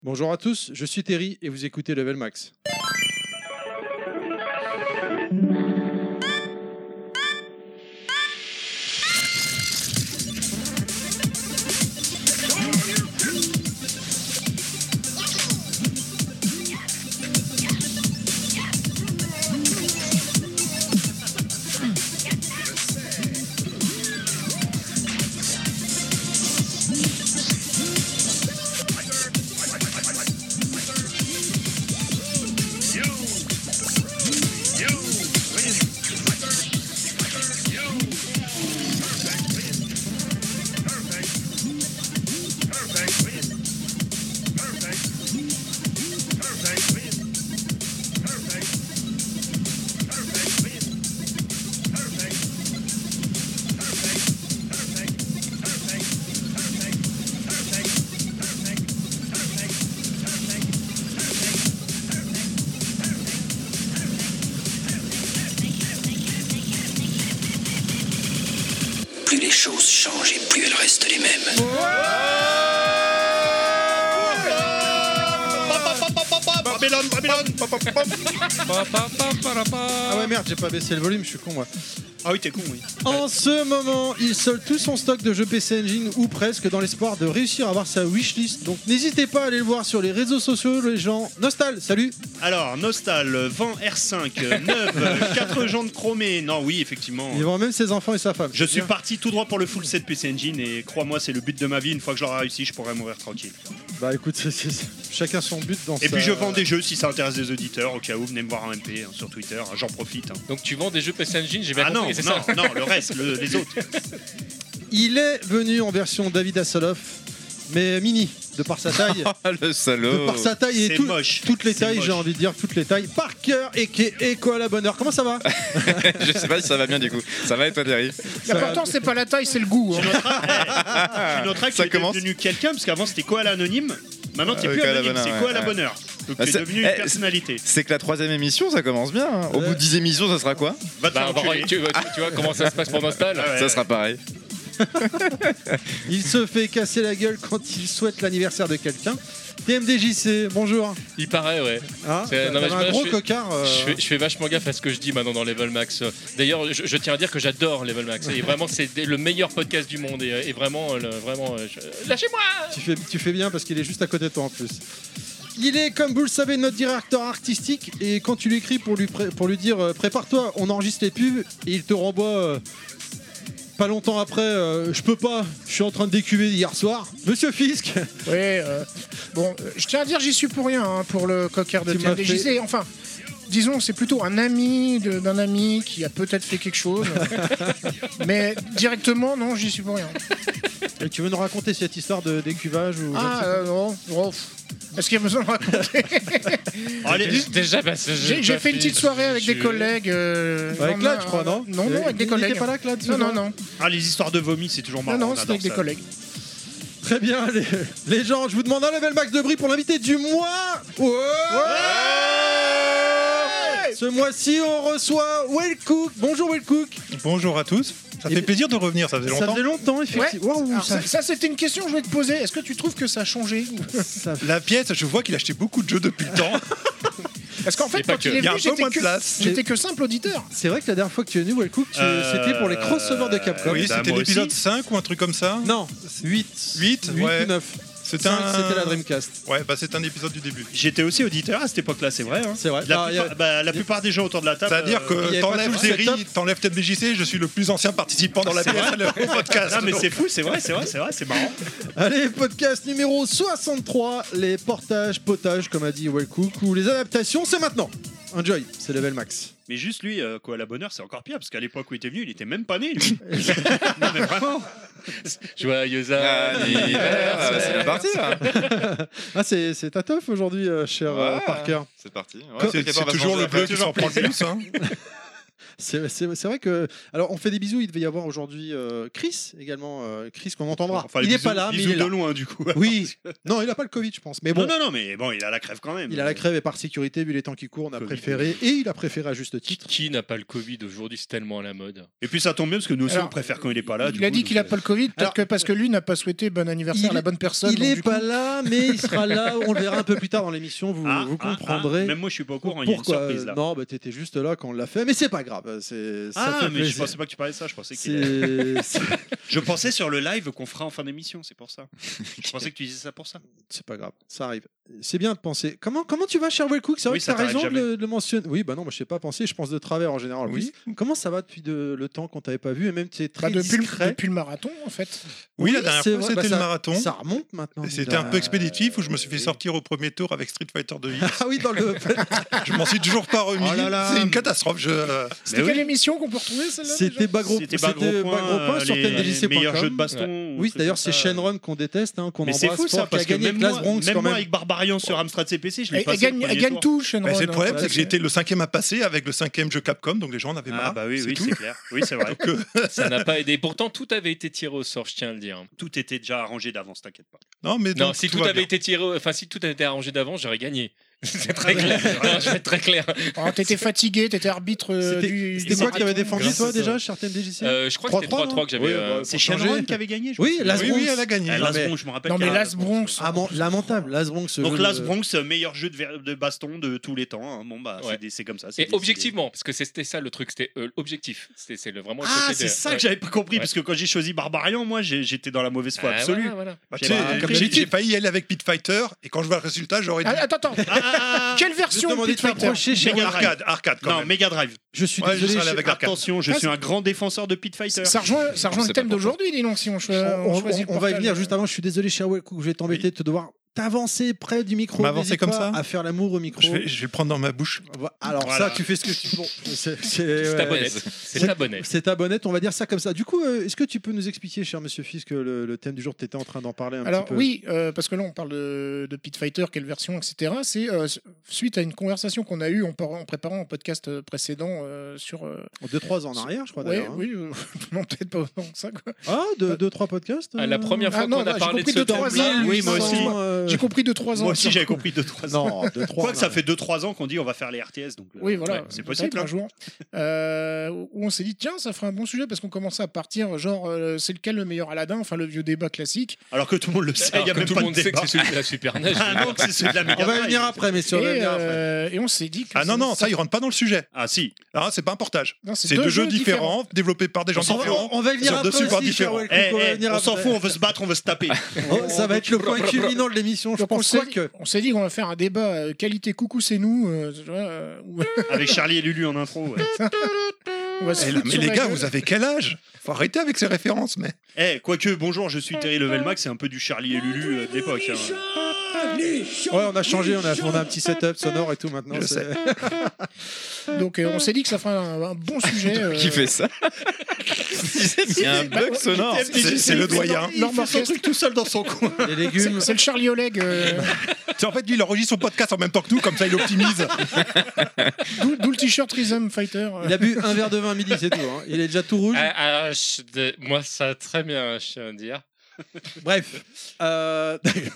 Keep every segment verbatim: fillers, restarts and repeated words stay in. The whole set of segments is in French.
Bonjour à tous, je suis Terry et vous écoutez Level Max. Plus les choses changent et plus elles restent les mêmes. Babylone, Babylone. Ah ouais merde, j'ai pas baissé le volume, je suis con moi. Ah oui, t'es con, oui. En ce moment, il solde tout son stock de jeux P C Engine ou presque dans l'espoir de réussir à avoir sa wishlist. Donc n'hésitez pas à aller le voir sur les réseaux sociaux, les gens. Nostal, salut. Alors, Nostal, vingt R cinq, neuf, quatre jantes chromées. Non, oui, effectivement. Il vend même ses enfants et sa femme. Je suis parti tout droit pour le full set P C Engine et crois-moi, c'est le but de ma vie. Une fois que j'aurai réussi, je pourrai mourir tranquille. Bah écoute, c'est, c'est, c'est... chacun son but dans Et sa... puis je vends des jeux si ça intéresse des auditeurs. Au cas où, venez me voir en M P hein, sur Twitter. J'en profite. Hein. Donc tu vends des jeux P C Engine, j'ai bien Ah compris, non, c'est non, ça. non, le reste, le- les autres. Il est venu en version David Hasselhoff, mais mini, de par sa taille. Le salaud. De par sa taille et C'est tout- moche. toutes les C'est tailles, moche. j'ai envie de dire toutes les tailles. Parker et et quoi à la bonne heure. Comment ça va? Je sais pas si ça va bien du coup. Ça va et toi, Terry? L'important, c'est pas la taille, c'est le goût. hein. Tu noteras, eh, tu noteras que Ça tu es commence. devenu quelqu'un, parce qu'avant c'était quoi à l'anonyme. Maintenant t'es Euh, plus Koala anonyme, Bonheur, c'est ouais, quoi à la ouais. bonne heure. Donc Bah, tu es c'est- devenu eh, une c'est- personnalité. C'est que la troisième émission, ça commence bien. hein. Au Ouais. bout de dix émissions, ça sera quoi? Va te Bah, faire on va- enculer. tu, tu- tu vois comment ça se passe pour Nostal. Ouais. Ça sera pareil. Il se fait casser la gueule quand il souhaite l'anniversaire de quelqu'un. T M D J C, bonjour. Il paraît, ouais. Hein, C'est- non, mais t'avais je- un gros je- cocard. euh, Je, fais, je fais vachement gaffe à ce que je dis maintenant dans Level Max. D'ailleurs, je, je tiens à dire que j'adore Level Max. Et vraiment, c'est le meilleur podcast du monde. Et, et vraiment, le- vraiment, euh, je- lâchez-moi. Tu fais, tu fais bien parce qu'il est juste à côté de toi en plus. Il est, comme vous le savez, notre directeur artistique. Et quand tu lui écris pour lui, pré- pour lui dire euh, prépare-toi, on enregistre les pubs, et il te renvoie euh, pas longtemps après euh, je peux pas, je suis en train de décuver hier soir. Monsieur Fisk, Ouais, euh, bon, euh, je tiens à dire, j'y suis pour rien, hein, pour le cocker de Tu m'as T M D J C. Enfin, disons, c'est plutôt un ami de- d'un ami qui a peut-être fait quelque chose. Mais directement, non, j'y suis pour rien. et tu veux nous raconter cette histoire de décuvage ou je ne Ah, sais euh, non, oh, pff. Est-ce qu'il y a besoin de raconter? Allez, Déjà, parce que je- J'ai j'ai fait une petite soirée avec des je- collègues. euh, pas. Avec lendemain, Claude, je crois, non Non, non, avec des Il collègues. était pas là, Claude, ce Non, non, soir non. ah, les histoires de vomi, c'est toujours marrant. Non, non, on c'était adore avec des ça. collègues. Très bien, les, les gens, je vous demande un level max de bris pour l'invité du mois. Ouais. Ce mois-ci, on reçoit Will Cook. Bonjour Will Cook. Bonjour à tous. Ça Et- fait plaisir de revenir, ça faisait Ça longtemps. faisait longtemps, effectivement. Waouh, Alors, ça- ça, ça, c'était une question que je voulais te poser. Est-ce que tu trouves que ça a changé? ça- La pièce, je vois qu'il a acheté beaucoup de jeux depuis le temps. Parce qu'en fait, Et pas quand que. il est Il y a un venu, peu j'étais moins de que, place. j'étais que simple auditeur. C'est vrai que la dernière fois que tu es venu, Will Cook, tu- Euh, c'était pour les crossovers de Capcom. Oui, bah, c'était moi l'épisode aussi. cinq ou un truc comme ça. Non, huit. Huit, huit ouais. ou neuf. C'était cinq, un... c'était la Dreamcast. Ouais, bah c'est un épisode du début. J'étais aussi auditeur à cette époque-là, c'est vrai. hein. C'est vrai. La, Ah, plupart, y a- bah, la plupart des gens autour de la table. C'est-à-dire euh, il y que avait pas t'enlèves tout le Terry, setup. t'enlèves T M D J C, je suis le plus ancien participant dans la pièce au podcast. Ah, mais donc. c'est fou, c'est vrai, c'est vrai, c'est vrai, c'est marrant. Allez, podcast numéro soixante-trois, les portages, potages, comme a dit Will Cook, ou les adaptations, c'est maintenant. Enjoy, c'est level max. Mais juste lui, euh, quoi, la bonne heure, c'est encore pire, parce qu'à l'époque où il était venu, il était même pas né, lui. Non, mais vraiment. Joyeux Anniversaire. Ah, c'est la partie là. Ah, c'est, c'est ta teuf aujourd'hui, euh, cher euh, Ouais. Parker. C'est parti. Ouais, C'est quelqu'un c'est va se toujours manger le bleu après. qui s'en prend le plus. Hein. C'est, c'est, c'est vrai que. Alors, on fait des bisous. Il devait y avoir aujourd'hui euh, Chris également. Euh, Chris qu'on entendra. Enfin, il les n'est bisous- pas là, mais bisous il est de là. loin du coup. Oui. Non, il n'a pas le Covid, je pense. Mais bon, Non, non, non, mais bon, il a la crève quand même. il a la crève et par sécurité, vu les temps qui courent, on a Covid. préféré. Et il a préféré à juste titre. Qui n'a pas le Covid aujourd'hui, c'est tellement à la mode. Et puis ça tombe bien parce que nous aussi Alors, on préfère quand il est pas là. du Il a coup, dit donc, qu'il a euh, pas le Covid, peut-être Alors- que parce que lui n'a pas souhaité bon anniversaire Il à la est- bonne personne. Il donc n'est du pas coup- là, mais il sera là. On le verra un peu plus tard dans l'émission. Vous, ah, vous ah, comprendrez. ah, même moi je suis pas au courant, il y a une Pourquoi surprise là. Non, bah t'étais juste là quand on l'a fait, mais c'est pas grave. C'est, ça Ah, fait mais je plaisir. pensais pas que tu parlais de ça, je pensais qu'il est- C'est, c'est... Je pensais sur le live qu'on fera en fin d'émission, c'est pour ça. Je pensais que tu disais ça pour ça. c'est pas grave, ça arrive. C'est bien de penser. Comment, comment tu vas, Sherwell Cook? C'est vrai Oui, que ça t'as raison de t'arrive le, de le mentionner. Oui, bah non, moi je sais pas penser, je pense de travers en général. Oui. Oui. Comment ça va depuis de- le temps qu'on t'avait pas vu et même tu es très Bah, depuis, le, discret. depuis le marathon, en fait. Oui, la dernière c'est fois, vrai, c'était bah, ça- le marathon. Ça remonte maintenant. Et dis C'était donc. un peu expéditif où je me suis fait oui. sortir au premier tour avec Street Fighter deux X. Ah oui, dans le. Je m'en suis toujours pas remis. Oh là là. C'est une catastrophe. Je... C'était Mais quelle oui. émission qu'on peut retrouver celle-là C'était déjà Bagro C'était c'était Bagro Point, Bagro Point euh, sur les tendelici point com. meilleurs jeux de baston. Oui, trucs d'ailleurs, comme c'est ça. Shenron qu'on déteste, hein, qu'on Mais embrasse c'est fou ça, fort, qui parce a que gagné même Class moi, Bronx même quand moi même. avec Barbarian sur Amstrad C P C, je l'ai Elle, passé elle au gagne, elle premier gagne tour. tout, Shenron. Bah, c'est le problème, hein, c'est que j'ai été le cinquième à passer avec le cinquième jeu Capcom, donc les gens en avaient marre. Ah bah oui, c'est oui, tout. c'est clair. Oui, c'est vrai. Ça n'a pas aidé. Pourtant, tout avait été tiré au sort, je tiens à le dire. Tout était déjà arrangé d'avance, t'inquiète pas. Non, mais Non, donc, si tout, va avait bien. été tiré, au- enfin si tout avait été arrangé d'avance, j'aurais gagné. C'est très Ah ouais, clair. c'est vrai. Non, je vais être très clair. Oh, t'étais fatigué, t'étais arbitre euh, C'était- du. C'était du quoi qui avait marathon. défendu Grâce toi à ça. déjà, chez T M D J C Euh, je crois que c'était trois trois, trois trois que j'avais. Oui, euh, bah, C'est Pour changer. Shenron qui avait gagné, je Oui, pense. Las Oui, Bronx. oui, elle a gagné. Ah, Non, Las mais- Bronx, je me rappelle. Non, mais qu'il y a- Las Bronx. Ah bon, lamentable, Las Bronx. ce Donc jeu Las de- Bronx, meilleur jeu de, ver- de baston de tous les temps. hein. Bon bah, c'est Ouais. des- c'est comme ça. c'est Et décidé. objectivement, parce que c'était ça le truc, c'était euh, objectif. C'était c'est le vraiment. le Ah, côté c'est de- ça ouais. que j'avais pas compris, Ouais. parce que quand j'ai choisi Barbarian, moi j'ai- j'étais dans la mauvaise foi Ah, absolue. voilà, voilà. Bah, tu J'ai sais, pas- comme j'ai- d'habitude. j'ai failli y aller avec Pit Fighter, et quand je vois le résultat, j'aurais dit. Ah, attends, attends. Ah, Quelle version Je te demandais Pit de Fighter t'approcher chez Mega moi. Drive. Arcade, arcade quand non, même. Mega Drive. Je suis Ouais, je désolé. serais allé chez- avec l'arcade. Attention, je Ah, suis c'est- un grand défenseur de Pit Fighter. Ça rejoint, ça rejoint Je le sais thème pas pourquoi. d'aujourd'hui, dis donc, si on, cho- On, on on- choisit le on va y portage. venir juste avant. Je suis désolé, Sherwell Cook, je vais t'embêter de devoir t'avancer près du micro. M'avancer N'hésite comme pas ça à faire l'amour au micro. Je vais, je vais le prendre dans ma bouche. Voilà. Alors Voilà. ça, tu fais ce que tu. Bon, c'est c'est- C'est ta ouais. bonnette. C'est ta bonnette. C'est ta bonnette, on va dire ça comme ça. Du coup, euh, est-ce que tu peux nous expliquer, cher Monsieur Fisk, le, le thème du jour, tu étais en train d'en parler un Alors petit peu. oui, euh, parce que là on parle de, de Pit Fighter, quelle version, et cetera. C'est euh, suite à une conversation qu'on a eue en, par- en préparant un podcast euh, précédent euh, sur. euh, deux trois ans en arrière, je crois ouais, d'ailleurs. hein. oui, euh, non peut-être pas autant que ça. Quoi. Ah, deux trois podcasts. Ah, la euh, première fois Ah, non, qu'on a non, j'ai parlé de compris ce de trois thème-là, ans. Oui, moi aussi. euh, J'ai compris de trois ans. Moi aussi, j'avais compris deux trois ans. Non, deux trois. Quoi que ça fait deux trois ans qu'on dit on va faire les R T S. Donc, euh, Oui, voilà, ouais, c'est peut-être possible. un hein. jour. Euh, où on s'est dit, tiens, ça ferait un bon sujet parce qu'on commençait à partir, genre, euh, c'est lequel le meilleur Aladdin, enfin le vieux débat classique. Alors que tout le monde le sait, il Alors y a que même tout pas le de monde sait que débat. c'est celui de la Super N E S. Ah non, que c'est celui de la Mega On va y Drive. venir après, messieurs. On va y Et, venir après. euh, et on s'est dit que. Ah non, c'est- non, ça, il rentre pas dans le sujet. Ah si. Ah, c'est pas un portage. Non, C'est deux jeux différents, développés par des gens On s'en- différents. on va y venir sur deux après supports aussi, différents. Sherwell Eh, Cook, on va eh, venir on s'en après. fout, on veut se battre, on veut se taper. Oh, ça va être le point culminant de l'émission, je Donc on pense. s'est Quoi dit, que. on s'est dit qu'on va faire un débat euh, qualité coucou c'est nous. euh, tu vois, euh, où- Avec Charlie et Lulu en intro. ouais. on va se Eh là, foutre mais sur les la gars, gueule. vous avez quel âge? Faut arrêter avec ces références, mais. Eh, quoique, bonjour, je suis Terry Levelmax, c'est un peu du Charlie et Lulu euh, de l'époque. hein. Ouais, on a changé, on a, on a un petit setup sonore et tout maintenant. Je c'est- Donc euh, on s'est dit que ça ferait un, un bon sujet. euh, Qui fait ça Il y a un bug sonore. C'est c'est le doyen. Il fait son truc tout seul dans son coin. Les C'est légumes. c'est le Charlie Oleg, euh, C'est en fait, lui, il enregistre son podcast en même temps que nous, comme ça, il optimise. d'où d'où le t-shirt Rhythm Fighter. euh. Il a bu un verre de vin à midi, c'est tout. hein. Il est déjà tout rouge. Ah, ah, je- de- moi, ça a très bien, je tiens à dire. Bref. Euh...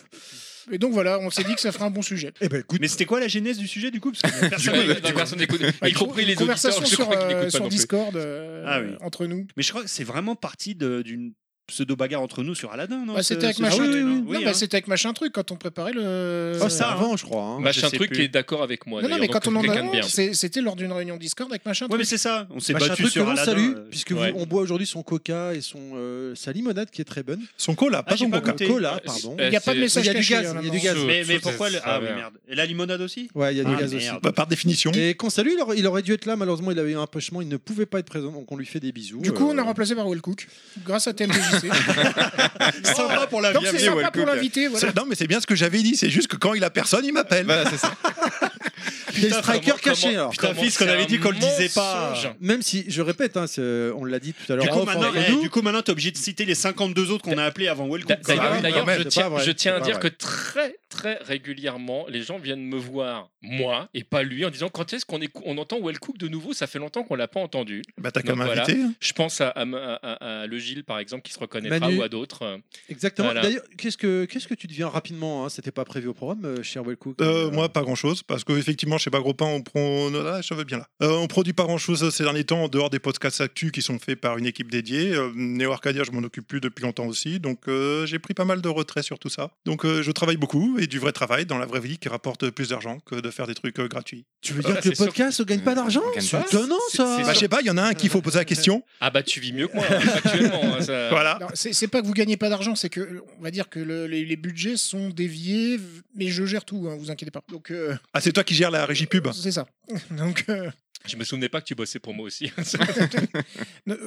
Et donc voilà, on s'est dit que ça ferait un bon sujet. eh ben écoute, Mais c'était quoi la genèse du sujet du coup? Parce que Du personne coup, n'a- la personne n'écoute, y compris les auditeurs, Conversation je sur, crois qu'ils euh, n'écoutent pas sur non plus. Discord euh, Ah oui. entre nous. Mais je crois que c'est vraiment parti de- d'une pseudo-bagarre entre nous sur Aladdin, non? Bah, ce- c'était avec ce machin. sujet, oui, oui, non oui. Non, Oui, bah, hein. c'était avec machin truc quand on préparait le. oh, c'est ça, avant, je crois. hein. Machin je sais truc plus. qui est d'accord avec moi. non, non, mais d'ailleurs, quand on donc en quelqu'un de a bien. c'est- c'était lors d'une réunion Discord avec machin Ouais, truc. mais c'est ça. On s'est Machin battu truc que sur l'on Aladdin. salue, euh, puisque ouais. vous- on boit aujourd'hui son coca et son euh, sa limonade qui est très bonne. Son cola, pas Ah, j'ai son pas coca. goûté. Cola, Euh, pardon. Il n'y a pas de c'est- message il y a du caché. gaz, hein, il y a maintenant. du gaz. Mais, mais Sous- pourquoi le... ça Ah oui, va. merde. Et la limonade aussi? Ouais, il y a du Ah, gaz merde. aussi. Bah, par définition. Et qu'on salue, il aurait, il aurait dû être là, malheureusement il avait eu un empêchement, il ne pouvait pas être présent, donc on lui fait des bisous. Du coup, on a Euh, remplacé par Will Cook grâce à T M D J C. Sympa pour la Donc vie. c'est bienvenue, sympa Will pour Cook. l'invité. Voilà. C'est- Non, mais c'est bien ce que j'avais dit. C'est juste que quand il a personne, il m'appelle. Voilà, c'est ça. Il y a le striker Comment- caché comment- alors. Putain, comment fils, qu'on c'est avait un dit qu'on le disait pas. mensonge. Même si, je répète, hein, c'est- on l'a dit tout à l'heure. Du coup, off, maintenant, entre eh, nous. du coup, maintenant, t'es obligé de citer les cinquante-deux autres qu'on a appelés avant Well D'a- Cook. D'ailleurs, Ah oui, d'ailleurs, non, mais je c'est tiens, pas vrai, je tiens c'est à pas dire vrai. que très très régulièrement, les gens viennent me voir, moi, et pas lui, en disant quand est-ce qu'on écou- on entend Well Cook de nouveau. Ça fait longtemps qu'on l'a pas entendu. Bah, t'as qu'à Donc, voilà. m'inviter. Je pense à, à, à- à- à le Gilles, par exemple, qui se reconnaîtra, Manu. ou à d'autres. Exactement. Voilà. D'ailleurs, qu'est-ce que qu'est-ce que tu deviens rapidement, hein, c'était pas prévu au programme, euh, cher Wellcook. Euh, moi, pas grand-chose, parce qu'effectivement, chez Bagropin, on prend... Ah, je veux bien là. Euh, on produit pas grand-chose ces derniers temps, en dehors des podcasts actu qui sont faits par une équipe dédiée. Euh, Neo Arcadia, je m'en occupe plus depuis longtemps aussi, donc euh, j'ai pris pas mal de retrait sur tout ça. Donc euh, je travaille beaucoup, et du vrai travail dans la vraie vie qui rapporte plus d'argent que de faire des trucs euh, gratuits. Tu veux Ah, dire que le c'est sûr podcast ne gagne pas d'argent? On gagne C'est pas. étonnant C'est- ça. c'est Bah, je sais pas, il y en a un qu'il faut poser la question. Ah bah tu vis mieux que moi, hein, actuellement. hein, ça- Voilà. Alors, C'est c'est pas que vous gagnez pas d'argent, c'est que on va dire que le- les, les budgets sont déviés, mais je gère tout, hein, vous inquiétez pas. Donc euh, Ah, c'est toi qui gères la régie pub. c'est ça. Donc euh, Je me souvenais pas que tu bossais pour moi aussi. ne-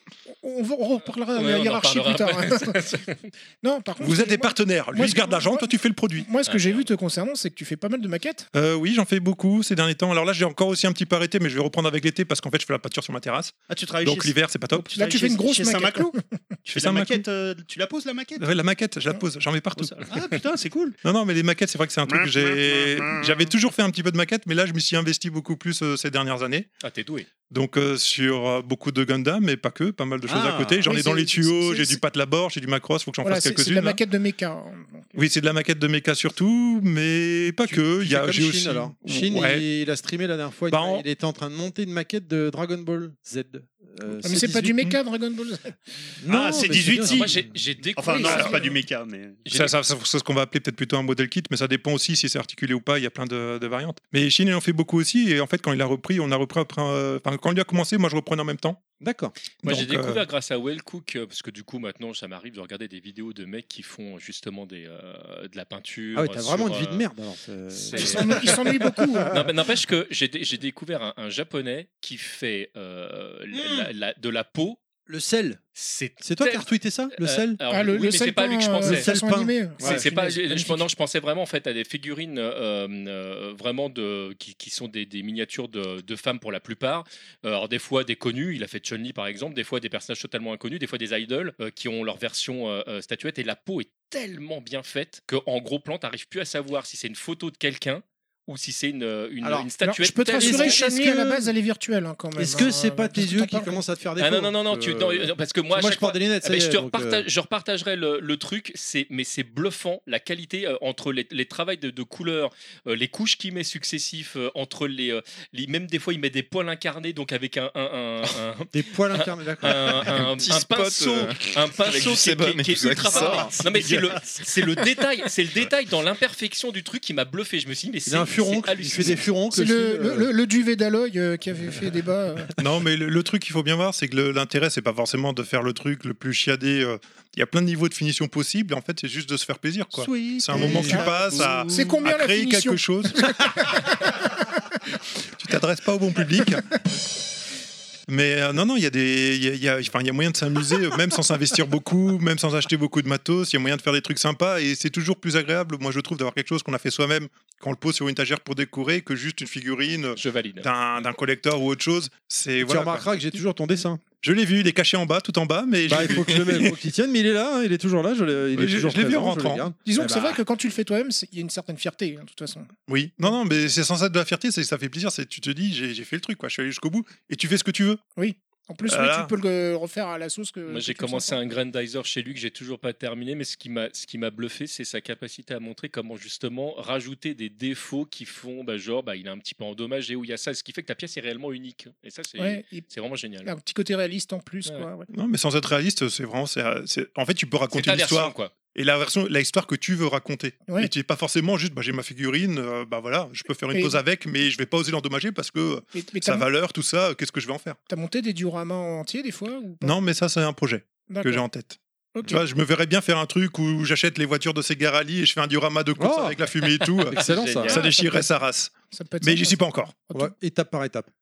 on, va- on reparlera de Ouais, la on en hiérarchie plus tard. parlera hein. après. Non, par contre, Vous êtes des moi- partenaires. Lui, moi, il se garde moi- l'argent, toi, tu fais le produit. Moi, ce que Ah, j'ai merde. vu te concernant, c'est que tu fais pas mal de maquettes. Euh, oui, j'en fais beaucoup ces derniers temps. Alors là, j'ai encore aussi un petit peu arrêté, mais je vais reprendre avec l'été parce qu'en fait, je fais la pâture sur ma terrasse. Ah, tu travailles Donc chez... l'hiver, c'est pas top. tu Là, travailles tu fais chez- une grosse chez maquette. Saint-Maclou. Tu fais de la Saint-Maclou. maquette, euh, tu la poses la maquette Ouais, la maquette, je la pose, j'en mets partout. Ah putain, c'est cool. Non, non, mais les maquettes, c'est vrai que c'est un truc que j'ai. J'avais toujours fait un petit peu de maquettes, mais là, je me suis investi beaucoup plus euh, ces dernières années. Ah, t'es doué. Donc euh, sur euh, beaucoup de Gundam, mais pas que, pas mal de choses Ah, à côté. J'en oui, ai dans c'est- les tuyaux, c'est- j'ai c'est- du patlabor, j'ai du Macross, faut que j'en Voilà, fasse c'est c'est de quelques-unes. la là. maquette de méca. hein. Donc, Oui, c'est de la maquette de mecha surtout, mais pas Tu- que. tu Il y fais a, comme j'ai Shin, aussi. alors. Shin, Ouais. il, il a streamé la dernière fois. il- Bah, on- Il était en train de monter une maquette de Dragon Ball Z. Euh, Ah, mais c'est pas du dix-huit. méca Dragon Ball Z. Non, Ah, c'est mais dix-huit, bien. si. Moi, j'ai j'ai découvert. Enfin, non, ça. c'est pas du méca, mais. J'ai Ça, ça, ça, c'est ce qu'on va appeler peut-être plutôt un modèle kit, mais ça dépend aussi si c'est articulé ou pas. Il y a plein de, de variantes. Mais Shin, il en fait beaucoup aussi. Et en fait, quand il a repris, on a repris après. euh, Enfin, quand il a commencé, moi, je reprenais en même temps. D'accord. Moi, j'ai Donc, euh, découvert grâce à Well Cook, euh, parce que du coup, maintenant, ça m'arrive de regarder des vidéos de mecs qui font justement des, euh, de la peinture. Ah ouais, t'as sur, vraiment une vie de euh, merde. Alors, c'est- c'est- Ils s'ennuient- ils s'ennuient beaucoup. hein. Non, mais n'empêche que j'ai dé- j'ai découvert un, un japonais qui fait euh, la- la- de la peau. Le sel. C'est C'est toi qui tel- as retweeté ça, le Euh, sel alors, Ah, le, oui, le mais c'est pas lui que je Selpin, pensais. euh, Le façon Selpin. animée. Ouais, C'est- c'est pas, punaise, je, je- magnifique. non, je pensais vraiment en fait à des figurines euh, euh, vraiment de, qui, qui sont des, des miniatures de, de femmes pour la plupart. Euh, Alors des fois des connus, il a fait Chun-Li par exemple, des fois des personnages totalement inconnus, des fois des idols euh, qui ont leur version euh, euh, statuette et la peau est tellement bien faite qu'en gros plan t'arrives plus à savoir si c'est une photo de quelqu'un ou si c'est une, une, Alors, une Alors, statuette. je peux te tellement- rassurer, est-ce que- Chun-Li à la base, elle est virtuelle hein, quand même. Est-ce que hein, c'est pas parce tes que yeux t'en qui parles- commencent à te faire défaut? Ah non non non non, tu, Euh, non, parce que moi, à moi je chaque fois- porte des lunettes. Ah ça ben, y est, je, te donc, repartage- euh, je repartagerai le, le truc, c'est, mais c'est bluffant la qualité euh, entre les, les travails de, de couleurs, euh, les couches qu'il met successifs, euh, entre les, euh, les- même des fois il met des poils incarnés, donc avec un, un, un, un, Des poils incarnés, d'accord. un, un- petit un spot, pinceau, euh, un avec pinceau du qui, est- sébum qui est- qui et est tout ça ultra qui sort. parfait. Non mais c'est le, c'est le détail, c'est le détail dans l'imperfection du truc qui m'a bluffé. Je me suis dit mais Il c'est a un furoncle, c'est il fait hallucinant. des furoncles. C'est le, aussi, le, euh. le, le duvet d'Aloy euh, qui avait fait débat. euh. Non, mais le, le truc qu'il faut bien voir, c'est que le- l'intérêt, c'est pas forcément de faire le truc le plus chiadé. euh, Il y a plein de niveaux de finition possibles. En fait, c'est juste de se faire plaisir, quoi. Sweet C'est un moment que tu et- passes à, C'est combien à la créer finition quelque chose. Tu t'adresses pas au bon public. Mais euh, non, non, il y a des, il y a, il y a- enfin, il y a moyen de s'amuser, euh, même sans s'investir beaucoup, même sans acheter beaucoup de matos. Il y a moyen de faire des trucs sympas et c'est toujours plus agréable, moi je trouve, d'avoir quelque chose qu'on a fait soi-même, quand on le pose sur une étagère pour décorer, que juste une figurine Je valide. d'un d'un collector ou autre chose. C'est Tu voilà. quoi. remarqueras que j'ai toujours ton dessin. Je l'ai vu, il est caché en bas, tout en bas, mais Bah, je il l'ai faut vu. que je le mette, faut qu'il tienne, mais il est là, hein, il est toujours là. Je l'ai, il Oui, est je- toujours je l'ai vu en présent, je le rentrant. garde. Disons Eh que c'est bah, vrai que quand tu le fais toi-même, c'est- il y a une certaine fierté, hein, de toute façon. Oui, non, non, mais c'est censé être de la fierté, c'est ça fait plaisir. C'est tu te dis, j'ai j'ai fait le truc, quoi. Je suis allé jusqu'au bout et tu fais ce que tu veux. En plus, Voilà. oui, tu peux le refaire à la sauce que. Moi, que j'ai tu le commencé sens. un grandizer chez lui que j'ai toujours pas terminé, mais ce qui m'a, ce qui m'a bluffé, c'est sa capacité à montrer comment justement rajouter des défauts qui font, bah, genre, bah, il est un petit peu endommagé ou il y a ça, ce qui fait que ta pièce est réellement unique. Et ça, c'est, Ouais, et c'est vraiment génial. un petit côté réaliste en plus, Ouais. quoi. ouais. Non, mais sans être réaliste, c'est vraiment, c'est, c'est- en fait, tu peux C'est raconter ta version, l'histoire quoi. et la version, la histoire que tu veux raconter. Ouais. Et tu es pas forcément juste, bah, j'ai ma figurine, euh, bah voilà, je peux faire une Mais- pause avec, mais je vais pas oser l'endommager parce que Mais, mais sa t'as, valeur, tout ça, qu'est-ce que je vais en faire? t'as monté des dioramas entiers des fois ou pas Non, mais ça, c'est un projet D'accord. que j'ai en tête. Ok. Tu vois, je me verrais bien faire un truc où j'achète les voitures de Sega Rally et je fais un diorama de course Oh avec la fumée et tout. Excellent ça. Génial. Ça déchirerait sa race. Ça peut être Mais sympa, j'y suis pas encore. Ok. Ouais, étape par étape.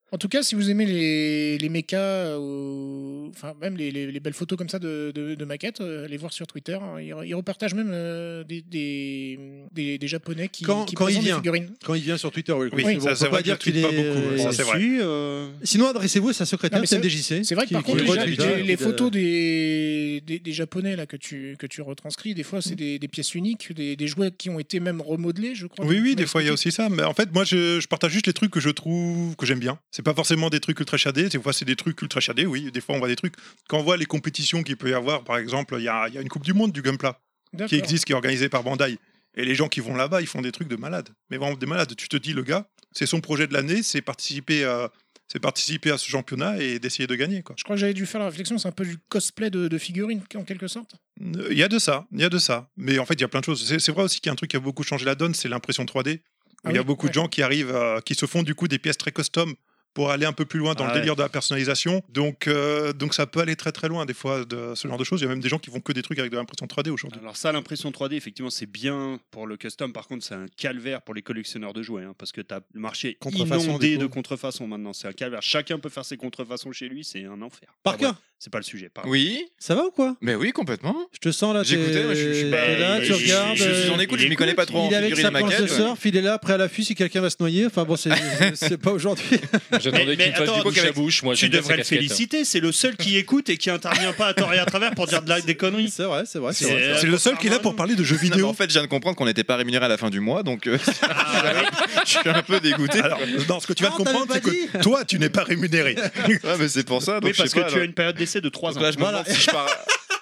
En tout cas, si vous aimez les, les mechas, ou... enfin même les, les, les belles photos comme ça de, de, de maquettes, euh, allez voir sur Twitter. Hein, ils, ils repartagent même euh, des, des, des, des Japonais qui, Quand- qui quand il présentent des vient. figurines. Quand il vient sur Twitter, oui. Oui, c'est ça, bon, c'est on peut vrai pas que dire je tweete qu'il pas est. beaucoup, ça, c'est vrai. Dessus, euh, Sinon, adressez-vous à sa secrétaire Non, mais T M c'est- D J C. C'est vrai que qui- par qui contre, est les, sur les- Twitter, les qui est de- photos des, des, des Japonais là, que, tu, que tu retranscris, des fois, c'est des, des pièces uniques, des, des jouets qui ont été même remodelés, je crois. Oui, Tu oui, m'as des fois il y a expliqué. aussi ça. Mais en fait, moi, je, je partage juste les trucs que je trouve que j'aime bien. C'est pas forcément des trucs ultra shadés. Des fois, c'est des trucs ultra shadés. Oui, des fois, on voit des trucs. Quand on voit les compétitions qu'il peut y avoir, par exemple, il y a, il y a une Coupe du Monde du Gunpla qui D'accord. existe, qui est organisée par Bandai. Et les gens qui vont là-bas, ils font des trucs de malades. Mais vraiment des malades. Tu te dis, le gars, c'est son projet de l'année, c'est participer à, c'est participer à ce championnat et d'essayer de gagner, quoi. Je crois que j'avais dû faire la réflexion, c'est un peu du cosplay de, de figurines, en quelque sorte. Il y a de ça, il y a de ça. Mais en fait, il y a plein de choses. C'est, c'est vrai aussi qu'il y a un truc qui a beaucoup changé la donne, c'est l'impression trois D. Où Ah il y a oui, beaucoup ouais. de gens qui arrivent, à- qui se font du coup des pièces très custom pour aller un peu plus loin dans Ah le ouais. délire de la personnalisation. Donc, euh, donc ça peut aller très très loin des fois de ce genre de choses. Il y a même des gens qui font que des trucs avec de l'impression trois D aujourd'hui. Alors ça, l'impression trois D, effectivement, c'est bien pour le custom. Par contre, c'est un calvaire pour les collectionneurs de jouets, hein, parce que tu as le marché Contrefaçon, inondé du coup. de contrefaçons maintenant. C'est un calvaire. Chacun peut faire ses contrefaçons chez lui, c'est un enfer. Parker, Ah ouais, c'est pas le sujet. pardon. Oui, ça va ou quoi? mais oui, complètement. Je te sens là, t'es J'écoutais, moi, je suis- je suis pas- t'es là, je- tu je- regardes. Je suis en euh, écoute, il je m'y connais pas écoute, trop en Il est avec figurines sa et planche de maquettes. surf, il est là, prêt à l'affût si quelqu'un va se noyer. Enfin bon, c'est c'est pas aujourd'hui. J'attendais Mais- qu'il mais me fasse attends, du bouche à bouche. Moi, Tu j'aime bien devrais sa le casquette. féliciter, c'est le seul qui écoute et qui intervient pas à tort et à travers pour dire de la, des conneries. C'est vrai, c'est vrai. c'est C'est- vrai. C'est le seul qui est là pour parler de jeux Non, mais vidéo. en fait, je viens de comprendre qu'on n'était pas rémunéré à la fin du mois, donc euh, Ah, ouais. je suis un peu dégoûté. Alors, non, ce que tu viens Ah, de comprendre, t'avais c'est pas que toi, tu n'es pas rémunéré. Ouais, mais c'est pour ça. Donc Oui, je parce sais que pas, tu alors- as une période d'essai de trois Donc ans. là, je me Voilà. demande si je pars.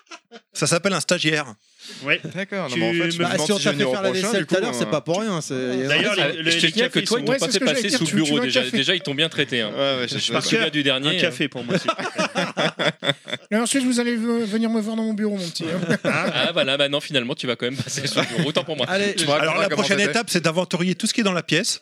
Ça s'appelle un stagiaire. Ouais. D'accord. Non, Tu mais en fait, je me me- Bah, demande si on si je t'a vais fait venir faire au la prochain, vaisselle du tout à coup, l'heure, c'est euh, pas pour rien. c'est- D'ailleurs, Ah, les- je te les signale que cafés toi, ils sont- t'ont Ouais, pas c'est fait ce que j'allais passer dire, sous tu- le tu bureau veux un déjà. café Déjà, ils t'ont bien traité. hein. Ouais, ouais, je Je sais me pas. souviens du dernier. Un café pour moi aussi. Et ensuite, vous allez ve- venir me voir dans mon bureau, mon petit. hein. Ah voilà, maintenant finalement tu vas quand même passer sur le bureau. Autant pour moi. Allez, Tu me raconteras Alors la comment prochaine c'était. étape, c'est d'inventorier tout ce qui est dans la pièce.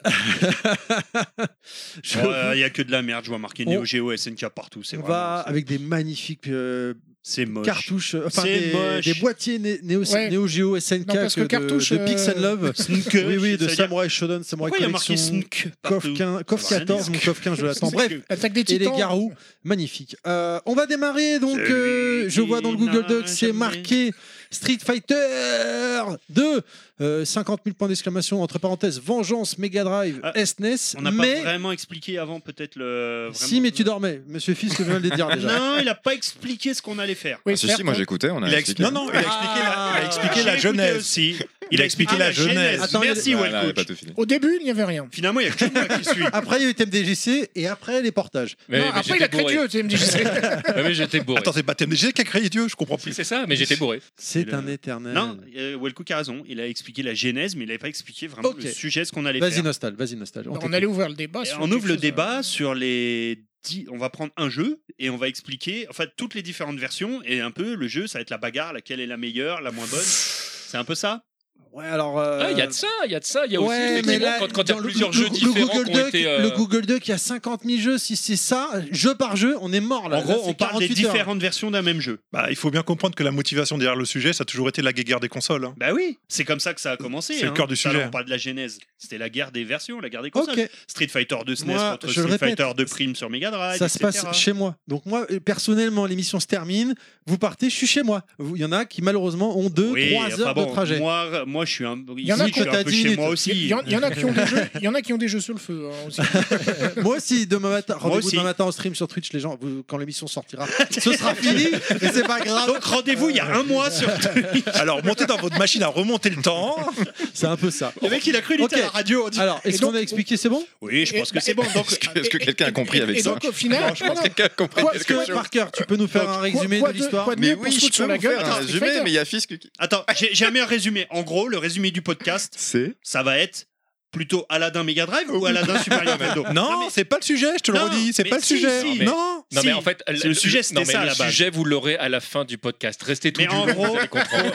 je- Il y a que de la merde, je vois marqué On- Neo Geo, S N K partout. C'est on vraiment- va c'est- avec des magnifiques euh, C'est moche. cartouches, euh, enfin C'est des, moche. des boîtiers Né- Neo, Ouais. Neo Geo S N K Non, parce que de, cartouches, de Pix and euh, Love. Snuk, Oui, oui, de ça veut dire- Samurai Shodown, Samurai Pourquoi il y a marqué Collection, Snuk Coff partout quinze, Coff Ça va, quatorze, mon Coff quinze, je l'attends. Bref, L'attaque des et les titans. garous, magnifique. Euh, on va démarrer donc. Celui euh, je qui vois dans le Google n'a Doc, c'est jamais- marqué Street Fighter deux. Euh, cinquante mille points d'exclamation, entre parenthèses, Vengeance, Mega Drive, Ah, S N E S. On n'a mais... pas vraiment expliqué avant, peut-être le. Si, vraiment- mais tu dormais. Monsieur Fisk vient de le dire déjà. Non, il a pas expliqué ce qu'on allait faire. Oui, Ah, si, certes, si, moi hein. j'écoutais. On a Il a expliqué. expli- Non, non, il a expliqué la, il a expliqué J'ai la écouté genèse. aussi. Il a expliqué Ah, la genèse. Attends, il y a- Merci, Voilà, Well pas Coach. tout fini. Au début, il n'y avait rien. Finalement, il y a que moi qui suis. Après, il y a eu T M D J C et après les portages. Mais, Non, mais après, il j'étais a créé bourré. Dieu, tu me dis. Ouais, mais j'étais bourré. Attends, c'est pas T M D J qui a créé Dieu, je comprends Si, plus. c'est ça, mais j'étais bourré. C'est le- un éternel. Non, euh, Wellcook a raison. Il a expliqué la genèse, mais il n'avait pas expliqué vraiment Ok. le sujet, ce qu'on allait Vas-y, faire. Nostal, vas-y, Nostal. On On t'écoute. allait ouvrir le débat. Et sur on quelque ouvre le chose, débat hein. sur les. dix- On va prendre un jeu et on va expliquer en fait toutes les différentes versions et un peu le jeu, ça va être la bagarre, laquelle est la meilleure, la moins bonne. C'est un peu ça. Ouais, alors. euh, Ah, il y a de ça, il y a de ça. Il y a aussi, Ouais, mais effectivement, là, quand quand il y a dans le- plusieurs le- jeux le différents Google qui ont Doc, été. euh, Le Google Doc, il y a cinquante mille jeux. Si c'est ça, jeu par jeu, on est mort là. En Là, gros, c'est on parle des quarante-huit heures. différentes versions d'un même jeu. Bah, il faut bien comprendre que la motivation derrière le sujet, ça a toujours été la guerre des consoles. hein. Bah oui, c'est comme ça que ça a commencé. C'est le hein. cœur du Ça, sujet. On parle de la genèse. C'était la guerre des versions, la guerre des consoles. Ok, Street Fighter deux S N E S Moi, contre je le Street répète, Fighter deux Prime sur Mega Drive. ça se et cetera. passe chez moi. Donc moi, euh, personnellement, l'émission se termine. Vous partez, je suis chez moi. Vous- Il y en a qui malheureusement ont deux, Oui, trois enfin heures bon, de trajet. Moi, moi, je suis un. y en a ici, qui je suis t'as un peu dix chez minutes. moi Il aussi. y, en- il y en a qui ont des jeux. Il y en a qui ont des jeux sur le feu hein, aussi. Moi aussi, demain matin, rendez-vous aussi. demain matin en stream sur Twitch, les gens, vous- quand l'émission sortira, ce sera fini, et c'est pas grave. Donc rendez-vous il y a un mois sur Twitch. Alors, montez dans votre machine à remonter le temps. C'est un peu ça. Le mec, il a cru qu'il était Ok. à la radio. on dit- Alors, est-ce Et donc- qu'on a expliqué, c'est bon? Oui, je pense Et- que c'est bon. Donc, Est-ce que, est-ce que quelqu'un a compris Et- avec et ça donc au final, Je pense que quelqu'un a compris Quoi- quelque quoi- chose. Parker, tu peux nous faire Donc, un quoi- résumé quoi de l'histoire? quoi de Mais mieux pour oui, se je foutre peux sur la vous gueule faire qu'un un Street résumé, Fighter. mais il y a Fisk qui... attends, j'ai j'ai mis un résumé. En gros, le résumé du podcast, C'est ça va être plutôt Aladdin Mega Drive ou Aladdin Super Nintendo. Non, mais- c'est pas le sujet, je te le Non, redis, c'est mais pas le si, sujet. si. Non. Non, Si, mais en fait, c'est le sujet, c'était non, mais ça, à le la base. sujet, vous l'aurez à la fin du podcast. Restez tout Mais du en long, gros, vous allez comprendre.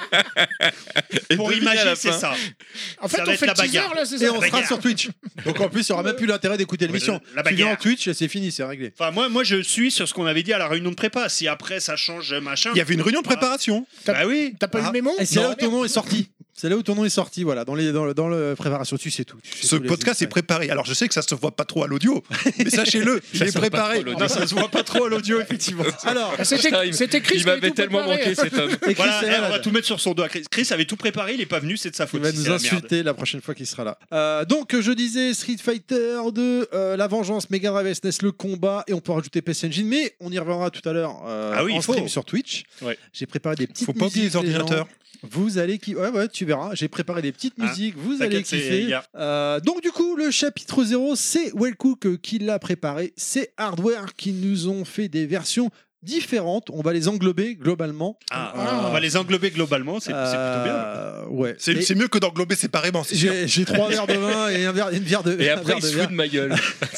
Et pour devinez à imaginer, la c'est fin. ça. En fait, Ça va on être fait la le teaser bagarre. là, c'est Et ça. on La sera bagarre. sur Twitch. Donc en plus, il n'y aura même plus l'intérêt d'écouter l'émission. La Tu viens en bagarre. Twitch, c'est fini, c'est réglé. Enfin, moi, moi, je suis sur ce qu'on avait dit à la réunion de prépa. Si après ça change, machin. Il y avait une réunion de préparation. Bah oui. T'as pas eu Ah. le mémo Et c'est là Non. où ton nom est sorti. C'est là où ton nom est sorti, voilà, dans les dans le, dans le préparation. Tu sais tout. Tu sais Ce tous les podcast est extraits. préparé. Alors je sais que ça se voit pas trop à l'audio, mais sachez-le, je l'ai se voit pas préparé. trop à l'audio. Non, ça se voit pas trop à l'audio, effectivement. Alors, Ah, C'était Putain, il- c'était Chris Il qui avait m'avait tout tellement préparé. manqué cet homme. et Chris Voilà, est eh, on va malade. tout mettre sur son doigt. Chris, Chris avait tout préparé, il est pas venu, c'est de sa Il faute. va c'est nous la merde. insulter la prochaine fois qu'il sera là. Euh, donc, je disais Street Fighter deux, euh, La Vengeance, Mega Drive S N E S, le combat, et on peut rajouter P C Engine, mais on y reviendra tout à l'heure euh, Ah oui, en il faut. stream sur Twitch. Ouais. J'ai préparé des petites Faut pas oublier musiques, les ordinateurs. gens. Vous allez qui ouais ouais tu verras j'ai préparé des petites Ah, musiques vous allez t'inquiète, c'est kiffer hier. Euh, donc du coup le chapitre zéro c'est Wellcook qui l'a préparé c'est Hardware qui nous ont fait des versions différentes on va les englober globalement Ah, Ah. On va les englober globalement, c'est c'est plutôt bien. Euh, ouais C'est Mais c'est mieux que d'englober séparément. c'est sûr. j'ai j'ai trois verres de vin et un verre une bière de Et un après, verre il de se bière. fout de ma gueule.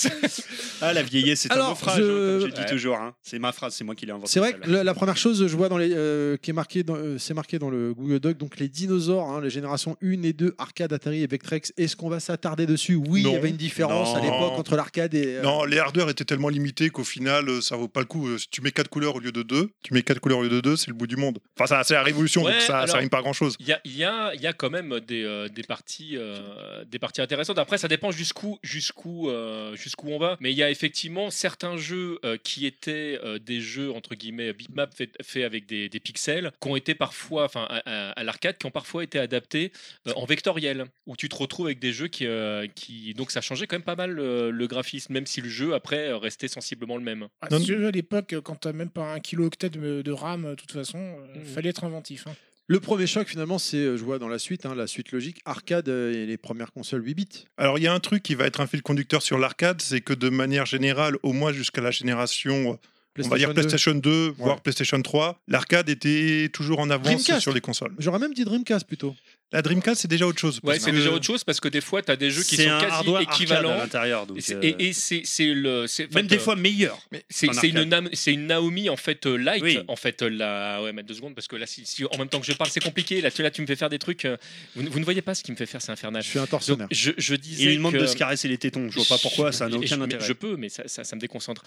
Ah, la vieillesse, c'est un Alors, naufrage, je- hein, comme je le dis Ouais. toujours. hein. C'est ma phrase, c'est moi qui l'ai inventé. C'est vrai que celle-là. le- la première chose, je vois dans les, euh, qui est marqué dans, euh, c'est marqué dans le Google Doc, donc les dinosaures, hein, les générations un et deux, arcade, Atari et Vectrex. Est-ce qu'on va s'attarder dessus? Oui, il y Non. avait une différence à Non. l'époque entre l'arcade et. euh, Non, les hardware étaient tellement limités qu'au final, euh, ça vaut pas le coup. Euh, Si tu mets quatre couleurs au lieu de deux, tu mets quatre couleurs au lieu de deux, c'est le bout du monde. Enfin, ça, c'est la révolution, Ouais, donc ça, alors- ça rime pas grand chose. Il y a, il y, a, il y a quand même des, euh, des, parties, euh, des parties intéressantes. Après, ça dépend jusqu'où jusqu'où euh, jusqu'où on va. Mais il y a effectivement certains jeux euh, qui étaient euh, des jeux, entre guillemets, bitmap faits fait avec des, des pixels, qui ont été parfois, enfin, à, à- à l'arcade, qui ont parfois été adaptés euh, en vectoriel, où tu te retrouves avec des jeux qui, euh, qui... Donc ça changeait quand même pas mal euh, le graphisme, même si le jeu, après, euh, restait sensiblement le même. Ah, Non, si tu veux, à l'époque, quand t'as même pas un kilooctet de, de RAM, de toute façon, euh, Mhm. fallait être inventif. hein. Le premier choc, finalement, c'est, euh, je vois dans la suite, hein, la suite logique, arcade euh, et les premières consoles huit bits. Alors, il y a un truc qui va être un fil conducteur sur l'arcade, c'est que de manière générale, au moins jusqu'à la génération, on va dire deux. PlayStation deux, voire Ouais. PlayStation trois, l'arcade était toujours en avance Dreamcast. sur les consoles. J'aurais même dit Dreamcast plutôt. La Dreamcast, c'est déjà autre chose. Ouais, parce c'est que- déjà autre chose parce que des fois, tu as des jeux qui C'est sont un quasi hardware arcade à équivalents. l'intérieur. donc, Et c'est- euh, Et, et c'est c'est le. c'est- Même enfin, des euh, fois meilleur. C'est en c'est une, arcade. Nam- c'est une Naomi en fait euh, light Oui. en fait euh, la ouais mais deux secondes parce que là si, si en même temps que je parle c'est compliqué là tu là tu me fais faire des trucs euh, vous, ne- vous ne voyez pas ce qu'il me fait faire c'est infernal Je suis un donc tortionnaire. je, je disais Il lui demande que- de se caresser les tétons. Je vois pas pourquoi, ça n'a Et aucun je, intérêt. je peux mais ça, ça, ça me déconcentre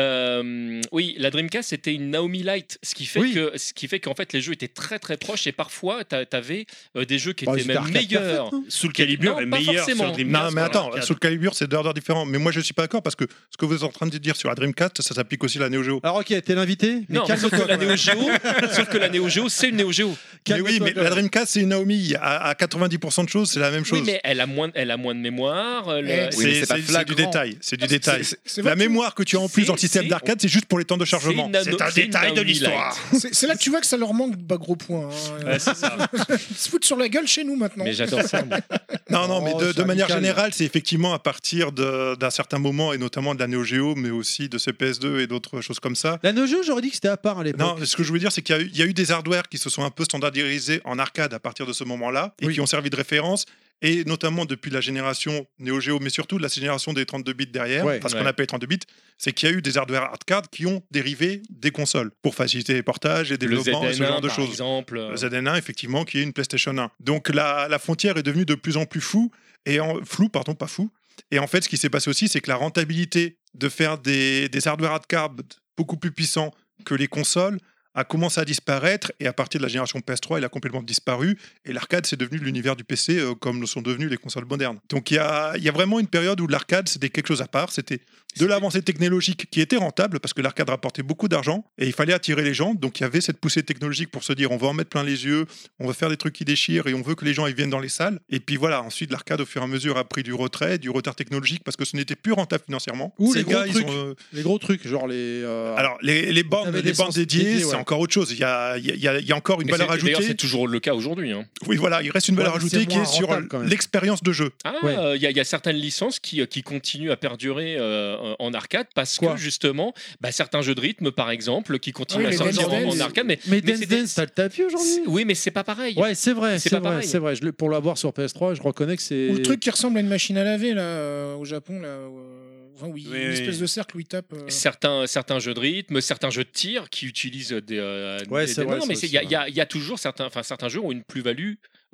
Euh, oui la Dreamcast c'était une Naomi light ce qui fait Oui. que ce qui fait qu'en fait les jeux étaient très très proches et parfois t'a- t'avais euh, des jeux qui Bah, étaient c'était même arcade meilleurs parfaite, non Sous le Calibur Non, est pas meilleur sur forcément. Dreamcast. Non, mais que attends, l'arcade. sous le Calibur, c'est deux ordres différents. Mais moi, je suis pas d'accord parce que ce que vous êtes en train de dire sur la Dreamcast, ça s'applique aussi à la Neo Geo. Alors, ok, t'es l'invité. mais non mais sauf calme-toi, que la quand même. Néo Geo sauf que la Néo Geo c'est une Néo Geo Mais Calme-toi, oui, mais quand la même. Dreamcast, c'est une Naomi. À, à quatre-vingt-dix pour cent de choses, c'est la même chose. oui mais elle a moins elle a moins de mémoire euh, le- Eh, C'est Oui, mais c'est pas c'est- c'est du flagrant. détail. C'est du détail. C'est- c'est La vrai que tu- mémoire que tu as en plus c'est- dans le système c'est- d'arcade, c'est juste pour les temps de chargement. C'est une C'est un c'est une détail de Naomi l'histoire. Light. C'est c'est là que tu vois que ça leur manque de bas gros points. hein. Ouais, c'est ça. Ils se foutent sur la gueule chez nous maintenant. Mais j'adore ça. moi. Non, non, mais Oh, de, c'est de manière amical, générale, c'est effectivement à partir de- d'un certain moment, et notamment de la Neo Geo, mais aussi de C P S deux et d'autres choses comme ça. La Neo Geo, j'aurais dit que c'était à part à l'époque. Non, ce que je veux dire, c'est qu'il y a eu- il y, a eu des hardware qui se sont un peu standardisés en arcade à partir de ce moment-là, et Oui. qui ont servi de référence, et notamment depuis la génération Neo Geo, mais surtout de la génération des trente-deux bits derrière, Ouais. enfin ce Ouais. qu'on appelle trente-deux bits, c'est qu'il y a eu des hardware arcade qui ont dérivé des consoles, pour faciliter les portages et Le développement et ce Z N un, genre de par choses. exemple. Le Z N un, effectivement, qui est une PlayStation un. Donc la, la frontière est devenue de plus en plus floue, et en, floue, pardon, pas fou. Et en fait, ce qui s'est passé aussi, c'est que la rentabilité de faire des, des hardware arcade beaucoup plus puissants que les consoles a commencé à disparaître, et à partir de la génération P S trois, il a complètement disparu, et l'arcade, c'est devenu l'univers du P C, euh, comme le sont devenus les consoles modernes. Donc il y a, il y a vraiment une période où l'arcade, c'était quelque chose à part, c'était de l'avancée technologique qui était rentable, parce que l'arcade rapportait beaucoup d'argent, et il fallait attirer les gens, donc il y avait cette poussée technologique pour se dire, on va en mettre plein les yeux, on va faire des trucs qui déchirent, et on veut que les gens ils viennent dans les salles, et puis voilà, ensuite l'arcade, au fur et à mesure, a pris du retrait, du retard technologique, parce que ce n'était plus rentable financièrement. Ou Ces les gros gars, ils trucs. ont, euh, Les gros trucs, genre les. euh, alors, les, les bornes, T'avais les des bornes sens dédiées, dédiés, c'est ouais. encore autre chose. Il y a, il y a- il y a encore une Mais valeur c'est- D'ailleurs, ajoutée. c'est toujours le cas aujourd'hui. hein. Oui, voilà, il reste une valeur Ouais, mais ajoutée c'est qui est moins sur rentable, quand même. l'expérience de jeu. Ah, il Ouais. y, a- y a certaines licences qui, euh, qui continuent à perdurer euh, en arcade parce Quoi que justement, bah, certains jeux de rythme, par exemple, qui continuent Oui, à les sortir Dance en, en Dance. arcade, mais, Mais mais Dance c'est des- Dance, t'as le tapis aujourd'hui. oui, mais c'est pas pareil. Ouais, c'est vrai, C'est c'est pas vrai, pareil. c'est vrai. Je l'ai- pour l'avoir sur P S trois, je reconnais que c'est. Ou le truc qui ressemble à une machine à laver là euh, au Japon là. où, euh, Enfin, oui, Oui, une oui. espèce de cercle où il tape. euh, Certains, certains jeux de rythme, certains jeux de tir qui utilisent des. euh, Ouais, des- c'est des- vrai, non, non, mais ça c'est- il y, a- aussi, il y a- il y a toujours certains, enfin, certains jeux ont une plus-value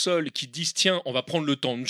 consoles qui disent tiens, on va prendre le temps de jouer,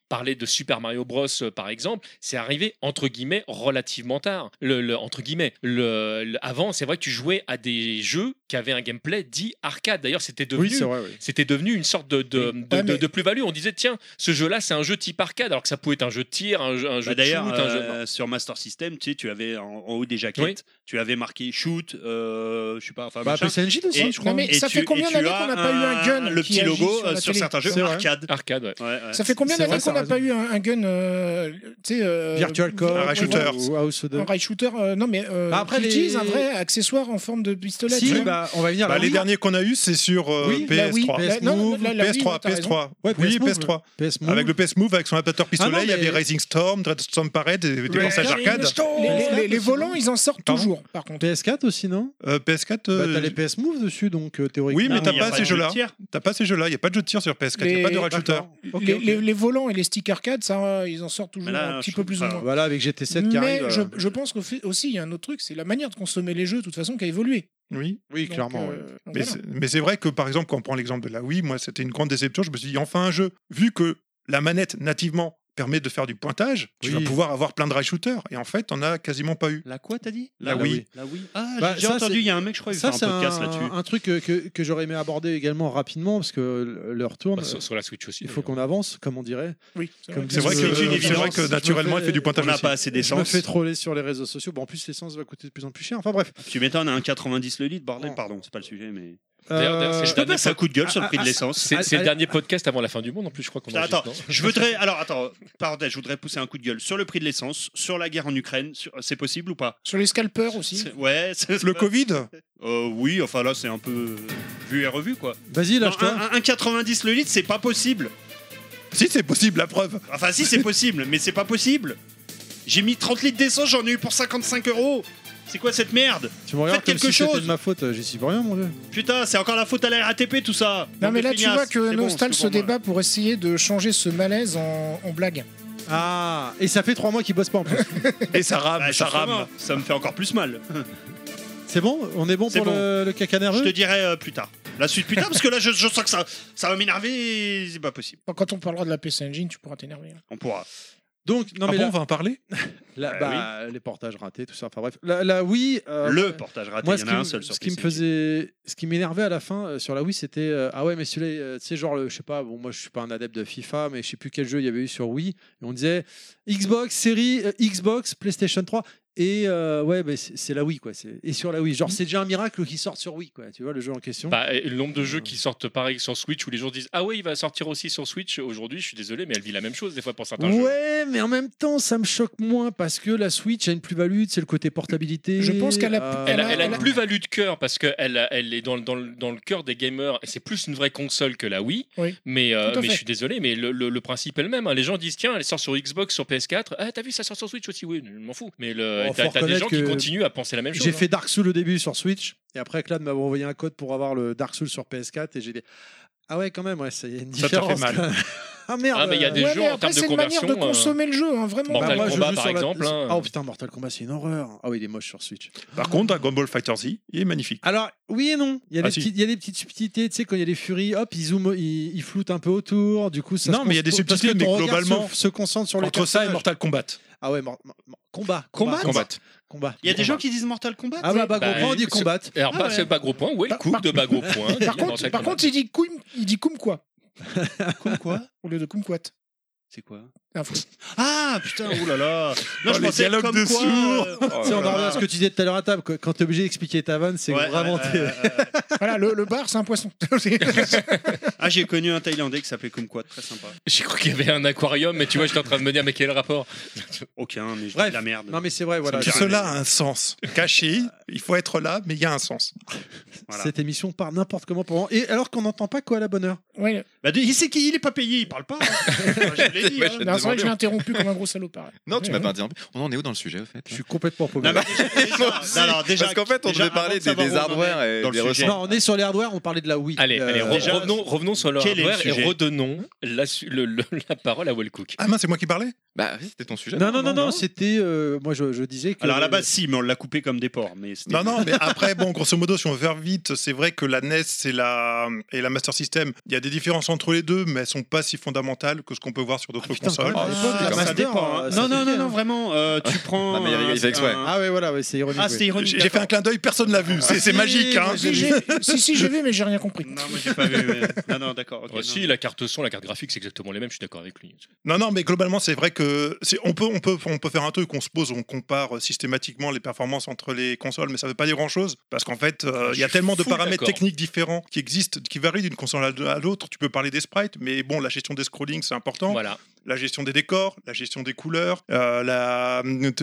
parler de Super Mario Bros euh, par exemple, c'est arrivé entre guillemets relativement tard. Le, le- entre guillemets, le, le- avant, c'est vrai que tu jouais à des jeux qui avaient un gameplay dit arcade. D'ailleurs, c'était devenu, Oui, c'est vrai. Oui. c'était devenu une sorte de, de, de, Ouais, de- mais- de plus-value. On disait tiens, ce jeu-là, c'est un jeu type arcade, alors que ça pouvait être un jeu de tir, un jeu, un jeu Bah, de shoot, D'ailleurs, un jeu. euh, sur Master System, tu sais, tu avais en, en haut des jaquettes, Oui. tu avais marqué shoot, euh, je sais pas, enfin Bah, machin. P C Engine aussi, Et- je crois. Non, mais Et ça tu- fait combien et tu d'années as qu'on n'a pas eu un gun le qui petit agit logo sur euh, la sur télé. certains jeux C'est vrai. arcade. Arcade, ouais. Ouais, ouais. Ça fait combien C'est d'années vrai, qu'on ça n'a pas eu un, un gun, euh, tu sais, euh, Virtual Cop, un rail shooter. ou House of un rail shooter, euh, non mais euh, Bah, après, qui les- utilise un vrai accessoire en forme de pistolet. Si, tu vois. bah, on va venir Bah, là. les Oui. derniers qu'on a eu, c'est sur euh, Oui, la Wii, P S trois. P S La- non, Move, la- la Wii, P S trois, ouais, t'as raison. P S trois. Ouais, Oui, P S Move, P S trois. P S Move. Avec le P S Move, avec son adaptateur pistolet, Ah non, il y avait mais- Rising Storm, Dreadstorm Parade et des passages arcade. Les, les- les- les volants, ils en sortent Pardon toujours, par contre. P S quatre aussi, non Euh, P S quatre, Bah, euh, t'as les P S Move dessus, donc euh, théoriquement. Oui, mais Non, t'as il y a pas pas ces de jeu de jeux-là. tir. T'as pas ces jeux-là. Il n'y a pas de jeu de tir sur P S quatre. Il n'y a Les- pas de rail shooter. D'accord. Ok, les, ok. les- les volants et les sticks arcade, ça, ils en sortent toujours Mais là, un petit je- peu plus ou enfin, moins. Voilà, avec G T sept qui Mais arrive. je, euh, je pense qu'aussi, il y a un autre truc, c'est la manière de consommer les jeux, de toute façon, qui a évolué. Oui. Oui, Donc, clairement. euh, ouais. donc Mais voilà. c'est- mais c'est vrai que, par exemple, quand on prend l'exemple de la Wii, moi, c'était une grande déception. Je me suis dit, enfin, un jeu, vu que la manette, nativement, permet de faire du pointage, tu Oui. vas pouvoir avoir plein de rail shooters. Et en fait, on a quasiment pas eu. La quoi, t'as dit La La Wii. Wii. La Wii. Ah, Bah, j'ai déjà ça, entendu, c'est- il y a un mec, je crois, il fait Ça, un c'est podcast un, là-dessus. un truc que, que, que j'aurais aimé aborder également rapidement, parce que l'heure tourne. Bah, sur, sur la Switch aussi. Il faut d'ailleurs. qu'on avance, comme on dirait. Oui, c'est Comme vrai C'est vrai Je- que, je- c'est vrai je- que je- naturellement, je- il fait du On pointage n'a aussi. pas assez Je me d'essence. fais troller sur les réseaux sociaux. Bon, en plus, l'essence va coûter de plus en plus cher. Enfin bref. Tu m'étonnes, un quatre-vingt-dix le litre, bordel, Oh. peur c'est pas le sujet, mais. D'ailleurs, d'ailleurs, c'est Euh, le Je peux dernier passer un coup de gueule sur le prix ah, de l'essence. C'est c'est le Allez. dernier podcast avant la fin du monde en plus, je crois qu'on Putain, enregistre, attends, non je voudrais. Alors, attends, parenthèse, je voudrais pousser un coup de gueule sur le prix de l'essence, sur la guerre en Ukraine. sur- C'est possible ou pas Sur les scalpers aussi. C'est- Ouais, c'est- Le Covid, Euh, oui, enfin là, c'est un peu vu et revu, quoi. Vas-y, Non, lâche-toi. un, un- un quatre-vingt-dix le litre, c'est pas possible. si c'est possible, la preuve. Enfin, si, c'est possible, mais c'est pas possible. J'ai mis trente litres d'essence, j'en ai eu pour cinquante-cinq euros. C'est quoi cette merde? Tu me regardes faites comme quelque si c'était chose. de ma faute. J'y suis pour rien, mon vieux. Putain, c'est encore la faute à la R A T P, tout ça. Non, mais Bande de là, tu feignasses. vois que C'est bon, Nostal c'est se pour moi. débat pour essayer de changer ce malaise en, en blague. Ah, et ça fait trois mois qu'il bosse pas en plus. Et ça rame, Bah, ça justement, rame. Ça me fait encore plus mal. C'est bon? On est bon C'est pour le, le caca Je nerveux? te dirai euh, plus tard. La suite plus tard, parce que là, je, je sens que ça, ça va m'énerver et c'est pas possible. Bon, quand on parlera de la P C Engine, tu pourras t'énerver. hein. On pourra. Donc, non, Ah mais bon, là, on va en parler. là, Euh, bah, les portages ratés, tout ça. Enfin bref. La, la Wii. euh, Le portage raté, Moi, il y ce en qui, a un me- seul sur ce qui me P C. faisait, ce qui m'énervait à la fin euh, sur la Wii, c'était euh, ah ouais, mais celui-là, euh, tu sais, genre, le, je sais pas, bon, moi, je suis pas un adepte de FIFA, mais je sais plus quel jeu il y avait eu sur Wii. Et on disait Xbox, série euh, Xbox, PlayStation trois. Et euh, ouais, bah, c'est c'est la Wii, quoi. c'est- Et sur la Wii, genre, c'est déjà un miracle qu'il sorte sur Wii, quoi. Tu vois, le jeu en question. Bah, et le nombre de jeux qui sortent pareil sur Switch où les gens disent ah ouais il va sortir aussi sur Switch aujourd'hui, je suis désolé mais elle vit la même chose des fois pour certains jeux. Ouais, mais en même temps, ça me choque moins parce que la Switch a une plus-value, c'est le côté portabilité. Je pense qu'elle a- euh, Elle a, Elle a- elle a elle une a- plus-value de cœur parce qu'elle elle, elle est dans, le- dans, le- dans le cœur des gamers et c'est plus une vraie console que la Wii. Oui. Mais, euh, Tout à mais fait. je suis désolé, mais le, le- le principe est le même. hein. Les gens disent tiens, elle sort sur Xbox, sur P S quatre. Ah, t'as vu, ça sort sur Switch aussi? Oui, je m'en fous. Mais le, Bon, t'as, faut t'as des reconnaître gens qui que continuent à penser la même chose. J'ai hein. fait Dark Souls au début sur Switch et après Clad m'avait envoyé un code pour avoir le Dark Souls sur P S quatre et j'ai dit ah ouais quand même ouais ça y a une Ça te fait différence. mal. quand même. Ah merde. Ah, mais il y a des Ouais, jeux mais en après, termes de c'est une manière de conversion, euh, consommer le jeu, hein, vraiment. Mortal moi, je Kombat, joue par sur la- exemple, hein. Oh putain Mortal Kombat c'est une horreur. Ah oui il est moche sur Switch. Par contre, Dragon Ball Fighter Z, il est magnifique. Alors oui et non. Il y a, Ah, des, si. petites, il y a des petites subtilités. Tu sais quand il y a les furies hop ils zooment ils, ils floutent un peu autour. Du coup ça. Non, se mais il y a des concentre- parce subtilités, que ton mais regard globalement, se, se concentre sur les Entre ça et personnages. Mortal Kombat. Ah ouais mor- mor- mor- combat Combat combat combat. Il y a des gens qui disent Mortal Kombat. Ah bah, bah, Bah, gros point, on dit ce- combat. Alors, Ah pas, ouais. c'est pas gros point. Où est le Par- coup par- de bas gros point Par contre, par contre, il dit Koum, il dit Koum quoi Comme quoi au lieu de Kumquat. C'est quoi Info. Ah putain, oh là là. Non, Oh, je les pensais dialogues comme de quoi, sourds. euh, Tu sais, on en revient à ce que tu disais tout à l'heure à table. que Quand t'es obligé d'expliquer ta vanne, c'est ouais, vraiment. ouais, t'es- ouais, ouais, ouais. Voilà, le, le bar, c'est un poisson. Ah, j'ai connu un Thaïlandais qui s'appelait Kumquat, très sympa. J'ai cru qu'il y avait un aquarium, mais tu vois, j'étais en train de me dire, mais quel rapport? Aucun, mais je dis Bref. de la merde. Non mais c'est vrai voilà. Ça me Tout fait cela a un sens. Caché, il faut être là, mais il y a un sens. Voilà. Cette émission part n'importe comment pour et alors qu'on n'entend pas quoi à la bonne heure. Ouais, Bah, de- il sait qu'il est pas payé, il parle pas. hein. Je l'ai dit. Ouais, hein. je- non, de C'est vrai que je l'ai demandé. interrompu comme un gros salopard. Non, tu Ouais, m'as pas ouais. interrompu. On en est où dans le sujet, au fait Je suis complètement paumé. Non, mais déjà- déjà- Moi aussi. non, alors, déjà- Parce qu'en fait, on déjà, devait parler avant de des, des savoir où on en hardware est et dans des le sujet. ressorts. Non, on est sur les hardware, on parlait de la Wii. Allez, Euh, allez re- déjà, revenons, revenons sur le quel est le hardware et sujet redonnons la, su- le- le- la parole à Wellcook. Ah mince, c'est moi qui parlais. Bah oui, c'était ton sujet. Non, non, non, non, c'était. euh, moi, je, je disais que. Alors à la base, si, mais on l'a coupé comme des porcs. Mais c'était- Non, non, mais après, bon, grosso modo, si on veut faire vite, c'est vrai que la N E S et la, et la Master System, il y a des différences entre les deux, mais elles sont pas si fondamentales que ce qu'on peut voir sur d'autres putain, consoles. quand même, à l'époque, la ça Master, dépend. hein. euh, Non, ça non, fait non, bien. non, vraiment. euh, tu prends. Non, mais il un- fait exprès. un- Ah ouais, voilà, ouais, c'est ironique. Ah, ouais. c'était ironique. J'ai j'ai fait un clin d'œil, personne l'a vu. C'est c'est si, magique, hein. moi, j'ai Si, j'ai- si, si, j'ai vu, mais j'ai rien compris. Non, moi j'ai pas vu. mais- Non, non, d'accord. ok, Oh, non. si, la carte son, la carte graphique, c'est exactement les mêmes, je suis d'accord avec lui. Non, non, mais globalement, c'est vrai que c'est- on peut, on peut, on peut faire un truc. On se pose, on compare systématiquement les performances entre les consoles, mais ça veut pas dire grand chose parce qu'en fait, euh, il y a Je suis tellement de full paramètres d'accord. techniques différents qui existent, qui varient d'une console à à l'autre. Tu peux parler des sprites, mais bon, la gestion des scrollings, c'est important. Voilà. La gestion des décors, la gestion des couleurs, euh, la,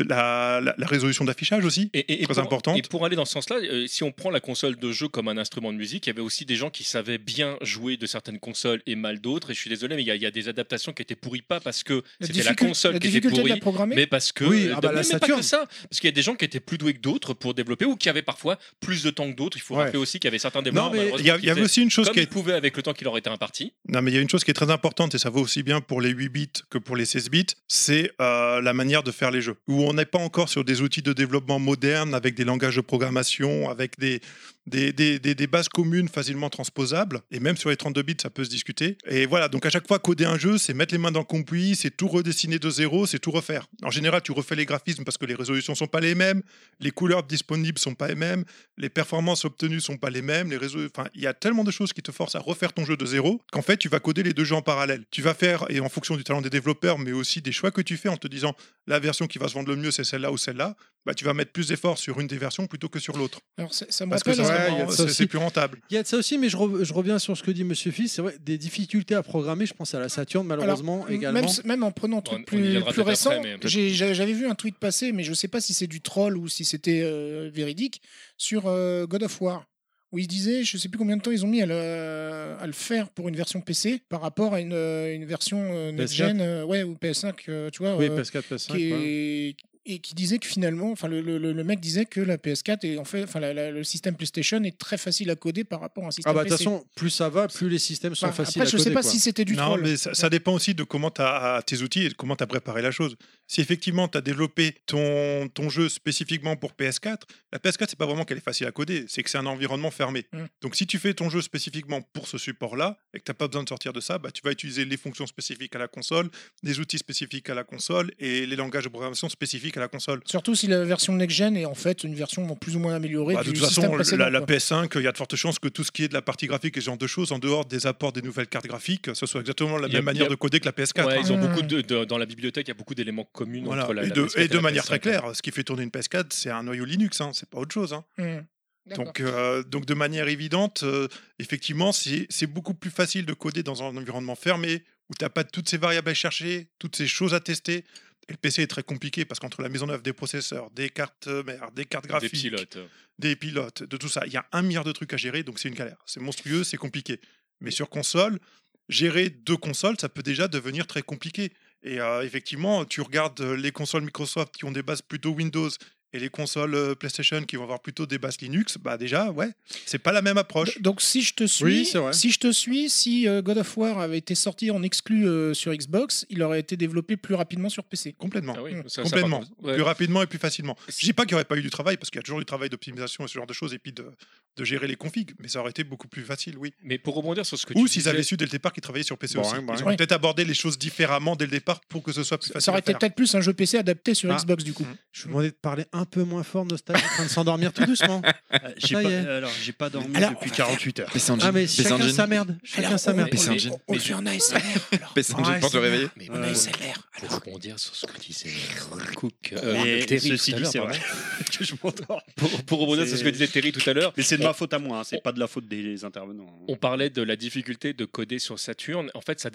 la, la- la résolution d'affichage aussi. Et, et- et Très pour, importante. et pour aller dans ce sens-là, euh, si on prend la console de jeu comme un instrument de musique, il y avait aussi des gens qui savaient bien jouer de certaines consoles et mal d'autres. Et je suis désolé, mais il y, a- il y a des adaptations qui étaient pourries pas parce que La c'était la difficul- console la qui était difficulté de la pourrie, programmer. mais parce que Oui, euh, ah bah, de- la mais pas Saturn. que ça, parce qu'il y a des gens qui étaient plus doués que d'autres pour développer ou qui avaient parfois plus de temps que d'autres. Il faut Ouais. rappeler aussi qu'il y avait certains développeurs mais malheureusement, Il y, a- qui il y avait faisaient aussi une chose comme qui ils est pouvaient avec le temps qui leur était imparti. Non, mais il y a une chose qui est très importante et ça vaut aussi bien pour les huit bits que pour les seize bits, c'est euh, la manière de faire les jeux. Où on n'est pas encore sur des outils de développement modernes avec des langages de programmation, avec des, des, des, des, des bases communes facilement transposables. Et même sur les trente-deux bits, ça peut se discuter. Et voilà, donc à chaque fois, coder un jeu, c'est mettre les mains dans le cambouis, c'est tout redessiner de zéro, c'est tout refaire. En général, tu refais les graphismes parce que les résolutions sont pas les mêmes, les couleurs disponibles sont pas les mêmes, les performances obtenues sont pas les mêmes, les réseaux... Enfin, il y a tellement de choses qui te forcent à refaire ton jeu de zéro qu'en fait, tu vas coder les deux jeux en parallèle. Tu vas faire, et en fonction du talent des développeurs, mais aussi des choix que tu fais en te disant la version qui va se vendre le mieux, c'est celle-là ou celle-là, bah, tu vas mettre plus d'efforts sur une des versions plutôt que sur l'autre. Alors, ça, ça me Parce que rappelle. ça, un- ouais, il y a de ça c'est aussi. c'est plus rentable. Il y a de ça aussi, mais je, re- je reviens sur ce que dit Monsieur Fils. C'est vrai, des difficultés à programmer. Je pense à la Saturn, malheureusement, Alors, également. Même, même en prenant un truc On- on y plus, viendra plus peut-être récent, après, mais- j'ai- j'a- j'avais vu un tweet passer, mais je sais pas si c'est du troll ou si c'était euh, véridique, sur euh, God of War, où ils disaient, je sais plus combien de temps ils ont mis à le, à le faire pour une version P C par rapport à une, euh, une version euh, P S quatre. next-gen, euh, ouais, ou P S cinq, euh, tu vois. Oui, euh, P S quatre, P S cinq. qui ouais. est- et qui disait que finalement, enfin le, le- le mec disait que la P S quatre est en fait, enfin la- la- le système PlayStation est très facile à coder par rapport à un système Ah bah de P toute C. façon, plus ça va, plus les systèmes sont Enfin, faciles après, à je coder. sais pas quoi. si c'était du Non, troll. mais ça, ça dépend aussi de comment tu as tes outils et de comment tu as préparé la chose. Si effectivement tu as développé ton, ton jeu spécifiquement pour P S quatre, la P S quatre, c'est pas vraiment qu'elle est facile à coder, c'est que c'est un environnement fermé. Mm. Donc si tu fais ton jeu spécifiquement pour ce support-là et que tu n'as pas besoin de sortir de ça, bah, tu vas utiliser les fonctions spécifiques à la console, des outils spécifiques à la console et les langages de programmation spécifiques à la console. Surtout si la version next-gen est en fait une version plus ou moins améliorée Bah, de du toute système façon, précédent. la, la quoi. P S cinq, il y a de fortes chances que tout ce qui est de la partie graphique et ce genre de choses, en dehors des apports des nouvelles cartes graphiques, ce soit exactement la Il y a- même manière il y a- de coder que la P S quatre. Ouais, hein. ils ont Mmh. beaucoup de, de- dans la bibliothèque, il y a beaucoup d'éléments communs Voilà. entre la, et la de, P S quatre et de la manière P S très cinq. claire, ce qui fait tourner une P S quatre, c'est un noyau Linux, hein, c'est pas autre chose. hein. Mmh. D'accord. Donc, euh, donc de manière évidente, euh, effectivement, c'est c'est beaucoup plus facile de coder dans un environnement fermé où tu n'as pas toutes ces variables à chercher, toutes ces choses à tester. Et le P C est très compliqué parce qu'entre la mise en œuvre des processeurs, des cartes mères, des cartes Des graphiques, pilotes. des pilotes, de tout ça, il y a un milliard de trucs à gérer, donc c'est une galère. C'est monstrueux, c'est compliqué. Mais sur console, gérer deux consoles, ça peut déjà devenir très compliqué. Et euh, effectivement, tu regardes euh, les consoles Microsoft qui ont des bases plutôt Windows et les consoles euh, PlayStation qui vont avoir plutôt des bases Linux, bah déjà, ouais, c'est pas la même approche. Donc si je te suis, Oui, c'est vrai. si je te suis, si euh, God of War avait été sorti en exclu euh, sur Xbox, il aurait été développé plus rapidement sur P C. Complètement. Ah oui, Mmh. ça- ça, Complètement. par contre, ouais. Plus rapidement et plus facilement. Je dis pas qu'il n'y aurait pas eu du travail, parce qu'il y a toujours du travail d'optimisation et ce genre de choses, et puis de, de gérer les configs, mais ça aurait été beaucoup plus facile, oui. Mais pour rebondir sur ce que Ou tu s'ils disais, avaient su dès le départ qu'ils travaillaient sur P C Bon, aussi. ouais, bon, Ils ouais. auraient peut-être abordé les choses différemment dès le départ pour que ce soit plus Ça, facile. ça aurait à été faire. peut-être plus un jeu P C adapté sur Ah. Xbox du coup. Je vous demandais de parler un peu moins fort, Nostal, en train de s'endormir tout doucement. Euh, J'ai Ça pas, y est. alors, j'ai pas dormi Alors, depuis on va quarante-huit heures. P C Engine. Ah, mais P C chacun Engine. sa merde. Chacun Alors, sa on, merde. P C on- Engine. on- on le fait en A S M R. alors. P C Engine Ouais, pour te c'est réveiller. Mais Ouais. en A S M R. pour rebondir sur ce que disait Cook, Et Terry ceci tout à dit, l'heure, c'est pardon. vrai que je m'endors. Pour, pour rebondir sur ce que C'est- disait Terry tout à l'heure, Mais c'est de on- ma faute à moi, hein, c'est pas de la faute des intervenants. hein. on parlait de la difficulté de coder sur Saturn. En fait, ça dépend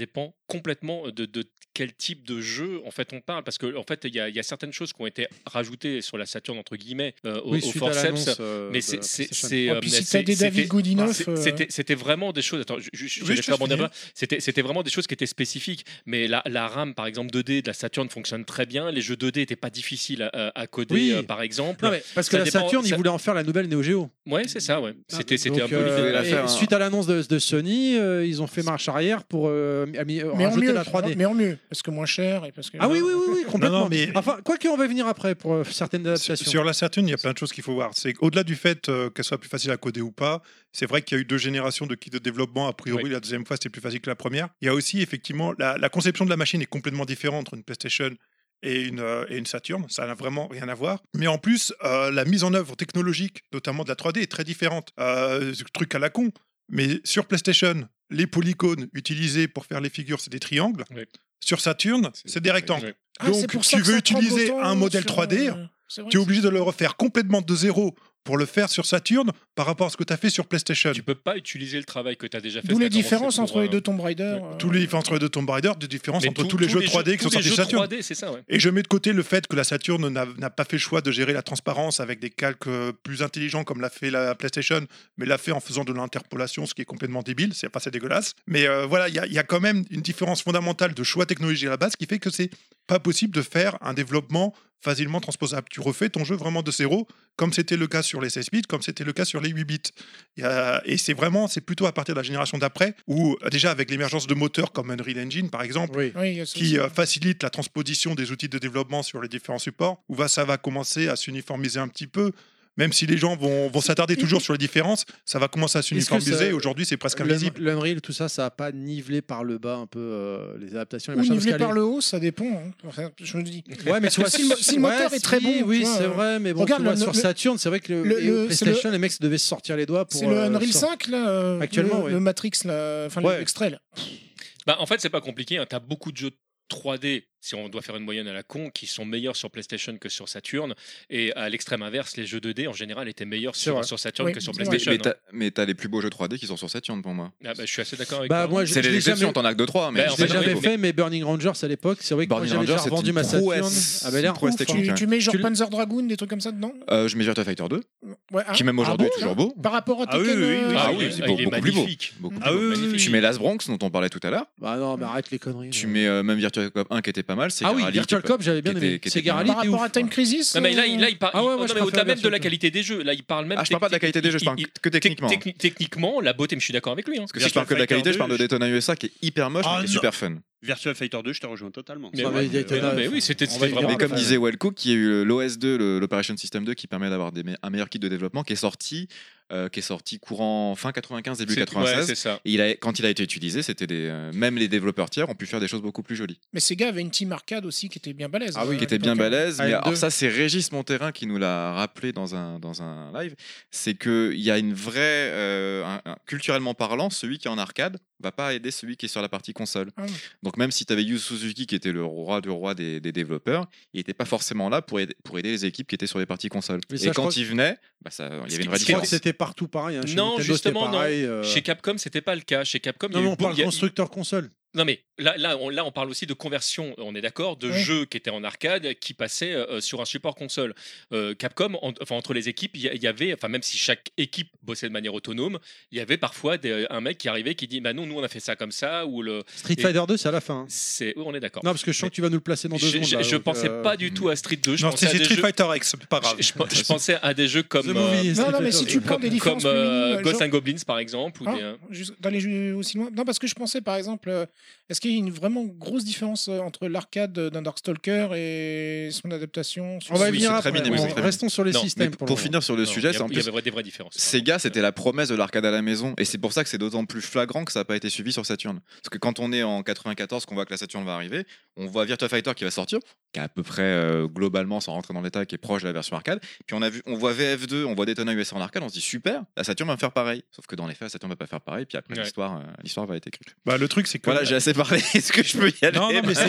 complètement de, de quel type de jeu en fait on parle, parce que en fait il y, a- il y a certaines choses qui ont été rajoutées sur la Saturn entre guillemets euh, au, Oui, au suite à forceps. l'annonce, euh, Mais de c'est la c'est PlayStation. c'est, Oh, euh, puis mais si c'est- t'as des c'était- David Goodinoff, c'est- euh, c'était c'était vraiment des choses. Attends, je, je, je Oui, laisse je te faire mon finis. débat. C'était c'était vraiment des choses qui étaient spécifiques. Mais la, la RAM par exemple deux D de la Saturn fonctionne très bien. Les jeux deux D n'étaient pas difficiles à, à coder Oui. euh, par exemple. Non, mais parce que Ça la dépend- Saturn, ils ça- voulaient en faire la nouvelle Neo Geo. Ouais, c'est ça. Ouais. C'était c'était Donc, un peu euh, l'idée. la et faire, hein. suite à l'annonce de, de Sony, euh, ils ont fait marche arrière pour euh, ami- euh, mais en rajouter mieux, la trois D. mais en mieux, parce que moins cher et parce que. Ah oui, oui, oui, oui, complètement. Non, non, mais- Enfin, quoi qu'on va venir après pour euh, certaines Sur, adaptations. sur la Saturn, il y a plein de choses qu'il faut voir. C'est au-delà du fait euh, qu'elle soit plus facile à coder ou pas. C'est vrai qu'il y a eu deux générations de kits de développement. A priori, Oui. la deuxième fois, c'était plus facile que la première. Il y a aussi effectivement la, la conception de la machine est complètement différente entre une PlayStation et une, euh, et une Saturn. Ça n'a vraiment rien à voir. Mais en plus, euh, la mise en œuvre technologique, notamment de la trois D, est très différente. Euh, ce truc à la con. Mais sur PlayStation, les polygones utilisés pour faire les figures, c'est des triangles. Oui. Sur Saturn, c'est des rectangles. Oui. Ah, Donc, c'est pour tu ça que veux ça tremble utiliser autant un modèle sur, trois D, euh, c'est vrai tu es que obligé de le refaire complètement de zéro pour le faire sur Saturn par rapport à ce que tu as fait sur PlayStation. Tu peux pas utiliser le travail que tu as déjà fait. D'où ça les a commencé différences pour, entre les euh, deux Tomb Raider. euh, Tous les différences entre les deux Tomb Raider, des différences mais entre tous- tous les tous jeux trois D qui sont tous les sortis jeux sur Saturn. trois D, c'est ça, ouais. Et je mets de côté le fait que la Saturn n'a n'a pas fait le choix de gérer la transparence avec des calques euh, plus intelligents comme l'a fait la PlayStation, mais l'a fait en faisant de l'interpolation, ce qui est complètement débile, c'est pas c'est dégueulasse. Mais euh, voilà, il y, a- il y a quand même une différence fondamentale de choix technologique à la base qui fait que c'est pas possible de faire un développement facilement transposable. Tu refais ton jeu vraiment de zéro, comme c'était le cas sur les seize bits, comme c'était le cas sur les huit bits. Il y a- Et c'est vraiment, c'est plutôt à partir de la génération d'après, où euh, déjà avec l'émergence de moteurs comme Unreal Engine par exemple, Oui. Oui, il y a ça qui aussi. euh, facilite la transposition des outils de développement sur les différents supports, où va, ça va commencer à s'uniformiser un petit peu. Même si les gens vont, vont s'attarder toujours sur les différences, ça va commencer à s'uniformiser. ça- Et aujourd'hui, c'est presque L'Un- invisible. L'Unreal, tout ça, ça a pas nivelé par le bas un peu euh, les adaptations, les Ou machins, nivelé parce qu'à par le haut, ça dépend. hein. Enfin, je me dis. Ouais, mais tu vois, Si le mo- si le moteur est très bon, oui, tu vois, c'est euh, vrai, mais bon, regarde, tu vois, le- sur le- Saturn, c'est vrai que le, le- les le- c'est PlayStation, les mecs devaient se sortir les doigts pour. C'est le euh, Unreal sor- cinq, là. euh, Actuellement, le, ouais. le Matrix, là. Enfin, Ouais. l'extrait, là. Bah, en fait, c'est pas compliqué. Tu as beaucoup de jeux trois D, si on doit faire une moyenne à la con, qui sont meilleurs sur PlayStation que sur Saturn. Et à l'extrême inverse, les jeux deux D en général étaient meilleurs C'est sur, vrai. sur Saturn Oui, que sur c'est vrai. PlayStation. Mais t'as, mais t'as les plus beaux jeux trois D qui sont sur Saturn pour moi. Ah, bah, je suis assez d'accord avec Bah, toi. moi, je C'est je les l'ai exceptions, jamais, t'en as que deux trois, mais Bah, je en l'ai fait, jamais oui, fait, mais Burning Rangers à l'époque, c'est vrai que moi Burning j'avais Rangers, déjà c'est revendu une ma Saturn. prouesse. avait l'air Une prouesse ouf, hein. technique. Tu, hein. tu mets genre Tu le- Panzer Dragoon, des trucs comme ça dedans Euh, je mets Virtua Fighter deux, Ouais, hein. qui même Ah aujourd'hui bon est toujours beau. Par rapport à Ah oui, Tekken, oui, oui, euh, oui. Ah Ah oui, oui, il c'est est beaucoup, beaucoup plus beau. magnifique. Beaucoup Ah plus oui, beau. oui, magnifique. oui. Tu mets Last Bronx, dont on parlait tout à l'heure. Bah non, mais arrête les conneries. Tu mets euh, même Virtua Cop un qui était pas mal. Ah oui, Rally Virtual qui- Cop, j'avais bien qui était- aimé. qui était Sega pas Rally, mal. Par t'es rapport ouf, à Time quoi. Crisis Non mais là, euh, il, là, il parle. Ah ouais, il- moi, non, je mais préfère au-delà même de la Virtua qualité des jeux, là, il parle même. Ah, je parle pas de la qualité des jeux, je parle technique- que techniquement. techni- Techniquement, la beauté, mais je suis d'accord avec lui. hein. Parce que si je parle que de la qualité, je parle de Daytona U S A qui est hyper moche Ah, mais qui est non. super fun. Virtua Fighter deux, je te rejoins totalement. Mais, Non, ouais, mais Daytona, mais- mais oui, enfin, c'était on va c'était y vraiment. venir. Mais comme Ouais. disait Wellcook, qui a eu l'O S deux, le- l'Operation System deux, qui permet d'avoir des me- un meilleur kit de développement, qui est sorti, euh, qui est sorti courant fin quatre-vingt-quinze, début c'est- ouais, quatre-vingt-seize. c'est ça. Et il a, quand il a été utilisé, c'était des, euh, même les développeurs tiers ont pu faire des choses beaucoup plus jolies. Mais Sega avait une team arcade aussi qui était bien balèze. Ah oui, euh, Qui à était bien l'époque, hein. balèze. Mais A M deux. alors ça, c'est Régis Monterrain qui nous l'a rappelé dans un, dans un live. C'est qu'il y a une vraie, euh, un- un- culturellement parlant, celui qui est en arcade va pas aider celui qui est sur la partie console. Ah oui. Donc même si tu avais Yu Suzuki qui était le roi du roi des, des développeurs, il n'était pas forcément là pour aider, pour aider les équipes qui étaient sur les parties consoles. Mais ça, Et je quand crois que- il venait, bah, ça, il y avait une vraie Ce Je qui est- crois que différence. c'était partout pareil. hein. Chez Non, Nintendo, justement, c'était non. pareil, euh. Chez Capcom, c'était pas le cas. Chez Capcom, il y a Non, eu mais on parle il y a- constructeur console. Non mais là, là, on, là, on parle aussi de conversion, on est d'accord, de Ouais. jeux qui étaient en arcade, qui passaient euh, sur un support console. Euh, Capcom, en- enfin entre les équipes, il y, a- il y avait, enfin même si chaque équipe bossait de manière autonome, il y avait parfois des- un mec qui arrivait qui dit, bah non, nous on a fait ça comme ça, ou le, Street Et- Fighter deux, c'est à la fin. hein. c'est, oui, on est d'accord. Non, parce que je sens que tu vas nous le placer dans deux Je, secondes. je- là, je donc, pensais euh, pas du tout à Street deux, je Non, pensais c'est à c'est des Street jeux. Fighter X, c'est pas grave. Je, je- je pensais à des jeux comme The euh, Movie, Non, Street non, mais Fighter si deux. tu prends des comme, différences comme, euh, minimes, Ghosts genre- and Goblins par exemple, ou Hein des, euh, Juste dans les jeux aussi loin. Non, parce que je pensais par exemple, euh, est-ce qu'il y a une vraiment grosse différence euh, entre l'arcade d'un Darkstalker et son adaptation sur On va y Oui, venir c'est très après. minime, On- c'est très Restons sur les Non, systèmes. Mais pour pour le finir sur le non, sujet, il y c'est a- en il y plus avait des vraies différences. Sega, c'était la promesse de l'arcade à la maison, et c'est pour ça que c'est d'autant plus flagrant que ça n'a pas été suivi sur Saturn. Parce que quand on est en quatre-vingt-quatorze, qu'on voit que la Saturn va arriver, on voit Virtua Fighter qui va sortir, qui est à peu près euh, globalement, sans rentrer dans le détail, qui est proche de la version arcade. Puis on a vu, on voit V F deux, on voit Daytona U S A en arcade, on se dit super, la Saturn va faire pareil. Sauf que dans les faits, la Saturn va pas faire pareil. Puis après Ouais. l'histoire, euh, l'histoire va être écrite. Bah, le truc, c'est que. Voilà, j'ai assez parlé. Est-ce que je peux y aller Non, non, mais c'est-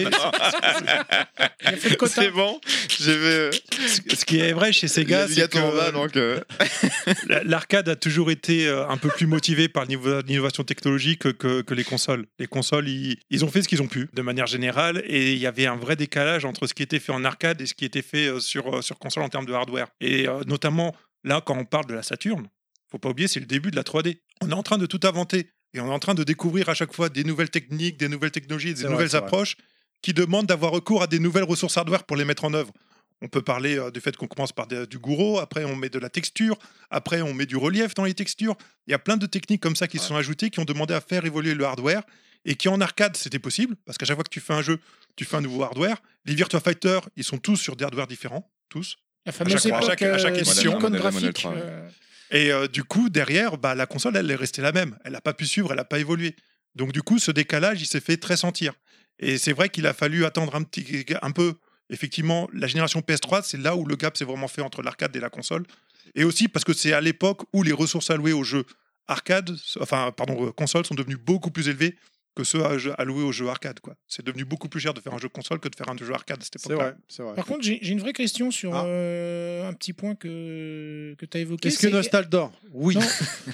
Il a fait le quota. C'est bon. J'ai vu. Ce qui est vrai chez Sega, c'est que en bas, donc. euh, la- l'arcade a toujours été euh, un peu plus motivé par le niveau- l'innovation technologique que, que, que les consoles. Les consoles, ils, ils ont fait ce qu'ils ont pu, de manière générale, et il y avait un vrai décalage entre ce qui était fait en arcade et ce qui était fait euh, sur, euh, sur console en termes de hardware. Et euh, notamment, là, quand on parle de la Saturn, faut pas oublier, c'est le début de la trois D. On est en train de tout inventer, et on est en train de découvrir à chaque fois des nouvelles techniques, des nouvelles technologies, des C'est vrai, nouvelles c'est vrai. approches qui demandent d'avoir recours à des nouvelles ressources hardware pour les mettre en œuvre. On peut parler euh, du fait qu'on commence par de- du gouraud, après on met de la texture, après on met du relief dans les textures. Il y a plein de techniques comme ça qui se sont ajoutées, qui ont demandé à faire évoluer le hardware, et qui en arcade c'était possible, parce qu'à chaque fois que tu fais un jeu, tu fais un nouveau hardware. Les Virtua Fighter, ils sont tous sur des hardware différents, tous. La fameuse chaque- à époque chaque- à chaque euh, édition, Silicon modèle, modèle graphique. trois, ouais. euh, Et euh, du coup, derrière, bah, la console, elle est restée la même. Elle n'a pas pu suivre, elle n'a pas évolué. Donc du coup, ce décalage, il s'est fait très sentir. Et c'est vrai qu'il a fallu attendre un, petit, un peu. Effectivement, la génération P S trois, c'est là où le gap s'est vraiment fait entre l'arcade et la console. Et aussi parce que c'est à l'époque où les ressources allouées aux jeux arcade, enfin, pardon, euh, console, sont devenues beaucoup plus élevées que ceux à- alloués aux jeux arcade. Quoi. C'est devenu beaucoup plus cher de faire un jeu console que de faire un jeu arcade à cette C'est époque-là. vrai, c'est vrai. Par contre, j'ai j'ai une vraie question sur Ah. euh, un petit point que, que tu as évoqué. Qu'est-ce que c'est- Nostal dort Oui. Non.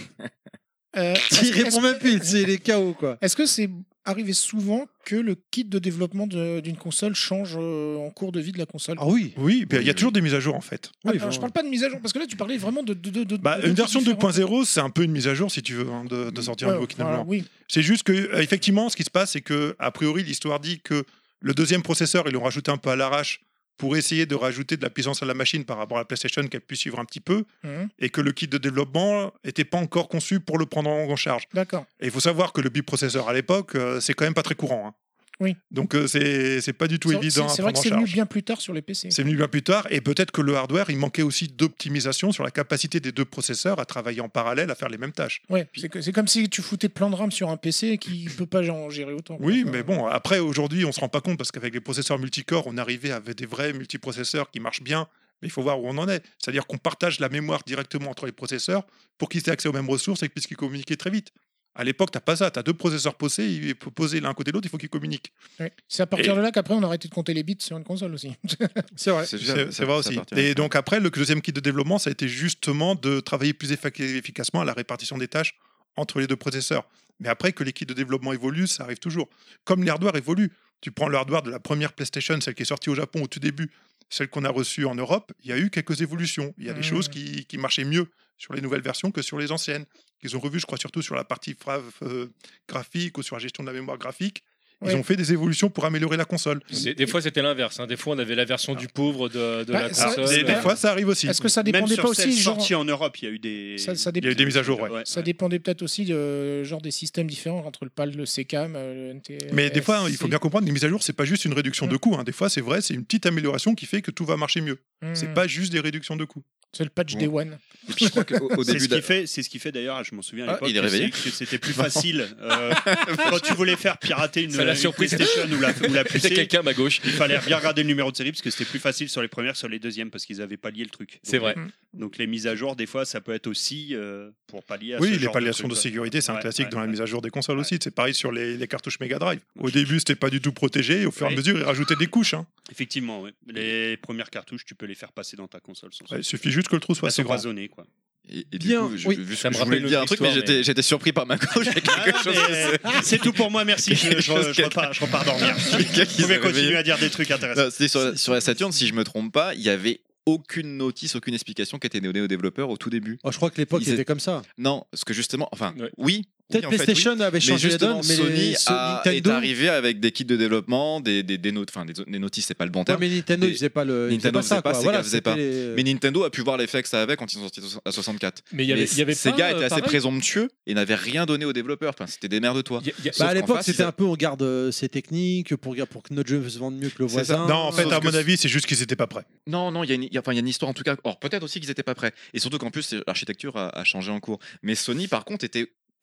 Euh, est-ce- Il répond est-ce- même plus, c'est les K O quoi. Est-ce que c'est arrivé souvent que le kit de développement de- d'une console change euh, en cours de vie de la console? Ah oui. Oui, puis il y a Oui, toujours des mises à jour en fait. Ah, Oui, alors, je vraiment. parle pas de mise à jour, parce que là tu parlais vraiment de. de, de, de- Bah, de une trucs version deux différents. point zéro, c'est un peu une mise à jour si tu veux, hein, de, de sortir un Ouais, nouveau kit de voilà, développement. oui. C'est juste que, euh, effectivement, ce qui se passe, c'est que, a priori, l'histoire dit que le deuxième processeur, ils l'ont rajouté un peu à l'arrache pour essayer de rajouter de la puissance à la machine par rapport à la PlayStation qu'elle puisse suivre un petit peu, Mhm. et que le kit de développement n'était pas encore conçu pour le prendre en charge. D'accord. Et il faut savoir que le biprocesseur à l'époque, euh, c'est quand même pas très courant. hein. Oui. Donc euh, c'est c'est pas du tout C'est- évident C'est à c'est vrai prendre que en c'est venu charge. bien plus tard sur les P C. C'est venu bien plus tard, et peut-être que le hardware, il manquait aussi d'optimisation sur la capacité des deux processeurs à travailler en parallèle, à faire les mêmes tâches. Ouais, c'est que- c'est comme si tu foutais plein de RAM sur un P C qui peut pas en gérer autant. quoi. Oui, Enfin, mais bon, après, aujourd'hui, on se rend pas compte parce qu'avec les processeurs multicore, on arrivait avec des vrais multiprocesseurs qui marchent bien, mais il faut voir où on en est. C'est-à-dire qu'on partage la mémoire directement entre les processeurs pour qu'ils aient accès aux mêmes ressources et qu'ils puissent communiquer très vite. À l'époque, t'as pas ça. T'as deux processeurs posés, ils posés l'un côté de l'autre, il faut qu'ils communiquent. ouais. C'est à partir Et- de là qu'après on a arrêté de compter les bits sur une console aussi. C'est vrai. C'est C'est c'est vrai aussi. Et donc après, le deuxième kit de développement, ça a été justement de travailler plus effa- efficacement à la répartition des tâches entre les deux processeurs. Mais après que les kits de développement évoluent, ça arrive toujours. Comme les hardware évoluent. Tu prends le hardware de la première PlayStation, celle qui est sortie au Japon au tout début, celle qu'on a reçue en Europe, il y a eu quelques évolutions. Il y a des Mmh. choses qui, qui marchaient mieux sur les nouvelles versions que sur les anciennes. Qu'ils ont revues, je crois, surtout sur la partie fra- euh, graphique ou sur la gestion de la mémoire graphique. Ils Ouais. ont fait des évolutions pour améliorer la console. Des, des fois, c'était l'inverse. hein. Des fois, on avait la version du pauvre de, de Bah, la ça- console. Des, des euh, fois, ça arrive aussi. Est-ce que ça Même dépendait sur pas celle aussi genre... sortie en Europe, il y a eu des. ça, ça, Il y a eu des mises à jour, ouais. ça dépendait peut-être aussi de, genre des systèmes différents entre le P A L, le C C A M, euh, le N T S. Mais des fois, il faut bien comprendre, les mises à jour, c'est pas juste une réduction de coûts. hein. Des fois, c'est vrai, c'est une petite amélioration qui fait que tout va marcher mieux. Mmh. C'est pas juste des réductions de coûts. C'est le patch Bon. Day One. Et puis je crois qu'au au C'est début ce de qui fait, c'est ce qui fait d'ailleurs, je m'en souviens à Ah, l'époque, il est que réveillé c'est- que c'était plus facile euh, quand tu voulais faire pirater une, Ça l'a une surpris. PlayStation ou la, ou la P C'était C. quelqu'un à ma gauche. Il fallait bien regarder le numéro de série parce que c'était plus facile sur les premières que sur les deuxièmes parce qu'ils avaient pas lié le truc. C'est Donc, vrai. Donc les mises à jour, des fois, ça peut être aussi euh, pour pallier à Oui, ce les genre palliations de, truc, quoi. sécurité, c'est un Ouais, classique ouais, dans la ouais. mise à jour des consoles Ouais. aussi. C'est pareil sur les, les cartouches Mega Drive. Au Oui. début, c'était pas du tout protégé. Et au fur et à Oui. mesure, ils rajoutaient des couches. hein. Effectivement, ouais. Les premières cartouches, tu peux les faire passer dans ta console sans Ouais, il souci. suffit juste que le trou soit Elles assez sont grand. raisonnées, quoi. Et, et Bien, du coup, je, oui. vu Ça me que je voulais rappelle dire une un truc, mais histoire, j'étais mais- j'étais surpris par ma gauche. Il y a Ah, quelque chose qui s'est- mais, euh, c'est tout pour moi, merci. Je, je, je, je repars, je repars dormir. quelqu'un Vous qui pouvez s'est continuer réveillé. à dire des trucs intéressants. Non, c'était sur, la- sur la Saturn, si je me trompe pas, il y avait aucune notice, aucune explication qui était donnée aux développeurs au tout début. Oh, je crois que l'époque Ils était comme ça. Non, parce que justement, enfin, Ouais. oui. Peut-être oui, en fait, PlayStation oui. avait Mais changé la donne, justement, mais Sony les- so- a, est Nintendo. arrivé avec des kits de développement, des, des, des, notes, enfin, des, des notices, c'est pas le bon Ouais, terme. mais Nintendo, Des- ils faisaient pas le. ils Nintendo faisaient faisait pas pas, ça, Sega quoi. Voilà, faisait pas. c'était les- Mais Nintendo a pu voir l'effet que ça avait quand ils sont sortis à soixante-quatre. Mais il y avait, il y avait Sega pas, était euh, assez pareil présomptueux et n'avait rien donné aux développeurs. Enfin, c'était des merdes de toi. Il y a- il y a- Sauf Bah, à qu'en l'époque, face, c'était ils a- un peu on garde euh, ses techniques pour, pour que notre jeu se vende mieux que le C'est ça. voisin. Non, en fait, Sauf à que mon c'est- avis, c'est juste qu'ils étaient pas prêts. Non, non, il y, a une- il y a- enfin, il y a une histoire en tout cas. Or, peut-être aussi qu'ils étaient pas prêts. Et surtout qu'en plus, c'est- l'architecture a, a changé en cours. Mais Sony, par contre, était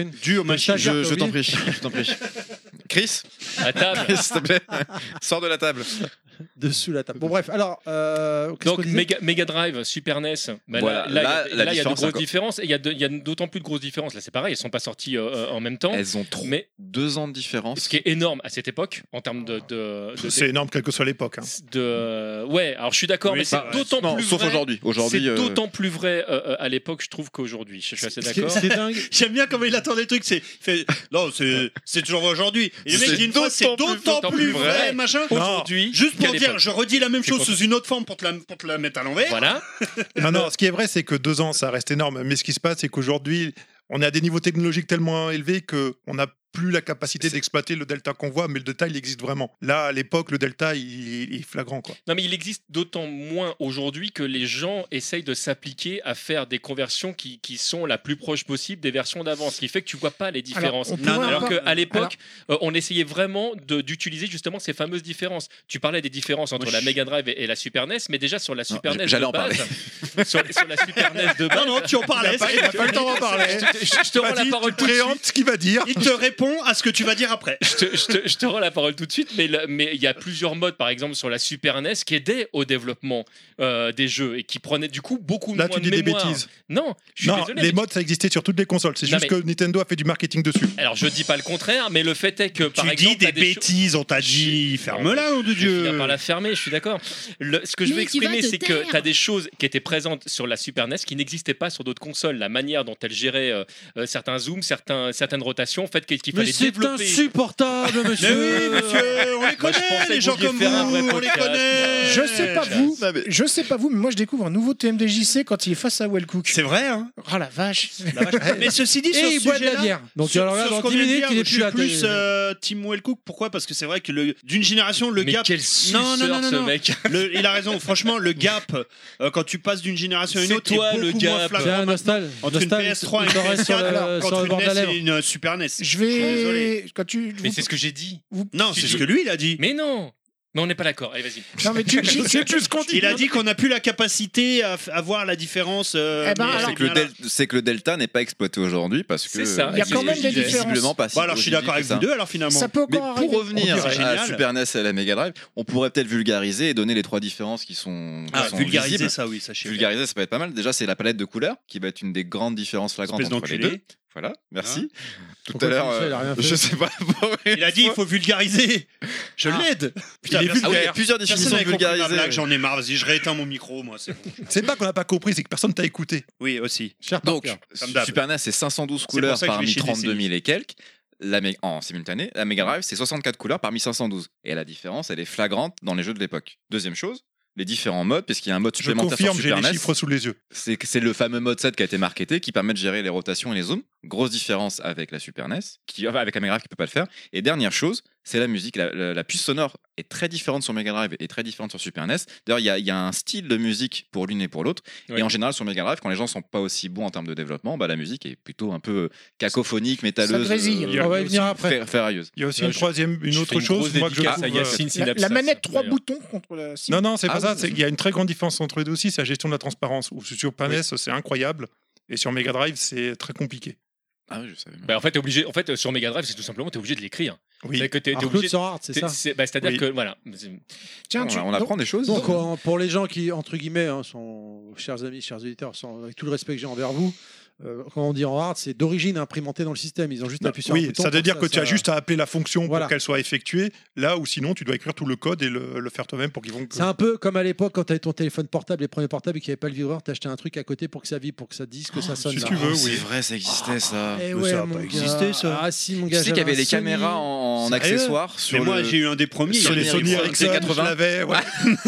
machine. Dû aux machines. stagiaire Je, je Toby. t'en prie, je t'en prie. Chris, À table. s'il te plaît, sors de la table. Dessous la table. Bon, bref, alors. Euh, qu'est-ce qu'on Donc disait Mega, Mega Drive, Super N E S, bah, Voilà, là, là, là, il y a- la là, il y a de différence, grosses encore. différences et il y a de- il y a d'autant plus de grosses différences. Là, c'est pareil, elles sont pas sorties euh, en même temps. Elles ont trop, Mais deux ans de différence. ce qui est énorme à cette époque en termes de, de, de- C'est énorme, quelle que soit l'époque. hein. de- ouais. Alors je suis d'accord, Oui, mais c'est bah, d'autant Non, plus sauf vrai. aujourd'hui. Aujourd'hui, C'est euh, d'autant plus vrai euh, euh, à l'époque, je trouve qu'aujourd'hui. Je suis assez C'est d'accord. c'est dingue. J'aime bien comment il attend des trucs. C'est il fait non, c'est c'est toujours vrai aujourd'hui. Et le mec C'est dit une fois, c'est d'autant plus- d'autant plus d'autant plus vrai, vrai. machin. Aujourd'hui, Juste pour qu'à dire C'est-à-dire, je redis la même C'est chose content. sous une autre forme pour te la, pour te la mettre à l'envers. Voilà. Non, non, ce qui est vrai, c'est que deux ans, ça reste énorme. Mais ce qui se passe, c'est qu'aujourd'hui, on est à des niveaux technologiques tellement élevés qu'on n'a plus la capacité d'exploiter le delta qu'on voit, mais le delta, il existe vraiment. Là, à l'époque, le delta, il, il est flagrant, quoi. Non, mais il existe d'autant moins aujourd'hui que les gens essayent de s'appliquer à faire des conversions qui, qui sont la plus proche possible des versions d'avant, ce qui fait que tu vois pas les différences. on pourrait Non, non, Alors en par- qu'à l'époque, euh, on essayait vraiment de- d'utiliser justement ces fameuses différences. Tu parlais des différences entre Moi, la je- Mega Drive et, et la Super N E S, mais déjà sur la Super j- N E S j'allais de en base, sur, sur la Super N E S de base, Non, non, tu en parlais. Il n'a pas le temps d'en parler. je te, je te rends la Vas-y, parole tu tout de suite. préemptes ce qu'il va dire. Il te répond à ce que tu vas dire après. Je te, je te- je te rends la parole tout de suite, mais le- mais il y a plusieurs modes, par exemple sur la Super N E S, qui aidaient au développement euh, des jeux et qui prenaient du coup beaucoup Là, moins tu dis de des mémoire. bêtises. Non, je suis Non, désolé. les mais- modes, ça existait sur toutes les consoles. C'est Non, juste mais- que Nintendo a fait du marketing dessus. Alors je dis pas le contraire, mais le fait est que par tu exemple, dis des t'as des cho- bêtises, on t'a dit. Ferme-la, nom de Je vais finir Dieu. par la fermer, je suis d'accord. Le- Ce que je veux Mais tu vas exprimer, te c'est que taire. tu as des choses qui étaient présentes sur la Super N E S qui n'existaient pas sur d'autres consoles. La manière dont elle gérait euh, euh, certains zooms, certains, certaines rotations, en fait, qu'il qu'il Mais fallait c'est développer. insupportable, Mais monsieur. oui, monsieur, on les Moi, je connaît, pensais les que gens vous vouliez comme faire un vous, vrai on les podcast, connaît. Je sais pas Ouais, vous, Non, mais- je sais pas vous, mais moi je découvre un nouveau T M D J C quand il est face à Wellcook. C'est vrai, hein. Oh la vache. Mais ceci dit, sur Et ce il boit de la sujet-là, bière. Donc sur- alors là, sur ce dans qu'on dix vient de minutes, dire, il est je plus suis là. plus euh, Team Wellcook. Pourquoi? Parce que c'est vrai que le- d'une génération, le Mais gap. quel Non, non, suceur, non, non, ce non. mec. Le- il a raison. Franchement, le gap euh, quand tu passes d'une génération à une C'est autre, toi, est le beaucoup gap. moins C'est flagrant un nostal. entre une Nostal, P S trois et il une te reste P S quatre, sur le- sur contre le une bord de la N E S lèvre. et une Super N E S. Je suis désolé. vais. Quand tu. Mais vous- c'est ce que j'ai dit. vous- Non, c'est ce que lui il a dit. Mais non. Mais on n'est pas d'accord. Allez, vas-y. Non, mais tu. tu- tu- tu- Il a dit qu'on n'a plus la capacité à, f- à voir la différence. euh, Eh ben, mais alors- c'est C'est que, le bien là. del- c'est que le delta n'est pas exploité aujourd'hui parce que C'est ça. Il y a quand même des c'est différences. visiblement pas si Bon, alors je suis d'accord avec positif vous que ça. deux, alors finalement. Ça peut Mais encore pour arriver. revenir On dirait à génial. la Super N E S et à la Mega Drive, on pourrait peut-être vulgariser et donner les trois différences qui sont, qui Ah, sont vulgariser visibles. ça, oui, ça je sais. Vulgariser, ça peut être pas mal. Déjà, c'est la palette de couleurs qui va être une des grandes différences flagrantes Espèce entre les d'enculé. deux. Voilà, merci. Tout Pourquoi à l'heure, Michel a rien euh, fait je sais pas. pour une Il a dit il fois. faut vulgariser. Je Ah. l'aide. Putain, Il est personne- Ah oui, il y a vulgaire. plusieurs personne définitions de n'avait compris ma vulgariser. blague, j'en ai marre. Vas-y, je rééteins mon micro, moi, c'est bon. C'est pas qu'on n'a pas compris, c'est que personne t'a écouté. Oui, aussi. Cher Donc, Parker. Comme d'hab. Super N E S, c'est cinq cent douze pour couleurs ça que je vais parmi chier des trente-deux mille et quelques. La Mega- en simultané, la Mega Drive, c'est soixante-quatre couleurs parmi cinq cent douze. Et la différence, elle est flagrante dans les jeux de l'époque. Deuxième chose, les différents modes, puisqu'il y a un mode Je supplémentaire confirme, sur j'ai Super les N E S. chiffres sous les yeux. C'est que c'est le fameux mode sept qui a été marketé qui permet de gérer les rotations et les zooms. Grosse différence avec la Super N E S, qui, enfin, avec la Mega Drive qui peut pas le faire. Et dernière chose, c'est la musique. La, la- la puce sonore est très différente sur Mega Drive et très différente sur Super N E S. D'ailleurs, il y a- il y, a un style de musique pour l'une et pour l'autre. Ouais. Et en général, sur Mega Drive, quand les gens sont pas aussi bons en termes de développement, bah, la musique est plutôt un peu cacophonique, métalleuse, grésille. euh, On va y venir après. fer- ferrailleuse. Il y a aussi Ouais, une je- troisième, une Je autre fais une chose, grosse moi que je dédicace trouve. à euh, Yacine La, Synapse, la ça, manette ça, trois d'ailleurs. boutons contre la cible. Non, non, c'est Ah pas oui, ça. c'est c'est- ça. Il y a une très grande différence entre les deux aussi, c'est la gestion de la transparence. Où sur Super N E S, c'est incroyable. Et sur Mega Drive, c'est très compliqué. Ah oui, je savais. même. Bah, en fait, t'es obligé. En fait, sur Mega Drive, c'est tout simplement, t'es obligé de l'écrire. Oui. C'est que t'es t'es Alors, obligé. Claude sur Art, c'est t'es- ça. c'est- bah, C'est-à-dire Oui. que voilà. Tiens, on, tu- on donc- apprend des choses. Donc, en- pour les gens qui, entre guillemets, hein, sont chers amis, chers auditeurs, sont- avec tout le respect que j'ai envers vous, euh, quand on dit en hard, c'est d'origine implémenté dans le système. Ils ont juste Non, appuyé sur un oui, bouton. ça veut pour dire que tu as ça- juste à appeler la fonction Voilà. pour qu'elle soit effectuée, là où sinon tu dois écrire tout le code et le, le faire toi-même pour qu'ils vont. C'est un peu comme à l'époque quand tu avais ton téléphone portable, les premiers portables et qu'il n'y avait pas le vibreur, tu achetais un truc à côté pour que ça vibre, pour que ça dise que ça sonne. si là. tu veux, Oh, oui. c'est vrai, ça existait ça. Eh Mais ouais, ça a mon pas gars. existé, ça. Ah si, mon Tu gars. sais qu'il y j'avais avait les un Sony. caméras en, en Sérieux accessoires sur Mais moi, le- j'ai eu un des premiers. Sur les Sony Sony Ericsson Ericsson, quatre-vingts. je l'avais. Ouais.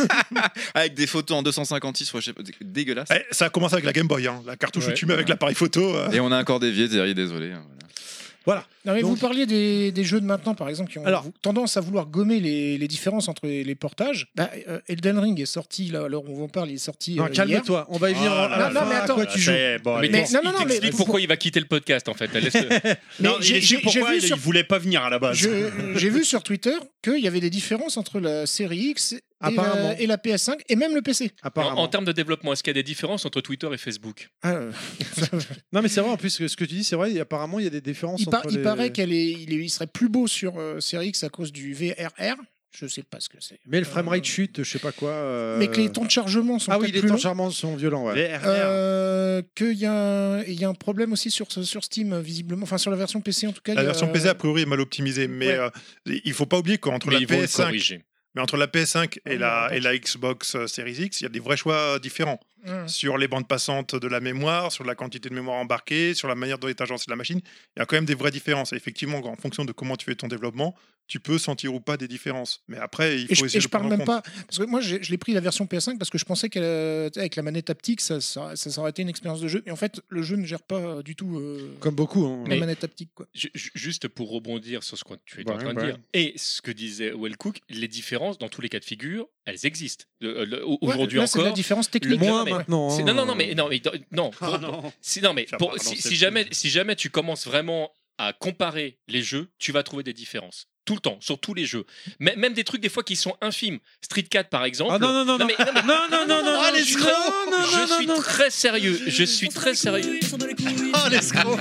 avec des photos en deux cent cinquante-six, je sais pas, dégueulasse. Eh, ça a commencé avec la Game Boy, hein. La cartouche Ouais. où tu mets avec l'appareil photo. euh. Et on a encore dévié, Thierry, désolé. hein, voilà. Voilà. Non, mais Donc- vous parliez des, des jeux de maintenant, par exemple, qui ont Alors- tendance à vouloir gommer les, les différences entre les, les portages. Bah, euh, Elden Ring est sorti, là, alors on en parle, il est sorti. Non, euh, hier. calme-toi. On va y venir Ah, à la non, fin, mais à attends. quoi tu Ah, joues. ça y est, bon, Mais allez. Mais- il non, non, non, mais- t'explique pourquoi il va quitter le podcast en fait. Laisse- Non, Mais il j'ai- explique j'ai- j'ai pourquoi vu il, sur- il voulait pas venir à la base. Je- J'ai vu sur Twitter qu'il y avait des différences entre la série X et Apparemment. la, et la P S cinq et même le P C. En, Apparemment. en termes de développement, est-ce qu'il y a des différences entre Twitter et Facebook? Ah, euh, Non, mais c'est vrai, en plus, que ce que tu dis, c'est vrai, il y a- apparemment, il y a des différences il, par- entre il les- paraît qu'il il, est- il serait plus beau sur euh, série X à cause du V R R. Je sais pas ce que c'est. Mais le framerate chute, je sais pas quoi. euh, Mais que les temps de chargement sont Ah oui, peut-être les plus temps longs. de chargement sont violents, ouais. V R R. Euh, qu'il y, a un- il y a un problème aussi sur, sur Steam, visiblement. Enfin, sur la version P C, en tout cas. La il y a- version P C, a priori, est mal optimisée. Mais Ouais. euh, il faut pas oublier qu'entre Mais la ils vont le P S cinq corriger. mais entre la P S cinq et, Ah, la, non, et la Xbox euh, Series X, il y a des vrais choix différents. Hum. Sur les bandes passantes de la mémoire, sur la quantité de mémoire embarquée, sur la manière dont est agencée la machine. Il y a quand même des vraies différences. Et effectivement, en fonction de comment tu fais ton développement, tu peux sentir ou pas des différences. Mais après, il faut Et je, essayer et de je parle prendre en même compte. pas parce que moi j'ai- je l'ai pris la version P S cinq parce que je pensais qu'avec la manette haptique ça, ça, ça, ça aurait été une expérience de jeu. Et en fait, le jeu ne gère pas du tout euh, Comme beaucoup. Hein. la Mais- manette haptique quoi. Ju- ju- Juste pour rebondir sur ce que tu étais Ouais, en train de ouais. dire et ce que disait Wellcook, les différences dans tous les cas de figure, elles existent. Le- le- au- Ouais, Aujourd'hui là, c'est de la encore. différence technique. Le- Moins non, mais- maintenant. c'est- hein. Non, non, non, mais non, mais non. Ah pour- non. Si, non, mais Ça pour- part dans si, cette si jamais, si jamais tu commences vraiment à comparer les jeux, tu vas trouver des différences. Tout le temps, sur tous les jeux. M- même des trucs des fois qui sont infimes. Street quatre par exemple. Ah non, non, non, non. mais, non, mais- Non, non, non, non, Ah, non, les je suis- escrocs non, non, Je non, suis non. très sérieux. Je suis très sérieux. Oh, l'escroc.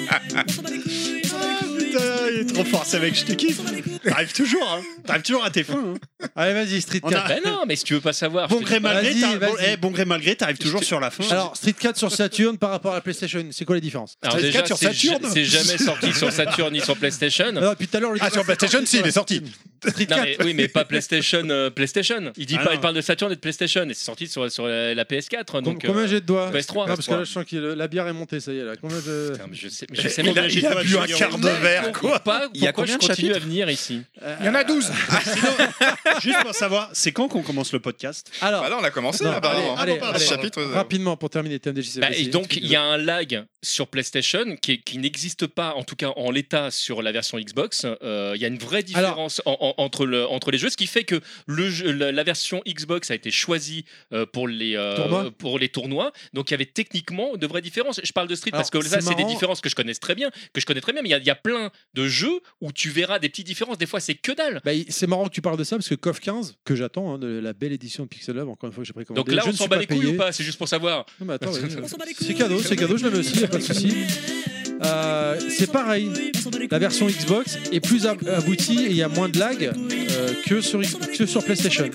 Putain, il est trop fort ce mec, je te kiffe. T'arrives toujours, hein. T'arrives toujours à tes fins. Hein. Allez, vas-y, Street On quatre. a- Ben non, mais si tu veux pas savoir. Bon je te gré dis pas. malgré, Vas-y, t'as- bon, vas-y. eh, bon gré malgré, t'arrives toujours sur la fin. Alors, Street quatre sur Saturn par rapport à la PlayStation, c'est quoi les différences? Alors Street déjà, quatre sur c'est Saturn. ja- c'est jamais sorti sur Saturn ni sur PlayStation. Ah non, depuis tout à l'heure, le Ah, sur PlayStation, si, il est sorti. Street Non, quatre. mais, oui, mais pas PlayStation. euh, PlayStation. Il dit Ah pas, non. il parle de Saturn et de PlayStation et c'est sorti sur, sur la, la P S quatre. Com- Donc, Combien euh, j'ai de doigts? P S trois. Non, parce que là, je sens que la bière est montée, ça y est. Là. Combien de... Putain, mais je sais, mais je sais Il même a, pas. il a bu un quart de verre, quoi. Pas Il y a pourquoi combien je de continue à chapitres venir ici. Il y en a douze. Juste pour savoir, c'est quand qu'on commence le podcast? Alors, Bah là, on a commencé, non, là, apparemment. allez, Ah, bon, pardon, allez, pardon. chapitre, euh, rapidement pour terminer T M D J C. Bah, et donc il y a un lag sur PlayStation qui, est- qui n'existe pas, en tout cas en l'état, sur la version Xbox. Euh, Il y a une vraie différence en- en- entre, le, entre les jeux, ce qui fait que le jeu- la, la version Xbox a été choisie euh, pour, les, euh, Tournois. pour les tournois. Donc il y avait techniquement de vraies différences. Je parle de Street Alors, parce que c'est ça, c'est des marrant. différences que je connais très bien, que je connais très bien. Mais il y a- il y, a plein de jeux où tu verras des petites différences. Des fois, c'est que dalle. Bah, il- c'est marrant que tu parles de ça parce que KOF quinze, que j'attends, hein, de la belle édition de Pixel Love, encore une fois que j'ai précommandé. Donc là, je on ne s'en suis bat pas les couilles payé. ou pas? C'est juste pour savoir. Non, mais attends, vas-y. C'est cadeau, c'est cadeau, je la mets aussi, y a pas de souci. Euh, c'est pareil, la version Xbox est plus ab- aboutie et il y a moins de lag euh, que, sur, X- que sur PlayStation.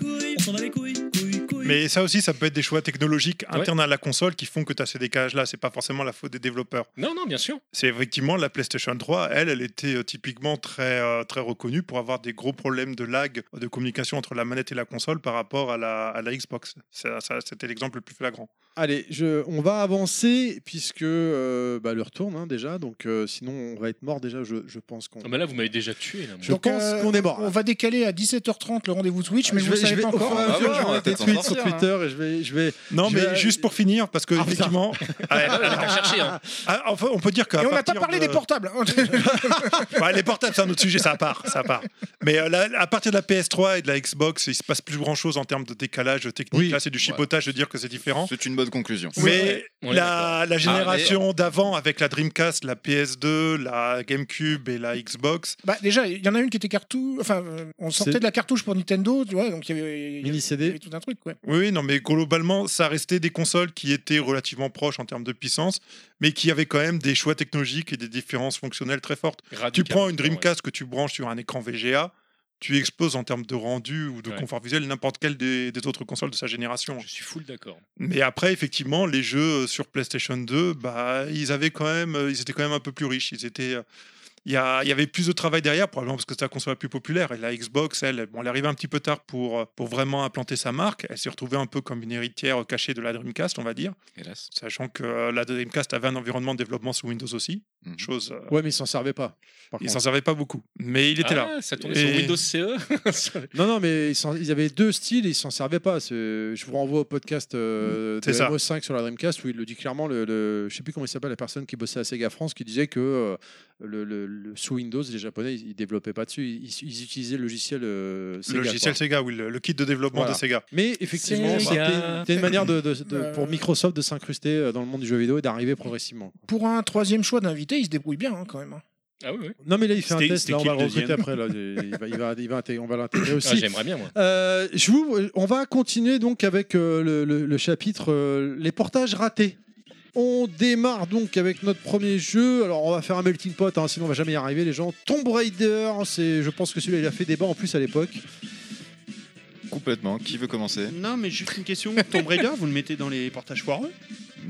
Mais ça aussi, ça peut être des choix technologiques Ouais. internes à la console qui font que tu as ces décalages-là. C'est pas forcément la faute des développeurs. Non, non, bien sûr. C'est effectivement la PlayStation trois, elle, elle était euh, typiquement très, euh, très reconnue pour avoir des gros problèmes de lag, de communication entre la manette et la console par rapport à la, à la Xbox. Ça, ça, c'était l'exemple le plus flagrant. Allez, je, on va avancer puisque euh, bah, l'heure tourne hein, déjà, donc euh, sinon on va être mort déjà, je, je pense qu'on... Ah, mais là, vous m'avez déjà tué. Là, moi. Je pense qu'on est mort. On va décaler à dix-sept heures trente le rendez-vous Twitch, mais je vous ne vais, je savez vais, pas au fur encore. et à Ah mesure, ouais, je on vais va mettre des peut-être s'en tweets sur sortir, Twitter et je vais, je vais, Non, Je mais vais- juste pour finir, parce que Ah, putain. effectivement, Ah, ouais, t'as cherché, hein. ah, enfin, on peut dire qu'à Et on n'a pas partir parlé de- des portables. hein. Ouais, les portables, c'est un autre sujet, ça part, ça part. Mais euh, là, à partir de la P S trois et de la Xbox, il se passe plus grand chose en termes de décalage technique. Oui. Là, c'est du chipotage de dire que c'est différent. C'est une bonne conclusion. Mais On est la, la génération d'avant, avec la Dreamcast, la P S deux, la GameCube et la Xbox, Bah, déjà, il y en a une qui était cartouche. Enfin, euh, on sortait C'est- de la cartouche pour Nintendo, tu vois, donc il y avait, il y Mini avait- C D. il y avait tout un truc, ouais. oui, oui, non, mais globalement, ça restait des consoles qui étaient relativement proches en termes de puissance, mais qui avaient quand même des choix technologiques et des différences fonctionnelles très fortes. Tu Radical, prends une ouais. Dreamcast que tu branches sur un écran V G A, tu exploses en termes de rendu ou de Ouais. confort visuel n'importe quelle des, des autres consoles de sa génération. Je suis full d'accord. Mais après, effectivement, les jeux sur PlayStation deux, bah, ils avaient quand même, ils étaient quand même un peu plus riches. Ils étaient, euh, il y, a- il y avait plus de travail derrière, probablement parce que c'était la console la plus populaire. Et la Xbox, elle, bon, elle arrivait un petit peu tard pour, pour vraiment implanter sa marque. Elle s'est retrouvée un peu comme une héritière cachée de la Dreamcast, on va dire. Hélas. Sachant que euh, la Dreamcast avait un environnement de développement sous Windows aussi. Mhm. Chose, euh, Ouais, mais ils s'en servaient pas. Par il contre. s'en servait pas beaucoup. Mais il était là. Ah, ça tournait Et- sur Windows C E. Non, non, mais ils, s'en- ils avaient deux styles et ils s'en servaient pas. C'est- Je vous renvoie au podcast euh, C'est de ça. M O cinq sur la Dreamcast où il le dit clairement. Le, le- je sais plus comment il s'appelle la personne qui bossait à Sega France qui disait que euh, le, le- le- sous Windows, les Japonais, ils, ils développaient pas dessus. Ils, ils utilisaient le logiciel euh, Sega. Le logiciel quoi. Sega, oui, le, le kit de développement Voilà. de Sega. Mais effectivement, Sega. c'était c'était une manière de, de- de- Euh. pour Microsoft de s'incruster euh, dans le monde du jeu vidéo et d'arriver progressivement. Pour un troisième choix d'invité, il se débrouille bien hein, quand même. hein. Ah oui, oui. Non, mais là, il fait un C'était- test. c'était Là, on qui va le le recruter deuxième après. Là. Il va, il va, il va intégrer- on va l'intégrer Ah, aussi. j'aimerais bien, moi. Euh, je vous, on va continuer donc avec euh, le, le- le chapitre euh, les portages ratés. On démarre donc avec notre premier jeu. Alors on va faire un melting pot, hein, sinon on va jamais y arriver les gens. Tomb Raider, c'est, je pense que celui-là il a fait débat en plus à l'époque. Complètement. Qui veut commencer Non, mais juste une question. Tomb Raider, vous le mettez dans les portages foireux?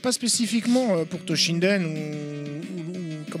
pas spécifiquement euh, pour Toshinden ou, ou- ou- comment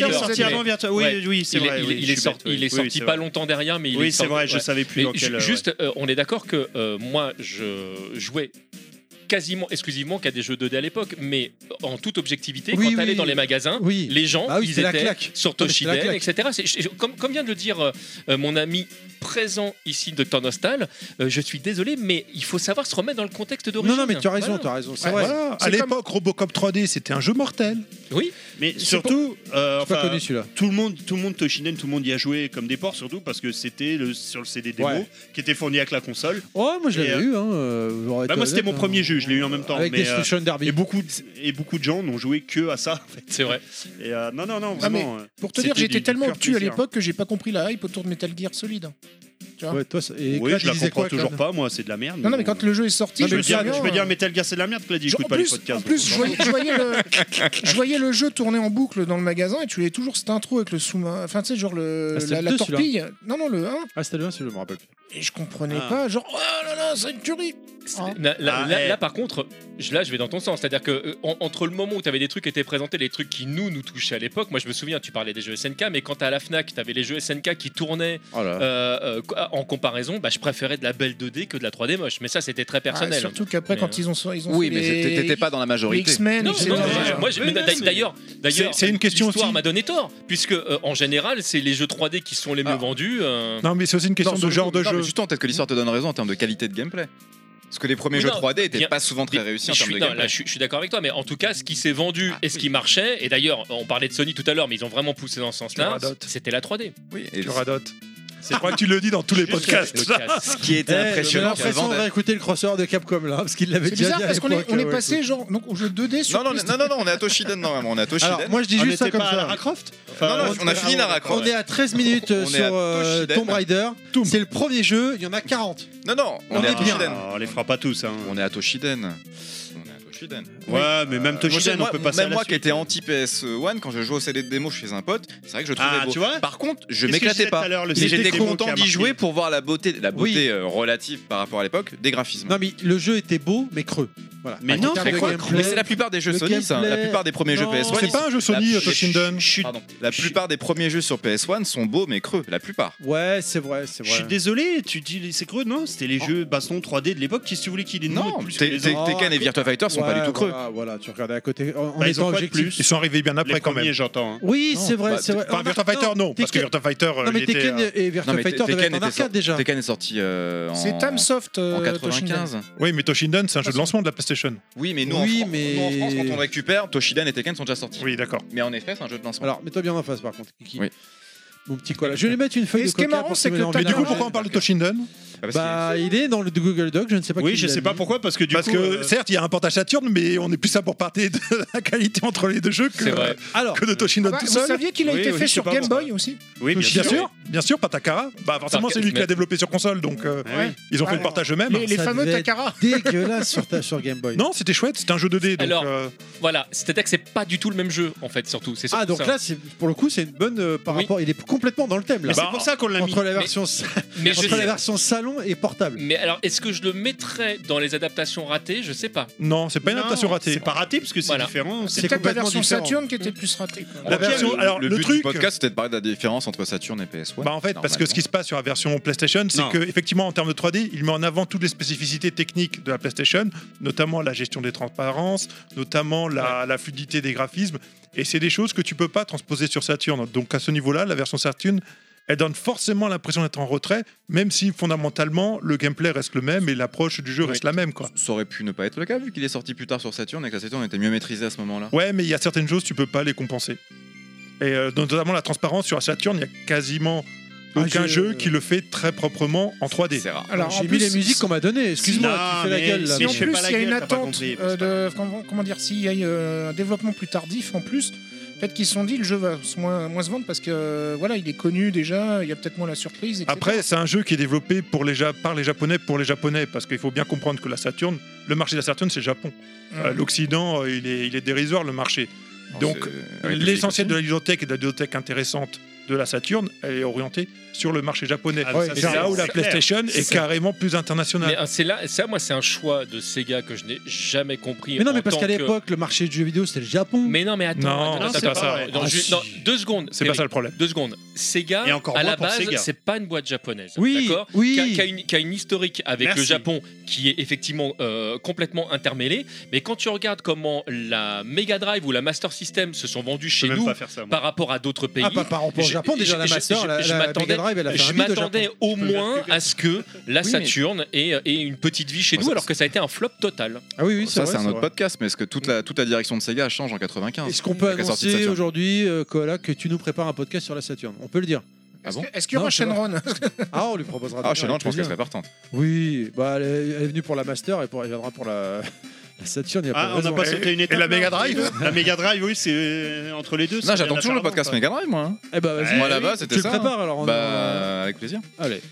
il est Fighter, sorti c'était- avant Virtua. Oui, Ouais. oui, oui, c'est il est, vrai. il, oui, il je est suis sorti, bête, oui. il est Oui, sorti c'est pas vrai. longtemps derrière, mais il Oui, est c'est sorti- vrai, je ouais. savais plus Mais dans ju- quel. juste, euh, on est d'accord que euh, moi, je jouais quasiment exclusivement qu'à des jeux deux D à l'époque, mais en toute objectivité, Oui, quand t'allais oui. dans les magasins, Oui. les gens, Ah oui, ils c'était la étaient claque. sur Non, mais c'était la Toshiden, claque. et cetera. C'est- je- comme, comme vient de le dire euh, euh, mon ami présent ici, Docteur Nostal, euh, je suis désolé, mais il faut savoir se remettre dans le contexte d'origine. Non, non, mais tu as raison, Voilà. tu as raison. C'est Ouais, vrai. Voilà, C'est à comme- l'époque, Robocop trois D, c'était un jeu mortel. Oui, Mais surtout, euh, J'ai pas enfin, connu celui-là. tout le monde, tout le monde Toshiden, tout le monde y a joué comme des ports, surtout parce que c'était le, sur le C D démo Ouais. qui était fourni avec la console. Oh, moi je Et, l'avais euh, eu. Hein, euh, j'aurais Bah, été moi, c'était honnête, mon hein. premier jeu, je l'ai eu en même temps. Avec mais, Destruction euh, Derby. et beaucoup, de- et beaucoup de gens n'ont joué que à ça. En fait. c'est vrai. Et euh, non, non, non, Ah, mais vraiment. euh, Pour te c'était dire, j'étais du- du tellement pur obtus à plaisir. l'époque que j'ai pas compris la hype autour de Metal Gear Solid. Tu vois Ouais, toi, ça- et Oui, Claude, je il la disait comprends quoi, toujours Claude pas, moi, c'est de la merde. Non, non, mais quand le jeu est sorti, je je peux me dire, souviens, je peux dire euh, Metal Gear, c'est de la merde, Claude, il genre, écoute en pas les plus, podcasts. en plus, donc, je voyais, je, voyais le, je voyais le jeu tourner en boucle dans le magasin et tu voyais toujours cette intro avec le sous-marin. Enfin, tu sais, genre le, Ah, c'était la, le la deux, torpille. Non, non, le un. Ah, c'était le un, si je me rappelle plus. Et je comprenais Ah. pas. Genre, oh là là, c'est une tuerie. Ah. Là, là- Ah, là- eh. là, par contre, je, là je vais dans ton sens, c'est-à-dire que euh, en- entre le moment où tu avais des trucs qui étaient présentés, les trucs qui nous nous touchaient à l'époque, moi je me souviens, tu parlais des jeux S N K, mais quand t'es à la Fnac, tu avais les jeux S N K qui tournaient Oh là. euh, euh, en comparaison, bah, je préférais de la belle deux D que de la trois D moche, mais ça c'était très Ah, personnel. surtout qu'après, Mais, quand ils ont, ils ont Oui, fait mais les- t'étais t'étais pas dans la les majorité. X-Men, Non, et non, cetera. moi, je- moi, je- Oui, mais non, d'a- c'est- d'ailleurs, d'ailleurs, c'est une question l'histoire aussi. m'a donné tort, puisque euh, en général, c'est les jeux trois D qui sont les mieux Ah. vendus. euh, Non, mais c'est aussi une question Non, de sur le genre coup, de non, mais jeu. justement, peut-être que l'histoire te donne raison en termes de qualité de gameplay. Parce que les premiers Oui, jeux non, trois D étaient bien- pas souvent très réussis en je termes suis, de non, gameplay. là, je, suis- je suis d'accord avec toi, mais en tout cas, ce qui s'est vendu Ah, et ce oui. qui marchait, et d'ailleurs, on parlait de Sony tout à l'heure, mais ils ont vraiment poussé dans ce sens-là, Tu radotes. c'était la trois D. Oui, et Tu radotes. Je crois que tu le dis dans tous les podcasts. ce qui était Eh, J'ai impressionnant, c'est l'impression de vendait. réécouter le crossover de Capcom là, parce qu'il l'avait C'est déjà bizarre dit à parce qu'on est, l'époque, on est ouais, passé écoute. genre donc, au jeu deux D sur Non, non, PlayStation. non, non, non, on est à Toshiden normalement, on est à Toshiden. Alors, moi je dis On juste ça n'était comme pas à ça. Lara Croft Non, non, on a fini Lara Croft. On est à treize minutes euh, On est sur à euh, Toshiden. Tomb Raider. Tomb. C'est le premier jeu, il y en a quarante. Non, non, on On est à est bien. Toshiden. Ah, on les fera pas tous. Hein. On est à Toshiden. On est à Toshiden. Ouais, mais même Toshiden, Moi, on peut passer à même la moi qui suite. étais anti P S un, quand je jouais au C D de démo chez un pote, c'est vrai que je le trouvais Ah, beau. tu vois Par contre, je Qu'est-ce que je m'éclatais disais tout pas. à l'heure, le Mais C D j'étais démo qui content a d'y marqué. jouer pour voir la beauté, la beauté Oui. euh, relative par rapport à l'époque des graphismes. Non mais le jeu était beau mais creux. Voilà. Mais En non, termes très de creux. gameplay, Mais c'est la plupart des jeux le Sony, ça. La gameplay- plupart des premiers jeux Non, P S un. C'est ils pas un jeu Sony, La- euh, Toshinden. Je suis- Pardon. La plupart des premiers jeux sur P S un sont beaux mais creux, la plupart. Ouais, c'est vrai, c'est Je suis vrai. désolé, tu dis c'est creux, non C'était les jeux baston trois D de l'époque. Qu'est-ce que tu voulais qu'il ait de Non, nouveau de plus que Te- les Te- autres Tekken et Virtua Fighter sont pas Ouais, du tout creux. Voilà, voilà, tu regardais à côté. En, en Bah, ils étant ont quoi de objectif. plus Ils sont arrivés bien après Les quand premiers, même. j'entends. hein. Oui, Non, c'est vrai, bah, c'est vrai. Enfin, En- Virtua Fighter, non, parce que Tekken- Virtua Fighter, euh, Non, mais il était, Tekken euh, et Virtua Non, mais Fighter devaient Tekken être en était arcade déjà. Tekken est sorti euh, en C'est Tamsoft. euh, en Toshinden. quatre-vingt-quinze. Oui, mais Toshinden, c'est un jeu de lancement de la PlayStation. Oui, mais nous, Oui, en, Fran- mais- nous, en France, quand on le récupère, Toshiden et Tekken sont déjà sortis. Oui, d'accord. Mais en effet, c'est un jeu de lancement. Alors, mets-toi bien en face par contre, Kiki. Oui. Mon petit cola. Je vais lui mettre une feuille Et de ce qui est coca marrant, pour c'est se que donner envie t'as- de Du coup, manger. pourquoi on parle de Toshinden Ah, parce Bah, il est dans le Google Doc, je ne sais pas Oui, qui je l'a sais pas mis. pourquoi, parce que du Parce coup. que, euh, certes, il y a un portage Saturn, mais on est plus là pour parler de la qualité entre les deux jeux que, C'est vrai. Alors, que de Toshinden Ah bah, tout vous seul. saviez qu'il a Oui, été oui, fait je sais sur pas Game pourquoi. Boy aussi Oui, bien Bien sûr. sûr, bien sûr, pas Takara. Bah forcément, Par- c'est lui qui l'a mais- développé sur console, donc euh, Ah oui. ils ont fait Ouais. le portage eux-mêmes. Les, les ça fameux devait être Takara. dégueulasse sur, ta, sur Game Boy. Non, c'était chouette, c'était un jeu deux D. Donc, Alors, euh, Voilà, c'est-à-dire que c'est pas du tout le même jeu en fait, surtout. C'est Ah, surtout donc ça. là, c'est pour le coup, c'est une bonne euh, par Oui. rapport. Il est complètement dans le thème là. Mais c'est Bah, pour ça qu'on l'a mis. Entre la version, mais je entre la sais- version salon et portable. Mais alors, est-ce que je le mettrais dans les adaptations ratées Je sais pas. non, c'est pas une Non, adaptation ratée. C'est pas raté parce que c'est Voilà. différent. C'est C'est peut-être la complètement version différent. Saturn qui était plus ratée. quoi. La Ok, version, le- alors le, le, but truc, du podcast, c'était de parler de la différence entre Saturn et P S un. bah en fait, parce que ce qui se passe sur la version PlayStation, c'est Non. que effectivement en termes de trois D, il met en avant toutes les spécificités techniques de la PlayStation, notamment la gestion des transparences, notamment la, la fluidité des graphismes, et c'est des choses que tu peux pas transposer sur Saturn. Donc à ce niveau-là, la version Saturn, elle donne forcément l'impression d'être en retrait, même si fondamentalement le gameplay reste le même et l'approche du jeu Oui. reste la même, quoi. Ça aurait pu ne pas être le cas vu qu'il est sorti plus tard sur Saturn et que la Saturn était mieux maîtrisée à ce moment-là. Ouais, mais il y a certaines choses tu peux pas les compenser. Et euh, notamment la transparence sur la Saturn, il y a quasiment Ah, aucun je- jeu qui le fait très proprement en trois D. C'est rare. Alors, en J'ai mis plus, les musiques qu'on m'a données. Excuse-moi, Non, tu fais la mais gueule là. Si Mais en je fais plus pas la il y a une gueule, t'as pas attente compris, euh, parce de comment, comment dire s'il y a euh, un développement plus tardif en plus, peut-être qu'ils se sont dit le jeu va se moins, moins se vendre parce que euh, voilà il est connu déjà, il y a peut-être moins la surprise. et cetera. Après, c'est un jeu qui est développé pour les Ja- par les Japonais pour les Japonais, parce qu'il faut bien comprendre que la Saturn, le marché de la Saturn, c'est le Japon. Ouais. Euh, L'Occident, euh, il est, il est dérisoire, le marché. Donc, C'est- République l'essentiel aussi. de la bibliothèque et de la bibliothèque intéressante de la Saturn, elle est orientée sur le marché japonais. Ah, ouais, ça, Et c'est- c'est là où c'est la clair. PlayStation est, C'est ça. carrément plus internationale. Mais euh, c'est là, ça, moi, c'est un choix de Sega que je n'ai jamais compris. Mais non, en mais parce tant qu'à que- l'époque, le marché du jeu vidéo, c'était le Japon. Mais non, mais attends, Non, attends, non, attends, c'est pas attends, vrai. non, Ah, ju- si. non, deux secondes. C'est pas Terry, ça le problème. Deux secondes. Sega, Et encore à moins la pour base, Sega. c'est pas une boîte japonaise. Oui, d'accord oui. Qui a, qui a une, qui a une historique avec Merci. le Japon qui est effectivement euh, complètement intermêlée. Mais quand tu regardes comment la Mega Drive ou la Master System se sont vendues Je chez peux même nous pas faire ça. moi. par rapport à d'autres pays. Ah, pas par rapport au je- Japon, déjà je- la je- Master, je- la, je la m'attendais- Mega Drive, elle a fait Je un bide au m'attendais Japon. au moins à ce que la Oui, mais- Saturn ait, ait une petite vie chez Ouais, nous, ça- alors que ça a été un flop total. Ah oui, oui, c'est Ça, vrai. c'est un autre vrai. podcast, mais est-ce que toute la, toute la direction de Sega change en quatre-vingt-quinze Est-ce qu'on peut Avec la sortie de annoncer Saturn. aujourd'hui, euh, Koala, que tu nous prépares un podcast sur la Saturn? On peut le dire. Ah bon Est-ce qu'il y aura Non, je sais pas. Shenron Ah, on lui proposera. Ah, de chez venir je pense qu'elle avec serait partante. plaisir. Oui, bah, elle, est, elle est venue pour la Master et pour, elle viendra pour la, la Saturn. Il y a Ah, pas on de n'a raison. pas sauté une étape. la là Mega Drive La Mega Drive, oui, c'est euh, entre les deux. Non, c'est j'attends bien toujours le d'affaire podcast avant, Mega Drive, moi. hein. Eh bah, vas-y. Moi, Eh là-bas, oui, c'était Tu le ça. prépares alors. on- Bah, avec plaisir. Allez.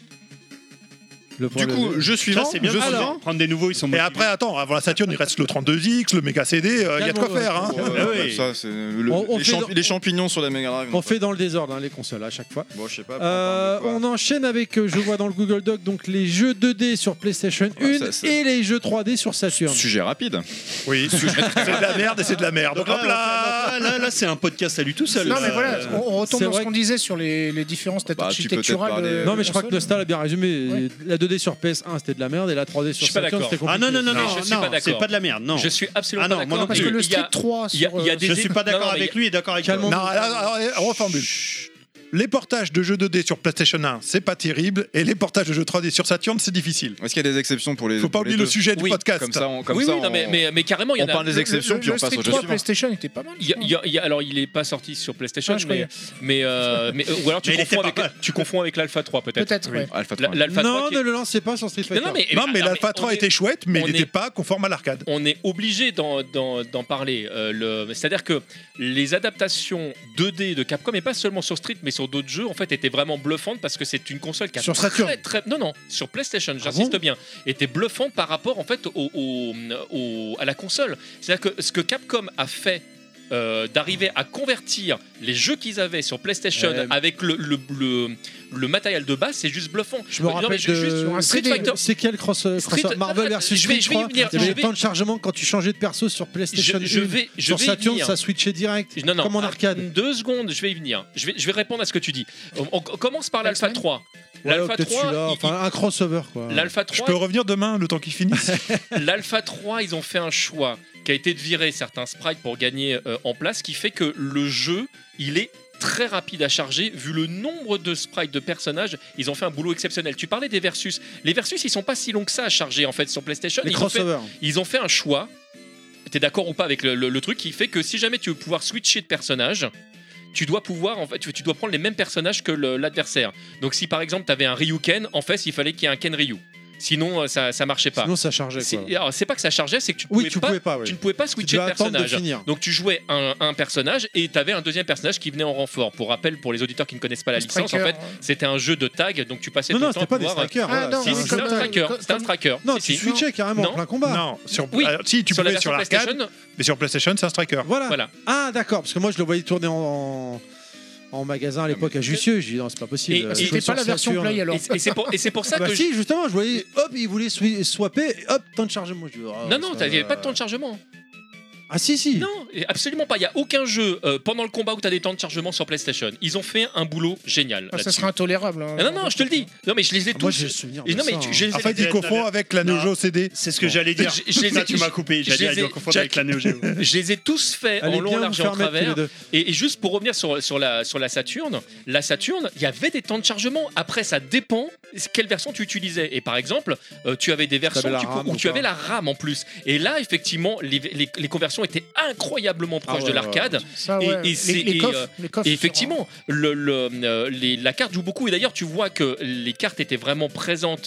Le Du problème- coup, jeu Ça, suivant. c'est bien jeu de suivant. prendre- prendre des nouveaux, ils sont Et motivés. après, attends, avant la Saturn, il reste le trente-deux X, le Mega C D, euh, il y a de quoi Calme-toi, faire. Hein. ouais. Ouais, Ah ouais, oui. ça, c'est le- On- on les, fait champ- dans- les champignons sur la Mega Drive. On fait dans le désordre hein, les consoles à chaque fois. Bon, je sais pas. Euh, on enchaîne avec, euh, je vois dans le Google Doc, donc les jeux deux D sur PlayStation Ouais, un ça, c'est- et les jeux trois D sur Saturn. Sujet rapide. Oui, c'est de la merde et c'est de la merde. Donc Hop là, là là, là, là, c'est un podcast à lui tout seul. Non, mais là. voilà, Euh, on, on retombe c'est dans vrai ce qu'on disait sur les, les différences peut-être Bah, tu peux peut-être architecturales. parler- de- Non mais de je crois que console. Nostal a bien résumé. Ouais. La deux D sur P S un c'était de la merde et la trois D sur Je suis pas Saturn d'accord. c'était compliqué. Ah non, non, non, Non, non, je suis non, pas c'est d'accord. pas de la merde, non. Je suis absolument Ah non, pas moi d'accord. non Parce plus. que le Il y a- Street trois il y a- sur, il y a euh, des- Je suis pas Non, d'accord non, mais avec lui et d'accord avec Calmons- toi. Non, alors, alors, on reformule. Les portages de jeux deux D sur PlayStation un, c'est pas terrible, et les portages de jeux trois D sur Saturn, c'est difficile. Est-ce qu'il y a des exceptions pour les. Faut pas pour les oublier le deux sujet du Oui, podcast. Comme ça, on, comme oui, ça, oui, non, on- mais, mais, mais carrément, il y on en a. parle des le- exceptions, le- puis on le passe au Street jeu trois suivant. PlayStation était pas mal. Il y a- il y a- il y a- alors, il est pas sorti sur PlayStation, Ah, je mais, mais, euh, mais euh, ou alors tu Mais il confonds, était avec, pas mal. tu confonds avec l'Alpha trois peut-être. Peut-être, ouais. Alpha La- trois. L'Alpha Non, trois qui- ne le lancez pas sur Street Fighter. Non, non, mais, Non, mais alors, l'Alpha on trois est- était chouette, mais on il est- n'était pas conforme à l'arcade. on est obligé d'en, d'en- d'en parler. Euh, le- c'est-à-dire que les adaptations deux D de Capcom, et pas seulement sur Street, mais sur d'autres jeux, en fait, étaient vraiment bluffantes parce que c'est une console qui a Sur très, Saturn. très, non, non, sur PlayStation, j'insiste bon bien, était bluffante par rapport en fait au, au- au- à la console. C'est-à-dire que ce que Capcom a fait. euh, d'arriver à convertir les jeux qu'ils avaient sur PlayStation Ouais. avec le, le, le, le matériel de base, c'est juste bluffant. Je me Non, mais rappelle ju- juste de sur un Street C D. Fighter. C'est quel cross, euh, Street- cross- Marvel Ah, versus je vais- Street, je vais y je crois. venir, Il y avait je le vais- temps de chargement quand tu changeais de perso sur PlayStation Je, je un. vais, je Sur vais y Saturn, venir. ça switchait direct. Non, non, Comme en ah, arcade. Deux secondes, je vais y venir. Je vais, je vais répondre à ce que tu dis. On, on commence par l'Alpha X-Men trois. Ouais, L'Alpha peut-être celui-là, trois, il- enfin un crossover quoi. l'Alpha Je peux trois, revenir demain, le temps qu'il finisse. l'Alpha trois, ils ont fait un choix qui a été de virer certains sprites pour gagner euh, en place, qui fait que le jeu, il est très rapide à charger vu le nombre de sprites de personnages. Ils ont fait un boulot exceptionnel. Tu parlais des versus. Les versus, ils sont pas si longs que ça à charger en fait sur PlayStation. Les Ils ont, fait, crossovers. ils ont fait un choix. T'es d'accord ou pas avec le, le- le truc qui fait que si jamais tu veux pouvoir switcher de personnage, tu dois pouvoir en fait tu, tu dois prendre les mêmes personnages que le- l'adversaire. Donc si par exemple tu avais un Ryuken, en fait il fallait qu'il y ait un Ken Ryu. Sinon euh, ça ça marchait pas. Sinon ça chargeait C'est- quoi. alors, c'est pas que ça chargeait, c'est que tu Oui, pouvais tu pas, pouvais pas. oui. tu ne pouvais pas Tu switcher de devais attendre de personnage. finir. Donc tu jouais un, un personnage et tu avais un deuxième personnage qui venait en renfort. Pour rappel, pour les auditeurs qui ne connaissent pas la licence, en Striker, fait, ouais. c'était un jeu de tag, donc tu passais Non tout non, le temps c'était à pas des pouvoir- strikers. Ah, voilà, non, c'est Si, un si, jeu c'est un comme- striker. comme- C'est un striker. Non, Si, tu si. switchais carrément Non. en plein combat. Non, sur, Oui. alors, si tu Sur la pouvais version sur l'arcade, PlayStation, mais sur PlayStation, c'est un striker. Voilà. voilà. Ah d'accord, parce que moi je le voyais tourner en, en magasin à l'époque à Jussieu. J'ai dit non, c'est pas possible. Et- Euh, et jouer C'était sur pas la version Saturn. Play alors. Et, et c'est pour, et c'est pour ça Ah bah que si, justement, je voyais, hop, il voulait swi- swapper, et hop, temps de chargement. Je dis, oh, Non, non, ça il n'y avait va. pas de temps de chargement. Ah si, si. Non, et absolument pas. Il n'y a aucun jeu euh, pendant le combat où tu as des temps de chargement sur PlayStation. Ils ont fait un boulot génial. Ah, ça là-dessus. serait intolérable. hein. Ah non, non, je te le dis. Non, mais je les ai Ah, moi tous. j'ai le souvenir. Et de non, mais ça, tu- hein. je les ai- En fait, il Non. confond avec la Neo Non. Geo C D. C'est ce que j'allais dire. Je- je les ai- Ça, tu m'as coupé. je J'allais les dire, ai- il doit confondre Jack- avec la Neo Geo. Je les ai tous faits Allez en long, bien en vous large et faire en mettre tous les travers. deux. Et, et juste pour revenir sur, sur, la, sur la Saturn, la Saturn, il y avait des temps de chargement. Après, ça dépend quelle version tu utilisais. Et par exemple, euh, tu avais des versions avais la tu peux- RAM où ou tu pas avais la RAM en plus. Et là, effectivement, les, les- les conversions étaient incroyablement proches Ah ouais, de l'arcade. Ça, Et- ouais. et Les- c'est- les et, coffres, euh, les coffres Et sur- effectivement, le, le, euh, les- la carte joue beaucoup. Et d'ailleurs, tu vois que les cartes étaient vraiment présentes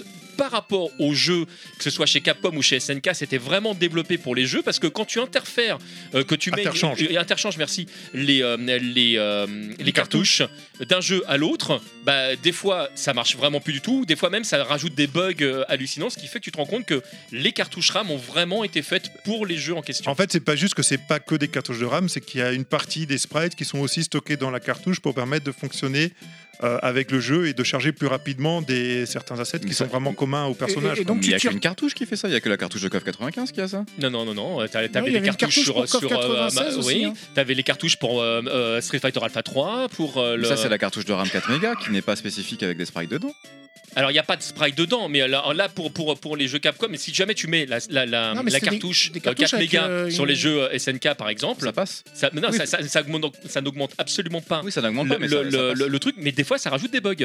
par rapport aux jeux, que ce soit chez Capcom ou chez S N K, c'était vraiment développé pour les jeux parce que quand tu interfères, euh, que tu mets Interchange. euh, interchange, merci, les euh, les euh, les cartouches d'un jeu à l'autre, bah des fois ça marche vraiment plus du tout, des fois même ça rajoute des bugs euh, hallucinants, ce qui fait que tu te rends compte que les cartouches RAM ont vraiment été faites pour les jeux en question. En fait, c'est pas juste que c'est pas que des cartouches de RAM, c'est qu'il y a une partie des sprites qui sont aussi stockés dans la cartouche pour permettre de fonctionner euh, avec le jeu et de charger plus rapidement des certains assets qui Mais sont ça- vraiment communs au personnage. et donc, Il y a tu tires- qu'une cartouche qui fait ça, il y a que la cartouche de KOF quatre-vingt-quinze qui a ça. Non, non, non, non. T'a- Non, T'avais il y avait des une cartouches cartouche sur, pour KOF sur, euh, quatre-vingt-seize ma- aussi, oui. hein. T'avais les cartouches pour euh, euh, Street Fighter Alpha trois, pour euh, Mais le. ça, c'est la cartouche de RAM quatre mégas qui n'est pas spécifique avec des sprites dedans. Alors il n'y a pas de sprite dedans, mais là, là pour, pour, pour les jeux Capcom, mais si jamais tu mets la, la, la, Non, mais la c'était des- cartouche, des euh, cartouches quatre avec, mégas euh, sur une- les jeux euh, S N K par exemple, Ça passe. ça, non, Oui. ça, ça, ça augmente- ça n'augmente absolument pas Oui, ça n'augmente le, pas, mais le- ça, ça le- passe. le- le truc, mais des fois ça rajoute des bugs.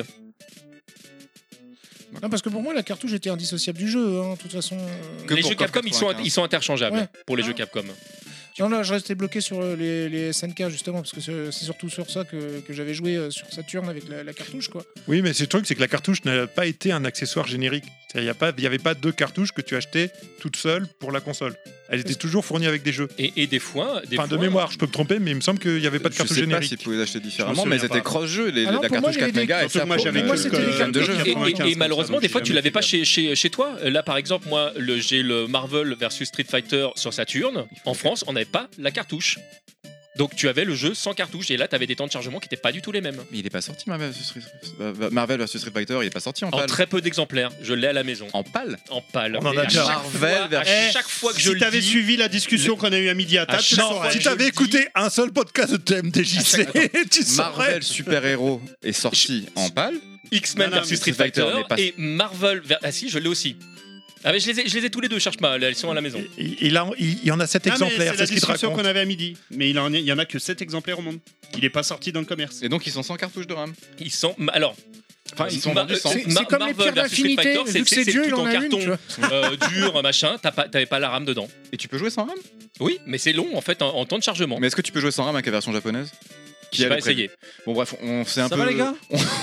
Non, parce que pour moi, la cartouche était indissociable du jeu, hein, de toute façon. Que les pour jeux KOF Capcom ils sont, quatre-vingt-quinze. ils sont interchangeables Ouais. pour les Ah. jeux Capcom. Non, là, je restais bloqué sur euh, les, les S N K, justement, parce que c'est c'est surtout sur ça que, que j'avais joué euh, sur Saturn avec la, la cartouche, quoi. Oui, mais c'est le truc, c'est que la cartouche n'a pas été un accessoire générique. Il n'y avait pas deux cartouches que tu achetais toutes seules pour la console. Elles étaient toujours fournies avec des jeux. Et, et des fois, des Enfin, de fois- mémoire, je peux me tromper, mais il me semble qu'il n'y avait pas de Je cartouche sais pas générique. s'ils pouvaient les acheter différemment, Je me mais souviens c'était pas. cross-jeu, les, Ah non, la pour moi, cartouche il y avait quatre des- mégas. et Surtout ça, que moi, pour- j'avais moi, que c'était le- les cartouches de jeu. de Et, et- quatre-vingt-quinze et malheureusement, comme ça, des fois, j'ai tu jamais l'avais pas fait. chez, chez, chez toi. Là, par exemple, moi, le- j'ai le Marvel versus Street Fighter sur Saturn. En France, on n'avait pas la cartouche. Donc, tu avais le jeu sans cartouche. Et là, tu avais des temps de chargement qui n'étaient pas du tout les mêmes. Mais il est pas sorti, Marvel versus Street, euh, Marvel versus Street Fighter, il est pas sorti en En pâle. très peu d'exemplaires. Je l'ai à la maison. En pâle En pâle. On en Et a à déjà. chaque Marvel fois- à versus- chaque fois que je Si le t'avais dis, suivi la discussion qu'on a eue à midi à table, Ah, tu le non, saurais. Si je t'avais le écouté un seul podcast de M D J C, tu saurais. Marvel Super Héros est sorti en pâle. X-Men Non, non, versus mais Street Street Fighter Fighter n'est pas- et Marvel. ver- Ah si, je l'ai aussi. Ah mais je les ai, je les ai tous les deux. Cherche pas. Là, ils sont à la maison. Il, il a- il- il y en a sept Ah, mais exemplaires, c'est c'est la ce qu'il te discussion raconte. qu'on avait à midi. Mais il en y il y en a que sept exemplaires au monde. Il est pas sorti dans le commerce. Et donc ils sont sans cartouche de RAM. Ils sont. Alors. Enfin, ils sont Ma- vendus sans. C'est Ma- c'est comme les Marvel pierres versus Street d'infinité, Fighter, vu que c'est- c'est c'est Dieu, tout il en en a une, carton. tu vois. euh, dur, machin. T'as pas- T'avais pas la RAM dedans. Et tu peux jouer sans RAM. Oui, mais c'est long en fait en, en temps de chargement. Mais est-ce que tu peux jouer sans RAM avec la version japonaise Qui J'ai avait pas prévu. essayé. Bon bref, on s'est un Ça peu. va les gars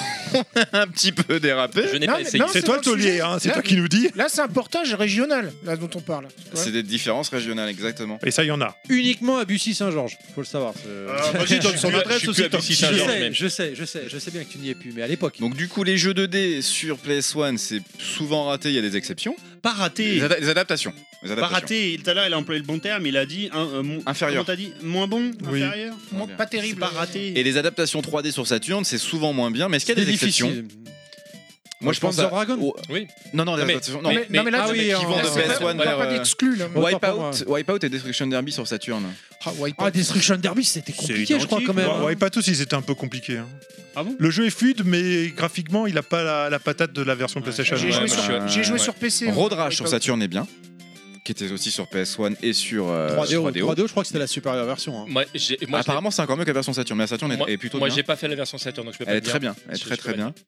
un petit peu dérapé. Je n'ai Non, pas mais essayé. non, C'est toi le pas le taulier, sujet. hein, c'est Là, toi qui nous dis. Là, c'est un portage régional, là, dont on parle. C'est des différences régionales, exactement. Et ça, il y en a. Uniquement à Bussy-Saint-Georges, faut le savoir. c'est- Ah, Vas-y, donne son Je suis adresse plus aussi. à tant Bussy pis. Je Saint-Georges sais, même. je sais, je sais, je sais bien que tu n'y es plus, mais à l'époque. Donc du coup, les jeux deux D sur P S un, c'est souvent raté, il y a des exceptions. Pas raté. Les, ada- les adaptations. Les Pas adaptations. raté. Tout à l'heure, il a employé le bon terme. Il a dit un, euh, mon- Inférieur. Comment t'as dit Moins bon Oui. Inférieur Bon, bien. pas C'est terrible. pas raté. Et les adaptations trois D sur Saturn, c'est souvent moins bien, mais est-ce qu'il y a C'était des exceptions difficile. Moi, je pense Panzer à... Dragon au- Oui. Non, non, les Non, mais- adaptations- Non, non. mais, non, mais là, ah tu- oui, là, en- qui vont de c'est P S pas- un on parle vers, pas euh, d'exclus, là. Autant pour moi. Wipeout, Wipeout et Destruction Derby sur Saturn. Ah, Wipeout. Ah, Destruction Derby, c'était compliqué, je crois, identique, quand même. ouais. hein. Ouais, pas tous, ils étaient un peu compliqués. hein. Ah bon Le jeu est fluide, mais graphiquement, il a pas la, la patate de la version PlayStation. J'ai Ouais, joué, bah, sur, je- j'ai joué ouais. sur P C. Road moi, Rage sur Wipeout. Saturn est bien, qui était aussi sur P S un et sur euh, trois D O, trois D O. trois D O, je crois que c'était la supérieure version. hein. Moi, j'ai- moi, je Apparemment, c'est encore mieux que la version Saturn, mais la Saturn l'ai- est, moi, est plutôt moi, bien. j'ai pas fait la version Saturn, donc je peux pas Elle est te dire. très bien, elle est Je- très je très peux pas bien.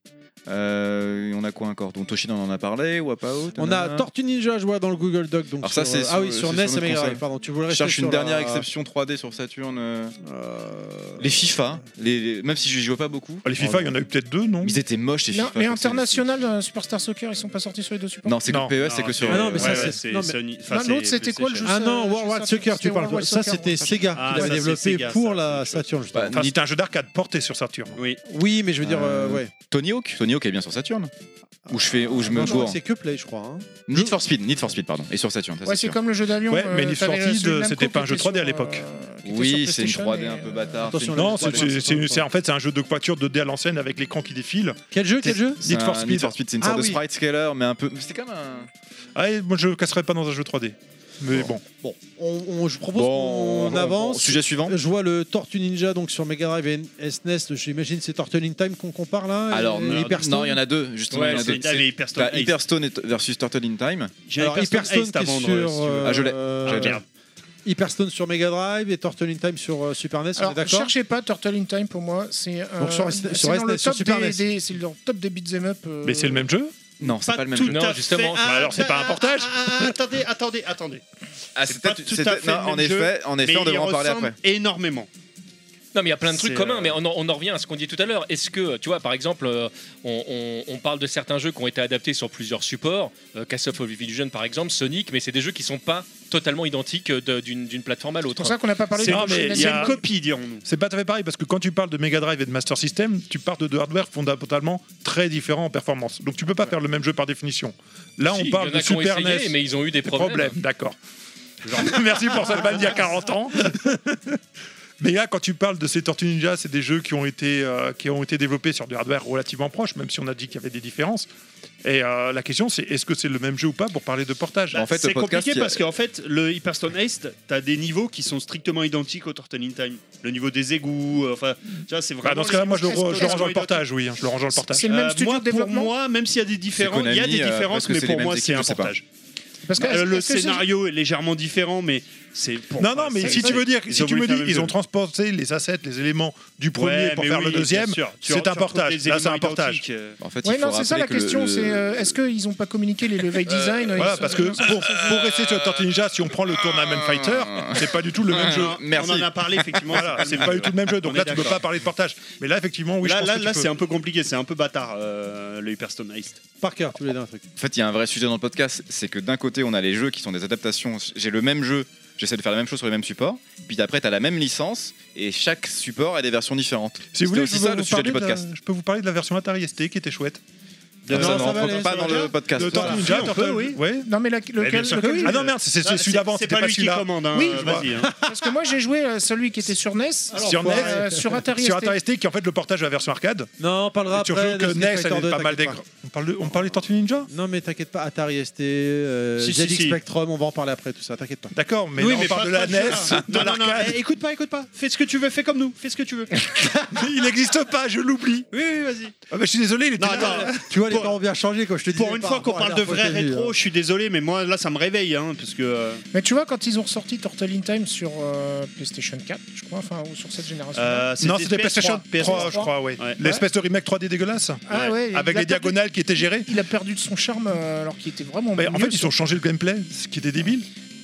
Euh, on a quoi encore Donc Toshido on en a parlé, Wipeout. On a nanana. Tortue Ninja, je vois dans le Google Doc. Donc Alors ça, sur, c'est euh, sur- ah oui, c'est sur sur N E S et notre Mega Drive. console. Pardon, tu voulais Je rester cherche une sur dernière la- exception trois D sur Saturn. euh, Euh, Les FIFA, les, les- même si je jouais pas beaucoup. Ah, les FIFA, il y en a eu peut-être deux, non Ils étaient moches, les Non, FIFA. les je crois que c'est- internationales, euh, Superstar Soccer, ils sont pas sortis sur les deux supports. Non, c'est que Non. P E S, c'est que sur. Ah non, mais ça, Ouais, c'est- ouais, c'est non, mais- Sony. Enfin, Non, c'est l'autre, c'était quoi le jeu PlayStation. Ah non, ça, World War ça, Soccer, c'était tu parles. World War Ça, Soccer, c'était moi, Sega Ah, qui l'avait ça, c'est développé Sega, pour ça, la c'est Saturn, justement. Bah, Enfin, c'était un jeu d'arcade porté sur Saturn. Oui. Oui, mais je veux dire, euh, Euh, ouais. Tony Hawk, Tony Hawk est bien sur Saturn. Où je fais, où je me Non, je crois gourre. que c'est que Play, je crois. hein. Need for Speed, Need for Speed, pardon, et sur Saturn. ça, Ouais, c'est c'est sûr. comme le jeu d'avion. Ouais, mais euh, Need for t'avais Speed, celui de Namco c'était pas un qui jeu était trois D à sur, l'époque. euh, qui était Oui, sur c'est une PlayStation trois D et, un peu euh, bâtard. attention, C'est une Non, trois c'est D. c'est- c'est- c'est- en fait c'est un jeu de voiture deux D à l'ancienne avec l'écran qui défile. Quel jeu, quel jeu C'est Need for un Speed. Need for Speed, c'est une Ah sorte oui. de sprite scaler, mais un peu. C'était quand même un. Ah, et moi je casserais pas dans un jeu trois D. Mais bon. Bon, on, on- je propose Bon, qu'on avance. Sujet suivant. Je vois le Tortue Ninja donc sur Mega Drive et S N E S. J'imagine c'est Turtle in Time qu'on compare là. Alors, et non, Hyperstone. non, il y en a deux, justement. Ouais, il y en a deux. c'est- t'avais Hyperstone T'as Ace. Hyperstone et- versus Turtle in Time. J'ai Alors Hyperstone qui est à vendre, sur. euh, si tu veux. euh, Ah, je l'ai. euh, J'avais Merde. Hyperstone sur Mega Drive et Turtle in Time sur euh, Super N E S. On est Alors, d'accord. cherchez pas Turtle in Time pour moi, c'est euh, Donc sur S- c'est sur dans S N E S, le sur top Super des, N E S. des- c'est dans le top des beat'em up. euh, Mais c'est le même jeu Non, c'est pas, le même jeu. Non, à justement. fait. Bah alors, c'est pas un portage ah, ah, Attendez, attendez, attendez. Ah, C'est c'était- pas tout c'était- à fait non, le en même jeu, effet, en effet, Mais on devrait il en parler ressemble après. énormément. Non, mais il y a plein de trucs C'est, communs, euh, mais on en, on en revient à ce qu'on dit tout à l'heure. Est-ce que, tu vois, par exemple, euh, on, on- on parle de certains jeux qui ont été adaptés sur plusieurs supports, euh, Castle of Illusion par exemple, Sonic, mais c'est des jeux qui sont pas totalement identiques euh, de- d'une d'une plateforme à C'est l'autre. pour ça qu'on n'a pas parlé C'est- de non, mais Prochaine il y C'est a- une copie, dirons-nous. C'est pas tout à fait pareil parce que quand tu parles de Mega Drive et de Master System, tu pars de deux hardware fondamentalement très différents en performance. Donc tu peux pas faire le même jeu par définition. Là, Si, on il parle y en a de qui ont Super essayé, N E S. mais ils ont eu des Des problèmes. problèmes, d'accord. Merci pour cette balle d'il y a quarante ans. Mais là, quand tu parles de ces Tortues Ninja, c'est des jeux qui ont été, euh, qui ont été développés sur du hardware relativement proche, même si on a dit qu'il y avait des différences. Et euh, la question, c'est est-ce que c'est le même jeu ou pas pour parler de portage En fait, c'est le podcast, compliqué il y a- parce qu'en fait, le Hyperstone Heist, t'as des niveaux qui sont strictement identiques au Turtle in Time. Le niveau des égouts, euh, enfin, tu vois, c'est Bah, vraiment. dans ce cas-là, les moi, je le, niveaux re- je le range dans le strictement portage, oui. hein, je le range dans le portage. C'est le même Euh, studio moi, de développement. Pour moi, même s'il y a des différences, Konami, il y a des euh, différences, parce que mais c'est pour les moi, mêmes c'est équipes, un je sais pas. portage. Parce que Euh, le est-ce que c'est- scénario est légèrement différent, mais c'est pour. Non, non, mais c'est- si tu veux dire, ils si ont tu voulu me faire dis, le ils même ont jeu. transporté les assets, les éléments du premier Ouais, pour mais faire oui, le bien deuxième, sûr. Tu c'est re- un tu retrouves portage. des Là, c'est un éléments portage. identiques, euh. En fait, Oui, il non, faut c'est ça la rappeler que le- question. le- C'est euh, est-ce qu'ils n'ont pas communiqué les level design ils Voilà, sont- parce que pour, pour rester sur Tortue Ninja, si on prend le Tournament Fighter, c'est pas du tout le même jeu. Non, Merci. On en a parlé effectivement. Voilà, c'est pas du tout le même jeu. Donc On là, est tu peux d'accord. pas parler de portage. Mais là, effectivement, oui, là, je pense là, que tu là peux. c'est un peu compliqué, c'est un peu bâtard euh, le Hyperstone Heist. Parker, tu voulais dire un truc. En fait, il y a un vrai sujet dans le podcast, c'est que d'un côté, on a les jeux qui sont des adaptations. J'ai le même jeu, j'essaie de faire la même chose sur les mêmes supports. Puis après, tu as la même licence et chaque support a des versions différentes. Si vous C'était voulez, je aussi peux, ça le vous sujet du parler de la- podcast. je peux vous parler de la version Atari S T qui était chouette. De- Ah, ça, Non, non, ça va on aller, rentre pas ça dans va le podcast. De Tortue Ah, Ninja, on Tortue- peut, oui. Ouais. Non, mais la- bien lequel, sûr que lequel oui. jeu Ah non, merde, c'est c'est Ah, celui d'avant, c'est c'était pas pas lui qui celui-là. commande. Hein, Oui, euh, je vois. vas-y. hein. Parce que moi, j'ai joué à celui qui était sur N E S. Sur N E S, euh, sur Atari sur S T. Atari S T, qui est en fait le portage de la version arcade. Non, on parlera Et tu après. rejoins que de N Street E S, Fighter elle deux, est pas mal t'inquiète des. On parle de, on parle des Tortues Ninja. Non, mais t'inquiète pas, Atari S T, euh, Si, si, Z X si. Spectrum, on va en parler après, tout ça, t'inquiète pas. D'accord, mais Oui, là, on mais parle pas- de la pas N E S, celui-là. de Non, non, non, l'arcade. eh, écoute pas, écoute pas. Fais ce que tu veux, fais comme nous. Fais ce que tu veux. Il n'existe pas, je l'oublie. Oui, oui, vas-y. Ah bah, je suis désolé, il était Non, là. attends. Tu vois, les Pour- temps ont bien changé quand je te dis. Pour une fois qu'on parle de vrai rétro, je suis désolé, mais moi là ça me réveille, hein, parce que. euh, Mais tu vois, quand ils ont ressorti Turtle in Time sur euh, PlayStation quatre, je crois, enfin, ou sur cette génération. euh, Non, c'était P S PlayStation P S trois. trois, je crois, ouais. Ouais. L'espèce de remake trois D dégueulasse. ah ouais, il Avec a les perdu- diagonales qui étaient gérées. Il a perdu de son charme euh, alors qu'il était vraiment. Mais en mieux fait, ils sur- ont changé le gameplay, ce qui était débile.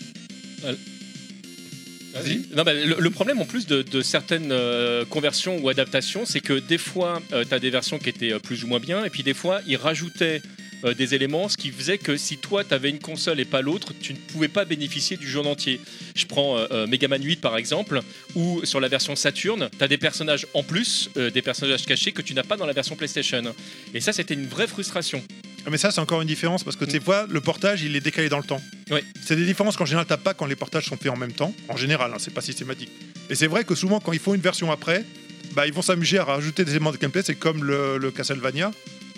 Vas-y. Non, bah, le, le problème en plus de, de certaines euh, conversions ou adaptations, c'est que des fois, tu as des versions qui étaient euh, plus ou moins bien, et puis des fois, ils rajoutaient euh, des éléments, ce qui faisait que si toi, tu avais une console et pas l'autre, tu ne pouvais pas bénéficier du jeu en entier. Je prends euh, euh, Mega Man huit par exemple, où sur la version Saturn, tu as des personnages en plus, euh, des personnages cachés que tu n'as pas dans la version PlayStation. Et ça, c'était une vraie frustration. Ah, Mais ça, c'est encore une différence parce que des fois, le portage, il est décalé dans le temps. Oui. C'est des différences qu'en général, t'as pas quand les portages sont faits en même temps. En général, hein, c'est pas systématique. Et c'est vrai que souvent, quand ils font une version après, bah, ils vont s'amuser à rajouter des éléments de gameplay. C'est comme le, le Castlevania,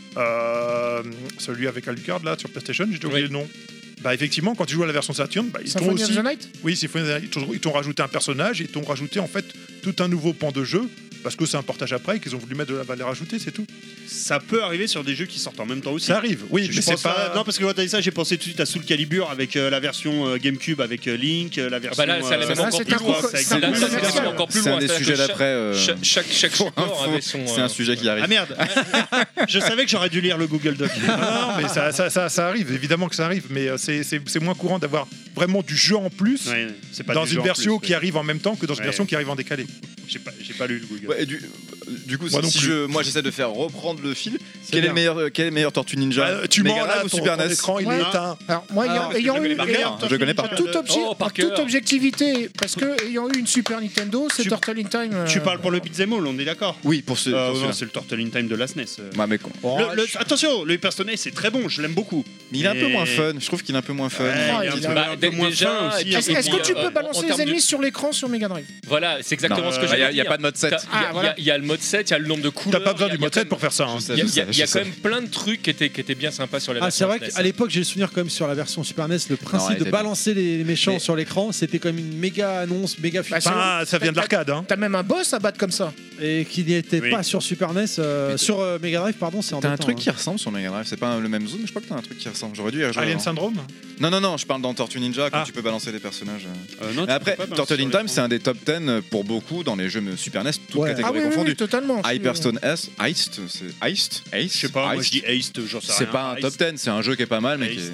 euh, celui avec Alucard là sur PlayStation, j'ai oublié Oui. le nom. Bah effectivement, quand tu joues à la version Saturn, bah, ils t'ont Symphony of aussi, the Night. oui, Symphony of the Night, ils t'ont- ils t'ont rajouté un personnage, et ils t'ont rajouté en fait tout un nouveau pan de jeu parce que c'est un portage après et qu'ils ont voulu mettre de la valeur ajoutée, c'est tout. Ça peut arriver sur des jeux qui sortent en même temps aussi. Ça arrive, oui, Je mais c'est pense pas. Non, parce que quand t'as dit ça, j'ai pensé tout de suite à Soul Calibur avec euh, la version euh, GameCube avec euh, Link, euh, la version. Ah bah là, ça allait euh, même ça, encore c'est plus un loin. conco- ça c'est un Là, ça, concours c'est commercial. encore plus C'est loin. un des C'est-à-dire sujets que d'après. euh, Chaque, chaque, chaque pour support info, avait son. C'est un euh, sujet qui arrive. Ah merde Je savais que j'aurais dû lire le Google Doc. Non, non, mais ça, ça, ça, ça arrive, évidemment que ça arrive, mais euh, c'est- c'est c'est moins courant d'avoir vraiment du jeu en plus Ouais, c'est pas dans du jeu une en version plus, qui ouais. arrive en même temps que dans une Ouais. version qui arrive en décalé. J'ai pas, j'ai pas lu le Google. Ouais, et du, du coup, Moi non si plus. je, moi j'essaie de faire reprendre le fil, quel est, bien. le meilleur, euh, quel est le meilleur Tortue Ninja Bah, tu Mega mens Drive là, ou ton, Super ton N E S écran il Ouais. est éteint. Alors, moi, ayant, Ah, parce que ayant je eu. connais par ayant- cœur. Je le connais par en cœur. toute, obje- Oh, par en toute cœur. objectivité, parce que ayant eu une Super Nintendo, c'est Tu- Turtle in Time. euh, Tu parles pour le Beat'em All, on est d'accord. Oui, pour ce. Euh, pour non, celui-là. c'est le Turtle in Time de la S N E S. euh. Ouais, mais, con- Le- le- attention, le Hyperstone Heist, c'est très bon, je l'aime beaucoup. mais il est un peu Et- moins fun. Je trouve qu'il est un peu moins fun. Ouais, il il est un a- peu- Bah, un peu dé- moins déjà, fin aussi. et puis- Est-ce et est-ce puis, que tu euh, peux en- balancer en les termes ennemis de- sur l'écran sur Mega Drive? Voilà, c'est exactement Non, ce que Il n'y j'allais a, il y a dire. pas de mode sept. T'as- Il y a- Ah, voilà. il y a le mode sept, il y a le nombre de couleurs. T'as pas besoin il y a- du il y a mode sept quand pour faire ça. hein. Je sais, Il y a, je il y a- sais, il y a je quand sais. même plein de trucs qui étaient, qui étaient bien sympas sur la Ah, c'est version vrai S N E S. qu'à l'époque, j'ai le souvenir quand même sur la version Super N E S, le principe elle de était balancer les les méchants Mais- sur l'écran, c'était comme une méga annonce, méga Bah, future, Ah, ça vient de l'arcade. Hein. T'as même un boss à battre comme ça. et qui n'était Oui. pas sur Super N E S, euh, Mais sur euh, Mega Drive, pardon, c'est T'as un embêtant, truc hein. qui ressemble sur Mega Drive, c'est pas le même zone, mais je crois que t'as un truc qui ressemble. J'aurais dû y rejouer Alien avant. Syndrome. Non, non, non, je parle dans Tortue Ninja quand Ah. tu peux balancer des personnages. Euh, non, tu Mais après, peux pas balancer Turtle sur in Time, l'écran. c'est un des top dix pour beaucoup dans les jeux Super N E S, toutes Ouais. Ah catégories oui, oui, confondues. oui, totalement. je suis- Hyperstone S, Heist, c'est Heist, Heist. Je sais pas, moi Heist. je dis Heist, j'en sais rien. C'est pas un top Heist. dix, c'est un jeu qui est pas mal, mais qui est- Heist. qui est pas-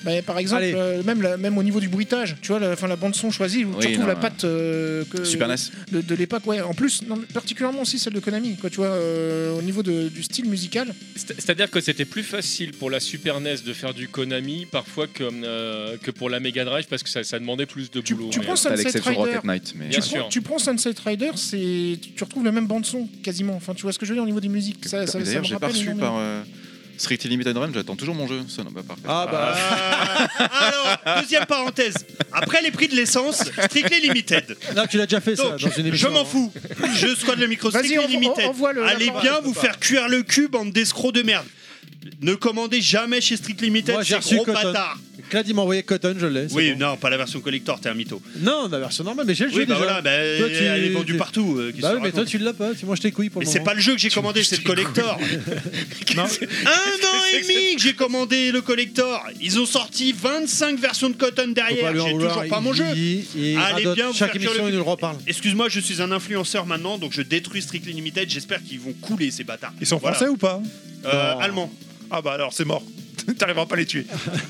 Bah, par exemple, Allez. euh, même, la- même au niveau du bruitage, tu vois, la, enfin, la bande son choisie, où Oui, tu retrouves non, la ouais. patte euh, que, Super N E S. de, de l'époque. Ouais. En plus, non, mais particulièrement aussi celle de Konami, quoi, tu vois, euh, au niveau de- du style musical. C'est- C'est-à-dire que c'était plus facile pour la Super N E S de faire du Konami parfois que, euh, que pour la Mega Drive parce que ça, ça demandait plus de Tu- boulot. tu Mais- prends À Sunset l'exception de Rider. Rocket Knight. Mais... Bien tu, sûr. prends, tu prends Sunset Rider, c'est tu retrouves la même bande son quasiment. Enfin, tu vois ce que je veux dire au niveau des musiques. Ça, ça, ça D'ailleurs, me j'ai pas rappelle reçu énormément. par euh, Strictly Limited Run, j'attends toujours mon jeu. Ça, non, bah, parfait. Ah bah. Ah, alors, deuxième parenthèse. Après les prix de l'essence, Strictly Limited. Là, tu l'as déjà fait ça Donc, dans une émission. je m'en fous. Je squatte le micro. Vas-y, Strictly envo- Limited. envoie le- Allez la- bien la- vous la- faire cuire le cul, bande d'escrocs de merde. Ne commandez jamais chez Strictly Limited, Moi, j'ai c'est reçu gros Cotton. bâtard. Clad, il m'a envoyé Cotton, je l'ai. c'est Oui, bon. non, pas la version collector, t'es un mytho. Non, la version normale, mais j'ai le jeu Oui, bah déjà. voilà, bah, Toi, tu- elle est vendue partout. euh, qu'est-ce Bah que oui, mais tu toi, racontes tu l'as pas. Tu manges tes couilles pour Mais le c'est moment. pas le jeu que j'ai commandé, c'est le collector. Non, Un an et demi que j'ai commandé le collector. Ils ont sorti vingt-cinq versions de Cotton Faut pas derrière. lui en J'ai vouloir, toujours pas mon il- jeu. il- il Allez radote. bien vous Chaque faire cuire émission, le il nous le reparle. Excuse-moi, je suis un influenceur maintenant, donc je détruis Strictly Limited. J'espère qu'ils vont couler ces bâtards. ils sont Voilà. français ou pas? Euh, Non. Allemands. Ah bah alors c'est mort. T'arriveras pas à les tuer.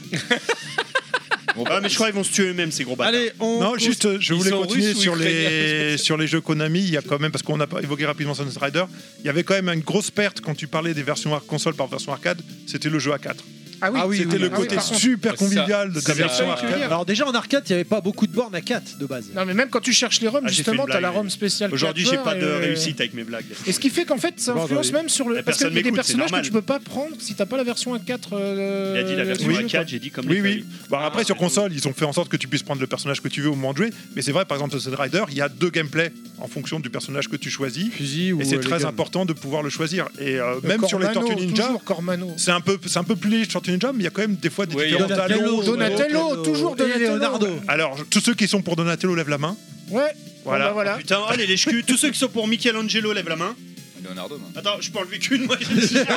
Bon, Ah, mais je crois qu'ils vont se tuer eux-mêmes, ces gros bâtards. Allez, on. Non, juste, euh, je Ils voulais sont continuer russes ou sur les, ukrainiens sur les jeux Konami. Il y a quand même, parce qu'on a pas évoqué rapidement Sunset Rider, il y avait quand même une grosse perte quand tu parlais des versions ar- console par version arcade. C'était le jeu A quatre. Ah oui, Ah oui, C'était oui, le ah côté par contre. super Ça- convivial de ça- ta version ça- arcade. dire. Alors, déjà en arcade, il n'y avait pas beaucoup de bornes à quatre de base. Non, mais même quand tu cherches les ROMs, Ah, j'ai fait justement, une t'as la blague, ROM mais- spéciale. Aujourd'hui, quatre j'ai pas de heures et- réussite avec mes blagues. Et ce qui fait qu'en fait, ça Bon, influence bah, même sur le. La Parce qu'il personne y a des m'écoute, c'est personnages que normal. tu peux pas prendre si t'as pas la version A quatre. euh, Il a dit la version du A jeu, quatre, j'ai dit comme Oui, les oui. feuilles. Bon, après, Ah, sur c'est console, ils ont fait en sorte que tu puisses prendre le personnage que tu veux au moment de jouer. Mais c'est vrai, par exemple, Sunset Rider, il y a deux gameplays en fonction du personnage que tu choisis. Fusil ou. Et c'est euh, les très guns. important de pouvoir le choisir. Et euh, quoi. même sur les Cormano, Tortues Ninja, Toujours Cormano. c'est un peu, c'est un peu plus léger sur Tortues Ninja, mais il y a quand même des fois des Oui, différents Donatello, talents. Donatello, toujours et Donatello. Leonardo. Alors, tous ceux qui sont pour Donatello lèvent la main. Ouais, Voilà. voilà. voilà. Putain, oh les lèche-culs, tous ceux qui sont pour Michelangelo, lève la main. Leonardo, non. Attends, je peux enlever qu'une, moi. Je suis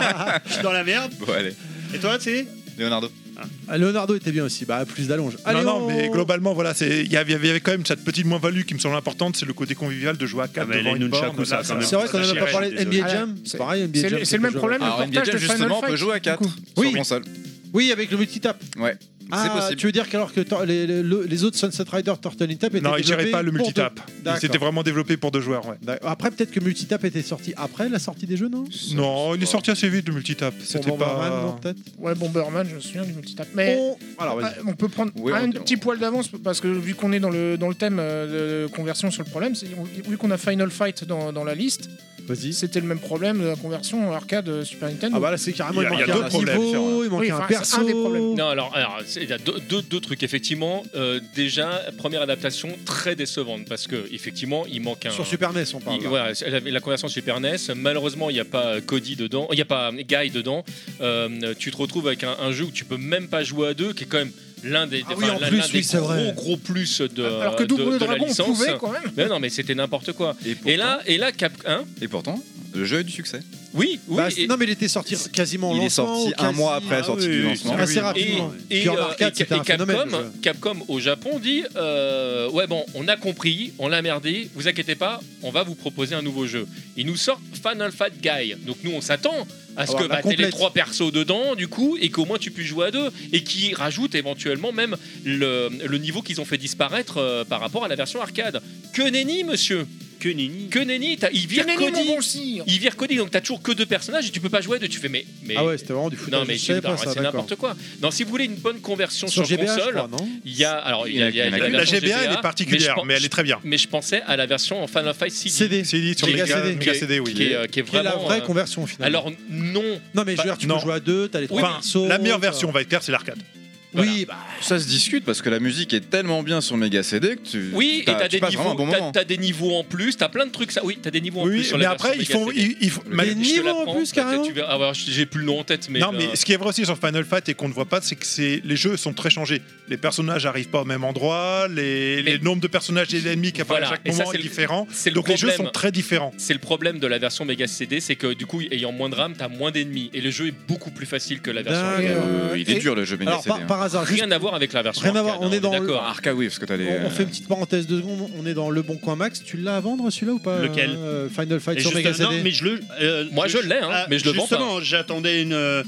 je suis dans la merde. Bon, allez. Et toi, tu sais Leonardo. Ah, Leonardo était bien aussi. Bah, plus d'allonge. Allez, non, non, on- mais globalement, voilà, c'est- il y avait il y avait quand même cette petite moins-value qui me semble importante, c'est le côté convivial de jouer à quatre Ah, mais devant les une borne. nunchakus, ça, Là, quand même. C'est vrai qu'on en a Ça, pas je parlé. suis N B A désolé. Jam, C'est- c'est pareil. N B A C'est Jam. le, c'est le même quelque problème. chose. Alors, le N B A portage Jam, de Final justement, on Fight, peut jouer à du quatre coup. Oui. sur console. Oui, avec le multitap. Ouais. Ah, C'est possible. tu veux dire qu'alors que tor- les, les- les autres Sunset Rider Turtle in Tap étaient Non, il gérait développés pas le pour multitap. deux- Il D'accord. s'était vraiment développé pour deux joueurs, ouais. D'accord. Après, peut-être que multitap était sorti après la sortie des jeux, non Non, il est sorti assez vite le multitap. Pour C'était Bomberman, non, pas. peut-être Ouais, Bomberman, je me souviens du multitap. Mais On- Alors, vas-y. ah, on peut prendre Ouais, un on- petit poil d'avance parce que vu qu'on est dans le, dans le thème euh, de conversion sur le problème, c'est- on- vu qu'on a Final Fight dans, dans la liste, Vas-y. c'était le même problème de la conversion arcade euh, Super Nintendo. Ah bah là, c'est carrément Il y a- il il y a manquait deux un problèmes niveau, différents. il manquait Oui, un enfin, c'est perso. un des problèmes. Non, alors, alors c'est- il y a deux, deux- deux trucs. Effectivement, euh, déjà, première adaptation très décevante parce que effectivement, il manque un. Sur Super N E S, on parle. il- là. voilà, c'est la, la conversion Super N E S. Malheureusement, il n'y a pas Cody dedans, il n'y a pas Guy dedans. Euh, tu te retrouves avec un, un jeu où tu peux même pas jouer à deux, qui est quand même l'un des, Ah oui, enfin, en l'un plus, des oui, c'est gros, vrai. gros plus de, Alors que de- Double de la Dragon licence. pouvait quand même. Mais non, mais c'était n'importe quoi. Et pourtant, Et là, et là, Cap, hein et pourtant, le jeu a eu du succès. Oui, oui. Bah, et- non, mais il était sorti quasiment au Il est lancement, sorti ou un quasi- mois après la Ah sortie oui, du oui, lancement. Assez oui. rapidement. Et, Puis en euh, arcade, et- c'était et un phénomène. Capcom, le jeu. Capcom au Japon dit euh, ouais bon, on a compris, on l'a merdé, vous inquiétez pas, on va vous proposer un nouveau jeu. Ils nous sortent Final Fight Guy. Donc nous on s'attend à ce Alors, que la bah, t'aies les complète. trois persos dedans du coup et qu'au moins tu puisses jouer à deux et qui rajoute éventuellement même le, le niveau qu'ils ont fait disparaître euh, par rapport à la version arcade. Que nenni monsieur, Que nini. que nenni, t'as- ils virent Kenny, mon Cody, bon sire. ils virent Cody donc t'as toujours que deux personnages et tu peux pas jouer à deux. Tu fais mais mais Ah ouais, c'était vraiment du foutage. non mais Je savais tu- pas non, ça, c'est d'accord. n'importe quoi. Non, si vous voulez une bonne conversion Sur sur, G B A, je console, crois, non il y a alors il y a, il y a- il y a La La version G B A, elle est mais particulière, je mais elle est très bien. mais je pensais à la version en Final Fight C D. C D. C D sur Mega Mega C D. Mega C D, oui. qui est, euh, qui est Qui est la vraiment. vraie euh, conversion finalement. alors non, non, mais je veux dire, tu non. peux jouer à deux, t'as les trois Enfin, persos. la meilleure t'as- version, on va être clair, c'est l'arcade. Oui, bah. Ça se discute parce que la musique est tellement bien sur Mega C D que tu. oui, et t'as- t'as tu des passes vraiment niveaux, un bon t'as, moment. t'as des niveaux en plus, t'as plein de trucs ça. Oui, t'as des niveaux en plus Oui, sur mais la après, version ils font. Mega C D. ils- ils font- Des mais- Je te niveaux en l'apprends, plus, peut-être carrément. tu verras. Ah, alors, j'ai plus le nom en tête, mais. Non, mais euh, ce qui est vrai aussi sur Final Fight et qu'on ne voit pas, c'est que c'est les jeux sont très changés. Les personnages n'arrivent pas au même endroit, les, Mais- les nombres de personnages et d'ennemis qui apparaissent Voilà, à chaque et ça, moment c'est est le- différent. c'est le Donc les jeux problème. sont très différents. C'est le problème de la version Mega C D, c'est que du coup, ayant moins de RAM, t'as moins d'ennemis et le jeu est beaucoup plus facile que la version D'accord. arcade. Euh, il est Et- dur le jeu Mega Alors, C D. par, hein. par hasard, juste. Rien à voir avec la version Rien à voir, arcade, on est hein, dans le- d'accord. Arcade, oui, parce que t'as les. On, on fait une petite parenthèse de secondes. On est dans le bon coin max. Tu l'as à vendre celui-là ou pas Lequel euh, Final Fight Et sur juste- Mega C D. non, mais je le. euh, Moi, je l'ai, hein, ah, mais je le vends Justement, j'attendais une. euh,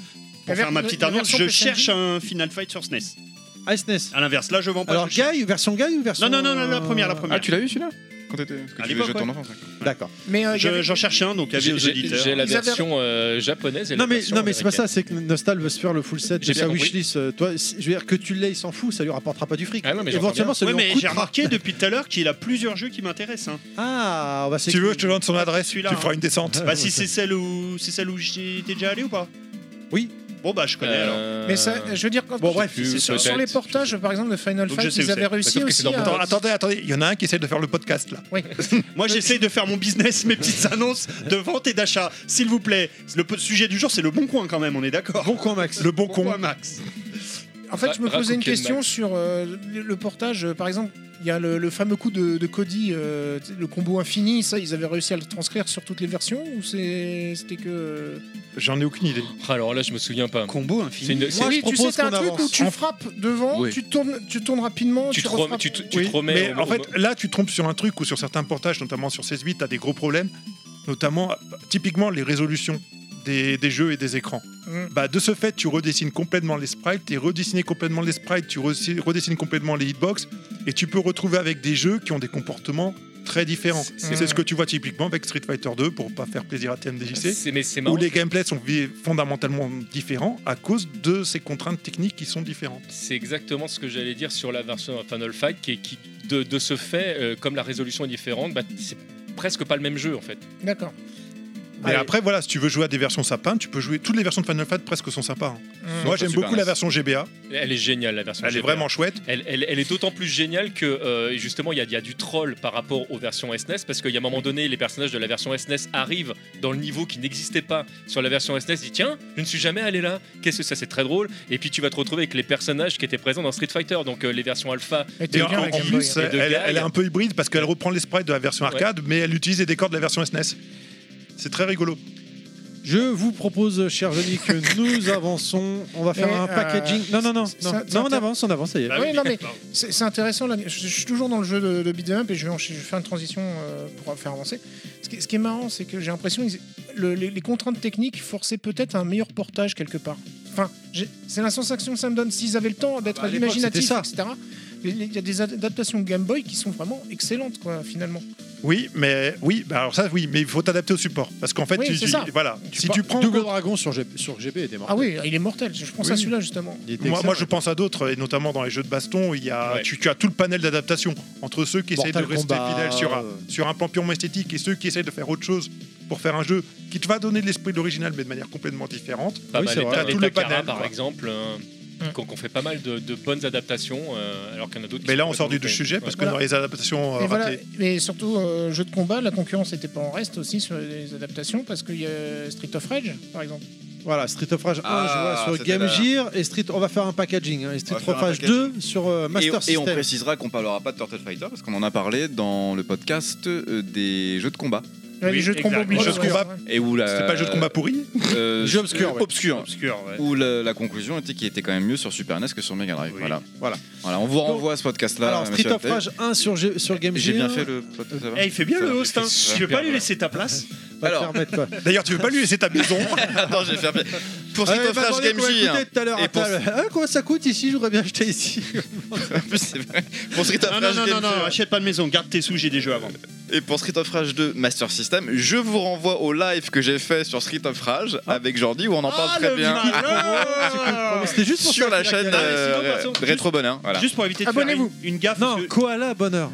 pour La faire ma ver- petite la annonce, version je P S N cherche un Final Fight sur S N E S. Ah, S N E S. À l'inverse, là je vends pas. Alors, je cherche. Guy, version Guy ou version. Non, non, non, non, la première, la première. Ah, tu l'as eu celui-là Quand t'étais. Parce que À tu l'époque, jouais ton ouais. enfance. ouais. D'accord. Mais euh, il y Je- avait- J'en cherche un, donc avis J'ai aux j'ai- auditeurs. j'ai la Ils avaient- version euh, japonaise et Non la mais, version non mais c'est pas ça, américaine. c'est que Nostal veut se faire le full set de J'ai sa bien compris. wishlist. Euh, Toi, si- je veux dire que tu l'aies, il s'en fout, ça lui rapportera pas du fric. Ah non, mais j'entends Éventuellement, ça Ouais, lui en mais j'ai coûtera. remarqué depuis tout à l'heure qu'il a plusieurs jeux qui m'intéressent. hein. Ah, on va Si tu veux, je te donne son adresse, Celui-là, tu hein. feras une descente. Bah si c'est celle où c'est celle où j'étais déjà allé ou pas? Oui. Bon bah je connais alors. Euh, Mais ça, je veux dire, quand- Bon, bref, plus, c'est sur, ça. sur les peut-être. portages, par exemple, de Final Donc, je Fight, sais où ils avaient c'est. réussi Sauf que c'est aussi dans à... Attends, attendez, attendez, il y en a un qui essaie de faire le podcast là. Oui. Moi j'essaye de faire mon business, mes petites annonces de vente et d'achat. S'il vous plaît, le po- sujet du jour c'est le bon coin quand même, on est d'accord. Bon coin, Max. Le bon con. coin Max. En fait, je me Ra- posais une Rakuten question Max. sur euh, le, le portage. euh, Par exemple, il y a le, le fameux coup de, de Cody, euh, tu sais, le combo infini. Ça, ils avaient réussi à le transcrire sur toutes les versions ou c'est- c'était que. J'en ai aucune idée. Alors là, je me souviens pas. Combo C'est infini. une- Moi, c'est- je oui, tu sais, propose c'est un qu'on truc avance. où tu En- frappes devant, Oui. tu, tournes, tu tournes rapidement, tu tu, te remets, refrappes. tu te, tu Oui, te remets mais au- en fait, au- là, tu te trompes sur un truc ou sur certains portages, notamment sur seize huit, tu as des gros problèmes, notamment typiquement les résolutions des, des jeux et des écrans. Mm. Bah, de ce fait, tu redessines complètement les sprites, et redessiner complètement les sprites, tu redessines redessines complètement les hitbox, et tu peux retrouver avec des jeux qui ont des comportements très différents. C'est- C'est ce que tu vois typiquement avec Street Fighter deux, pour pas faire plaisir à T M D J C, c'est mais c'est où marrant. les gameplays sont vi- fondamentalement différents à cause de ces contraintes techniques qui sont différentes. C'est exactement ce que j'allais dire sur la version Final Fight, qui, est- qui de, de ce fait, euh, comme la résolution est différente, bah, c'est presque pas le même jeu en fait. D'accord. Mais Allez. après, voilà, si tu veux jouer à des versions sapin, tu peux jouer. Toutes les versions de Final Fight presque sont sympas. hein. Mm. Moi, Sauf j'aime Super beaucoup N E S. la version G B A. Elle est géniale la version. Elle est G B A. vraiment chouette. Elle, elle- elle est d'autant plus géniale que euh, justement il y, a- il y a du troll par rapport aux versions S N E S parce qu'il y a un moment donné les personnages de la version S N E S arrivent dans le niveau qui n'existait pas sur la version S N E S. Ils disent tiens je ne suis jamais allé là, qu'est-ce que ça, c'est très drôle, et puis tu vas te retrouver avec les personnages qui étaient présents dans Street Fighter, donc euh, les versions alpha. Et Et t'es en, bien en avec Game plus, Boy, hein. Et de elle, Guy. elle est un peu hybride parce qu'elle reprend les sprites de la version Ouais. arcade, mais elle utilise les décors de la version S N E S. C'est très rigolo. Je vous propose, cher Johnny, que nous avançons. On va faire Et, un euh, packaging. Non, non, non. c'est- Non, c'est non on intér- avance, on avance, ça y est. Bah Oui, non, mais- pardon. C'est c'est intéressant, là. Je, je suis toujours dans le jeu de, de beat'em up et je vais, enchaîner- je vais faire une transition euh, pour faire avancer. Ce qui, ce qui est marrant, c'est que j'ai l'impression que le- les, les contraintes techniques forçaient peut-être un meilleur portage quelque part. Enfin, j'ai- c'est la sensation que ça me donne. S'ils avaient le temps d'être Bah, à l'époque, imaginatifs, c'était et cetera, il y a des adaptations Game Boy qui sont vraiment excellentes, quoi, finalement. Oui, mais oui, bah alors ça, oui, mais il faut t'adapter au support parce qu'en fait, Oui, tu, c'est tu- ça. voilà, Tu si par- tu prends Double Dragon sur, G... sur G B était mort. Ah oui, il est mortel. Je pense Oui. à celui-là, justement. Il était Moi, moi, je excellent. pense à d'autres, et notamment dans les jeux de baston, il y a, Ouais. tu, tu as tout le panel d'adaptation entre ceux qui essayent de Mortal rester Kombat, fidèles sur un, euh. sur un plan purement esthétique et ceux qui essayent de faire autre chose pour faire un jeu qui te va donner l'esprit de l'original mais de manière complètement différente. Pas Oui, mal, c'est les vrai. Ta- T'as les tout le Takara, panel, par quoi. exemple, euh, Mm. qu'on qu'on fait pas mal de, de bonnes adaptations, euh, alors qu'il y en a d'autres. qui Mais là, sont on sort du, complètement du sujet loupées. parce que Voilà. dans les adaptations euh, Et, voilà, ratées, et surtout, euh, jeu de combat, la concurrence n'était pas en reste aussi sur les adaptations parce qu'il y a Street of Rage, par exemple. Voilà, Street of Rage un, Ah, je vois sur c'était Game la- Gear et Street. On va faire un packaging. hein, et Street On va faire of un Rage packaging. deux sur euh, Et, Master et on System. précisera qu'on parlera pas de Turtle Fighter parce qu'on en a parlé dans le podcast euh, des jeux de combat. Ouais, Oui, les jeux de combat exact. obligés. Les jeux de combat. Et où la. c'était pas le jeu de combat pourri. euh, Jeu obscur, euh, ouais. obscur. Obscur, ouais. Où la, la conclusion était qu'il était quand même mieux sur Super N E S que sur Mega Drive. Oui. Voilà. Voilà. Voilà. On vous renvoie à ce podcast-là. Alors, Street monsieur of Altel. Rage un sur, G- sur Game J'ai Gear. bien fait le podcast. ça va Eh, il fait bien Ça le va, host, hein. j'ai fait Tu veux pas super lui bien. laisser ta place? Va te Alors. faire mettre, quoi. D'ailleurs, tu veux pas lui laisser ta maison. Attends, j'ai fait. Pour Ah, Street il of m'a Rage demandé Game combien Gear. coûtait tout à l'heure. Et à pour- table. Ah, combien ça coûte ici? J'aurais bien acheté ici. En plus, c'est vrai. Pour Street of Non, non, Rage non, non, Game non, Gear. achète pas de maison, garde tes sous, j'ai des jeux avant. Et pour Street of Rage deux Master System, je vous renvoie au live que j'ai fait sur Street of Rage avec Jordi où on en parle Ah, très le bien. malheur. C'était juste pour Sur ça la qu'il a chaîne calé. Ah, mais sinon, euh, de toute façon, Rétro Bonheur. Voilà. Juste pour éviter de faire Abonnez-vous. une, une gaffe. Non, parce que Koala Bonheur.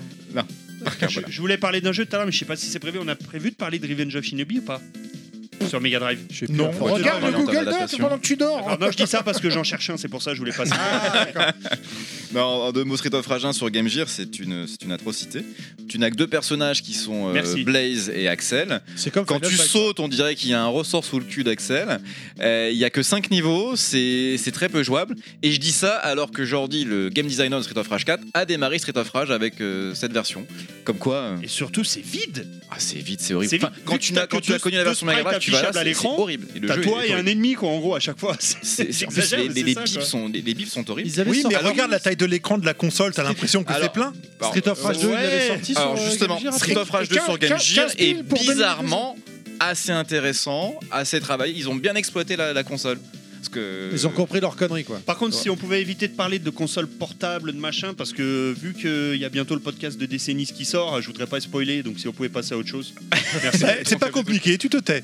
je, je voulais parler d'un jeu tout à l'heure, mais je sais pas si c'est prévu. On a prévu de parler de Revenge of Shinobi ou pas? Sur Mega Drive. Je sais plus. Non. Enfin, Regarde non, le non, t'as Google Doc l'adaptation. pendant que tu dors. Alors, non, je dis ça parce que j'en cherche un, c'est pour ça que je voulais passer. Non, en deux mots, Street of Rage un sur Game Gear, c'est une, c'est une atrocité. Tu n'as que deux personnages qui sont euh, Merci. Blaze et Axel. C'est comme Quand Final tu Fight. sautes, on dirait qu'il y a un ressort sous le cul d'Axel. Euh, Il y a que cinq niveaux, c'est c'est très peu jouable. Et je dis ça alors que Jordi, le game designer de Street of Rage quatre, a démarré Street of Rage avec euh, cette version. Comme quoi, euh, Et surtout, c'est vide. ah, c'est vite, c'est horrible. C'est Enfin, vite. quand Vu tu, que n'as- t'as quand que tu as deux- connu la deux version Mega Drive, sprites tu vas là, affichables à c'est l'écran. c'est horrible. Et le T'as jeu toi est et un horrible. ennemi, quoi, en gros, à chaque fois. C'est- C'est- c'est en plus, exagère, les, mais les, c'est les ça, bifs quoi. sont, les, les bifs sont horribles. Ils avaient Oui, mais sorti- regarde la taille de l'écran de la console, t'as l'impression que c'est Alors, plein. Street of Rage deux, il avait Ouais. sorti sur Alors euh, justement, Game Gear Street après. of Rage Et deux quinze- sur Game quinze Gear est piles pour deux mille bizarrement assez intéressant, assez travaillé. Ils ont bien exploité la, la console. Parce que Ils ont compris leur connerie, quoi. Par contre, si on pouvait éviter de parler de consoles portables, de machin, parce que vu qu'il y a bientôt le podcast de Décennies qui sort, je voudrais pas spoiler, donc si on pouvait passer à autre chose. Merci. Bah, c'est pas compliqué, tu te tais.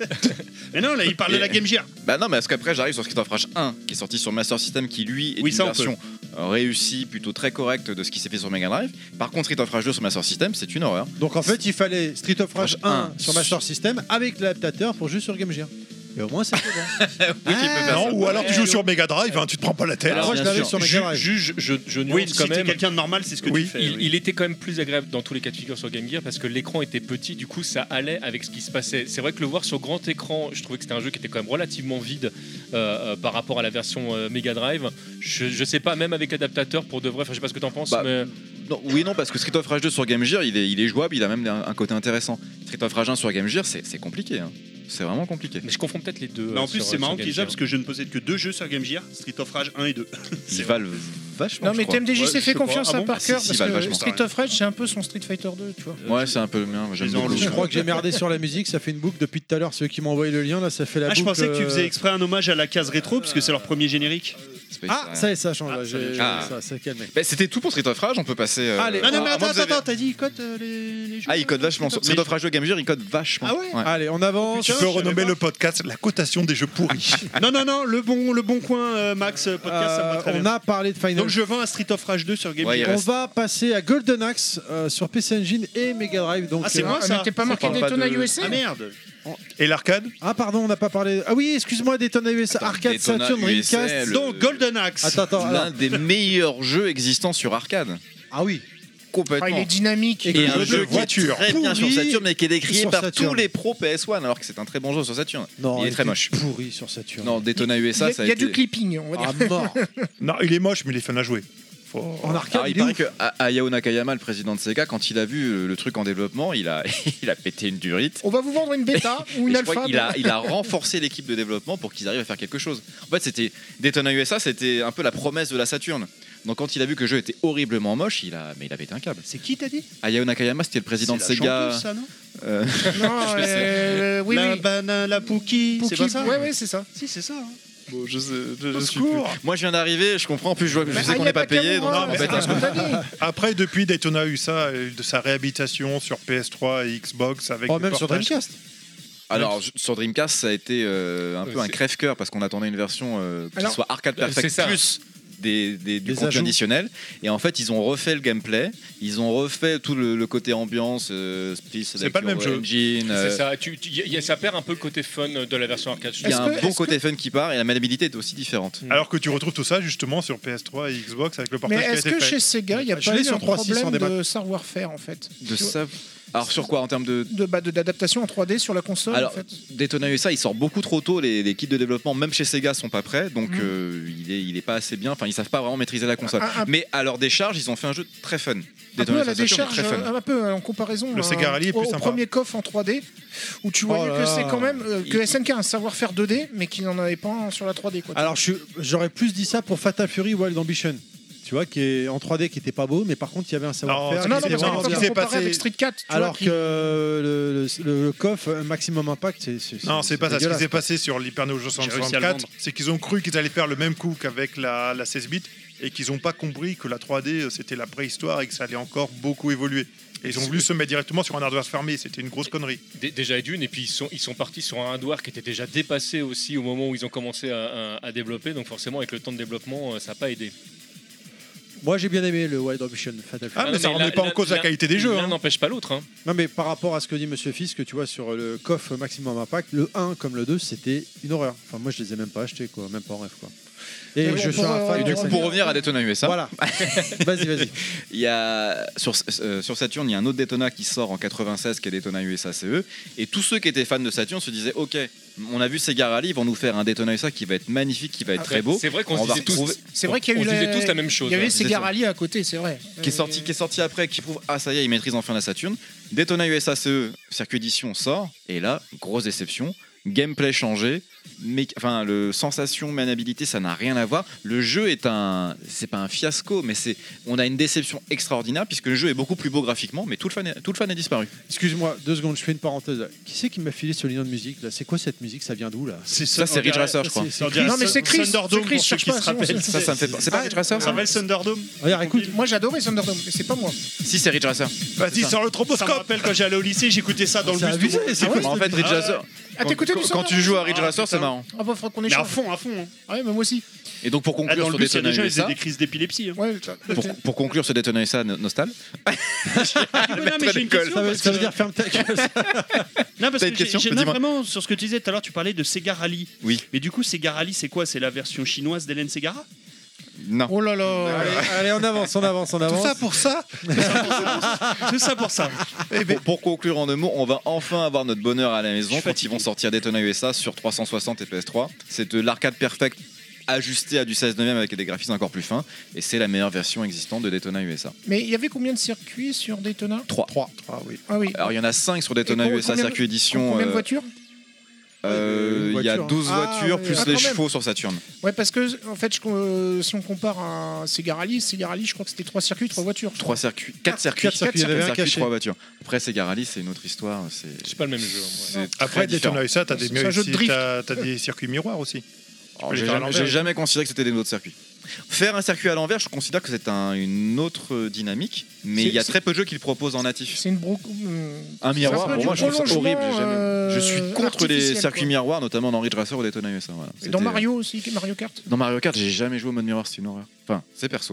Mais non, là, il parle de la Game Gear. Bah non, mais parce qu'après j'arrive sur Street of Rage un qui est sorti sur Master System, qui lui est Oui, une ça, on version réussie, plutôt très correcte de ce qui s'est fait sur Mega Drive. Par contre, Street of Rage deux sur Master System, c'est une horreur. Donc en fait, il fallait Street of Rage Rage un un. sur Master System avec l'adaptateur pour jouer sur Game Gear. Et au moins, c'était bon. Oui, tu peux faire Non, ça. ou alors tu joues sur Mega Drive, hein, tu te prends pas la tête. Alors, moi, je bien l'avais sûr. sur Mega Ju- Drive. Juge, je, je nuance Oui, si quand t'es même. quelqu'un de normal, c'est ce que Oui. tu fais. Il, oui. il était quand même plus agréable dans tous les cas de figure sur Game Gear parce que l'écran était petit, du coup ça allait avec ce qui se passait. C'est vrai que le voir sur grand écran, je trouvais que c'était un jeu qui était quand même relativement vide euh, euh, par rapport à la version euh, Mega Drive. Je, je sais pas, même avec l'adaptateur pour de vrai, enfin je sais pas ce que t'en penses, Bah, mais Non, oui, non, parce que Street of Rage deux sur Game Gear, il est, il est jouable, il a même un, un côté intéressant. Street of Rage un sur Game Gear, c'est c'est compliqué. Hein. C'est vraiment compliqué. mais je confonds peut-être les deux. Mais en euh, plus, sur- c'est marrant sur Game qu'ils Gear. parce que je ne possède que deux jeux sur Game Gear, Street of Rage un et deux. Ils valent vachement. Non, mais je crois. T M D J Ouais, s'est je fait sais pas. confiance Ah à bon Parker Si, si, parce bah, que vachement. Street of Rage, c'est un peu son Street Fighter deux, tu vois. Ouais, c'est un peu le mien. J'aime Ils ont beaucoup. enlevé. Je crois que j'ai merdé sur la musique, ça fait une boucle depuis tout à l'heure. Ceux qui m'ont envoyé le lien, là, ça fait la Ah, je boucle. pensais que tu euh, faisais exprès un hommage à la case rétro, parce que c'est leur premier générique. Space- Ah, ouais. ça y est, ça change. Ah, là, ça j'ai- vient de changer. ça, ça s'est calmé. Bah, c'était tout pour Street of Rage, on peut passer. euh, Allez. Non, non, mais Ah, attends, moi, vous attends, avez- t'as dit, il code euh, les, les jeux. Ah, il code vachement. Street Mais- of Rage deux Game Gear, il code vachement. Ah ouais Allez, on avance. Tu Putain, peux je savais renommer pas. le podcast La cotation des jeux pourris. Non, non, non, le bon, le bon coin, euh, Max, euh, podcast, ça me va Euh, très on bien. a parlé de Final. Donc je vends un Street of Rage deux sur Game Ouais, il Gear. On reste- va passer à Golden Axe euh, sur P C Engine et Mega Drive. Donc, Ah, c'est euh, moi, Ah, ça. mais t'es pas Ça marqué parle pas Daytona de- U S A Ah merde. Et l'arcade Ah, pardon, on n'a pas parlé. Ah oui, excuse-moi, Daytona U S A, Attends, Arcade, Daytona Saturn, U S A, Dreamcast. le- Donc Golden Axe. Attends, attends. alors- L'un des meilleurs jeux existants sur arcade. Ah oui. Complètement. Ah, il est dynamique. Et Et le un jeu jeu de qui est voiture très bien sur pourri Saturn, mais qui est décrié sur par Saturn. tous les pros P S un, alors que c'est un très bon jeu sur Saturn. Non, il est il très était moche. pourri sur Saturn. Non, Daytona U S Il y A, a, ça a il y a été... du clipping, on va dire. Ah, mort. Non, il est moche, mais il est fun à jouer. Faut... En arcade, Alors, il il est paraît ouf. que A- Hayao Nakayama, le président de Sega, quand il a vu euh, le truc en développement, il a, il a pété une durite. On va vous vendre une bêta ou Et une je crois alpha. qu'il a, il a renforcé l'équipe de développement pour qu'ils arrivent à faire quelque chose. En fait, c'était Daytona U S A, c'était un peu la promesse de la Saturn. Donc quand il a vu que le jeu était horriblement moche, il a, mais il a pété un câble. C'est qui t'as dit? Hayao Nakayama, c'était le président de C'est la Sega. chanteuse, ça, non euh, Non, euh, oui, La oui. banane, la Pookie, c'est Pookie, pas ça? ouais, ouais, c'est ça. Si, c'est ça. hein. bon, je sais, je, je Au suis secours. plus- Moi, je viens d'arriver, je comprends. En plus, je, vois- je Bah, sais ah, qu'on y a n'est pas pas payé. qu'à Donc, moi, non, mais c'est attends, ce qu'on t'a dit. Après, depuis Daytona U S A, et de sa réhabilitation sur P S trois et Xbox avec Oh, le même sur portage- Dreamcast. Alors, je- sur Dreamcast, ça a été euh, un peu Euh, un c'est- crève-cœur parce qu'on attendait une version euh, qui Alors, soit arcade euh, c'est perfect ça. plus des, des- du Des contenu ajouts. additionnel. Et en fait, ils ont refait le gameplay, ils ont refait tout le, le côté ambiance, euh, Space C'est pas le même jeu. Engine. euh, C'est ça. Tu, tu- y a- ça perd un peu le côté fun de la version arcade. je Il y a Est-ce un que- bon est-ce côté fun qui part et la maniabilité est aussi différente. Alors que tu retrouves tout ça justement sur P S trois et Xbox avec le Mais portage qui a est-ce été que fait. chez Sega, il n'y a Je pas l'ai eu sur un trois six cents problème des de savoir-faire en fait De Tu vois, ça. Alors sur quoi en termes de de, bah, de- d'adaptation en trois D sur la console Alors, en fait. Daytona U S A, il sort beaucoup trop tôt. Les, les kits de développement, même chez Sega, sont pas prêts. Donc Mhm. euh, il, est, il est pas assez bien. Enfin, ils savent pas vraiment maîtriser la console. Un- un- Mais à leur décharge, ils ont fait un jeu très fun. Un peu Daytona à la U S A Saturn, décharge, très fun. un, un peu en comparaison Le à- Sega Rally est plus au, au sympa. premier coffre en trois D, où tu voyais Oh que là c'est là. quand même euh, que S N K a un savoir-faire deux D, mais qui n'en avait pas sur la trois D. Quoi. Alors, je suis- j'aurais plus dit ça pour Fatal Fury Wild Ambition. Tu vois, qui est en trois D, qui était pas beau, mais par contre, il y avait un savoir-faire. Non, qui non, non, était mais c'est vraiment ce qui bien. s'est comparé passé- avec Street quatre. tu vois, Alors qui- que le, le, le- le coffre euh, Maximum Impact, c'est. c'est- Non, c'est pas ça. Ce qui dégueulasse, s'est quoi. passé sur l'Hyper Neo Geo J'ai réussi à le soixante-quatre, vendre. c'est qu'ils ont cru qu'ils allaient faire le même coup qu'avec la, la seize bits et qu'ils n'ont pas compris que la trois D euh, c'était la préhistoire et que ça allait encore beaucoup évoluer. Et ils ont voulu se mettre directement sur un hardware fermé, c'était une grosse connerie. Dé- Déjà d'une, et puis ils sont, ils sont partis sur un hardware qui était déjà dépassé aussi au moment où ils ont commencé à, à- à développer, donc forcément avec le temps de développement, euh, ça n'a pas aidé. Moi, j'ai bien aimé le Wild Ambition Fatal Fury. Ah, mais non, ça remet l'un- pas en cause la l'un- qualité des jeux. L'un hein. n'empêche pas l'autre. hein. Non, mais par rapport à ce que dit Monsieur Fisk, tu vois, sur le coffre Maximum Impact, le un comme le deux, c'était une horreur. Enfin, moi, je les ai même pas achetés, quoi. Même pas en rêve, quoi. Et Mais bon, je suis pour, un fan euh, de Du coup, Sega. pour revenir à Daytona U S A, Voilà. Vas-y, vas-y. il y a, sur, euh, sur Saturn, il y a un autre Daytona qui sort en quatre-vingt-seize qui est Daytona U S A C E. Et tous ceux qui étaient fans de Saturn se disaient ok, on a vu Sega Rally, ils vont nous faire un Daytona U S A qui va être magnifique, qui va être très beau. C'est vrai qu'on On se va disait tous. retrouver- C'est vrai qu'il y a on eu se disait la- tous la même chose. Il y avait hein. c'est Sega ça. Rally à côté, c'est vrai. qui est sorti, qui est sorti après, qui prouve ah ça y est, ils maîtrisent enfin la Saturn. Daytona U S A C E circuit édition sort et là grosse déception, gameplay changé, mais enfin le sensation maniabilité ça n'a rien à voir. Le jeu est un c'est pas un fiasco mais c'est on a une déception extraordinaire puisque le jeu est beaucoup plus beau graphiquement mais tout le fan est, tout le fan a disparu. Excuse-moi, deux secondes, je fais une parenthèse. Qui c'est qui m'a filé ce lien de musique là? C'est quoi cette musique? Ça vient d'où là? C'est Ça c'est Ridge Racer je crois. C'est- On dirait Non, mais c'est Chris, Thunderdome c'est Chris, pour ceux cherche qui pas, se sinon rappellent. c'est- Ça ça me fait pas c'est pas Ridge Racer Ça ça s'appelle Thunderdome. Regarde, écoute, Moi j'adorais Thunderdome, mais c'est pas moi. Si c'est Ridge Racer. Vas-y, sors le Ça me tromboscope. rappelle quand j'allais au lycée, j'écoutais ça dans le c'est bus. abusé, tout le monde- c'est Ah quoi ouais, En fait Ridge Ah ouais. Racer Ah, t'écoutais du quand, son quand tu joues à Ridge Ah, Racer c'est putain. marrant. Ah bah, faudra qu'on Mais à échange. fond, à fond. hein. Ah ouais, mais moi aussi. Et donc pour Ah, conclure dans le sur bus, il y a Daytona des gens, ils faisaient U S A des crises d'épilepsie. hein. Ouais, t'as- pour, pour conclure sur Daytona U S A no- Nostal. Ah, mais non, mais j'ai une question. ça veut, parce ça veut que- dire ferme ta gueule. Non, parce T'as une que j'ai- question j'ai- non, Dis-moi. vraiment, sur ce que tu disais tout à l'heure, tu parlais de Sega Rally. Oui. Mais du coup, Sega Rally, c'est quoi? C'est la version chinoise d'Hélène Ségara? Non. Oh là là. Allez, allez, on avance, on avance, on Tout avance. ça pour ça. C'est ça pour ça. Pour, pour conclure en deux mots, on va enfin avoir notre bonheur à la Je maison suis quand fatigué. ils vont sortir Daytona U S A sur trois cent soixante et P S trois. C'est de l'arcade perfect ajusté à du seize neuvième avec des graphismes encore plus fins et c'est la meilleure version existante de Daytona U S A. Mais il y avait combien de circuits sur Daytona? trois. Ah oui. Ah oui. Alors il y en a cinq sur Daytona Et co- U S A combien de- circuit édition. Combien de euh, voitures? euh, Une Il y a voiture. douze Ah, voitures oui, plus ah, les quand même. chevaux sur Saturn. Ouais, parce que en fait, je- euh, si on compare à Sega Rally, Sega Rally, je crois que c'était trois circuits, trois voitures. trois circuits, quatre circuits, quatre circuits, il y en avait un circuits, caché. trois voitures. Après Sega Rally, c'est une autre histoire. C'est C'est pas le même jeu. moi. c'est Après, très différent. Daytona U S A, t'as des, C'est un jeu de drift. t'as- t'as des circuits miroirs aussi. Alors, peux les J'ai faire à jamais, l'envers. j'ai jamais considéré que c'était des autres circuits. Faire un circuit à l'envers, je considère que c'est un- une autre euh, dynamique, mais C'est- il y a c'est- très peu de jeux qui le proposent en natif. C'est une bro... hum, Un c'est miroir, un peu pour du moi, je trouve ça prolongement, horrible. j'ai jamais- euh, Je suis contre les artificiel, circuits quoi. miroirs, notamment dans Ridge Racer ou Daytona U S A. Voilà. Et dans C'était- Mario aussi, Mario Kart. Dans Mario Kart, j'ai jamais joué au mode miroir, c'est une horreur. Enfin, c'est perso.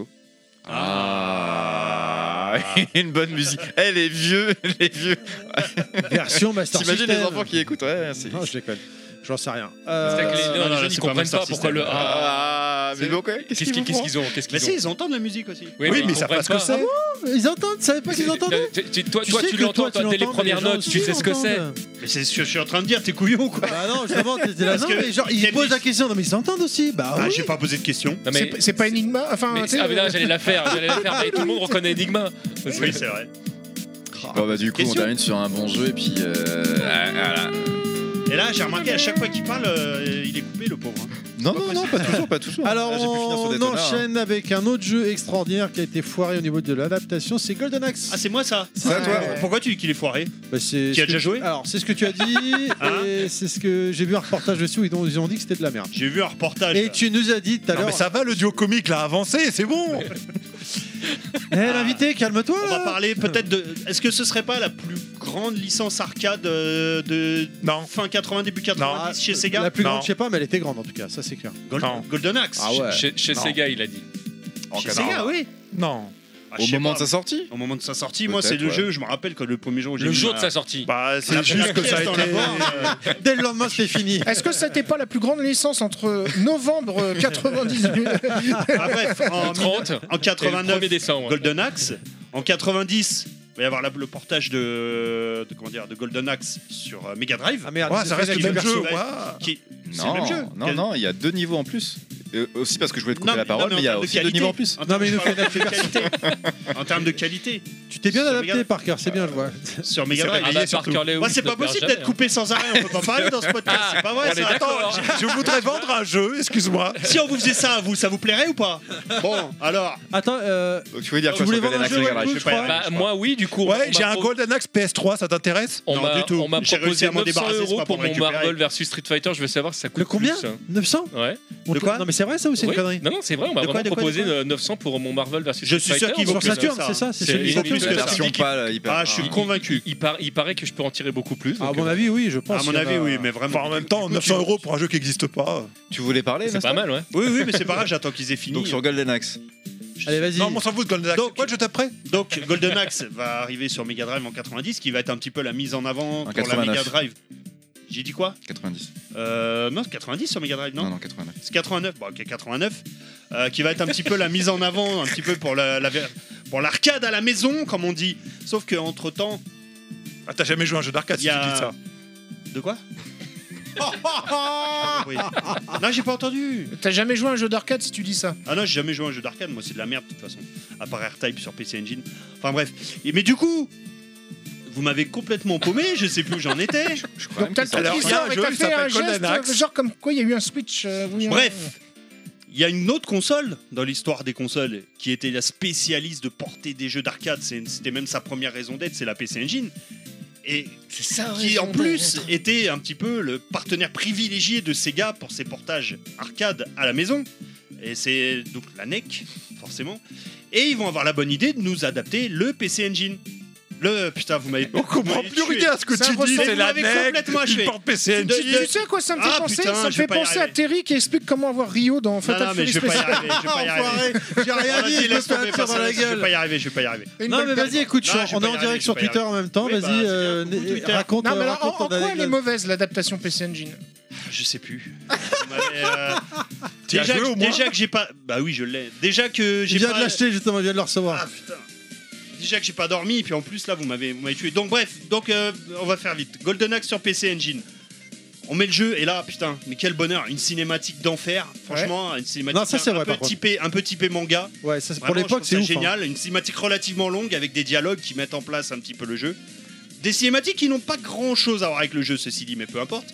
Ah, une bonne musique. Eh, les vieux, les vieux. Version Master T'imagines System. les enfants qui écoutent, ouais, c'est. Non, je déconne. J'en sais rien. C'est vrai que les, Euh, non, non, les non, jeunes c'est ils pas comprennent Master pas pourquoi le. System. Ah, Ah, mais c'est- bon, qu'est-ce Qu'est-ce qu'ils qu'ils vont qu'est-ce qu'ils ont Qu'est-ce Mais qu'ils si, ont ils entendent la musique aussi. Oui, Oui, ils mais ils savent pas comprennent ce que c'est. Ils entendent, tu savais pas qu'ils entendaient? Tu- tu- Toi, Tu toi, sais tu que l'entends toi, tu dès les l'entends, mais premières les gens notes, tu aussi sais ce que c'est. l'entendent. Mais c'est ce que je suis en train de dire, t'es couillon quoi. Bah non, justement, t'étais là. Parce Non, que- mais genre, ils Quel posent dit- la question. Non, mais ils entendent aussi. Bah Ah, oui. j'ai pas posé de question. Non, mais- C'est c'est pas Enigma. Enfin, mais- tu sais, ah, mais là, euh, j'allais la faire, j'allais la faire, mais tout le monde reconnaît Enigma. Oui, c'est vrai. Bon, bah, du coup, on Question. termine sur un bon jeu et puis. euh, ah, voilà. Et là, j'ai remarqué à chaque fois qu'il parle, euh, il est coupé le pauvre. hein. Non, non, non, pas toujours, pas toujours. Alors, Là, j'ai pu finir sur on Daytona, hein. enchaîne avec un autre jeu extraordinaire qui a été foiré au niveau de l'adaptation. C'est Golden Axe. Ah, c'est moi ça. C'est à toi. Ouais. Pourquoi tu dis qu'il est foiré? Bah, c'est Qui a ce que- déjà joué Alors, c'est ce que tu as dit. Hein Et c'est ce que j'ai vu un reportage dessus. Ils ont, ils ont dit que c'était de la merde. J'ai vu un reportage. Et tu nous as dit tout à Non, l'heure. mais ça va, le duo comique l'a avancé, c'est bon. Eh, l'invité, calme-toi. On va là. parler peut-être de. Est-ce que ce serait pas la plus grande licence arcade euh, de Non. fin quatre-vingts, début quatre-vingt-dix chez Sega? La plus Non. grande, je sais pas, mais elle était grande en tout cas. Ça, c'est clair. Gold- Non. Golden Axe. Ah ouais. Chez, chez Non. Sega, il a dit. En Chez cadran. Sega, oui. Non. Ah, je Au sais moment pas. de sa sortie. Au moment de sa sortie, moi, c'est Peut-être, le ouais. jeu. Je me rappelle que le premier jour où j'ai Le vu jour ma- de sa sortie. Bah, la- c'est juste la que ça a pièce dans été. la barre, euh, Dès le lendemain, c'était fini. Est-ce que c'était pas la plus grande licence entre novembre quatre-vingt-dix-huit ah, bref, en, trente. en Et le quatre-vingt-neuf, premier décembre. Golden Axe. En quatre-vingt-dix, il va y avoir la- le portage de, de, comment dire, de Golden Axe sur euh, Mega Drive. Ah merde, Ouais, ils ça ont reste fait le la même version- jeu. ouais. ouais. Qui... C'est Non, le même jeu. non, Quel- non, il y a deux niveaux en plus. Euh, aussi parce que je voulais te couper Non, la mais- parole, non, mais il y a en termes de aussi deux qualité. niveaux en plus. En Non, termes mais il de- nous fait de qualité. En termes de qualité. Tu t'es bien Sur adapté, Mega- Parker, c'est bien, je vois. Sur Mega C'est Drive. Ah réveillé, bah, surtout. Parker Lewis Moi, c'est ne pas perd possible jamais, d'être coupé sans arrêt. On peut pas parler dans ce podcast. Ah, C'est pas vrai, on est ça. d'accord. Je voudrais vendre un jeu, excuse-moi. Si on vous faisait ça à vous, ça vous plairait ou pas? Bon, alors. Attends, euh, Donc tu voulais dire Tu quoi voulais sur vendre Golden un Axe jeu, Mega Drive ouais, Je vais pas y arriver, Bah, je moi, oui, du coup. on- Ouais, on j'ai m'a un pro- Golden Axe P S trois, ça t'intéresse? On Non, m'a du tout. on m'a J'ai réussi proposé à m'en neuf cents débarrasser, c'est euros pas pour pour mon récupérer. Marvel versus Street Fighter. Je veux savoir si ça coûte le combien plus, hein. neuf cents Ouais. On De te- quoi Non, mais c'est vrai ça ou c'est Oui. une connerie? Non, non, c'est vrai. On m'a De quoi, vraiment de quoi, proposé de quoi euh, neuf cents pour mon Marvel versus Je Street suis sûr Fighter. qu'ils vont Sur plus que Saturn, ça. c'est ça? C'est C'est- celui ils sur ont plus Saturn. que La ça. version pas hyper. Ah, je suis Il- convaincu. Il, par- il paraît que je peux en tirer beaucoup plus. À donc, mon euh, avis, oui, je pense. À mon il y en avis, a- oui, mais vraiment. Enfin, en même temps, neuf cents euros pour un jeu qui n'existe pas. Tu voulais parler C'est Nostal pas mal, ouais. Oui, oui, mais c'est pas grave, j'attends qu'ils aient fini. Donc sur Golden Axe. Allez, vas-y. Non, mais on s'en fout de Golden Axe. Donc- Ouais, je t'apprête. Donc Golden Axe va arriver sur Mega Drive en quatre-vingt-dix, qui va être un petit peu la mise en avant pour la quatre-vingt-neuf. Mega Drive. J'ai dit quoi? quatre-vingt-dix. euh, Non, c'est quatre-vingt-dix sur Mega Drive, non, Non, non, quatre-vingt-neuf. C'est quatre-vingt-neuf, bon, ok, quatre-vingt-neuf, euh, qui va être un petit peu la mise en avant, un petit peu pour la, la ver- pour l'arcade à la maison, comme on dit. Sauf que entre temps, Ah, t'as jamais joué à un jeu d'arcade il si y tu a dis ça. de quoi? Oui. Non, j'ai pas entendu. T'as jamais joué à un jeu d'arcade si tu dis ça? Ah non, j'ai jamais joué à un jeu d'arcade, moi c'est de la merde de toute façon. À part R-Type sur P C Engine. Enfin bref. Et, mais du coup, Vous m'avez complètement paumé, je sais plus où j'en étais. Je crois Donc t'as le même temps qu'ils qui sont- Alors, il y a sort un et jeu, t'as il fait un s'appelle geste, Golden Axe. genre comme quoi il y a eu un switch. euh, oui, Bref, euh, il y a une autre console dans l'histoire des consoles qui était la spécialiste de porter des jeux d'arcade. C'est- C'était même sa première raison d'être, c'est la P C Engine. Et c'est ça. qui en raison plus d'être. était un petit peu le partenaire privilégié de Sega pour ses portages arcade à la maison. Et c'est donc la N E C, forcément. Et ils vont avoir la bonne idée de nous adapter le P C Engine. Le putain, vous m'avez. On comprend plus rien à ce que Ça tu dis, ressemble- c'est vous la m'avez N E C, complètement il achevé. porte P C De- Engine. de- Tu sais à quoi ça me fait Ah, penser putain, Ça me je vais fait pas y penser à arriver. Terry qui explique comment avoir Rio dans Non, Fatal non, mais Fury je vais pas y Special. arriver. Je vais pas y arriver. Enfoiré, j'ai rien Ah, dit, vas-y, je me laisse fais un tomber, tir dans la personne- Je vais gueule. pas y arriver, je vais pas y arriver. Une Non belle mais paire. vas-y, écoute, Non, je- je vais on est pas y en arriver, direct je sur vais pas y Twitter en même temps, Oui, bah, vas-y, c'est bien, euh, coucou, né- Twitter. raconte Non, mais alors, raconte en, ton en quoi elle est anecdote. mauvaise l'adaptation P C Engine? Je sais plus. Vous m'avez, euh, Tu as déjà, joué au que- moins déjà que j'ai pas. Bah oui, je l'ai. Déjà que Je j'ai viens pas. de l'acheter justement, je viens de le recevoir. Ah putain. Déjà que j'ai pas dormi, et puis en plus là vous m'avez vous m'avez tué. Donc bref, donc euh, on va faire vite. Golden Axe sur P C Engine. On met le jeu et là putain, mais quel bonheur, une cinématique d'enfer. Franchement, une cinématique Non, ça, c'est un, vrai, un peu par contre. typé, un peu typé manga. Ouais, ça c'est pour Vraiment, l'époque, je c'est trouve ouf. ça hein. génial, une cinématique relativement longue avec des dialogues qui mettent en place un petit peu le jeu. Des cinématiques qui n'ont pas grand chose à voir avec le jeu, ceci dit, mais peu importe.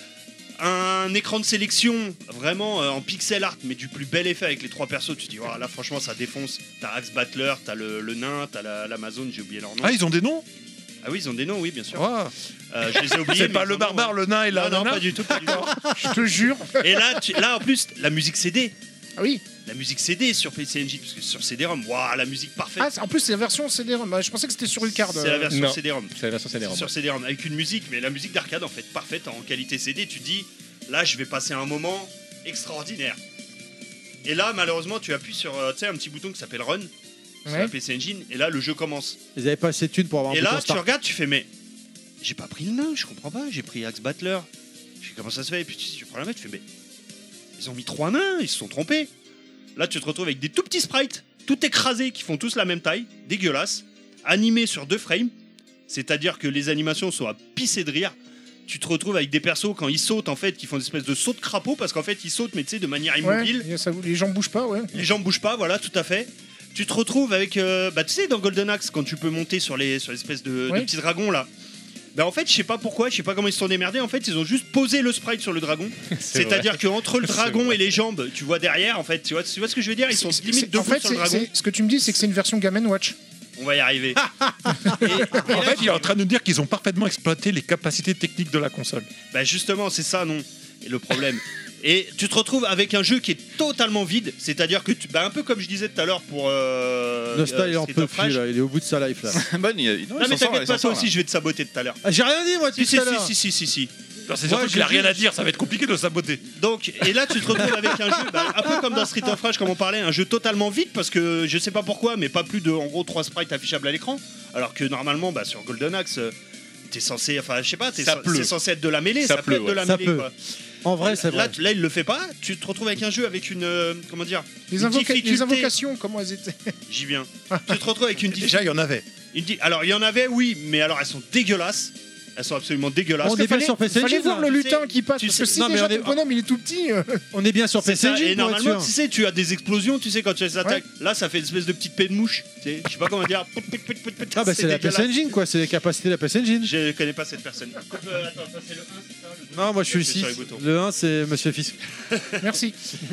Un écran de sélection vraiment euh, en pixel art, mais du plus bel effet avec les trois persos. Tu te dis, oh, là franchement ça défonce. T'as Axe Battler, t'as le, le nain, t'as la- l'Amazon, j'ai oublié leur nom. Ah, ils ont des noms Ah oui, ils ont des noms, oui, bien sûr. Ah. Euh, je les ai oubliés. C'est mais pas ils le en ont, barbare, ouais. le nain et la Non, non, nana pas du tout, pas du tout. Je te jure. Et là, tu- là, en plus, la musique C D. Ah oui. La musique C D sur P C Engine, parce que sur C D-ROM, waouh, la musique parfaite. Ah, c'est- en plus, c'est la version C D-ROM. Bah, je pensais que c'était sur Ulcard. C'est la version Non. C D-ROM. C'est la version C D ROM. Sur C D-ROM, avec une musique, mais la musique d'arcade en fait, parfaite en qualité C D. Tu te dis, là, je vais passer un moment extraordinaire. Et là, malheureusement, tu appuies sur euh, tu sais, un petit bouton qui s'appelle Run sur Ouais. la P C Engine, et là, le jeu commence. Ils avaient pas assez de thunes pour avoir un Et bouton là, tu start. regardes, tu fais, mais j'ai pas pris le nain, je comprends pas, j'ai pris Axe Battler. Je fais, comment ça se fait? Et puis tu, tu prends la main, tu fais, mais ils ont mis trois nains, ils se sont trompés. Là, tu te retrouves avec des tout petits sprites, tout écrasés, qui font tous la même taille, dégueulasses, animés sur deux frames, c'est-à-dire que les animations sont à pisser de rire. Tu te retrouves avec des persos, quand ils sautent, en fait, qui font des espèces de sauts de crapaud, parce qu'en fait, ils sautent, mais tu sais, de manière Ouais, immobile. et ça, les gens bougent pas, ouais. Les jambes bougent pas, voilà, tout à fait. Tu te retrouves avec, euh, bah tu sais, dans Golden Axe, quand tu peux monter sur les sur l'espèce de, de Oui. petits dragons là. Bah en fait, je sais pas pourquoi, je sais pas comment ils se sont démerdés. En fait, ils ont juste posé le sprite sur le dragon. C'est-à-dire qu'entre le C'est dragon vrai. et les jambes, tu vois derrière, en fait, tu vois, tu vois ce que je veux dire? Ils sont C'est- limite c'est- debout en fait, sur le c'est- dragon. c'est- ce que tu me dis, c'est que c'est une version Game and Watch. On va y arriver. et, et En là, fait, tu- il est en train de nous dire qu'ils ont parfaitement exploité les capacités techniques de la console. Bah justement, c'est ça, non, et le problème. Et tu te retrouves avec un jeu qui est totalement vide, c'est-à-dire que tu, bah un peu comme je disais tout à l'heure pour euh, Nostal, il euh, en Street peut of plus Rage. là, il est au bout de sa life là. Bonne, il- non, Non il mais s'en sort, t'inquiète il pas, s'en toi sort, aussi, là. je vais te saboter tout à l'heure. Ah, j'ai rien dit moi Si, tout si, à l'heure. si, si, si, si, si. Alors, C'est Moi, surtout je qu'il a dis- rien à dire, ça va être compliqué de saboter. Donc, et là, tu te retrouves avec un jeu, bah, un peu comme dans Street of Rage, comme on parlait, un jeu totalement vide parce que je sais pas pourquoi, mais pas plus de, en gros, trois sprites affichables à l'écran. Alors que normalement, bah, sur Golden Axe, euh, t'es censé, enfin, je sais pas, t'es Ça cen- pleut. c'est censé être de la mêlée, Ça ça, pleut, peut être de la Ça mêlée. peut. Quoi. En vrai, c'est Là, vrai. tu- là, il le fait pas. Tu te retrouves avec un jeu avec une, euh, comment dire, Les, Une invoca- difficulté. les invocations, comment elles étaient? j'y viens. Tu te retrouves avec une difficulté. Déjà, il y en avait. une di- Alors, il y en avait, oui, mais alors elles sont dégueulasses. Elles sont absolument dégueulasses. On est bien Fallait- sur P C Fallait Engine, voir là. le Tu lutin sais- qui passe, tu parce que sais- si non, mais déjà on est- ton bonhomme il est tout petit. euh, On est bien sur C'est P C ça, Engine et pour être normalement, sûr. tu sais, tu as des explosions, tu sais, quand tu les attaques. Là, ça fait une espèce de petite paix de mouche. Tu sais, je sais pas comment dire. Ah bah c'est la P C dégueulasse. Engine quoi, c'est les capacités de la P C Engine. Je connais pas cette personne. Euh, attends, ça c'est le un, c'est ça le deux Non, moi je suis le Je six. sur les boutons. Le un c'est Monsieur Fisk. Merci.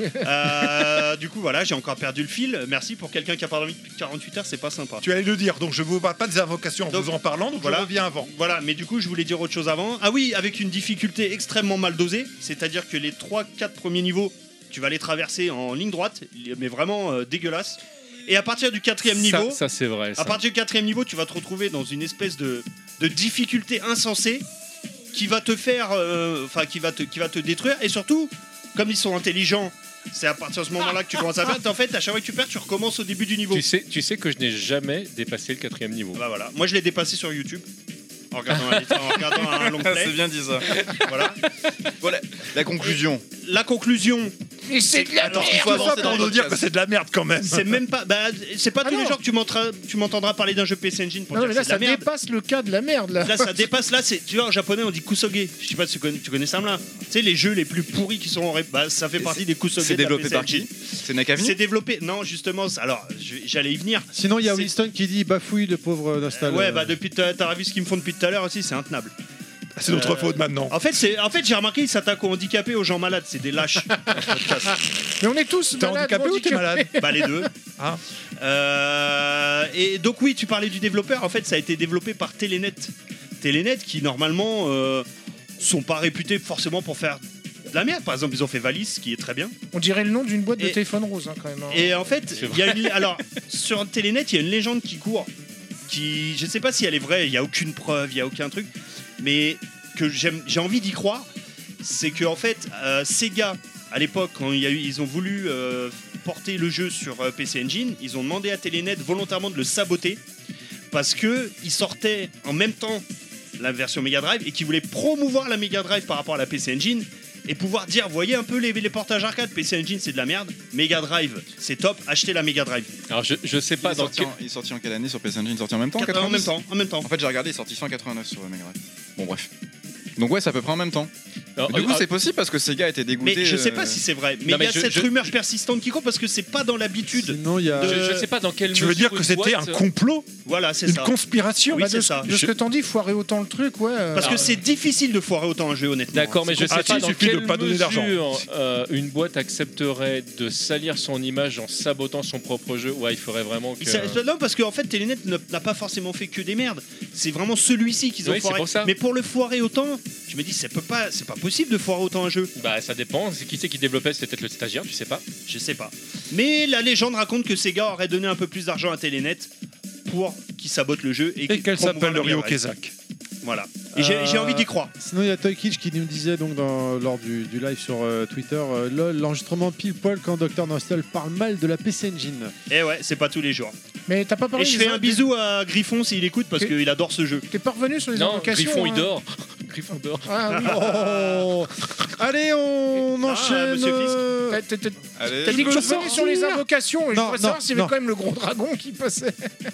Euh, du coup, voilà, j'ai encore perdu le fil. Merci pour quelqu'un qui a pas dormi depuis quarante-huit heures, c'est pas sympa. Tu allais le dire, donc je vous parle pas des invocations en Donc, vous en parlant, donc voilà. je reviens avant. Voilà, mais du coup, je voulais dire autre chose avant. Ah oui, avec une difficulté extrêmement mal dosée, c'est-à-dire que les trois quatre premiers niveaux, tu vas les traverser en ligne droite, mais vraiment euh, dégueulasse. Et à partir du quatrième niveau, Ça, ça, c'est vrai. ça. à partir du quatrième niveau, tu vas te retrouver dans une espèce de, de difficulté insensée qui va te faire, euh, enfin qui va te, qui va te détruire. Et surtout, comme ils sont intelligents, c'est à partir de ce moment-là que tu commences à perdre. En fait, à chaque fois que tu perds, tu recommences au début du niveau. Tu sais, tu sais que je n'ai jamais dépassé le quatrième niveau. Bah voilà. Moi, je l'ai dépassé sur YouTube. En regardant un, en regardant un long play. C'est bien dit ça. Voilà. Voilà, la conclusion. La conclusion, Et c'est de la Attends, merde. il faut Tout ça avancer dans pour le nous dire que podcast. c'est de la merde quand même. C'est même pas. Bah, c'est pas Ah tous les non. jours que tu m'entras- tu m'entendras parler d'un jeu P C Engine pour Non, dire mais que là, c'est de ça la merde. dépasse le cas de la merde, là. Là, ça dépasse. Là, c'est. Tu vois, en japonais, on dit kusoge. Je sais pas si tu connais, tu connais ça, là. Tu sais, les jeux les plus pourris qui sont en. ré- Bah, ça fait partie des kusoge. C'est de la développé P C par Engine. qui C'est Nakami C'est développé. Non, justement. c'est- Alors, je- j'allais y venir. Sinon, il y a C'est- Winston qui dit bafouille le pauvre Nostal. Ouais, bah depuis tout à- t'as vu ce qu'ils me font depuis tout à l'heure aussi, c'est intenable. C'est notre Euh, faute maintenant. En fait, c'est, en fait, j'ai remarqué, ils s'attaquent aux handicapés, aux gens malades, c'est des lâches. Podcast. Mais on est tous T'es malades. handicapé ou t'es malade Bah les deux. Ah. Euh, et donc oui, tu parlais du développeur. En fait, ça a été développé par Telenet. Telenet qui normalement euh, sont pas réputés forcément pour faire de la merde. Par exemple, ils ont fait Valise, qui est très bien. On dirait le nom d'une boîte de Et- téléphone rose, hein, quand même. hein. Et en fait, C'est il y a une, alors sur Telenet, il y a une légende qui court, qui, je sais pas si elle est vraie. Il y a aucune preuve, il y a aucun truc, mais que j'aime, j'ai envie d'y croire. C'est que en fait, euh, Sega à l'époque, quand il y a eu, ils ont voulu euh, porter le jeu sur euh, P C Engine, ils ont demandé à Telenet volontairement de le saboter parce que ils sortaient en même temps la version Mega Drive et qu'ils voulaient promouvoir la Mega Drive par rapport à la P C Engine et pouvoir dire, voyez un peu les, les portages arcade, P C Engine c'est de la merde, Mega Drive c'est top, achetez la Mega Drive. Alors je, je sais il pas est, dans sorti quel... en, il est sorti en quelle année sur P S Engine? Il est sorti en même temps en même quatre-vingt-dix temps, en même temps. En fait, j'ai regardé, il est sorti cent quatre-vingt-neuf sur le Mega Drive. Bon, bref. Donc, ouais, c'est à peu près en même temps. Alors, Mais du coup, alors, c'est possible parce que Sega était dégoûté. Mais je sais euh, pas si c'est vrai, mais il Non, y mais a je- cette je- rumeur je- persistante qui court parce que c'est pas dans l'habitude. Sinon, il y a. de- je, je sais pas dans quelle Tu veux mesure dire que une c'était un boîte- complot? Voilà, c'est Une ça. conspiration? Oui, Bah, c'est de, ça. de ce que t'en dis, foirer autant le truc, ouais. euh, Parce que c'est difficile de foirer autant un jeu, honnêtement. D'accord, mais je sais Ah, pas si, il dans suffit de quelle pas donner d'argent. mesure euh, une boîte accepterait de salir son image en sabotant son propre jeu. Ouais, il faudrait vraiment que... Ça- non, parce qu'en fait, Telenet n'a n'a pas forcément fait que des merdes. C'est vraiment celui-ci qu'ils ont Oui, c'est foiré. pour ça. Mais pour le foirer autant, je me dis, ça peut pas, c'est pas possible de foirer autant un jeu. Bah ça dépend, c'est qui c'est qui développait, c'était peut-être le stagiaire, tu sais pas. Je sais pas. Mais la légende raconte que Sega aurait donné un peu plus d'argent à Telenet pour qu'il sabote le jeu et, Et qu'il qu'elle promouvoie s'appelle la Ryo Mega Drive. Kezak. Voilà. Et j'ai Euh, j'ai envie d'y croire. Sinon, il y a Toy Kitsch qui nous disait donc dans, lors du, du live sur euh, Twitter euh, lol, l'enregistrement pile poil quand Docteur Nostal parle mal de la P C Engine. Et ouais, c'est pas tous les jours. Mais t'as pas parlé Et je des fais un in- bisou à Griffon s'il écoute parce Et- qu'il adore ce jeu. T'es pas revenu sur les Non, invocations. Griffon il hein. dort. Griffon dort. Ah oui. Oh Allez, on Ah, enchaîne. monsieur Fisk. euh, T'as- t'as- t'as- Allez, T'as dit que peux tu revenais sortir. sur les invocations et je Non, voudrais non, savoir s'il y avait non. quand même le gros dragon qui passait.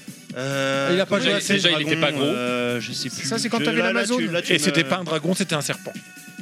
Euh, Il a pas comment joué il assez. s'appelle, Déjà, il était pas gros. euh, je sais plus. Ça, c'est quand Je- t'avais là, là, l'Amazon. tu- là, tu Et me- c'était pas un dragon, c'était un serpent.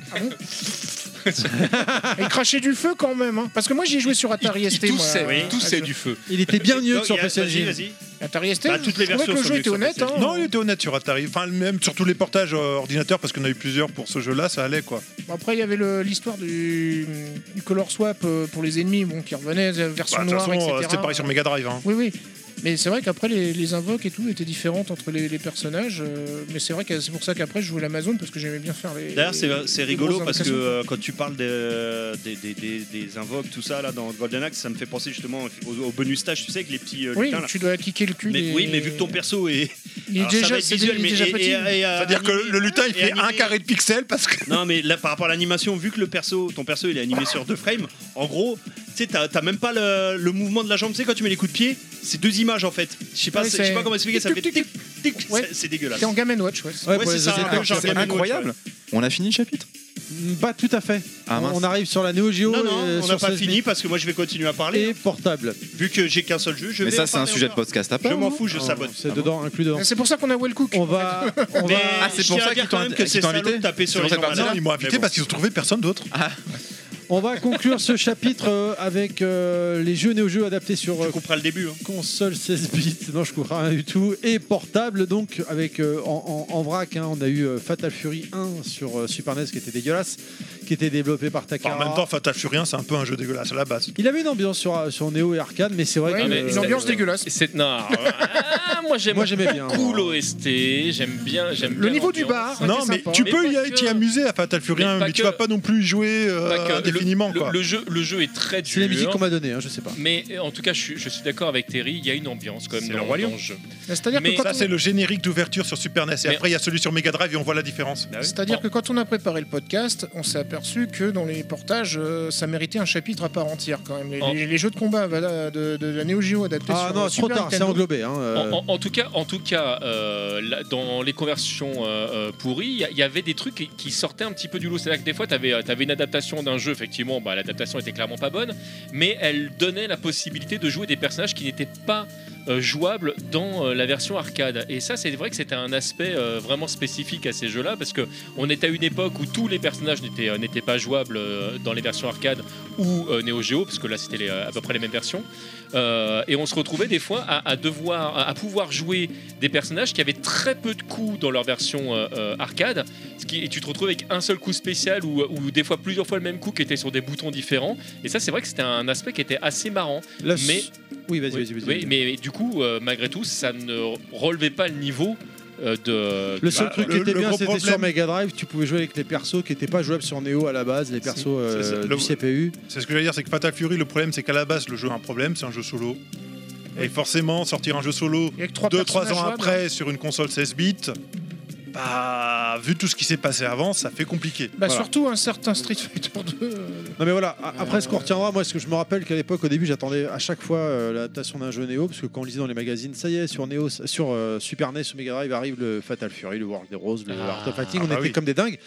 Il crachait du feu quand même. Hein. Parce que moi j'y ai joué sur Atari Il S T. moi. toussait, Oui. il toussait du feu. Il était bien mieux Donc, que sur il y a- P C vas-y, Engine. vas-y. Atari S T, Bah, toutes les je trouvais que versions le sont jeu mieux était sur honnête. P C. Hein. Non, il était honnête sur Atari. Enfin, même sur tous les portages euh, ordinateurs, parce qu'on a eu plusieurs pour ce jeu-là, ça allait quoi. Bon, après, il y avait le- l'histoire du, du color swap euh, pour les ennemis bon, qui revenait, euh, Bah, version De toute noire, façon, et cetera. euh, c'était pareil sur Mega Drive. Hein. Oui, oui. Mais c'est vrai qu'après, les, les invoques et tout étaient différentes entre les, les personnages. euh, mais c'est vrai que c'est pour ça qu'après, je jouais l'Amazon parce que j'aimais bien faire les. D'ailleurs, c'est, c'est les rigolo grosses parce que invocations. euh, quand tu parles des, des, des, des- des invoques, tout ça là dans Golden Axe, ça me fait penser justement au, au bonus stage, tu sais, avec les petits euh, Oui, lutins là. tu dois kicker le cul. Mais, des- oui, mais vu que ton perso est. Il est Alors, ça va déjà, être c'est visuel, il est mais- déjà et- petit. et- et, euh, C'est-à-dire que animé- le lutin, il et fait animé- un carré de pixels parce que. Non, mais là, par rapport à l'animation, vu que le perso, ton perso, il est animé sur deux frames, en gros, tu sais, t'as, t'as même pas le, le mouvement de la jambe. Tu sais, quand tu mets les coups de pied, c'est deux images en fait. Je sais pas, Ouais, c'est- je sais c'est- pas comment expliquer, ça fait tic, tic, tic. Ouais. C'est, c'est dégueulasse. T'es en Game and Watch, ouais. Ouais, Ouais, pour c'est les ça, auditeurs. un peu genre C'est Game and Watch, incroyable. On a fini le chapitre Pas tout à fait. Ah, on, mince. on arrive sur la Neo Geo Non, et non, on sur n'a pas seize fini bits parce que moi je vais continuer à et parler. portable. Vu que j'ai qu'un seul jeu, je Mais vais ça, en c'est un parler sujet de encore. podcast à Je part. m'en non fous, je Oh, sabote. C'est Ah dedans, inclus dedans. C'est pour ça qu'on a Well Cook. On va, on Mais va. Ah, c'est je pour tiens ça à dire qu'ils t'ont- quand même que qu'ils c'est t'ont salaud de invité taper sur C'est les pour gens cette Non, malades. ils m'ont Mais invité bon. parce qu'ils ont trouvé personne d'autre. On va conclure ce chapitre euh, avec euh, les jeux Neo Geo adaptés sur euh, Je couperai le début. hein. console seize bits, non je couperai rien du tout, et portable donc avec euh, en, en- en vrac, hein, on a eu euh, Fatal Fury un sur euh, Super N E S qui était dégueulasse, qui était développé par Enfin, Takara. en même temps, Fatal Fury un, c'est un peu un jeu dégueulasse à la base. Il avait une ambiance sur, euh, sur Neo et arcade, mais c'est vrai Ouais, que mais euh, une ambiance dégueulasse. C'est non. Ah, moi j'aime Moi, j'aimais bien, beaucoup moi. l'O S T, j'aime bien, j'aime Le bien niveau du l'ambiance. bar. Non, c'était mais sympa. tu Mais peux pas y, que- t'y amuser à Fatal Fury Mais un, pas mais tu que- vas pas non plus y jouer euh, Pas que- le- indéfiniment. le, quoi. le jeu, le jeu est très dur. c'est la musique qu'on m'a donnée, hein, je sais pas. Mais en tout cas, je suis, je suis d'accord avec Terry. Il y a une ambiance quand même C'est dans, le Roi Lion. dans le jeu. C'est-à-dire que Mais- quand Ça, on- c'est le générique d'ouverture sur Super N E S. Et Mais- après, il y a celui sur Mega Drive et on voit la différence. C'est-à-dire que quand on a préparé le podcast, on s'est aper- aperçu que dans les portages, euh, ça méritait un chapitre à part entière quand même. Les, En- les- les jeux de combat voilà, de, de la Neo Geo adaptés Ah sur non, euh, c'est trop Super tard, c'est Nintendo. englobé. Hein, euh. En, en- en tout cas, en tout cas euh, là, dans les conversions euh, euh, pourries, il y, a- il y avait des trucs qui, qui sortaient un petit peu du lot. C'est-à-dire que des fois, tu avais une adaptation d'un jeu, effectivement, bah, l'adaptation était clairement pas bonne, mais elle donnait la possibilité de jouer des personnages qui n'étaient pas euh, jouables dans euh, la version arcade. Et ça, c'est vrai que c'était un aspect euh, vraiment spécifique à ces jeux-là, parce qu'on était à une époque où tous les personnages n'étaient euh, n'étaient pas jouables euh, dans les versions arcade ou euh, Neo Geo, parce que là, c'était les- à peu près les mêmes versions. Euh, et on se retrouvait des fois à, à devoir, à, à pouvoir jouer des personnages qui avaient très peu de coups dans leur version euh, euh, arcade, ce qui, et tu te retrouves avec un seul coup spécial ou, ou des fois plusieurs fois le même coup qui était sur des boutons différents. Et ça, c'est vrai que c'était un aspect qui était assez marrant. Là, mais oui, vas-y, oui, vas-y, vas-y. oui, mais, mais du coup, euh, malgré tout, ça ne relevait pas le niveau euh, de. Le seul Bah, truc le- qui était le bien, gros c'était sur problème- Mega Drive, tu pouvais jouer avec les persos qui n'étaient pas jouables sur Neo à la base, les persos euh, c'est ça. du Le- C P U. C'est ce que j'allais dire, c'est que Fatal Fury, le problème, c'est qu'à la base, le jeu a un problème, c'est un jeu solo. Et forcément, sortir un jeu solo Et avec trois deux trois ans personnages jouables, après sur une console seize bits, bah, vu tout ce qui s'est passé avant, ça fait compliqué. Bah, Voilà. Surtout un certain Street Fighter deux. euh, Non mais voilà, a- après ce qu'on retiendra, moi ce que je me rappelle qu'à l'époque au début j'attendais à chaque fois euh, l'adaptation d'un jeu Neo, parce que quand on lisait dans les magazines, ça y est, sur Neo, sur euh, Super N E S, sur Mega Drive arrive le Fatal Fury, le World Heroes, le Ah, Art of Fighting, ah on bah était oui. comme des dingues.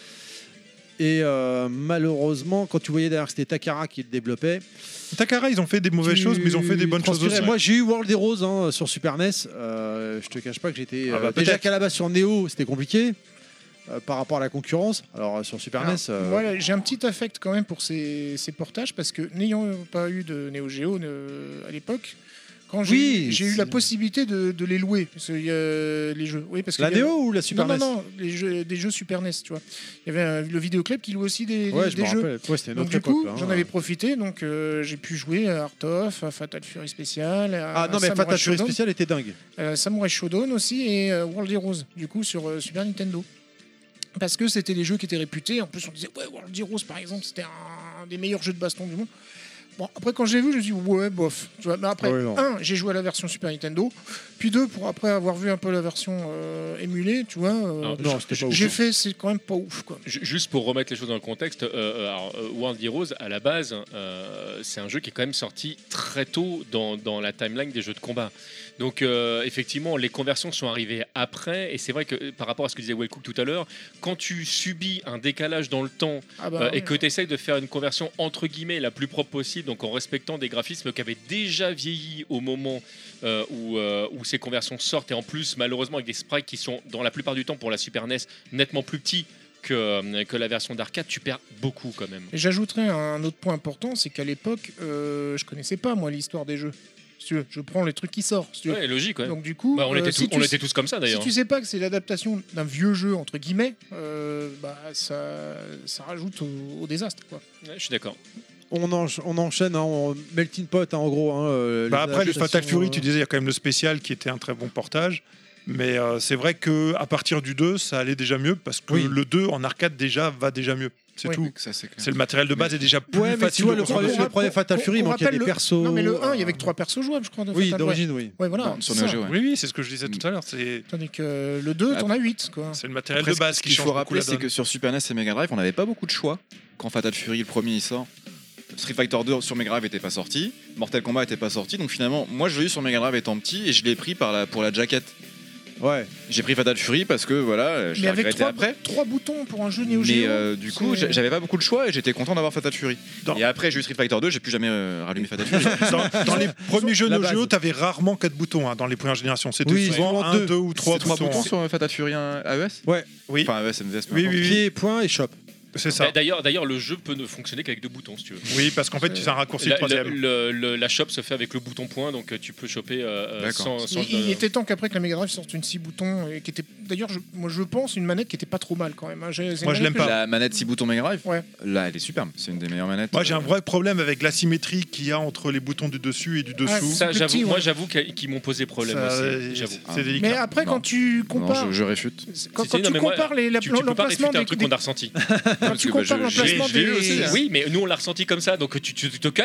Et euh, malheureusement, quand tu voyais derrière que c'était Takara qui le développait, Takara, ils ont fait des mauvaises tu choses, mais ils ont fait des bonnes choses transpirais. aussi. Moi j'ai eu World Heroes hein, sur Super N E S, euh, je te cache pas que j'étais... Ah bah, euh, déjà peut-être. qu'à la base sur Neo c'était compliqué, euh, par rapport à la concurrence, alors euh, sur Super Alors, N E S... euh, Voilà, j'ai un petit affect quand même pour ces, ces portages parce que n'ayant pas eu de Neo Geo euh, à l'époque, quand j'ai Oui, j'ai eu c'est- la possibilité de, de les louer, parce qu'il y a les jeux. Oui, parce La qu'il y avait- Neo ou la Super non, N E S? non, non, les jeux, des jeux Super N E S, tu vois. Il y avait un- le vidéoclub qui louait aussi des, Ouais, des- je des me jeux. rappelle. Ouais, c'était une Donc autre du coup, époque, là, hein. j'en avais profité, donc euh, j'ai pu jouer à Art of, à Fatal Fury Special, à Ah non mais Samurai Fatal Fury Shodown, Special était dingue. euh, Samurai Shodown aussi et euh, World Heroes, du coup sur euh, Super Nintendo. Parce que c'était des jeux qui étaient réputés. En plus, on disait, ouais, World Heroes par exemple, c'était un des meilleurs jeux de baston du monde. Bon, après, quand je l'ai vu, je me suis dit, ouais, bof. Tu vois, mais après, Ah ouais, non. un, j'ai joué à la version Super Nintendo. Puis deux, pour après avoir vu un peu la version euh, émulée, tu vois, euh, Alors, Non, c'était pas ouf. j'ai fait, c'est quand même pas ouf, quoi. Ju- Juste pour remettre les choses dans le contexte, euh, euh, alors, euh, World Heroes, à la base, euh, c'est un jeu qui est quand même sorti très tôt dans, dans la timeline des jeux de combat. Donc, euh, effectivement, les conversions sont arrivées après. Et c'est vrai que euh, par rapport à ce que disait Wellcook tout à l'heure, quand tu subis un décalage dans le temps Ah bah, euh, et ouais. que tu essayes de faire une conversion entre guillemets la plus propre possible, donc en respectant des graphismes qui avaient déjà vieilli au moment euh, où, euh, où ces conversions sortent, et en plus, malheureusement, avec des sprites qui sont, dans la plupart du temps, pour la Super N E S, nettement plus petits que, euh, que la version d'arcade, tu perds beaucoup quand même. Et j'ajouterais un autre point important, c'est qu'à l'époque, euh, je connaissais pas, moi, l'histoire des jeux. Si tu veux, je prends les trucs qui sortent. Si tu veux. Ouais, logique, ouais. Donc du coup, Bah, on, était euh, tous, si tu on sais- était tous comme ça Si d'ailleurs. tu sais pas que c'est l'adaptation d'un vieux jeu entre guillemets, euh, bah ça, ça rajoute au, au désastre, quoi. Ouais, je suis d'accord. On, encha- on enchaîne hein, en melting pot hein, en gros. Hein, euh, Bah les après, le Fatal adaptations, Fury, euh, tu disais, il y a quand même le spécial qui était un très bon portage. Mais euh, c'est vrai que à partir du deux, ça allait déjà mieux parce que Oui. le deux en arcade déjà va déjà mieux. C'est Oui. tout. Ça, c'est clair. C'est le matériel de base est déjà plus Ouais, mais tu facile. vois, de le contrôler. premier, le premier Fatal Pour- Fury, il pour manquait rappel, des le- persos. Non mais le un, il y euh, avait que trois persos jouables, je crois. De Oui, Fatal d'origine, oui. Ouais, voilà. Non, sur c'est Neo ça. Geo, ouais. Oui, oui, c'est ce que je disais tout à l'heure. C'est Tandis que le deux, t'en as huit, quoi. c'est le matériel Après, de base ce qui qu'il change faut beaucoup rappeler, la c'est donne. que sur Super N E S et Mega Drive, on n'avait pas beaucoup de choix quand Fatal Fury le premier il sort. Street Fighter deux sur Mega Drive était pas sorti, Mortal Kombat était pas sorti, donc finalement, moi je l'ai eu sur Mega Drive étant petit et je l'ai pris par la, pour la jaquette. Ouais. J'ai pris Fatal Fury parce que voilà, je Mais l'ai avec regretté trois, après. trois boutons pour un jeu Neo Mais Geo. euh, du coup, c'est- j'a- j'avais pas beaucoup de choix et j'étais content d'avoir Fatal Fury. Dans- Et après, j'ai eu Street Fighter deux, j'ai plus jamais euh, rallumé Fatal Fury. Dans, dans les premiers jeux la Neo Geo, base. t'avais rarement quatre boutons hein, dans les premières générations. C'était Oui, souvent souvent un, deux. deux ou trois C'était trois boutons. boutons sur euh, Fatal Fury un A E S Ouais. Oui, Enfin, A E S, M V S. peu Oui, importe. oui, oui. Pied, point et shop. c'est ça. D'ailleurs, d'ailleurs, le jeu peut ne fonctionner qu'avec deux boutons si tu veux. Oui, parce qu'en fait, c'est un raccourci de La, troisième. le- le- la shop se fait avec le bouton point, donc euh, tu peux choper euh, euh, D'accord. sans. sans Il, il était temps qu'après que la Mega Drive sorte une six boutons et qui était d'ailleurs je, moi je pense une manette qui était pas trop mal quand même. hein. J'ai- c'est une Moi, je manette l'aime que pas. j'ai- La manette six boutons Mega Drive, Ouais. là, elle est superbe. C'est une des meilleures manettes. Moi, j'ai un Euh, vrai problème avec l'asymétrie qu'il y a entre les boutons du dessus et du Ah, dessous. Ça, plus j'avoue, petit, moi, ouais. j'avoue qu'ils qu'ils m'ont posé problème Ça, aussi. euh, J'avoue. c'est Ah. délicat. Mais après Non. quand tu Non, compares je, je réfute. quand, Si, quand si, non, tu mais moi, compares les, la- Tu, tu peux pas l'emplacement réfuter un des, truc des- qu'on a ressenti. quand Parce tu que, bah, compares je- l'emplacement je l'ai- je l'ai eu des aussi, hein. Oui, mais nous on l'a ressenti comme ça, donc tu, tu te calmes.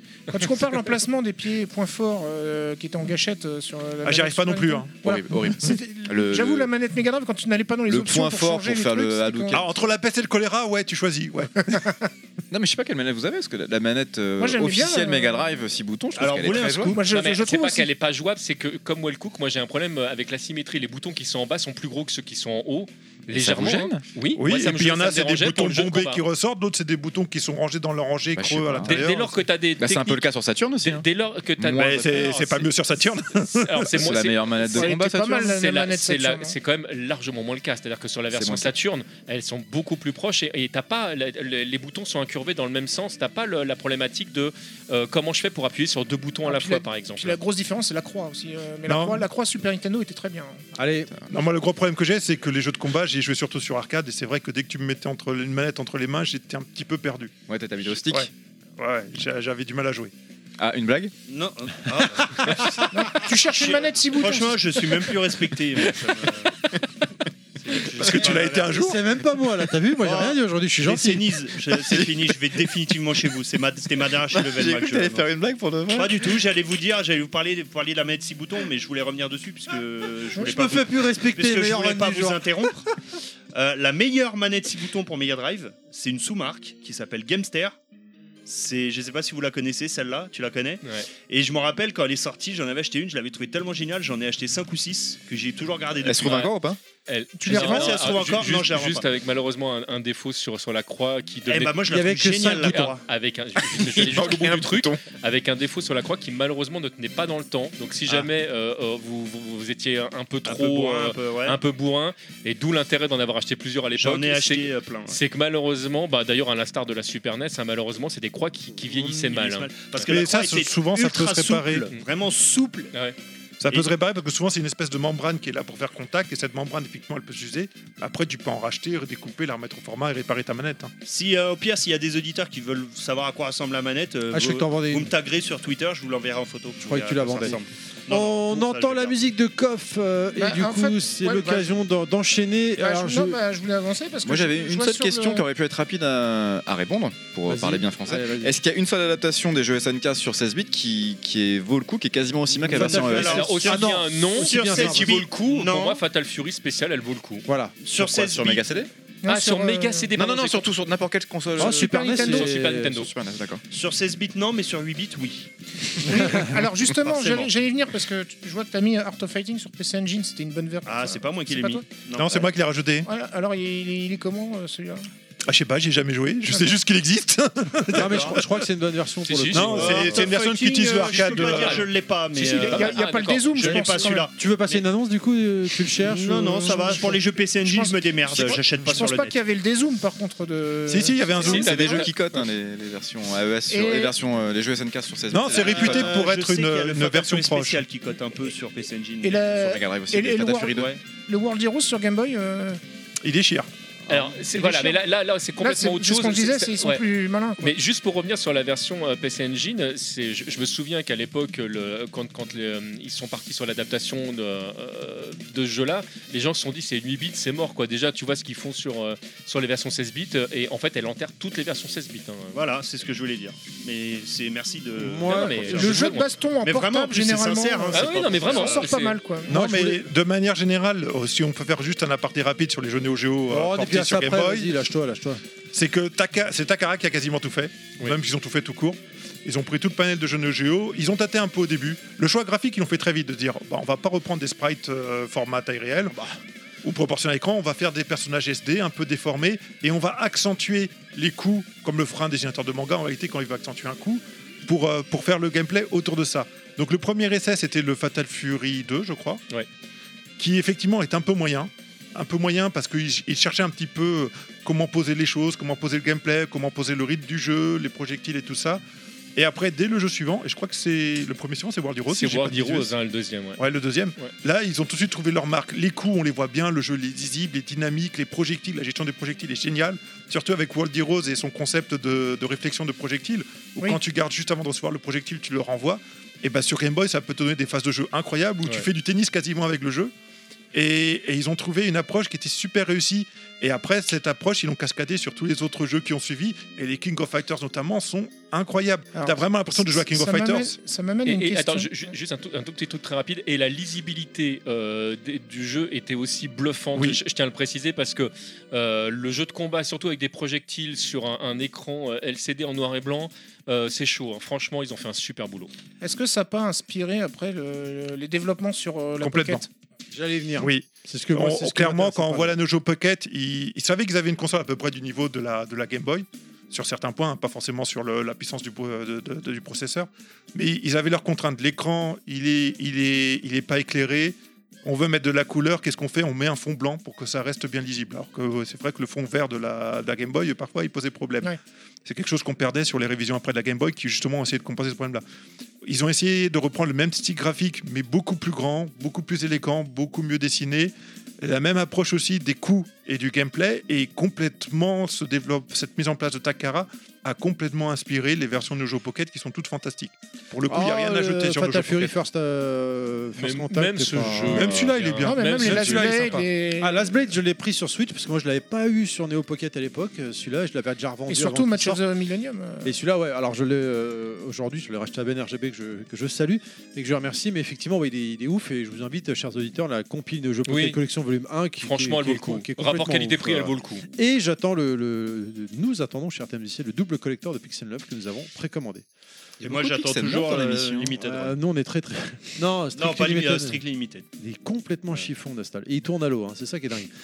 Quand tu compares l'emplacement des pieds point fort euh, qui étaient en gâchette euh, sur la Ah, manette j'y arrive pas non Super plus. Nintendo, hein. voilà. Horrible, horrible. C'était- Le- J'avoue, le- la manette Mega Drive, quand tu n'allais pas dans les Le options point pour fort changer pour les faire trucs, le c'était Hadouken. quand même- Ah, entre la peste et le choléra, ouais, tu choisis. Ouais. Non, mais je sais pas quelle manette vous avez, parce que la, la manette euh, Moi, j'aimais bien, officielle euh, Mega Drive six boutons, je trouve Alors, qu'elle vous est voulez très un jouable. Moi, je, Non, mais je c'est trouve pas aussi. qu'elle est pas jouable, c'est que comme Well Cook, moi j'ai un problème avec la symétrie. Les boutons qui sont en bas sont plus gros que ceux qui sont en haut. Légèrement. vous gêne hein. Oui, Oui, moi, ça et me puis il y en ça a, me c'est des dérangeait pour boutons le jeu de bombés combat. qui ressortent, d'autres, c'est des boutons qui sont rangés dans leur rangée Bah, je sais creux à pas. Dès, l'intérieur. dès lors que tu as des Bah, c'est un peu le techniques- cas sur Saturn aussi. dès, hein. dès lors que tu as Mais c'est c'est pas mieux sur Saturn. Alors, c'est C'est moi- la c'est- meilleure manette de c'est- combat, c'est pas mal, Saturn. la- c'est la- manette c'est la- Saturn, hein. c'est quand même largement moins le cas. C'est-à-dire que sur la C'est version moins. Saturn, elles sont beaucoup plus proches et, et t'as pas la- la- les boutons sont incurvés dans le même sens. T'as pas le- la problématique de euh, comment je fais pour appuyer sur deux boutons à Ah, la puis fois, la- par exemple. Puis la grosse différence, c'est la croix aussi. euh, Mais la Non. croix, la croix Super Nintendo était très bien. Allez, Non, moi, le gros problème que j'ai, c'est que les jeux de combat, j'y ai joué surtout sur arcade, et c'est vrai que dès que tu me mettais entre une manette entre les mains, j'étais un petit peu perdu. Ouais, t'as ta vidéo stick. Ouais. Ouais, j'a- j'avais du mal à jouer. Ah, une blague Non. ah, Tu cherches une manette six boutons. franchement, je suis même plus respecté. moi, ça me- Parce que tu l'as été un jour. c'est même pas moi là, t'as vu? Moi j'ai Oh. rien dit aujourd'hui, je suis Les gentil. Cénises, je- c'est fini, je vais définitivement chez vous. C'est ma- C'était ma dernière chez Level Max. je- une blague pour de Pas du tout, j'allais vous dire, j'allais vous parler, vous parler de la manette six boutons, mais je voulais revenir dessus puisque je voulais Je pas me vous, fais plus respecter, puisque je meilleur voulais van pas du vous genre. interrompre. Euh, la meilleure manette six boutons pour Mega Drive, c'est une sous-marque qui s'appelle Gamester. C'est, je sais pas si vous la connaissez, celle-là, tu la connais. Ouais. Et je me rappelle quand elle est sortie, j'en avais acheté une, je l'avais trouvée tellement géniale, j'en ai acheté cinq ou six que j'ai toujours gardé Elle se depuis. trouve encore ou pas? Elle- Tu Je les sais pas revends si elle se trouve Ah, encore. ju- Non, juste, je la revends juste pas. avec malheureusement un, un défaut sur, sur la croix qui Eh devenait bah moi je Il y la avait trouve que géniale cinq la boutons. croix. avec un, je- je- j'allais jusqu'au bout du truc, avec un défaut sur la croix qui malheureusement ne tenait pas dans le temps. Donc si Ah. jamais euh, euh, vous, vous, vous étiez un, un peu Un trop peu bourrin, euh, un peu, ouais. un peu bourrin, et d'où l'intérêt d'en avoir acheté plusieurs à l'époque. J'en ai c'est- acheté euh, plein. ouais. C'est que malheureusement, bah, d'ailleurs à l'instar de la Super N E S, hein, malheureusement c'est des croix qui, qui vieillissaient Mmh, mal. vieillissent hein. Parce que Mais la ça, croix était souvent, ça peut ultra se réparer. souple, vraiment souple. Ouais. Ça peut Et- se réparer parce que souvent c'est une espèce de membrane qui est là pour faire contact et cette membrane effectivement elle peut s'user. Après tu peux en racheter, redécouper, la remettre au format et réparer ta manette. hein. Si euh, au pire, s'il y a des auditeurs qui veulent savoir à quoi ressemble la manette, euh, Ah, je sais que vous, t'en vendais vous une. me taguerez sur Twitter, je vous l'enverrai en photo. Je croyais que tu la vendais. Non, On non, ça, je entend vais la faire. musique de Koff euh, Bah, et du en coup fait, c'est ouais, l'occasion d'en- d'enchaîner. Bah, Alors, je, je- non, bah, je voulais avancer parce que Moi je- j'avais je une vois seule sur question le- qui aurait pu être rapide à, à répondre pour Vas-y. parler bien français. Allez, vas-y. Est-ce qu'il y a une seule adaptation des jeux S N K sur seize bits qui, qui est vaut le coup, qui est quasiment aussi bien que la Fatal version E Fury, E S? alors, Alors, aussi sur- bien ah non, aussi bien celle ça, qui oui. vaut le coup. Non. Pour moi, Fatal Fury spécial, elle vaut le coup. Voilà. Sur quoi, seize sur bits. Mega C D? Non, Ah, sur euh, Mega C D. Non, non, pardon, non, j'ai surtout sur n'importe quelle console. Oh, euh, Super Nintendo. Sur c'est- Super Nintendo. sur Super N E S, d'accord. Sur seize bits, non, mais sur huit bits, oui. Oui, alors justement, Forcément. j'allais j'allais y venir parce que tu- je vois que tu as mis Art of Fighting sur P C Engine, c'était une bonne version. Ah, c'est pas moi qui C'est l'ai pas mis. toi Non, c'est moi qui l'ai rajouté. Voilà, alors il est, il est- il est comment euh, celui-là Ah, je sais pas, j'ai jamais joué. Je sais juste qu'il existe. Non, mais je, crois- je crois que c'est une bonne version Si, pour si, le si. coup. Non, Euh, c'est Art c'est une of version qui Fighting, utilise le euh, arcade. Je peux pas euh, dire je l'ai pas, mais Si, si, il n'y a, euh, il y a Ah, pas le d'accord. dézoom, je je l'ai pense. pas quand celui-là. Tu veux passer une annonce du coup euh, Tu le cherches Non, ou- non, ça va. Pour les jeux P C Engine, pense- je me démerde. je pense- J'achète pas Je sur pense le pas net. qu'il y avait le dézoom par contre de. Si, si, il y avait un zoom. Si, C'est des t'avais- jeux qui cotent, hein, les, les versions A E S, sur, Et- les versions, euh, les jeux S N K sur seize bits. Non, c'est réputé Euh, pour je être sais une- qu'il y a le une Fatal version Fury proche. spécial qui cote un peu sur P C Engine. Et la- Sur Mega Drive aussi, et- les et le Fatal War- Fury deux. Ouais. Le World Heroes sur Game Boy. euh, Il déchire. Alors, c'est, Il voilà, déchire. mais là, là, là c'est Là, complètement c'est autre c'est chose. ce qu'on disait, C'est- c'est- ils sont ouais. plus malins. quoi. Mais juste pour revenir sur la version euh, P C Engine, c'est, je, je me souviens qu'à l'époque, le, quand, quand les, euh, ils sont partis sur l'adaptation de, euh, de ce jeu-là, les gens se sont dit c'est une huit bits, c'est mort quoi. Déjà, tu vois ce qu'ils font sur, euh, sur les versions seize bits, et en fait, elle enterre toutes les versions seize bits. hein. Voilà, c'est ce que je voulais dire. Mais c'est merci de. Moi, Non, non, mais- de- Le je- jeu de baston en Mais vraiment, en portable, plus, c'est généralement, sincère, hein, euh, Ah c'est oui, pas non, mais pour vraiment. ça sort pas c'est- mal quoi. Non, Moi, je mais voulais- de manière générale, euh, si on peut faire juste un aparté rapide sur les jeux Neo Geo euh, Oh, on est portés bien sur ça Game après, Boy, vas-y, lâche-toi, lâche-toi. c'est que Taka- c'est Takara qui a quasiment tout fait, Oui. même qu'ils ont tout fait tout court. Ils ont pris tout le panel de jeux Neo Geo, ils ont tâté un peu au début. Le choix graphique, ils l'ont fait très vite, de dire bah, on va pas reprendre des sprites euh, format taille réelle ou proportionnel à l'écran, on va faire des personnages S D un peu déformés et on va accentuer les coups, comme le ferait un dessinateur de manga en réalité quand il va accentuer un coup, pour, euh, pour faire le gameplay autour de ça. Donc le premier essai, c'était le Fatal Fury deux, je crois, Ouais. qui effectivement est un peu moyen. Un peu moyen parce qu'il il cherchait un petit peu comment poser les choses, comment poser le gameplay, comment poser le rythme du jeu, les projectiles et tout ça. Et après, dès le jeu suivant, et je crois que c'est le premier suivant, c'est World Heroes. C'est si j'ai World pas de Heroes, bêtises. hein, le deuxième. Ouais. Ouais, le deuxième. Ouais. Là, ils ont tout de suite trouvé leur marque. Les coups, on les voit bien, le jeu il est lisible, les dynamiques, les projectiles, la gestion des projectiles est géniale. Surtout avec World Heroes et son concept de, de réflexion de projectiles, où Oui. quand tu gardes juste avant de recevoir le projectile, tu le renvoies. Et bah sur Game Boy, ça peut te donner des phases de jeu incroyables où tu Ouais. fais du tennis quasiment avec le jeu. Et, et ils ont trouvé une approche qui était super réussie. Et après, cette approche, ils l'ont cascadée sur tous les autres jeux qui ont suivi. Et les King of Fighters, notamment, sont incroyables. Alors, T'as vraiment l'impression de jouer à King of ça m'amène- Fighters. Ça m'amène à une Et, et question. attends, ju- ju- juste un tout, un tout petit truc très rapide. Et la lisibilité euh, des- du jeu était aussi bluffante. Oui. Je, je tiens à le préciser parce que euh, le jeu de combat, surtout avec des projectiles sur un, un écran euh, L C D en noir et blanc, euh, c'est chaud. hein. Franchement, ils ont fait un super boulot. Est-ce que ça n'a pas inspiré après le- les développement sur euh, la Complètement. Pocket? J'allais venir. Oui. C'est ce que moi, On- c'est ce que clairement, m'intéresse quand on pas. voit la Neo Geo Pocket, ils, ils savaient qu'ils avaient une console à peu près du niveau de la, de la Game Boy, sur certains points, hein, pas forcément sur le- la puissance du, pro- de- de- de- du processeur. Mais ils avaient leurs contraintes. L'écran, il est, il est, il est pas éclairé. On veut mettre de la couleur, qu'est-ce qu'on fait? On met un fond blanc pour que ça reste bien lisible. Alors que euh, c'est vrai que le fond vert de la, de la Game Boy, parfois, il posait problème. Ouais. C'est quelque chose qu'on perdait sur les révisions après de la Game Boy, qui justement ont essayé de compenser ce problème-là. Ils ont essayé de reprendre le même style graphique, mais beaucoup plus grand, beaucoup plus élégant, beaucoup mieux dessiné. La même approche aussi des coups et du gameplay, et complètement se développe. Cette mise en place de Takara a complètement inspiré les versions de Neo Geo Pocket qui sont toutes fantastiques. Pour le coup, il n'y a rien à ajouter sur Neo Fatal Geo Fury Pocket. First, euh, First Même- Contact, même c'est ce pas- jeu, Même celui-là, il est bien. Non, mais même, Même les celui-là, Last il est Blade, sympa. les... Ah, Last Blade, je l'ai pris sur Switch parce que moi je l'avais pas eu sur Neo Pocket à l'époque. Euh, Celui-là, je l'avais déjà revendu. et surtout avant Match qu'il of sorte. the Millennium. euh, Et celui-là, ouais, alors je l'ai euh, aujourd'hui, je l'ai racheté à Ben R G B que je, que je salue et que je remercie. Mais effectivement, ouais, il, est, il est ouf et je vous invite, chers auditeurs, la compile de Jeux Pocket Oui. Collection Volume un qui Franchement, qui- elle vaut qui le est- coup. qui est Rapport complètement qualité-prix, ouf, elle euh. vaut le coup. Et j'attends le, le- nous attendons, chers T M D C, le double collector de Pixel Love que nous avons précommandé. Et moi, beaucoup de j'attends Pixel toujours Love dans euh, l'émission. Limited. Euh, Run. nous, on est très très. Non, Non, Strictly pas Limited, Limited. Strictly Limited. Il est complètement Ouais. chiffon, Nostal. Et il tourne à l'eau, hein, c'est ça qui est dingue.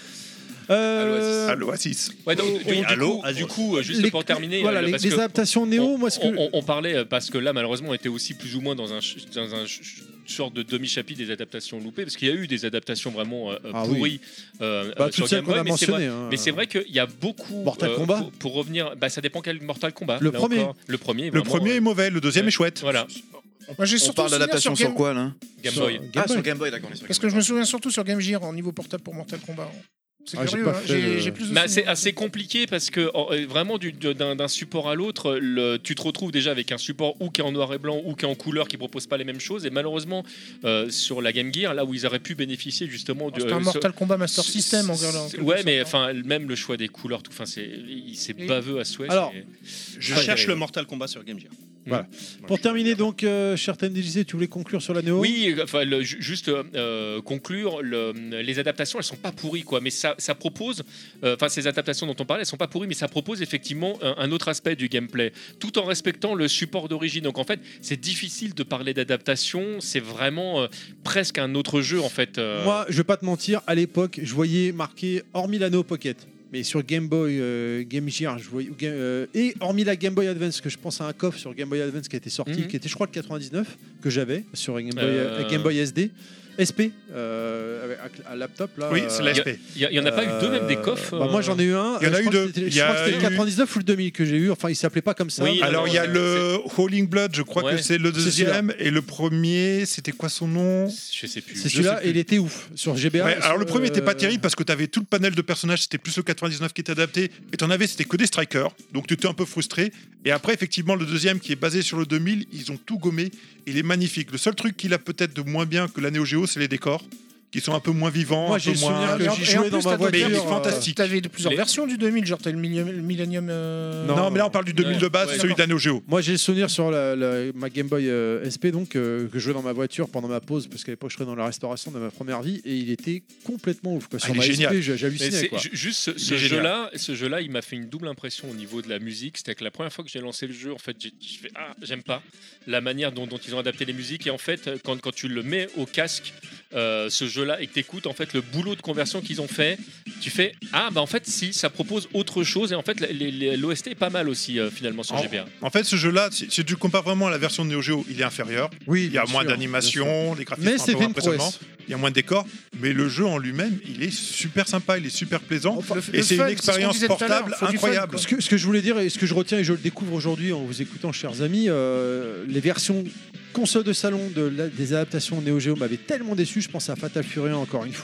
Euh, À l'Oasis. Ouais, donc, Oui, donc, du, allô, coup, allô. du coup, juste les- pour terminer, voilà, euh, les, parce les que adaptations Néo, on, moi ce que. on- on parlait euh, parce que là, malheureusement, on était aussi plus ou moins dans un, ch- dans un ch- sorte de demi-chapitre des adaptations loupées, parce qu'il y a eu des adaptations vraiment euh, Ah pourries euh, Bah, euh, toutes sur celles Game qu'on Boy, a mais c'est vrai- mentionnées. hein. Mais c'est vrai qu'il y a beaucoup. Mortal euh, Kombat pour, pour revenir, bah, ça dépend quel Mortal Kombat. Le là premier. encore. Le premier. Le vraiment, premier euh, est mauvais, le deuxième ouais. est chouette. Voilà, Moi, j'ai On surtout parle souvenir d'adaptation sur sur Game- quoi là Game Sur Boy. Game Ah, Boy. sur Game Boy, d'accord. on est sur Parce Game que je me souviens surtout sur Game Gear en niveau portable pour Mortal Kombat. C'est Ah, j'ai curieux, pas hein. fait j'ai le- j'ai plus de Bah, c'est souvenirs. assez compliqué parce que oh, euh, vraiment du- de- d'un d'un support à l'autre, le- tu te retrouves déjà avec un support ou qui est en noir et blanc ou qui est en couleur qui propose pas les mêmes choses. Et malheureusement, euh, sur la Game Gear, là où ils auraient pu bénéficier justement de. C'était un euh, Mortal ce- Kombat Master System en c'est- en quelque Ouais, sorte, mais hein. enfin, même le choix des couleurs, tout, enfin, c'est, il- c'est Et- baveux à souhait. Alors, c'est- Je Ouais, cherche terrible. le Mortal Kombat sur Game Gear. Voilà. Moi, Pour je- terminer, donc, euh, cher T M D J, tu voulais conclure sur la Néo Oui, enfin, le- ju- juste euh, conclure, le- les adaptations, elles sont pas pourries, quoi. Mais ça, ça propose, euh, enfin, ces adaptations dont on parlait, elles sont pas pourries, mais ça propose effectivement un, un autre aspect du gameplay, tout en respectant le support d'origine. Donc, en fait, c'est difficile de parler d'adaptation. C'est vraiment euh, presque un autre jeu, en fait. euh. Moi, je vais pas te mentir, à l'époque, je voyais marqué hormis la Neo Pocket. Mais sur Game Boy, euh, Game Gear, je voyais, euh, et hormis la Game Boy Advance, que je pense à un coffre sur Game Boy Advance qui a été sorti, Mhm. qui était je crois le quatre-vingt-dix-neuf, que j'avais sur Game Boy, Euh. euh, Game Boy S D, S P, euh, avec un laptop là. Oui, euh, c'est la S P. Il y, en a pas eu deux, même des coffres. Bah, moi j'en ai eu un. Il y en a euh, je eu crois deux. que c'était- Il Je y crois a que c'était le eu- quatre-vingt-dix-neuf ou le deux mille que j'ai eu. Enfin, il s'appelait pas comme ça. Oui, mais- Alors il y a c'est- le Howling Blood, je crois Ouais. que c'est le C'est deuxième, et le premier, c'était quoi son nom? Je sais plus. C'est je celui-là sais et il plus. était ouf sur G B A. Ouais, sur, alors le premier était pas euh, terrible parce que tu avais tout le panel de personnages, c'était plus le quatre-vingt-dix-neuf qui était adapté, et t'en avais c'était que des strikers, donc tu étais un peu frustré. Et après effectivement le deuxième qui est basé sur le deux mille, ils ont tout gommé, il est magnifique. Le seul truc qu'il a peut-être de moins bien que la Neo Geo, c'est les décors qui sont un peu moins vivants. Moi, un j'ai peu le souvenir moins... que Et en- j'y et en jouais dans plus, ma t'as- voiture. Mais il est euh, fantastique. T'avais de plusieurs Les- versions du deux mille, genre t'as le Millennium. Millennium euh, Non, Non, mais là on parle du deux mille de base, Ouais, celui de la Neo Geo. Moi j'ai le souvenir sur la, la- ma Game Boy euh, S P donc euh, que je jouais dans ma voiture pendant ma pause parce qu'à l'époque je serais dans la restauration de ma première vie et il était complètement ouf quoi. Ah, Sur il ma est génial. S P j'ai- Mais j'hallucinais c'est quoi. ju- juste ce, Il ce est génial. jeu-là, ce jeu-là, il m'a fait une double impression au niveau de la musique. C'était que la première fois que j'ai lancé le jeu, en fait, j'ai j'ai fait ah j'aime pas la manière dont, dont ils ont adapté les musiques. Et en fait, quand, quand tu le mets au casque, euh, ce jeu-là, et que t'écoutes, en fait, le boulot de conversion qu'ils ont fait, tu fais ah bah en fait si ça propose autre chose. Et en fait, l'O S T est pas mal aussi euh, finalement sur En- G B A. En fait, ce jeu-là, si, si tu compares vraiment à la version de Neo Geo, il est inférieur. Oui, Il y a bien moins sûr, bien sûr. d'animation, les graphismes Mais sont un c'est peu fait moins une impressionnants. prouesse. Il y a moins de décors, mais le jeu en lui-même, il est super sympa, il est super plaisant. Le- Et le c'est fun, une ce expérience qu'on disait tout à l'heure, portable faut du fun, incroyable. quoi. Ce que, ce que je voulais dire et ce que je retiens et je le découvre aujourd'hui en vous écoutant, chers amis, euh, les versions console de salon de la- des adaptations Neo Geo m'avaient tellement déçu. Je pense à Fatal Fury encore une fois.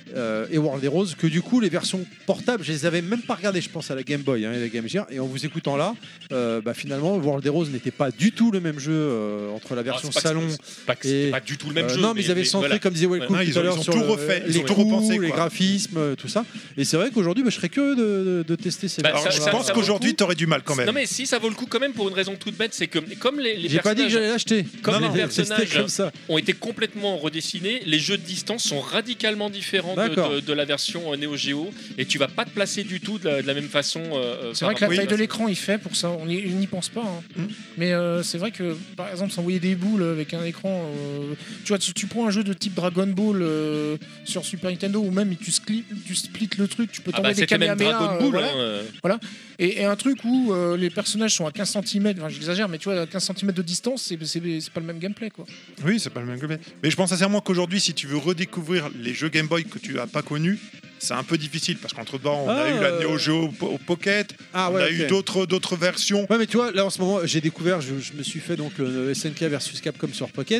euh, et World Heroes, que du coup les versions portables, je les avais même pas regardées, je pense à la Game Boy hein, et la Game Gear, et en vous écoutant là, euh, bah, finalement World Heroes n'était pas du tout le même jeu euh, entre la version Alors, c'est pas que salon. c'est pas que c'était et- pas du tout le même Euh, jeu. non, mais ils avaient centré, voilà. comme disait Wellcook Ouais, tout ils à ont- l'heure, ils ont sur tout le- refait, ils les ont tout coups, repensé, les quoi. graphismes, euh, tout ça. Et c'est vrai qu'aujourd'hui, bah, je serais curieux de, de- de tester ces Bah, Alors, ça- je ça- pense ça vaut qu'aujourd'hui, le coup. t'aurais du mal quand même. Non mais si ça vaut le coup quand même pour une raison toute bête, c'est que comme les, les J'ai pas dit que personnages j'allais l'acheter. Comme Non, les non, c'était personnages comme ça. ont été complètement redessinés, les jeux de distance sont radicalement différents de, D'accord. de- de la version euh, Neo Geo et tu vas pas te placer du tout de la, de la même façon. euh, C'est par vrai que la rapport taille à- de l'écran il fait pour ça, on y- on n'y pense pas. hein. Mm. Mais euh, c'est vrai que par exemple s'envoyer des boules avec un écran, euh, tu vois, tu, tu prends un jeu de type Dragon Ball euh, sur Super Nintendo ou même tu, split, tu splits le truc, tu peux Ah t'envoyer bah, des c'était même Kamehameha. Dragon euh, Ball. voilà. hein, euh. et, et un truc où euh, les personnages sont à quinze centimètres, enfin j'exagère, mais tu vois, à quinze centimètres de distance, c'est, c'est, c'est pas le même gameplay quoi. Oui, c'est pas le même gameplay. Mais je pense sincèrement qu'aujourd'hui, si tu veux redécouvrir les jeux Game Boy que tu n'as pas connus, c'est un peu difficile parce qu'entre-temps, on Ah, a eu la euh, Neo Geo Po- au Pocket, Ah on ouais, a ok. eu d'autres, d'autres versions. Ouais, mais tu vois, là en ce moment, j'ai découvert, je, je me suis fait donc le S N K versus Capcom sur Pocket.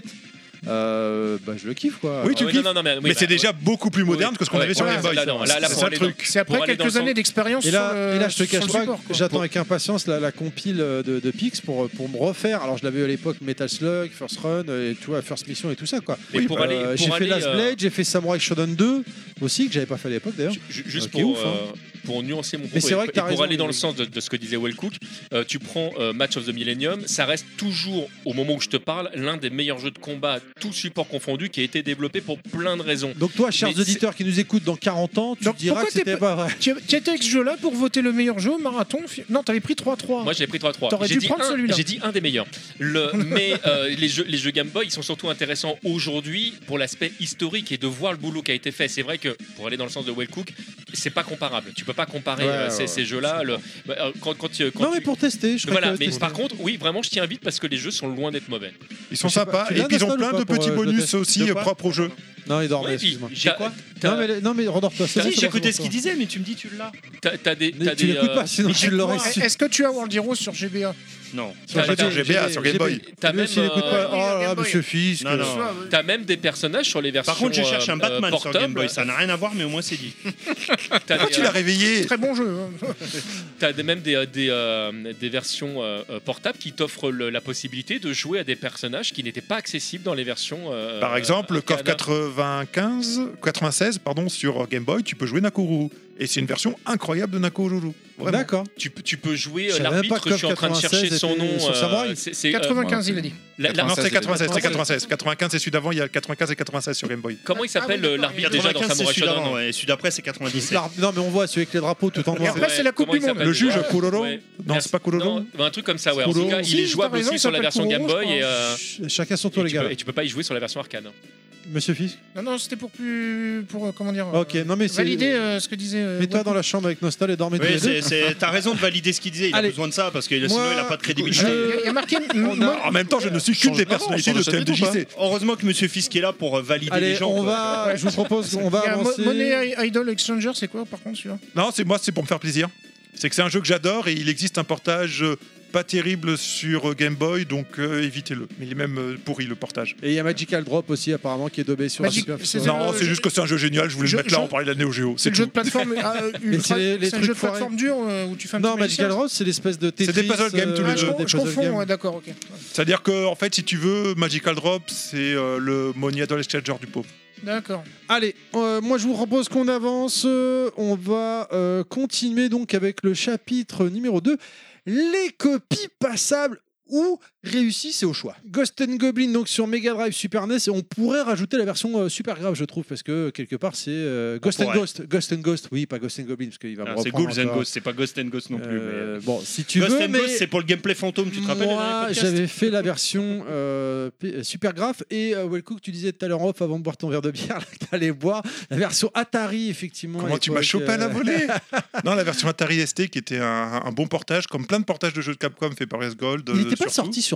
Euh, bah, je le kiffe quoi. Oui, Ah tu ouais, kiffes. non, non, mais, oui, mais bah, c'est déjà beaucoup plus moderne oui. que ce qu'on Ouais, avait sur ouais, Game Boy. là, non, là, là, c'est pour ça aller le dans- truc. C'est après Pour aller dans quelques le années sens- d'expérience Et là, sur le, et là, je te sur cache le pas, support, que quoi. j'attends avec impatience la, la compile de, de Pix pour, pour me refaire. Alors, je l'avais eu à l'époque Metal Slug, First Run, et tu vois, First Mission et tout ça quoi. Mais pour Euh, aller, pour j'ai fait aller, Last euh, Blade, j'ai fait Samurai Shodown deux aussi que j'avais pas fait à l'époque d'ailleurs. ju- Juste Qui est pour, ouf, hein. euh, pour nuancer mon Mais propos c'est et- vrai que et t'as pour raison, aller dans mais- le sens de, de ce que disait Wellcook, euh, tu prends euh, Match of the Millennium, ça reste toujours, au moment où je te parle, l'un des meilleurs jeux de combat, tout support confondu, qui a été développé pour plein de raisons. Donc toi, chers Mais auditeurs qui nous écoutent dans quarante ans, tu Donc, te diras pourquoi que c'était t'es pas vrai. Tu tu étais avec ce jeu-là pour voter le meilleur jeu au marathon fi- Non, t'avais pris trois trois. Moi j'ai pris trois trois. T'aurais J'ai dû dit prendre un- celui-là. J'ai dit un des meilleurs. Le, mais euh, les, jeux, les jeux Game Boy ils sont surtout intéressants aujourd'hui pour l'aspect historique et de voir le boulot qui a été fait. C'est vrai que pour aller dans le sens de Wellcook, c'est pas comparable. Tu peux pas comparer Ouais, euh, ouais, ces, ouais, ces jeux-là. Le- bah, euh, quand, quand, tu- quand Non, mais tu- pour tester, je serais Voilà, curieux de mais tester. par contre, oui, vraiment, je tiens vite parce que les jeux sont loin d'être mauvais. Ils sont Je sais pas, sympas tu et l'as, puis ils ont Nostal, plein ou de pas, pour, petits euh, le bonus test aussi De euh, quoi propres au jeu. Non, il dormait, Ouais, puis, excuse-moi. J'ai t'as- quoi t'as- Non, mais, non, mais rendors-toi. c'est bon, Si, c'est bon, j'écoutais c'est ce bon, qu'il disait, mais tu me dis, tu l'as. t'as- t'as des. Mais t'as tu des, l'écoutes euh, pas, sinon tu l'aurais su. Est-ce que tu as World Heroes sur G B A? Non. Sur T'as- sur G B A, sur Game Boy. T'as Lui même, aussi, il écoute euh, pas. Oh oui, là là, Game Boy. monsieur Fisk. Non, non. T'as même des personnages sur les versions Par contre, je cherche un euh, Batman euh, sur Game Boy. portables. Ça n'a rien à voir, mais au moins c'est dit. T'as Pourquoi des, tu l'as euh, réveillé? Très bon jeu. hein. T'as des- même des, euh, des, euh, des versions euh, euh, portables qui t'offrent le- la possibilité de jouer à des personnages qui n'étaient pas accessibles dans les versions. euh, Par exemple, le arcade. C O F quatre-vingt-quinze, quatre-vingt-seize, pardon, sur Game Boy, tu peux jouer Nakoruru. Et c'est une version incroyable de Nakoruru. Vraiment. D'accord. Tu, peux- tu peux jouer Je euh, savais même pas l'arbitre, que je suis en train de chercher quatre-vingt-seize son était nom. sur euh, Samurai. c'est- c'est, euh, quatre-vingt-quinze, il a dit. la- la- Non, c'est quatre-vingt-seize, c'est quatre-vingt-seize. quatre-vingt-seize. quatre-vingt-quinze, c'est celui d'avant, il y a quatre-vingt-quinze et quatre-vingt-seize sur Game Boy. Comment il s'appelle Ah oui, euh, l'arbitre d'accord. déjà dans quatre-vingt-quinze, c'est Samurai celui d'avant, Shodown? ouais, et celui d'après, c'est quatre-vingt-dix-sept. L'arbre- Non, mais on voit celui avec les drapeaux tout en Et noir. après, c'est la Coupe Comment du il Monde. s'appelle Le juge, déjà Kuroro Ouais. Non, c'est pas Kuroro Non, un truc comme ça, ouais. En Kuroro. tout cas, il Si, est jouable t'as raison, aussi il sur la s'appelle version Game Kuroro, Boy je et, crois. euh, Ch- Chacun son et tour, les tu gars. peux, et tu peux pas y jouer sur la version arcade. Monsieur Fisk. Non, non, c'était pour plus. Pour, euh, comment dire. Ok, euh, non, mais c'est- Valider euh, ce que disait. euh, Mets-toi Wellcook. dans la chambre avec Nostal et dormez tous Oui, les deux. c'est- c'est- t'as raison de valider ce qu'il disait. Il Allez. a besoin de ça parce que Moi, sinon il a pas de crédibilité. je- Il y a- il y a marqué. On a- En même temps, je ne suis qu'une Change- des non, non, personnalités change de de chapitre ou T M D J C. Heureusement que Monsieur Fisk est là pour euh, valider Allez, les gens. on quoi. va. Je vous propose, on Il va y a Mo- avancer. Money Idol Exchanger, c'est quoi par contre celui-là? Non, c'est moi, c'est pour me faire plaisir. C'est que c'est un jeu que j'adore et il existe un portage euh, pas terrible sur euh, Game Boy, donc euh, évitez-le. Mais il est même euh, pourri le portage. Et il y a Magical Drop aussi, apparemment, qui est dobé sur Magic- Super c'est- Nintendo. Non, le- c'est juste que c'est un jeu génial. Je voulais je- le mettre là, je- on parlait de la Neo Geo. C'est C'est le jeu tout. de plateforme euh, ultra- c'est les- les c'est un trucs jeu de foirés. plateforme dur euh, où tu fais un Non, petit Magical mini-siège. Drop, c'est l'espèce de Tetris. C'est des puzzle games tous les Ah, euh, je, deux. des je puzzle confonds, games. ouais, d'accord, ok. C'est-à-dire que, en fait, si tu veux, Magical Drop, c'est euh, le Money Idol Exchanger du pauvre. D'accord. Allez, euh, moi je vous propose qu'on avance. Euh, On va euh, continuer donc avec le chapitre numéro deux. Les copies passables ou réussies, c'est au choix. Ghost and Goblin donc sur Mega Drive Super N E S, et on pourrait rajouter la version euh, super grave, je trouve, parce que quelque part c'est euh, Ghost and pourrait. Ghost. Ghost and Ghost, oui, pas Ghost and Goblin, parce qu'il va Ah, me c'est reprendre Ghouls and encore. Ghosts, c'est pas Ghost and Ghosts non plus. Euh, mais- bon, si tu Ghost veux, and mais Ghosts, c'est pour le gameplay fantôme, tu te rappelles moi, le dernier podcast j'avais fait la version euh, P- super graph et euh, Wellcook, tu disais tout à l'heure en off avant de boire ton verre de bière là, que t'allais boire la version Atari effectivement. Comment à tu m'as l'époque, chopé à la euh, volée Non, la version Atari S T qui était un, un bon portage, comme plein de portages de jeux de Capcom fait par S Gold. Il euh, n'était pas surtout. sorti sur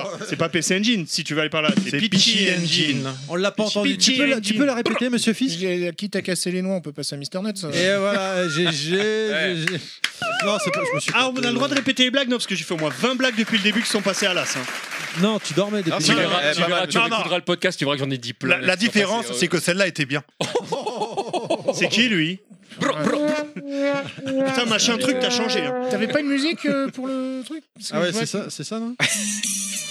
non, c'est pas P C Engine. Si tu vas aller par là, c'est Peachy Engine. On l'a pas entendu. Tu peux, la, tu peux la répéter, monsieur Fils? J'ai- Quitte à casser les noix, on peut passer à Mister Nuts. ça. Et voilà, G G. G G. Non, c'est pas. Je me suis Ah, pas- on a le droit de répéter les blagues, non, parce que j'ai fait au moins vingt blagues depuis le début qui sont passées à l'as. Hein. Non, tu dormais depuis. Non, Tu c'est verras, vrai, tu, pas verras, mal. tu Non, non. écouteras le podcast, tu verras que j'en ai dit plein. La, la qui sont différence, passés, euh, c'est que celle-là était bien. C'est qui lui Putain, machin truc, t'as changé. Hein. T'avais pas une musique euh, pour le truc Parce que Ah ouais, je vois c'est ça, c'est ça, non?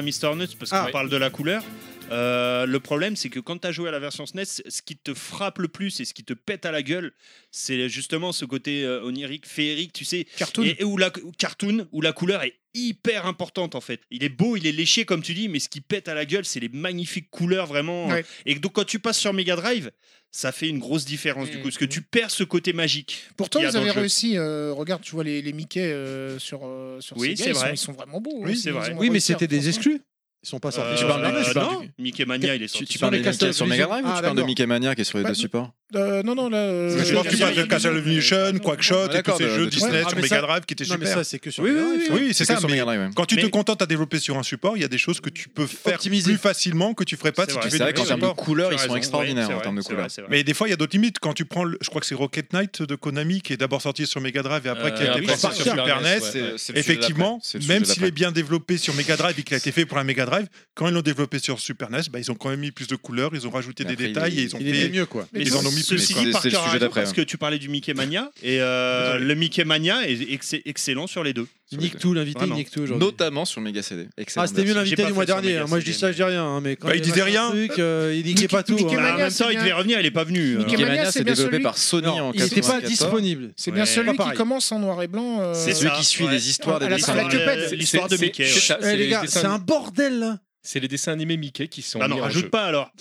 à Mister Nuts parce qu'on Ah. parle de la couleur. Euh, le problème, c'est que quand tu as joué à la version S N E S, ce qui te frappe le plus et ce qui te pète à la gueule, c'est justement ce côté euh, onirique, féerique, tu sais, Cartoon. et, et où la cartoon, où la couleur est hyper importante en fait. Il est beau, il est léché comme tu dis, mais ce qui pète à la gueule, c'est les magnifiques couleurs vraiment. Ouais. Et donc quand tu passes sur Mega Drive, ça fait une grosse différence du Mmh. coup, parce que tu perds ce côté magique. Pourtant, qu'il y a ils dans le avaient jeu. réussi. euh, regarde, tu vois les, les Mickey euh, sur, euh, sur Oui, Sega, c'est ils, vrai. Sont, ils sont vraiment beaux. Oui, hein. c'est Ils vrai. ont Oui, mais réussi à c'était des retranscrire. exclus. Ils sont pas sortis Euh, sur parles Super de- NES, non, Mickey Mania, il est Tu, sorti tu sur parles les de Castle Mickey sur Vision. Mega Drive ou Ah, tu parles de d'accord. Mickey Mania qui est sur les Bah, deux supports Euh, non, non, là. euh, Je pense que tu parles de Castle Castlevania, Quackshot Ah, et tous ces d'accord, jeux de- Disney Ah, sur mais Mega ça- Drive qui étaient Non, mais super. ça, c'est que sur Oui, Mega oui, Drive, oui, ça. Oui, c'est que ça. sur Mais Mega Drive, ouais. quand tu te Mais- contentes à développer sur un support, il y a des choses que tu peux faire Optimiser. plus facilement que tu ferais pas C'est si vrai, tu fais C'est vrai du qu'en termes de support. couleurs, Tu ils as sont raison, extraordinaires oui, en c'est termes de vrai, couleurs. c'est vrai, c'est vrai. Mais des fois, il y a d'autres limites. Quand tu prends, le- je crois que c'est Rocket Knight de Konami qui est d'abord sorti sur Mega Drive et après qui a Euh, été après, porté c'est sur sur Super Super NES. NES, ouais. C'est- c'est le sujet Effectivement, d'après. C'est le même sujet s'il est d'après. bien développé sur Mega Drive et qu'il a été fait pour la Mega Drive, quand ils l'ont développé sur Super N E S, bah, ils ont quand même mis plus de couleurs, ils ont rajouté Mais des après, détails il- et ils ont Il était fait. mieux, quoi. Mais Ils en ont mis plus. Ceci Mais dit, c'est- par c'est le cœur sujet raison, d'après, parce hein. que tu parlais du Mickey Mania et euh, le Mickey Mania est ex- excellent sur les deux. Il nique tout, l'invité, il Vraiment. nique tout aujourd'hui. Notamment sur Mega C D. Excellent. Ah, c'était mieux J'ai l'invité pas du mois fait sur dernier. Mega hein. Moi, je C D, dis ça, mais- je dis rien. hein, Mais quand Bah, il y a disait machin rien. truc, euh, il niquait pas tout. Mickey hein. Ah, en Mania, même c'est temps, il bien. devait revenir, il est pas venu. Mickey hein. Mania, Mania, c'est c'est bien développé celui- par Sony Non, en il n'était pas quatre-vingt-quatorze. disponible. C'est bien Ouais. celui Pas qui pareil. commence en noir et blanc. euh, C'est Celui ça, qui suit ouais. les histoires des À la dessins fin, animés. la Cuphead. C'est- L'histoire de c'est- Mickey. c'est ouais. ça, Eh, c'est les les gars, dessins- c'est un bordel là. C'est les dessins animés Mickey qui sont Bah non, mis en rajoute jeu. pas alors.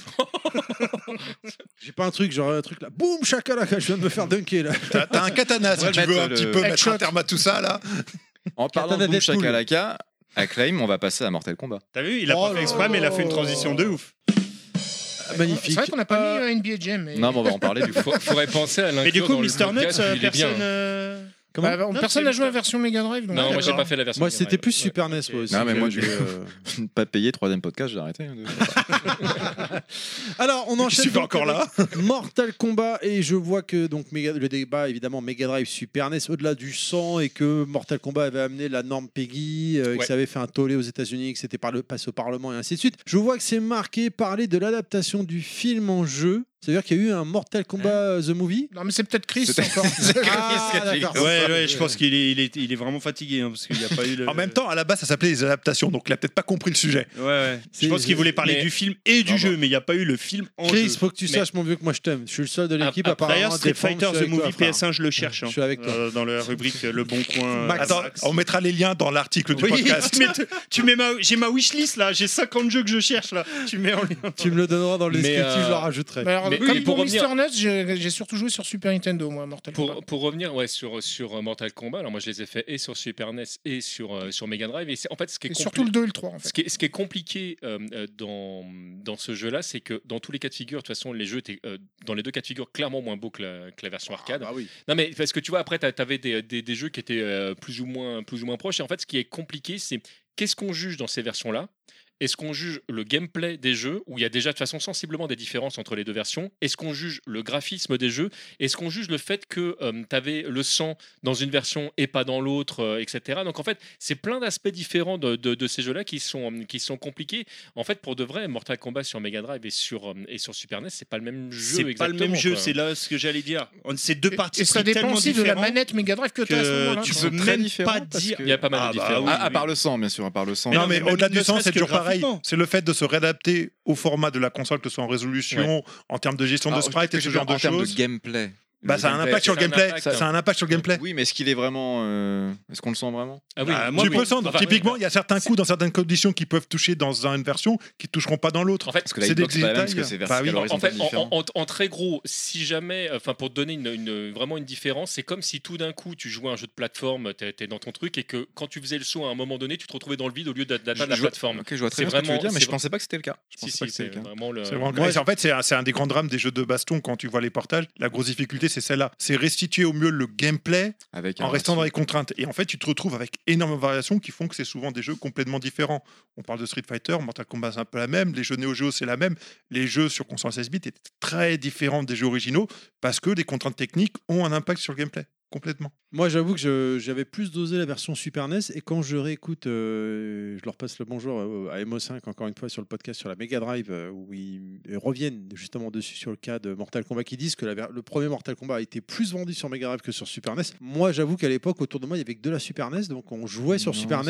J'ai pas un truc, j'aurais un truc là. Boum, chakalaka, je viens de me faire dunker là. T'as t'as un katana si Ouais, tu mettre veux un le- petit peu mettre Headshot. un terme à tout ça là. En parlant de Katana Boom Deadpool. Shakalaka, Acclaim, on va passer à Mortal Kombat. T'as vu, il a Oh pas fait exprès, mais il a fait une là. transition de ouf. C'est Magnifique. vrai qu'on n'a pas Euh, mis euh, N B A Jam. Mais... Non, mais on va en parler du coup. Faut- Faudrait penser à l'inclure Mais du coup, dans le Mister Nuts, podcast, euh, il est bien. personne. euh, Comment Bah, Non, personne c'est n'a joué à la Mister- version Mega Drive. donc- Non, moi d'accord. j'ai pas fait la version. Moi, Mega c'était Drive. plus Ouais. Super N E S, moi aussi. Non, mais moi, j'ai- du- euh, Pas payé, troisième podcast, j'ai arrêté. hein, de- Alors, on Qu'est-ce enchaîne. que tu fais donc encore là avec Mortal Kombat, et je vois que donc méga- le débat évidemment Mega Drive Super N E S au-delà du sang, et que Mortal Kombat avait amené la norme PEGI, euh, et que Ouais. ça avait fait un tollé aux États-Unis, que c'était par le passé au Parlement et ainsi de suite. Je vois que c'est marqué parler de l'adaptation du film en jeu. C'est-à-dire qu'il y a eu un Mortal Kombat euh, The Movie. Non, mais c'est peut-être Chris C'était- encore. Ah, d'accord. Ouais, ouais, je pense qu'il est, il est, il est vraiment fatigué hein, parce qu'il n'y a pas eu. Le... En même temps, à la base, ça s'appelait les adaptations, donc il a peut-être pas compris le sujet. Ouais, ouais. C'est- Je pense qu'il voulait parler mais- du film et du Ah, jeu, mais il n'y a pas eu le film en Chris, jeu. faut que tu Mais- saches, mon vieux, que moi je t'aime. Je suis le seul de l'équipe Ah, à part D'ailleurs, Street Fighter The Movie P S un, je le cherche. Je hein. suis avec toi. Euh, dans la rubrique euh, Le Bon Coin. Max. euh, Attends, Max. on mettra les liens dans l'article du Oui, podcast. tu mets, tu mets ma, j'ai ma wishlist là, j'ai cinquante jeux que je cherche là. Tu mets en lien. Tu me le donneras dans le Mais, descriptif, euh, je le rajouterai. Mais alors, Mais- comme mais pour pour Mister revenir- Nuts, j'ai j'ai surtout joué sur Super Nintendo, moi, Mortal Kombat. Pour, pour revenir ouais, sur, sur euh, Mortal Kombat, alors moi je les ai fait et sur Super N E S et sur, euh, sur Mega Drive. Et c'est- en fait, ce qui est, Et compli- surtout le deux et le trois, en fait. ce qui est, ce qui est compliqué euh, euh, dans, dans ce jeu-là, c'est que dans tous les cas de figure, de toute façon, les jeux étaient euh, dans les deux cas de figure clairement moins beaux que la, que la version arcade. Ah bah oui. Non mais parce que tu vois après tu avais des, des, des jeux qui étaient euh, plus ou moins plus ou moins proches et en fait ce qui est compliqué c'est qu'est-ce qu'on juge dans ces versions-là. Est-ce qu'on juge le gameplay des jeux, où il y a déjà de toute façon sensiblement des différences entre les deux versions? Est-ce qu'on juge le graphisme des jeux? Est-ce qu'on juge le fait que tu avais le sang dans une version et pas dans l'autre, euh, et cetera. Donc en fait, c'est plein d'aspects différents de, de- de ces jeux-là qui sont, qui sont compliqués. En fait, pour de vrai, Mortal Kombat sur Mega Drive et sur, euh, et sur Super N E S, c'est pas le même jeu C'est pas le exactement. même jeu, quoi. c'est là ce que j'allais dire. On- C'est deux Et- parties Et ça pris dépend tellement aussi de la différentes manette Mega Drive que tu as à ce que moment-là. tu quoi. peux C'est très même différent pas parce dire. que- Il y a pas mal Ah de bah différences. oui, à, à oui. part le sang, bien sûr, à part le sang. Mais Non, non, mais mais au-delà même du ne sang, serait-ce c'est que toujours pareil. graphiquement. C'est le fait de se réadapter au format de la console, que ce soit en résolution, en termes de gestion de Ah, sprite et que ce je genre veux dire, de en termes choses. de gameplay. Bah, Le ça a un gameplay, impact sur le c'est un gameplay. impact, Ça ça a un impact sur le gameplay. Oui, mais est-ce qu'il est vraiment. euh, Est-ce qu'on le sent vraiment Ah oui, Bah, moi, Tu oui. peux le sentir. Enfin, Typiquement, il y a certains coups dans certaines conditions qui peuvent toucher dans une version qui ne toucheront pas dans l'autre. En fait, Parce que la C'est des hitbox, c'est pas la même, parce que détails. c'est Bah vertical, oui. En horizontal, fait, en, différent. en- en très gros, si jamais, enfin pour te donner une, une- vraiment une différence, c'est comme si tout d'un coup tu jouais à un jeu de plateforme, tu étais dans ton truc et que quand tu faisais le saut à un moment donné, tu te retrouvais dans le vide au lieu d'a- d'atteindre la Je vois- plateforme. Ok, je vois très C'est bien ce que tu veux vraiment- dire, mais c'est je pensais pas que c'était le cas. Je Si, pensais si, pas que c'est c'était le cas. vraiment le. C'est vraiment- Moi, et en fait, c'est un, c'est un des grands drames des jeux de baston quand tu vois les portages. La grosse difficulté, c'est celle-là. C'est restituer au mieux le gameplay Avec en un restant dans ratio. les contraintes. Et en fait, tu te retrouves avec énormément de variations qui font que c'est souvent des jeux complètement différents. On parle de Street Fighter, Mortal Kombat, c'est un peu la même. Les jeux Neo Geo, c'est la même. Les jeux sur console seize bits étaient très différents des jeux originaux parce que les contraintes techniques ont un impact sur le gameplay. Complètement. Moi, j'avoue que je- j'avais plus dosé la version Super N E S, et quand je réécoute, euh, je leur passe le bonjour euh, à M O cinq encore une fois sur le podcast sur la Mega Drive, euh, où ils, ils reviennent justement dessus sur le cas de Mortal Kombat, qui disent que la ver- le premier Mortal Kombat a été plus vendu sur Mega Drive que sur Super N E S. Moi, j'avoue qu'à l'époque, autour de moi, il y avait que de la Super N E S, donc on jouait sur Non, Super N E S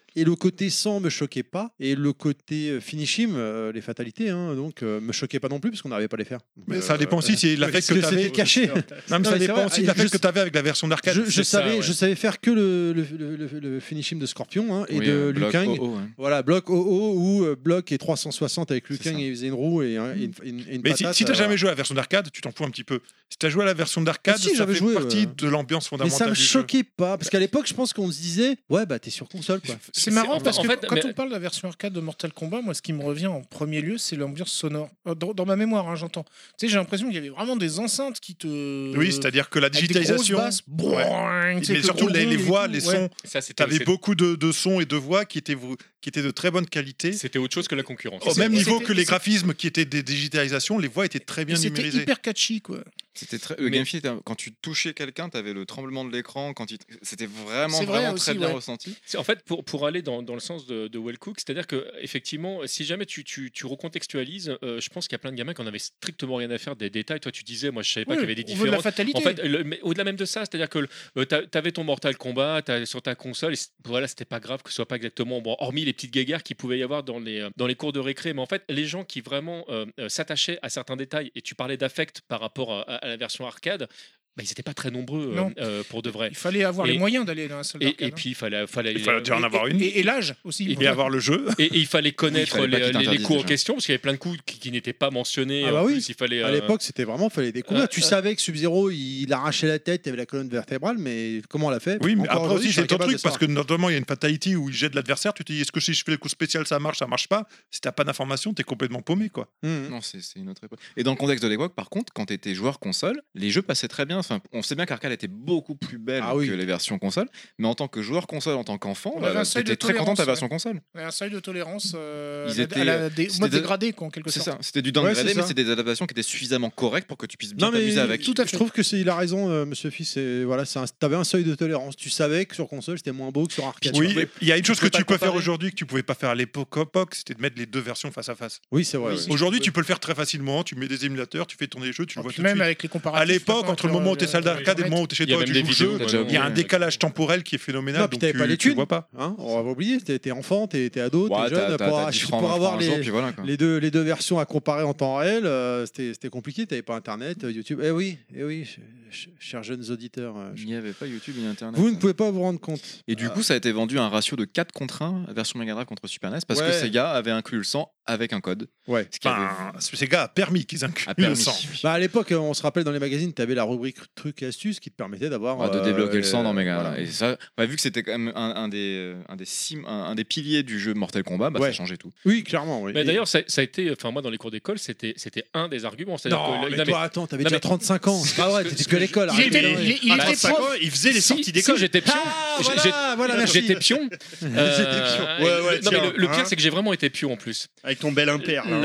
Et le côté sang me choquait pas. Et le côté euh, finishim, euh, les fatalités, hein, donc euh, me choquait pas non plus parce qu'on n'arrivait pas à les faire. Mais Euh, ça dépend aussi si la parce que que tu c'était avais. caché. Non, mais Non, ça mais c'est dépend vrai, aussi de la je- que tu avais avec la version d'arcade. Je, je c'est ça, savais, ouais. je savais faire que le, le, le, le- le finishim de Scorpion hein, et Oui, de euh, Liu bloc Kang. O O, ouais. Voilà, bloc O O ou euh, bloc et trois cent soixante avec Liu C'est Kang ça. et il faisait une roue et, un- et une, une, une Mais si, patate. si t'as euh, jamais joué à la version d'arcade, tu t'en fous un petit peu. Si t'as joué à la version d'arcade, Ah si, ça j'avais fait joué, partie euh, de l'ambiance Mais fondamentale ça me du jeu. choquait pas parce qu'à l'époque, je pense qu'on se disait, ouais, bah t'es sur console quoi. C'est marrant en- parce en que fait, quand mais- on parle de la version arcade de Mortal Kombat, moi ce qui me revient en premier lieu, c'est l'ambiance sonore. Euh, Dans, dans ma mémoire, hein, j'entends. Tu sais, j'ai l'impression qu'il y avait vraiment des enceintes qui te. Oui, c'est-à-dire que la avec des grosses digitalisation. basses, boing, tu sais, Mais que surtout gros les, les bruit et voix, tout, les ouais. sons. Ça, c'était T'avais c'est- beaucoup de, de sons et de voix qui étaient, vr- qui étaient de très bonne qualité. c'était autre chose que la concurrence. Au c'est- même et niveau c'était- que les c'est- graphismes qui étaient des digitalisations, les voix étaient très Et bien c'était numérisées. hyper catchy, quoi. C'était très... Le Mais- Game Fit, était un- quand tu touchais quelqu'un, t'avais le tremblement de l'écran. Quand il... C'était vraiment, C'est vrai vraiment aussi, très bien ouais. ressenti. C'est- En fait, pour, pour aller dans, dans le sens de, de Well Cook, c'est-à-dire que effectivement, si jamais tu, tu, tu recontextualises, euh, je pense qu'il y a plein de gamins qui en avaient strictement rien à faire des détails. Toi, tu disais, moi, je savais pas Oui, qu'il y avait des on veut de la différences. fatalité. En fait, le- mais au-delà même de ça, c'est-à-dire que euh, t'a- t'avais ton Mortal Kombat t'as- sur ta console, et c- voilà, c'était pas grave que ce soit pas exactement bon, hormis les petites guéguerres qu'il pouvait y avoir dans les euh, dans les cours de récré. Mais en fait, les gens qui vraiment euh, euh, s'attachaient à certains détails, et tu parlais d'affect par rapport à, à la version arcade, bah, ils n'étaient pas très nombreux euh, Non. euh, pour de vrai. Il fallait avoir Et- les moyens d'aller dans la salle Et, d'arcade. et puis il fallait, fallait Il fallait déjà en Et- avoir et- une. Et, et l'âge aussi. Et avoir le jeu. Et, et il fallait connaître fallait pas les, qu'ils les- les t'interdisent coups en déjà. question, parce qu'il y avait plein de coups qui, qui n'étaient pas mentionnés. Ah bah en oui. plus, il fallait, À euh, l'époque, c'était vraiment, fallait découvrir. euh, tu euh, savais que Sub-Zero, il, il arrachait la tête, il y avait la colonne vertébrale, mais comment on l'a fait Oui, mais Encore après aujourd'hui, aussi, je suis c'est ton incapable truc, de parce que savoir. notamment, il y a une fatality où il jette l'adversaire. Tu te dis, est-ce que si je fais le coup spécial, ça marche, ça marche pas? Si t'as pas d'informations, t'es complètement paumé, quoi. Mhm. Non, c'est c'est une autre époque. Et dans le contexte de l'époque, par contre, quand tu étais joueur console, les jeux passaient très bien. Enfin, on sait bien qu'Arcade était beaucoup plus belle Ah oui. que les versions console, mais en tant que joueur console, en tant qu'enfant, On avait bah, un seuil de t'étais très content de ta tolérance, version console. Il y a un seuil de tolérance euh, Ils à la- étaient, à la euh, dé- c'était mode de- dégradé, quoi, en quelque C'est sorte. ça, c'était du Ouais, downgradé, c'est mais ça. c'était des adaptations qui étaient suffisamment correctes pour que tu puisses bien Non, mais t'amuser avec. Tout à je fait. trouve que c'est, il a raison, euh, Monsieur Fils. Et voilà, c'est un, t'avais un seuil de tolérance. Tu savais que sur console, c'était moins beau que sur arcade. Oui, il y a une chose que pouvais pas tu peux faire comparer. aujourd'hui que tu pouvais pas faire à l'époque, époque, c'était de mettre les deux versions face à face. Oui, c'est vrai. Oui, ouais. si. Aujourd'hui, tu tu peux le faire très facilement. Tu mets des émulateurs, tu fais tourner les jeux, tu le Et vois puis tout de même suite. avec les comparatifs. À l'époque, maintenant, entre le avec moment où t'es salle d'arcade et le moment où t'es chez Il y a toi, même tu des joues le vidéos. jeu, maintenant. il y a un Ouais. décalage temporel qui est phénoménal. Non, puis donc t'avais tu, pas les tu thunes. vois pas. Hein, on va pas oublier, t'es, t'es enfant, t'es, t'es ado, t'es Ouais, jeune. t'as- t'as- pour, t'as ach- dix francs, pour vingt avoir francs un jour, les, puis voilà, quoi. les, deux, les deux versions à comparer en temps réel, euh, c'était, c'était compliqué. T'avais pas Internet, euh, YouTube. Eh oui, eh oui, ch- ch- chers jeunes auditeurs. euh, Il n'y avait pas YouTube ni Internet. Vous ne pouvez pas vous rendre compte. Et du coup, ça a été vendu à un ratio de quatre contre un, version Mega Drive contre Super N E S, parce que Ouais. Sega avait inclus le sang avec un code. Ouais. Ce qui avait- Enfin, Sega a permis qu'ils incluent a le permis. sang. Bah à l'époque, on se rappelle dans les magazines, tu avais la rubrique trucs et astuces qui te permettait d'avoir. Ouais, de euh, débloquer le sang dans Mega. voilà. Et ça, bah, vu que c'était quand même un, un des, euh, un, des sim- un, un des piliers du jeu Mortal Kombat, bah, Ouais. ça changeait tout. Oui, clairement. Oui. Mais Et- d'ailleurs, ça, ça a été, enfin moi dans les cours d'école, c'était c'était un des arguments. C'est-à-dire Non, que- mais non, mais- toi, attends, t'avais non, déjà mais- trente-cinq ans. C'est pas vrai, ce que- t'étais ce que à que- l'école. Il arrête était- de conneries. il est- il Ah, était trente-cinq prof. ans, il faisait les Si- sorties si, d'école. j'étais pion. Ah, J'ai- voilà, j'ai- voilà, merci. J'étais pion. Euh, J'étais pion. Ouais, ouais, non, mais tiens, le, le pire, hein. c'est que j'ai vraiment été pion en plus. Avec ton bel impair. là.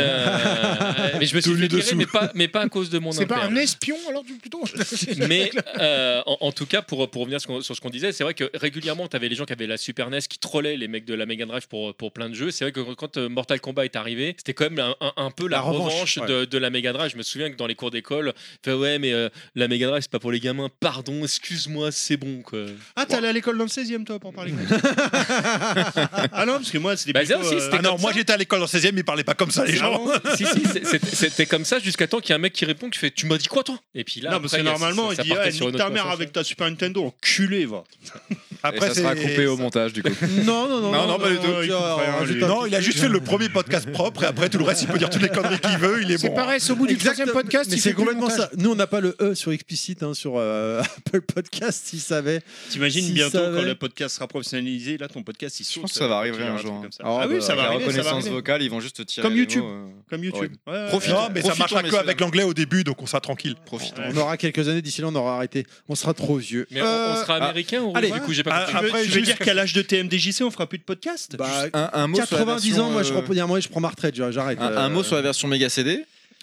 Le- Mais je me suis Tout fait nu virer, dessous. mais pas, mais pas à cause de mon C'est pas impair. un espion alors du plutôt. Mais euh, en, en tout cas, pour, pour revenir sur, ce qu'on- sur ce qu'on disait, c'est vrai que régulièrement, tu avais les gens qui avaient la Super N E S qui trollaient les mecs de la Mega Drive pour, pour plein de jeux. C'est vrai que quand euh, Mortal Kombat est arrivé, c'était quand même un, un- un peu la, La revanche, revanche, ouais. de, de la Mega Drive. Je me souviens que dans les cours d'école, fait ouais, mais euh, la Mega Drive, c'est pas pour les gamins. Pardon, excuse-moi, c'est bon. Quoi. Ah, t'es allé à l'école dans le seizième, toi, pour parler comme ça. Ah non, parce que moi, c'était Bah, plutôt, ça aussi, euh, c'était Ah non, comme moi ça. j'étais à l'école en seizième, ils parlaient pas comme ça, les gens. si, si, c'est- c'est- c'était comme ça jusqu'à temps qu'il y ait un mec qui répond qui fait tu m'as dit quoi toi Et puis là, non, parce après, que il y a- normalement, ça- ça il dit partait ah, sur une nique ta autre mère conversation. avec ta Super Nintendo, enculé, va. Après, Et ça sera c'est- coupé au montage, du coup. Non, non, non, Non, non, pas du tout. il tiens, comprend rien, rajoute lui. un Non, petit il a juste truc. fait le premier podcast propre et après tout le reste, il peut dire toutes les conneries qu'il veut, il est C'est bon. pareil, c'est au bout du Exactement. troisième podcast. Mais il c'est fait plus le complètement montage. ça. Nous, on n'a pas le E sur explicite hein, sur euh, Apple Podcast, s'ils savaient. T'imagines Si bientôt ça quand va. le podcast sera professionnel, là, ton podcast, il saute. pense que ça va euh, arriver quand il y aura un jour, truc hein. comme ça. Ah, Ah oui, bah, ça va La arriver, ça va reconnaissance arriver. vocale, ils vont juste tirer Comme les YouTube. mots, euh, Comme YouTube. horrible. Ouais, ouais, Profite. ouais. Non, mais ça Profitons, marchera que messieurs, avec l'anglais au début, donc on sera tranquille. Profitons. Ouais. On aura quelques années, d'ici là, on aura arrêté. On sera trop vieux. Mais on- on, Euh, sera ah, américain ou allez. du coup j'ai pas Ah, compris. Tu veux, Après, tu veux juste- dire qu'à l'âge de T M D J C, on fera plus de podcast Bah, Un, un mot sur la quatre-vingt-dix version, ans, moi, je euh, reprends. Il y a un moment, je prends ma retraite, j'arrête. un, un euh, mot sur la version Mega C D.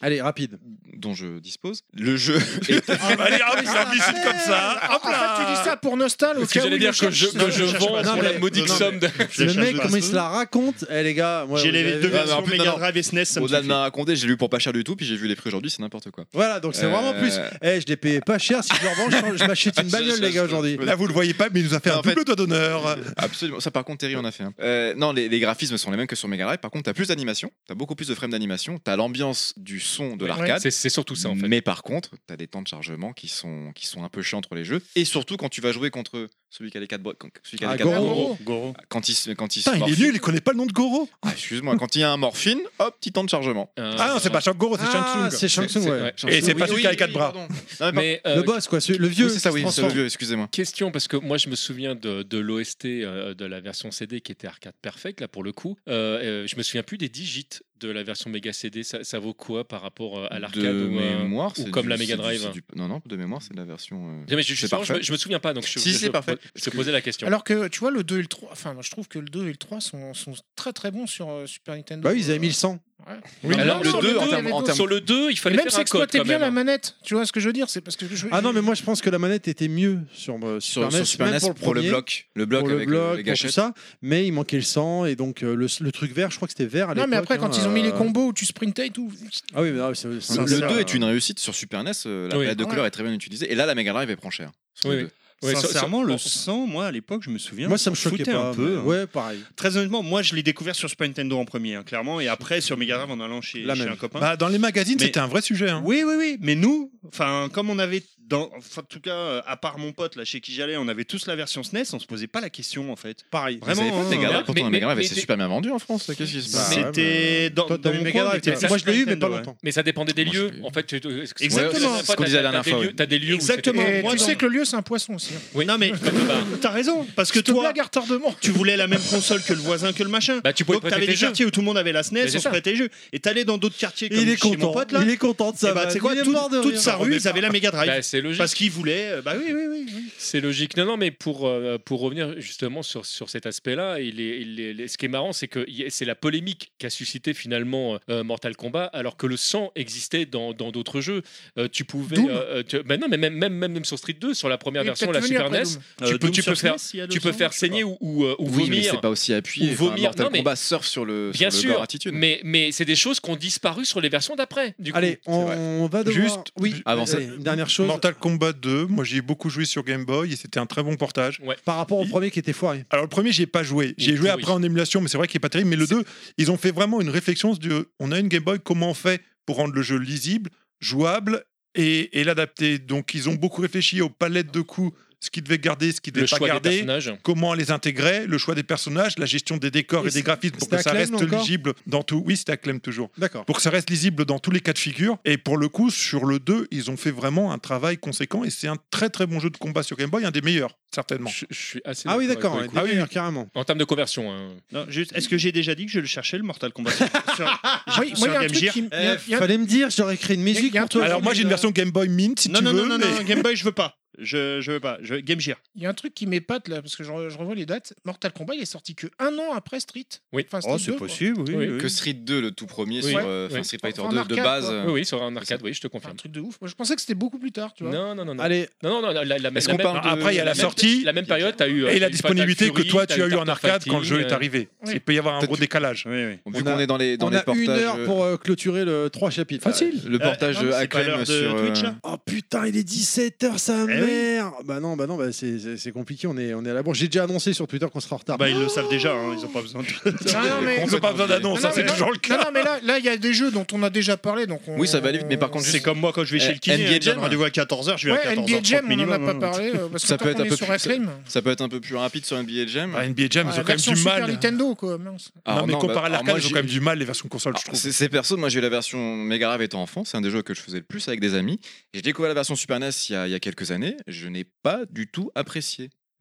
Allez, rapide. dont je dispose. Le jeu est Ah, bah, allez, hop, ça glisse comme ça. Hop En fait, tu dis là. ça pour Nostal au Parce que cas où j'allais il dire le que je, cherche. que je je cherche vends pas. pour Non, la mais- modique non, mais- somme de. Je Le cherche mec, pas. comment il se la raconte, eh les gars, moi, J'ai vous les avez deux vu. Ah, mais en versions plus, Mega non, non. Drive et S N E S, ça me Au-delà de suffit. me raconter, j'ai lu pour pas cher du tout, puis j'ai vu les prix aujourd'hui, c'est n'importe quoi. Voilà, donc c'est Euh, vraiment plus. Eh, je l'ai payé pas cher. Si je le revends, je change- je m'achète une bagnole, les gars, aujourd'hui. Là, vous le voyez pas, mais il nous a fait Non, un en fait- double doigt d'honneur. Absolument. Ça, par contre, Terry en a fait un. Euh, non, les, les graphismes sont les mêmes que sur Mega Drive. Par contre, t'as plus d'animation, t'as beaucoup plus de frames d'animation, t'as l'ambiance du son de Ouais. l'arcade. C'est c'est surtout ça en fait. Mais par contre, t'as des temps de chargement qui sont, qui sont un peu chiants entre les jeux. Et surtout, quand tu vas jouer contre celui qui a les quatre bras, celui qui a Ah, les quatre Goro. bras, Goro. Goro. quand il, se- quand il se Putain, il est morphine- nul, il connaît pas le nom de Goro. Ah, excuse-moi, quand il y a un morphine, hop, petit temps de chargement. Euh, Ah non, c'est pas Shang Goro, c'est Shang Ah, Tsung. c'est Shang Tsung, c'est- ouais. ouais. Et c'est Oui, pas celui oui, qui a les oui, quatre bras. pardon. Non, mais par- Mais euh, Le boss, quoi, celui- le vieux. oui, c'est ça, oui, qui se c'est le transforme. vieux, excusez-moi. question, parce que moi je me souviens de, de l'O S T euh, de la version C D qui était arcade perfect là pour le coup. Euh, euh, je me souviens plus des digits de la version Mega C D. Ça, ça vaut quoi par rapport euh, à l'arcade De ou, euh, mémoire, ou c'est comme du- la Mega c'est du- Drive c'est du- Non, non, de mémoire, c'est la version. euh, Non, mais je, c'est justement, je, parfait. me, je me souviens pas donc je, Si, je, c'est je- parfait. je te posais la question. Alors que tu vois, le deux et le trois, enfin, moi, je trouve que le deux et le trois sont, sont très très bons sur euh, Super Nintendo. Bah oui, ils avaient mis le sang. Ouais. Oui, Alors, Non, le sur deux, deux, en il y termes- avait en d'autres. termes- Sur le deux, il Et fallait même faire un code s'exploitait quand bien même. la manette. Tu vois ce que je veux dire? C'est parce que je- Ah non, mais moi je pense que la manette était mieux sur, euh, Sur, Super sur NES, Super même N E S, pour pour, le le premier, bloc. Le bloc pour le avec bloc, le- les pour tout gâchettes. ça, mais il manquait le sang et donc euh, le, le truc vert, je crois que c'était vert à Non, l'époque. mais après, quand hein, ils ont mis les euh, combos où tu sprintais et tout. Ah oui, mais non, c'est- c'est- Le Ça, le ça, deux euh, est une réussite sur Super N E S, euh, la Oui. palette de Ouais. couleurs est très bien utilisée. Et là, la Mega Drive, elle prend cher. sur le Oui. deux. Ouais, ça- Sincèrement, ça- le sang, moi à l'époque, je me souviens. Moi ça me s'en choquait foutait pas. un peu. mais- hein. Ouais, pareil. Très honnêtement, moi je l'ai découvert sur Super Nintendo en premier, hein, clairement, et après sur Mega Drive en allant chez, La chez même. un copain. Bah, dans les magazines, Mais- c'était un vrai sujet. hein. Oui, oui, oui. Mais nous, enfin, comme on avait, dans, enfin, en tout cas, euh, à part mon pote là chez qui j'allais, on avait tous la version S N E S, on se posait pas la question en fait. Pareil. Vraiment, Vous savez pas, hein, Mega Drive, mais- pourtant, la mais- Mega Drive, mais- elle s'est super bien vendue en France. Qu'est-ce qui se Bah, passe ouais, C'était dans, Toi, dans t'as eu mon Mega coin, Drive. était- toi. Moi je l'ai eu, mais pas ouais. longtemps. Mais ça dépendait des Moi, je lieux. l'ai- En fait, tu- tu- Exactement. Ouais, c'est ce qu'on disait la dernière t'as des fois, lieux- ouais. T'as des lieux où Exactement. c'était- Et moi, tu dans- sais que le lieu, c'est un poisson aussi. hein. Oui. Non mais t'as raison, parce que Je te toi, blague à retardement. tu voulais la même console que le voisin, que le machin. Bah, tu pouvais Donc prêter t'avais tes des jeux. quartiers où tout le monde avait la S N E Mais S, c'est on se ça. prêtait les jeux. Et t'allais dans d'autres quartiers comme Il est chez mon content. pote là. Il est content de ça. Et bah tu sais quoi, il est toute, mort de toute rire. sa rue, ils avaient la Mega Drive. Bah, c'est logique. Parce qu'ils voulaient. euh, Bah oui, oui, oui. oui. C'est logique. Non, non, mais pour, euh, pour revenir justement sur, sur cet aspect-là, il est, il est- ce qui est marrant, c'est que y a- c'est la polémique qu'a suscité finalement euh, Mortal Kombat, alors que le sang existait dans dans d'autres jeux. Euh, tu pouvais. Doom. euh, tu- bah non, mais même, même, même sur Street deux, sur la première Il est version, peut-être la venu Super après N E S, Doom. tu Euh, peux, Doom tu sur peux faire, S N E S, il y a tu deux peux ans, faire je sais saigner pas. ou, ou, euh, ou Oui, mais vomir. c'est pas aussi appuyé. Ou Enfin, vomir. Mortal Non, mais- Kombat surfe sur le, Bien sur le sûr, gore attitude. mais, mais c'est des choses qui ont disparu sur les versions d'après. Du coup. Allez, vrai. on va devoir. Juste, Oui, avancez. allez, une dernière chose Mortal Kombat deux, moi j'y ai beaucoup joué sur Game Boy et c'était un très bon portage. par rapport au Il- premier qui était foiré. Alors le premier, j'y ai pas joué. J'y Il ai est joué pourri. après en émulation, mais c'est vrai qu'il est pas terrible. Mais le deux, ils ont fait vraiment une réflexion de on a une Game Boy, comment on fait pour rendre le jeu lisible, jouable et, et l'adapter. Donc ils ont beaucoup réfléchi aux palettes de coups, ce qu'ils devaient garder, ce qu'ils Le devaient pas choix des garder, personnages. comment les intégrer, le choix des personnages, la gestion des décors Et et, des graphismes pour c'était que ça Acclaim reste encore lisible dans tout. Oui, c'était Acclaim toujours. D'accord. Pour que ça reste lisible dans tous les cas de figure. Et pour le coup, sur le deux, ils ont fait vraiment un travail conséquent et c'est un très très bon jeu de combat sur Game Boy, un des meilleurs, certainement. Je, je suis assez. Ah oui, d'accord. avec ouais, le coup. des meilleurs, carrément. En termes de conversion. hein. Non, juste, est-ce que j'ai déjà dit que je le cherchais le Mortal Kombat sur, sur, Moi, sur moi, il y a un Game truc Gear qui. il y a- Eh, il y a- Fallait me dire, j'aurais créé une musique il y a un pour toi. truc- Alors moi j'ai une version Game Boy Mint si Non, tu non, veux. non, non, mais- non, Game Boy, je veux pas. Je, je veux pas. Je, Game Gear. Il y a un truc qui m'épate là, parce que je, re- je revois les dates. Mortal Kombat, il est sorti que un an après Street. Oui. Enfin, Street Oh, c'est deux, quoi. possible, oui. Oui. oui. Que Street deux, le tout premier, Oui. sur euh, enfin, Oui. Street Fighter En deux de arcade, base. quoi. euh, Oui, oui, sur un arcade, oui, je te Enfin, un confirme. truc de ouf. Moi, je pensais que c'était beaucoup plus tard, tu vois. Non, non, non, non. Allez, Non, non, non, la, la, la, Est-ce la qu'on même- parle de- Après, il y a la même- sortie La même période, tu as eu. euh, et la Fatal disponibilité que Fury, toi t'as tu as eu en Art of arcade quand le jeu Fighting, est arrivé. Oui. Il peut y avoir un Peut-être gros que- décalage. Oui, oui. Vu On qu'on a- est dans les, dans on les a portages. une heure pour euh, clôturer le trois chapitres. Facile. Le portage Euh, non, c'est pas Acclaim l'heure de sur. euh, Twitch, là Oh putain, il est dix-sept heures, sa Eh oui. mère. Bah non, bah non, bah c'est- c'est c'est compliqué, on est, on est à la bourre. J'ai déjà annoncé sur Twitter qu'on sera en retard. Bah, ils le savent déjà, hein, ils ont pas besoin de. Non, non, mais- Ils n'ont pas besoin d'annonce, Non, ça non, c'est mais toujours le Non, cas. non, mais là, là, il y a des jeux dont on a déjà parlé, donc. On... Oui, ça va aller vite, mais par contre, C'est juste- comme moi quand je vais chez Eh, le kiné, N B A je donne Jam. rendez-vous à quatorze heures, je vais à Ouais, quatorze N B A heures Jam, trente on en a minimum. pas hein. parlé, euh, parce Ça que peut tant être qu'on un est peu sur plus- Acclaim. Ça peut être un peu plus rapide sur N B A Jam. Ah, N B A Jam, Ah, ils la ont quand même version du Super mal. Nintendo, quoi, mince. Alors Non, mais non, comparé bah, à alors l'arcade, moi, ils ont j'ai- quand même du mal, les versions consoles, je Alors, trouve. C'est c'est perso, moi j'ai eu la version Mega Drive étant enfant, c'est un des jeux que je faisais le plus avec des amis. J'ai découvert la version Super N E S il y a, il y a quelques années, je n'ai pas du tout apprécié.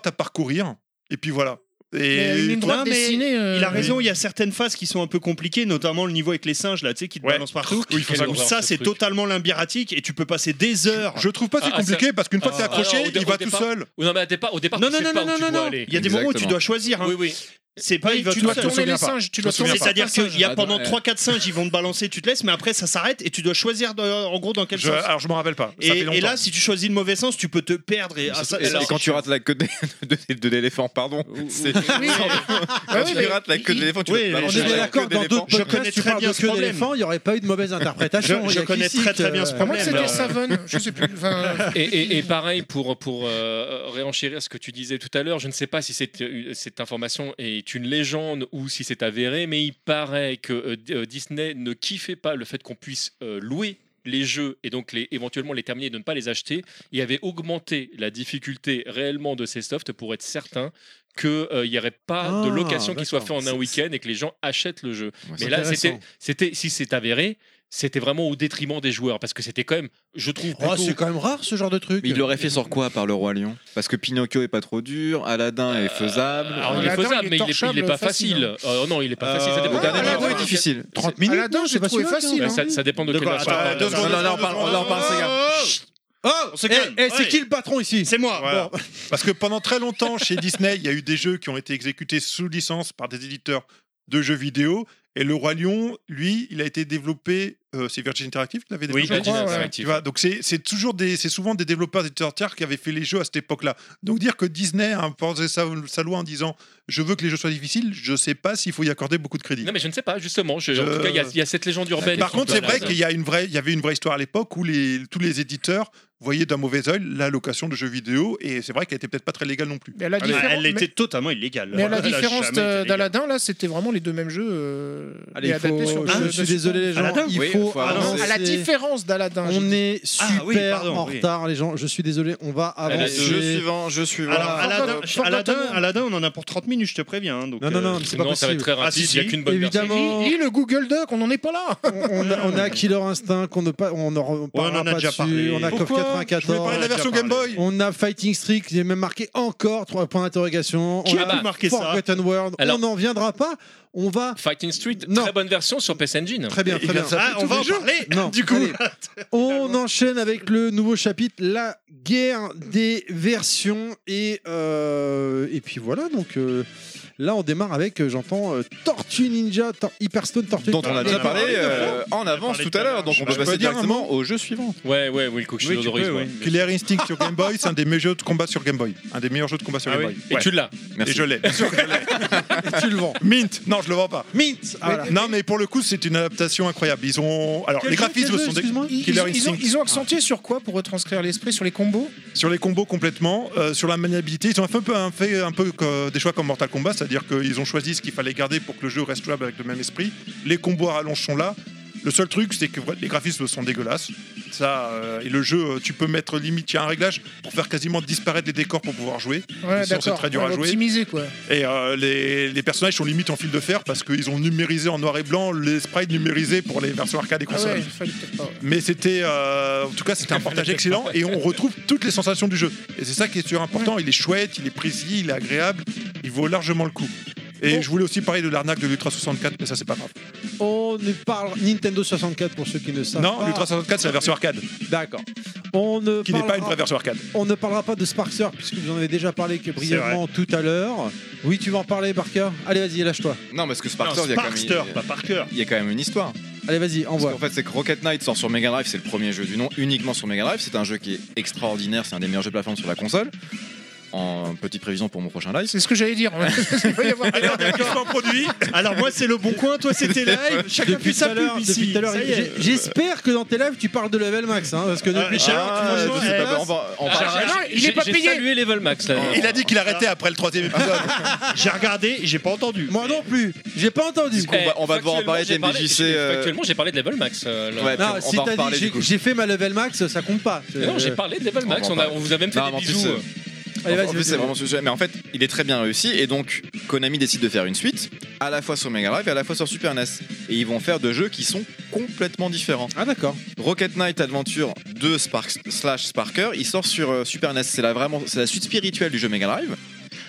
droite à parcourir. Et puis voilà. Mais une Et ligne droite Non, mais dessinée. euh, Il a raison, il y a certaines phases qui sont un peu compliquées, notamment le niveau avec les singes là, tu sais, qui te Ouais. balancent partout. Oui, Quelle ça, horreur, ça ce c'est truc. totalement limbiratique et tu peux passer des heures. je trouve pas si Ah, compliqué parce qu'une fois que t'es Ah, accroché, alors, au dé- il au va tout départ- seul. Ou non, mais à départ, au départ, Non, tu non, sais non, pas non, où tu non, dois non. aller. Il y a des moments où tu Exactement. dois choisir. hein. Oui, oui. C'est pas, oui, il va tu tout dois seul. je me tourner les souviens pas. singes. Tu Je dois me souviens tourner pas. C'est-à-dire certains qu'il y a singes. pendant ouais. trois quatre singes, ils vont te balancer, tu te laisses, mais après ça s'arrête et tu dois choisir de- en gros dans quel Je- sens. alors je me rappelle pas. Ça Et, fait et longtemps. là, si tu choisis le mauvais sens, tu peux te perdre. Et, ah, ça- Et, ça, et quand c'est tu rates la queue de, de, de l'éléphant, pardon. C'est- Oui, Quand ouais, tu mais rates la queue de il- l'éléphant, tu oui, vas te mais On balancer est bien la d'accord, queue dans d'éléphant. d'autres Je podcasts, connais tu très parles bien de ce queue problème. d'éléphant, il n'y aurait pas eu de mauvaise Je, interprétation. je Il y a connais qu'ici très très que- bien ce Pour moi, problème. c'était euh, Savon. Je sais plus. Enfin, Et, et- et pareil, pour, pour euh, réenchérir ce que tu disais tout à l'heure, je ne sais pas si cette, euh, cette information est une légende ou si c'est avéré, mais il paraît que euh, D- euh, Disney ne kiffait pas le fait qu'on puisse euh, louer les jeux et donc les, éventuellement les terminer et de ne pas les acheter, et avait augmenté la difficulté réellement de ces softs pour être certain qu'il n'y aurait pas de Ah, location qui soit d'accord. faite en un C'est- week-end et que les gens achètent le jeu. Ouais, Mais c'est là, intéressant. c'était, c'était, si c'est avéré, c'était vraiment au détriment des joueurs parce que c'était quand même, je trouve, Oh, plutôt- c'est quand même rare ce genre de truc. Mais il l'aurait fait sur quoi par le Roi Lion? Parce que Pinocchio est pas trop dur, Aladdin est faisable. Alors, il est Aladdin, faisable, il est mais il est, il est torchable pas facile, facile. Euh, non, il est pas Euh, facile. Ça dépend Le dernier de- Aladdin, niveau est difficile. trente minutes. Aladdin, non, j'ai c'est pas trouvé celui-là, facile. Ouais, hein. ça, ça dépend de, De quel quoi achat. Attends, deux attends, secondes. Non, non, là, on parle, on en parle, ces gars. Oh, On se eh, calme. eh, c'est Ouais. qui le patron ici C'est moi. Voilà. Bon. Parce que pendant très longtemps, chez Disney, il y a eu des jeux qui ont été exécutés sous licence par des éditeurs de jeux vidéo. Et le Roi Lion, lui, il a été développé. euh, c'est Virgin Interactive qui l'avait Oui, développé. crois, Virgin ouais. Interactive. Tu vois, donc c'est c'est toujours des, c'est souvent des développeurs d'éditeurs tiers qui avaient fait les jeux à cette époque-là. Donc dire que Disney a imposé sa, sa loi en disant je veux que les jeux soient difficiles, je sais pas s'il faut y accorder beaucoup de crédit. Non, mais je ne sais pas, justement. Je- Je- En tout cas, il y a- il y, a cette légende urbaine. Par qui contre, c'est balade. vrai qu'il y a une vraie, il y avait une vraie histoire à l'époque où les, tous les éditeurs voyaient d'un mauvais œil la location de jeux vidéo, et c'est vrai qu'elle était peut-être pas très légale non plus. Mais à la Ah, mais différence- Elle était mais- totalement illégale. mais à la Elle a différence jamais été de- légale. d'Aladdin, là, c'était vraiment les deux mêmes jeux. euh, Allez, et il faut- adaptés sur je deux- suis deux désolé les supports. gens, Aladdin il Oui, faut faut avancer. avancer. À la différence d'Aladdin. j'ai On dit. est super Ah oui, pardon, en oui. retard les gens, je suis désolé, on va Allez, avancer. Jeu suivant, jeu suivant. Alors, Voilà. Aladdin, Forgotten- Aladdin, Forgotten. Aladdin, on en a pour trente minutes, je te préviens. hein, donc, Non, non, non, euh, mais c'est pas Non, ça va être possible. très Ah, rapide. si, Il n'y a si. qu'une bonne version. Évidemment. Lis, lis le Google Doc, on n'en est pas là. On a, on a Killer Instinct qu'on ne pas, on ne reparlera on en a pas déjà dessus. parlé. On a KOF Pourquoi Je voulais quatre-vingt-quatorze. parler de la On a version déjà Game Boy. On a Fighting Streak, j'ai même marqué encore trois points d'interrogation. Qui on a pu marquer ça Forgotten World. Alors- on n'en viendra pas. On va Fighting Street, Non. très bonne version sur P S Engine. très bien, Il très a bien. ça. Ah, on tous va les en jeux parler. Non, Du coup, allez. On enchaîne avec le nouveau chapitre, la guerre des versions. Et, euh, et puis voilà, donc euh, là on démarre avec, euh, j'entends, euh, Tortue Ninja, Tor- Hyperstone Tortue. Dont on a déjà Ah, parlé oui, euh, en avance parlé tout tout à à l'heure, l'heure. donc on peut Je peux passer dire un directement mot au jeu suivant. Ouais, ouais, Wilco, je Oui, tu l'autorise. peux, moi. oui. Killer Instinct sur Game Boy, c'est un des meilleurs jeux de combat sur Game Boy. Un des meilleurs jeux de combat sur Ah Game oui. Boy. Et Ouais. tu l'as. Merci. Et je l'ai. Bien sûr que je l'ai. Tu le vends. Mint. Non, je le vends pas. Mint. Ah, voilà. Non, mais pour le coup, c'est une adaptation incroyable. Ils ont. Alors, Quel les jeu, graphismes quel jeu, sont des. excuse-moi Ils, Killer ils ont, ils ont- Instinct. ils ont accentué sur quoi pour retranscrire l'esprit? Sur les combos? Sur les combos complètement, euh, sur la maniabilité, ils ont fait un peu, un, fait un peu que- des choix comme Mortal Kombat, c'est-à-dire qu'ils ont choisi ce qu'il fallait garder pour que le jeu reste jouable avec le même esprit. Les combos à rallonge sont là. Le seul truc, c'est que voilà, les graphismes sont dégueulasses. Ça, euh, et le jeu, euh, tu peux mettre limite, il y a un réglage pour faire quasiment disparaître les décors pour pouvoir jouer. Ouais, Sinon, c'est d'accord. très dur Ouais, à jouer. optimisé, quoi. Et euh, les, les personnages sont limite en fil de fer parce qu'ils ont numérisé en noir et blanc les sprites numérisés pour les versions arcade et Ah consoles. ouais, fallait peut-être pas. Mais c'était, euh, en tout cas, c'était un portage excellent et on retrouve toutes les sensations du jeu. Et c'est ça qui est super important. Il est chouette, il est précis, il est agréable, il vaut largement le coup. Et Oh. je voulais aussi parler de l'arnaque de l'Ultra soixante-quatre, mais ça c'est pas grave. On ne parle Nintendo soixante-quatre pour ceux qui ne savent Non, pas. l'Ultra soixante-quatre c'est la version arcade, D'accord. On ne qui n'est pas parlera- une vraie version arcade. On ne parlera pas de Sparkster puisque vous en avez déjà parlé que brièvement tout à l'heure. Oui, tu vas en parler, Barker. Allez, vas-y, lâche-toi. Non, parce que Non, Sparkster, il y a quand même- Sparkster, il y pas a- Parker. il y a quand même une histoire. Allez, vas-y, Parce envoie. qu'en fait, c'est que Rocket Knight sort sur Mega Drive, c'est le premier jeu du nom, uniquement sur Mega Drive. C'est un jeu qui est extraordinaire, c'est un des meilleurs jeux de plateforme sur la console. En petite prévision pour mon prochain live. C'est ce que j'allais dire. Il va y avoir- Alors, d'accord, produit. Alors, moi, c'est le bon coin, toi, c'était live. Chacun Depuis fait sa tout à l'heure, pub depuis ici. tout à l'heure, Ça y est. j'ai- j'espère que dans tes lives tu parles de level max, hein, parce que depuis Ah, tout à l'heure, ah, tu je manges sais des pas, masses. on va- on Ah, va- Ah, non, il j'ai- est pas j'ai payé. salué Level Max là. Il a dit qu'il arrêtait après le troisième épisode. J'ai regardé, j'ai pas entendu. Moi non plus, j'ai pas entendu. Du coup, on va- on va devoir en parler Factuellement, de j'ai M D J C, parlé- euh, Factuellement, j'ai parlé de Level Max. euh, là. Ouais, puis Non, on si va en t'as reparler, dit du coup. j'ai- j'ai fait ma level max, ça compte pas. Mais non, j'ai parlé de Level Max. On On, va en a, on vous a même fait Non, des mais en plus, bisous. euh, euh. Allez, vas-y, en plus, vas-y. c'est vraiment ce sujet. Mais en fait, il est très bien réussi. Et donc, Konami décide de faire une suite, à la fois sur Mega Drive et à la fois sur Super N E S. Et ils vont faire deux jeux qui sont complètement différents. Ah d'accord. Rocket Knight Adventure deux Spark slash Sparker, il sort sur euh, Super N E S. C'est la, vraiment, c'est la suite spirituelle du jeu Mega Drive.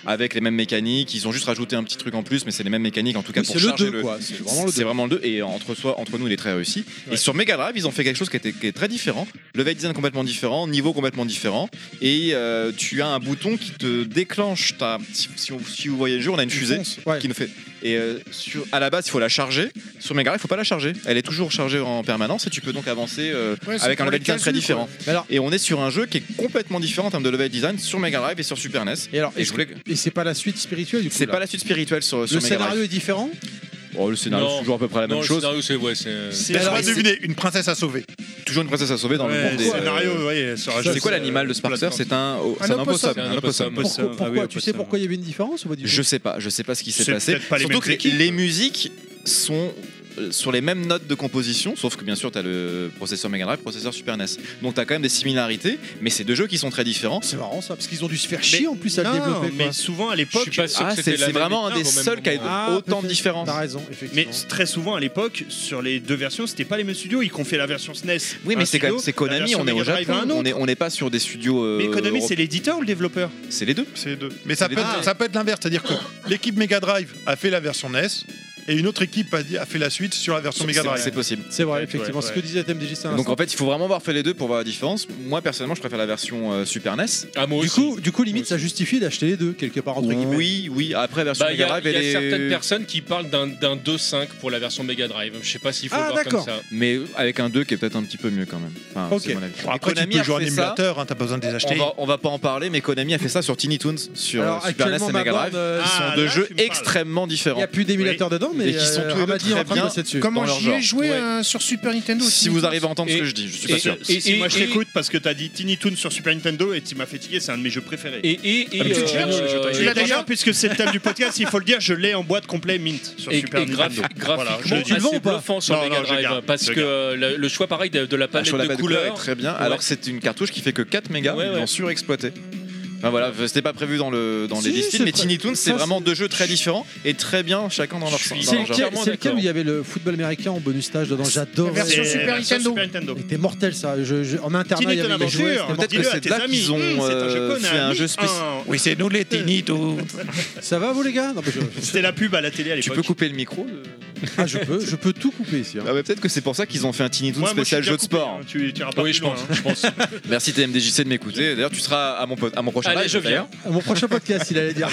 avec les mêmes mécaniques. Ils ont juste rajouté un petit truc en plus, mais c'est les mêmes mécaniques en tout cas Oui, pour c'est le charger deux, quoi. C'est vraiment le C'est deux. vraiment le deux. Et entre soi, entre nous, il est très réussi. Ouais. Et sur Mega Drive, ils ont fait quelque chose qui, était, qui est très différent. Level design complètement différent, niveau complètement différent. Et euh, tu as un bouton qui te déclenche ta. Si, si, on- si vous voyez le jeu, on a une fusée Ouais. qui nous fait. Et euh, sur, à la base, il faut la charger. Sur Mega Drive, il faut pas la charger. Elle est toujours chargée en permanence et tu peux donc avancer euh, Ouais, c'est avec un pour level les design très casus, différent. Mais alors- Et on est sur un jeu qui est complètement différent en termes de level design sur Mega Drive et sur Super N E S. Et alors, Et est-ce je voulais- que- et c'est pas la suite spirituelle du coup C'est là pas la suite spirituelle sur, sur Le Mega scénario Drive. est différent. Oh, le scénario, Non. c'est toujours à peu près la Non, même le chose. scénario, c'est ouais, c'est. C'est Laisse-moi ouais, deviner, une princesse à sauver. Toujours une princesse à sauver dans le Ouais, monde des. le scénario, ouais, sur un jeu, C'est quoi l'animal de Sparkster? C'est un, oh, Un c'est un opossum. opossum. C'est un Un opossum. opossum. Pourquoi, Ah oui, pourquoi Tu sais opossum. pourquoi il y avait une différence ou pas du tout Je sais pas, je sais pas ce qui s'est C'est passé. peut-être pas les Surtout mêmes que équipes. les musiques sont euh, sur les mêmes notes de composition, sauf que bien sûr tu as le processeur Mega Drive, processeur Super N E S. Donc tu as quand même des similarités, mais c'est deux jeux qui sont très différents. C'est marrant ça, parce qu'ils ont dû se faire chier en plus à le Non, développer. mais quoi. souvent à Je l'époque, suis pas sûr Ah, que c'est c'était la c'est même vraiment un équipe des au même seuls qui a eu moment. Ah, autant de peut-être. différences. T'as raison, mais effectivement. très souvent à l'époque, sur les deux versions, c'était pas les mêmes studios. Ils ont fait la version S N E S. Oui, mais un c'est quand même studio, c'est Konami, la version on est au Mega Drive Japon, un on autre. est on n'est pas sur des studios. euh, Mais Konami, c'est européens. l'éditeur ou le développeur? C'est les deux. C'est les deux. Mais ça les peut, deux. être, ça peut être l'inverse, c'est-à-dire que l'équipe Mega Drive a fait la version N E S et une autre équipe a, dit- a fait la suite sur la version Mega C'est- Drive. C'est possible. C'est vrai, Ouais, effectivement. ouais, Ce que disait T M D J, c'est un Donc en fait, il faut vraiment avoir fait les deux pour voir la différence. Moi personnellement, je préfère la version euh, Super N E S. Ah, moi Du aussi. coup, du coup, limite, Moi ça justifie d'acheter les deux quelque part entre guillemets. Oui, oui. Après, version Bah, il y Mega a, Drive, il y a elle est. certaines personnes qui parlent d'un d'un deux cinq pour la version Mega Drive. Je sais pas s'il faut Ah, le voir comme d'accord. ça. Mais avec un deux qui est peut-être un petit peu mieux quand même. Enfin, Ok. c'est mon avis. Bon, Et après, tu Konami peux a jouer en fait ça. émulateur, hein, t'as pas besoin de les On acheter. va, on va pas en parler, mais Konami a fait ça sur Tiny Toons, sur Alors, euh, Super N E S actuellement, et ma Mega borne, Drive. euh, Qui Ah, sont deux là, jeux tu me parles. extrêmement il n'y différents. a plus d'émulateur dedans, mais Et qui sont euh, tous les deux Ramadi est en très train de bien. bosser dessus. Comment dans leur j'y ai genre. joué Ouais. euh, sur Super Nintendo Si aussi. vous arrivez à entendre ce Et- que je dis, je suis pas et- sûr. et- Si moi je et- t'écoute parce que t'as dit Tiny Toon sur Super Nintendo et tu m'as fatigué, c'est un de mes jeux préférés. Et, et, et, Ah, mais tu euh, cherches, euh, Et Tu l'as d'ailleurs, déjà puisque c'est le thème du podcast, il faut le dire, je l'ai en boîte complet Mint sur et, Super et graphi- Nintendo. Voilà, je graphiquement, le dis. tu le vends assez ou pas bluffant sur Non, Mega non, je Drive garde, parce je que euh, le, le choix pareil de, de la Ah, palette sur la de palette de couleurs est couleurs. très bien, Ouais. alors que c'est une cartouche qui fait que quatre mégas, Ouais, ils ouais. l'ont surexploité. Enfin, voilà, c'était pas prévu dans, le, dans les Si, listings, c'est mais pré- Tiny Toons, c'est ça, vraiment c'est- deux jeux très différents et très bien chacun dans leur Je suis- dans C'est leur genre. lequel, entièrement c'est lequel d'accord. où il y avait le football américain en bonus stage dedans? J'adore. La version C'est Super la version Nintendo. Super Nintendo. C'était mortel ça. Je, je- en internat, il y Tiny avait Toon les jouets. Adventure, c'était Peut-être que dis-le à c'est tes là amis. qu'ils ont, Hum, c'est un jeu euh, Konami. fait un jeu spécial. Ah. Oui, c'est nous les Tiny Toons. mortel. Ça va vous les gars? Non, mais je- C'était la pub à la télé à Tu l'époque. peux couper le micro de- Ah, je peux, je peux tout couper ici. hein. Ah ouais, peut-être que c'est pour ça qu'ils ont fait un Tiny Toons Ouais, moi, je suis spécial bien jeu de coupé, sport. hein. Tu tu iras pas Oui, plus je loin, pense. hein. Je pense. Merci T M D J C de m'écouter. D'ailleurs, tu seras à mon, po- à mon prochain Allez, live. je viens. d'ailleurs. À mon prochain podcast, il allait dire.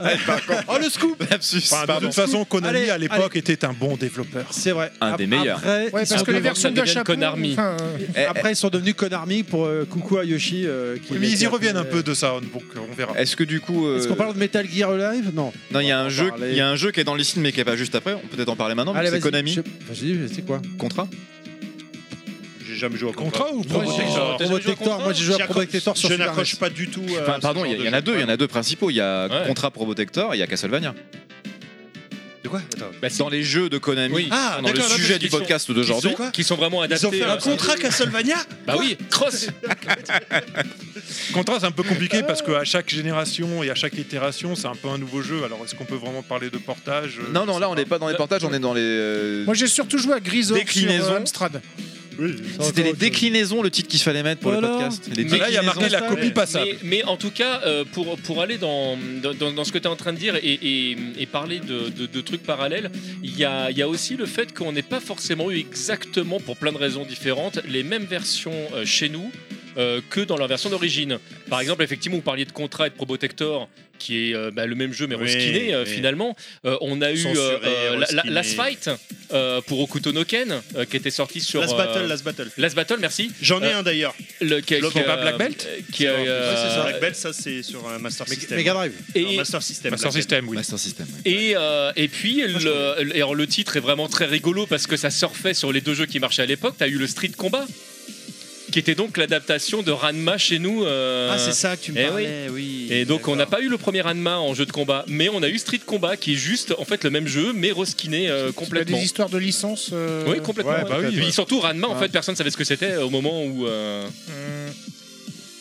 Oh le scoop. Lapsus, Enfin, de pardon. toute façon, Konami Allez, à l'époque était un bon développeur. C'est vrai. Un des Ap- meilleurs. Après, Ouais, ils parce sont que les devenus- versions deviennent d'achat. Konami. Enfin, euh, Eh, Après, ils sont devenus Konami pour euh, coucou à Yoshi. euh, qui Mais ils était y reviennent un après- peu de ça, donc euh, on verra. Est-ce que du coup. euh, Est-ce qu'on parle de Metal Gear Live? Non. Non, il y a On un va jeu, parler. il y a un jeu qui est dans le listing mais qui est pas juste après. On peut peut-être en parler maintenant. mais Allez, C'est vas-y. Konami. Je- Vas-y, c'est quoi? Contrat. J'ai jamais joué au contrat. Contrat ou Pro Pro Protector. T'as jamais joué au Protector, moi j'ai joué à J'accroche- Protector sur Je Super n'accroche N E S. pas du tout. euh, Enfin, à pardon, ce il y, genre il y de en a jeu. deux. Il y en a deux principaux. Il y a Ouais. Contra Probotector et il y a Castlevania. De quoi Attends. Bah, si. Dans les jeux de Konami, Oui. Ah, dans le d'accord, sujet parce du qu'ils podcast Qui d'aujourd'hui. sont, qui sont vraiment Ils ont adaptés. fait un à- contrat Castlevania. Bah oui, cross. Contrat, c'est un peu compliqué parce qu'à chaque génération et à chaque itération, c'est un peu un nouveau jeu. Alors, est-ce qu'on peut vraiment parler de portage euh, Non, je non, sais là on n'est pas dans les portages, on est dans les. euh, moi, j'ai surtout joué à Grisor sur Déclinaison. euh, Amstrad. C'était les déclinaisons, le titre qu'il fallait mettre pour Voilà. le podcast. Les Mais là, il y a marqué la déclinaisons. copie passable. Mais, mais en tout cas, euh, pour, pour aller dans, dans, dans ce que tu es en train de dire et, et, et parler de, de, de trucs parallèles, il y a, il y a aussi le fait qu'on n'ait pas forcément eu exactement, pour plein de raisons différentes, les mêmes versions euh, chez nous euh, que dans leur version d'origine. Par exemple, effectivement, vous parliez de Contra et de Probotector, qui est euh, bah, le même jeu mais Oui, reskiné euh, oui. finalement. Euh, on a eu Censuré, euh, la- la- reskiné. Last Fight euh, pour Okuto no Ken euh, qui était sorti sur Last euh, Battle, Last Battle. Last Battle, merci. J'en ai Euh, un d'ailleurs. Le, qui, L'autre, qui, pas euh, Black Belt qui a, Ouais, c'est sur euh, Black Belt, ça c'est sur un Master Mega- System. Mega Drive. Non, et, Master System. Master Black Belt. System, oui. Master System. ouais. Et, euh, et puis, le, et alors, le titre est vraiment très rigolo parce que ça surfait sur les deux jeux qui marchaient à l'époque. Tu as eu le Street Combat, qui était donc l'adaptation de Ranma chez nous. euh, Ah, c'est ça que tu me eh parlais, oui. Et donc, on n'a D'accord. pas eu le premier Ranma en jeu de combat, mais on a eu Street Combat qui est juste en fait le même jeu, mais reskiné euh, Il y a complètement. des histoires de licence. euh, Oui, complètement. Ouais, bah ouais. oui, Puis ouais. surtout, Ranma, en Ah. fait, personne savait ce que c'était au moment où. euh, hum,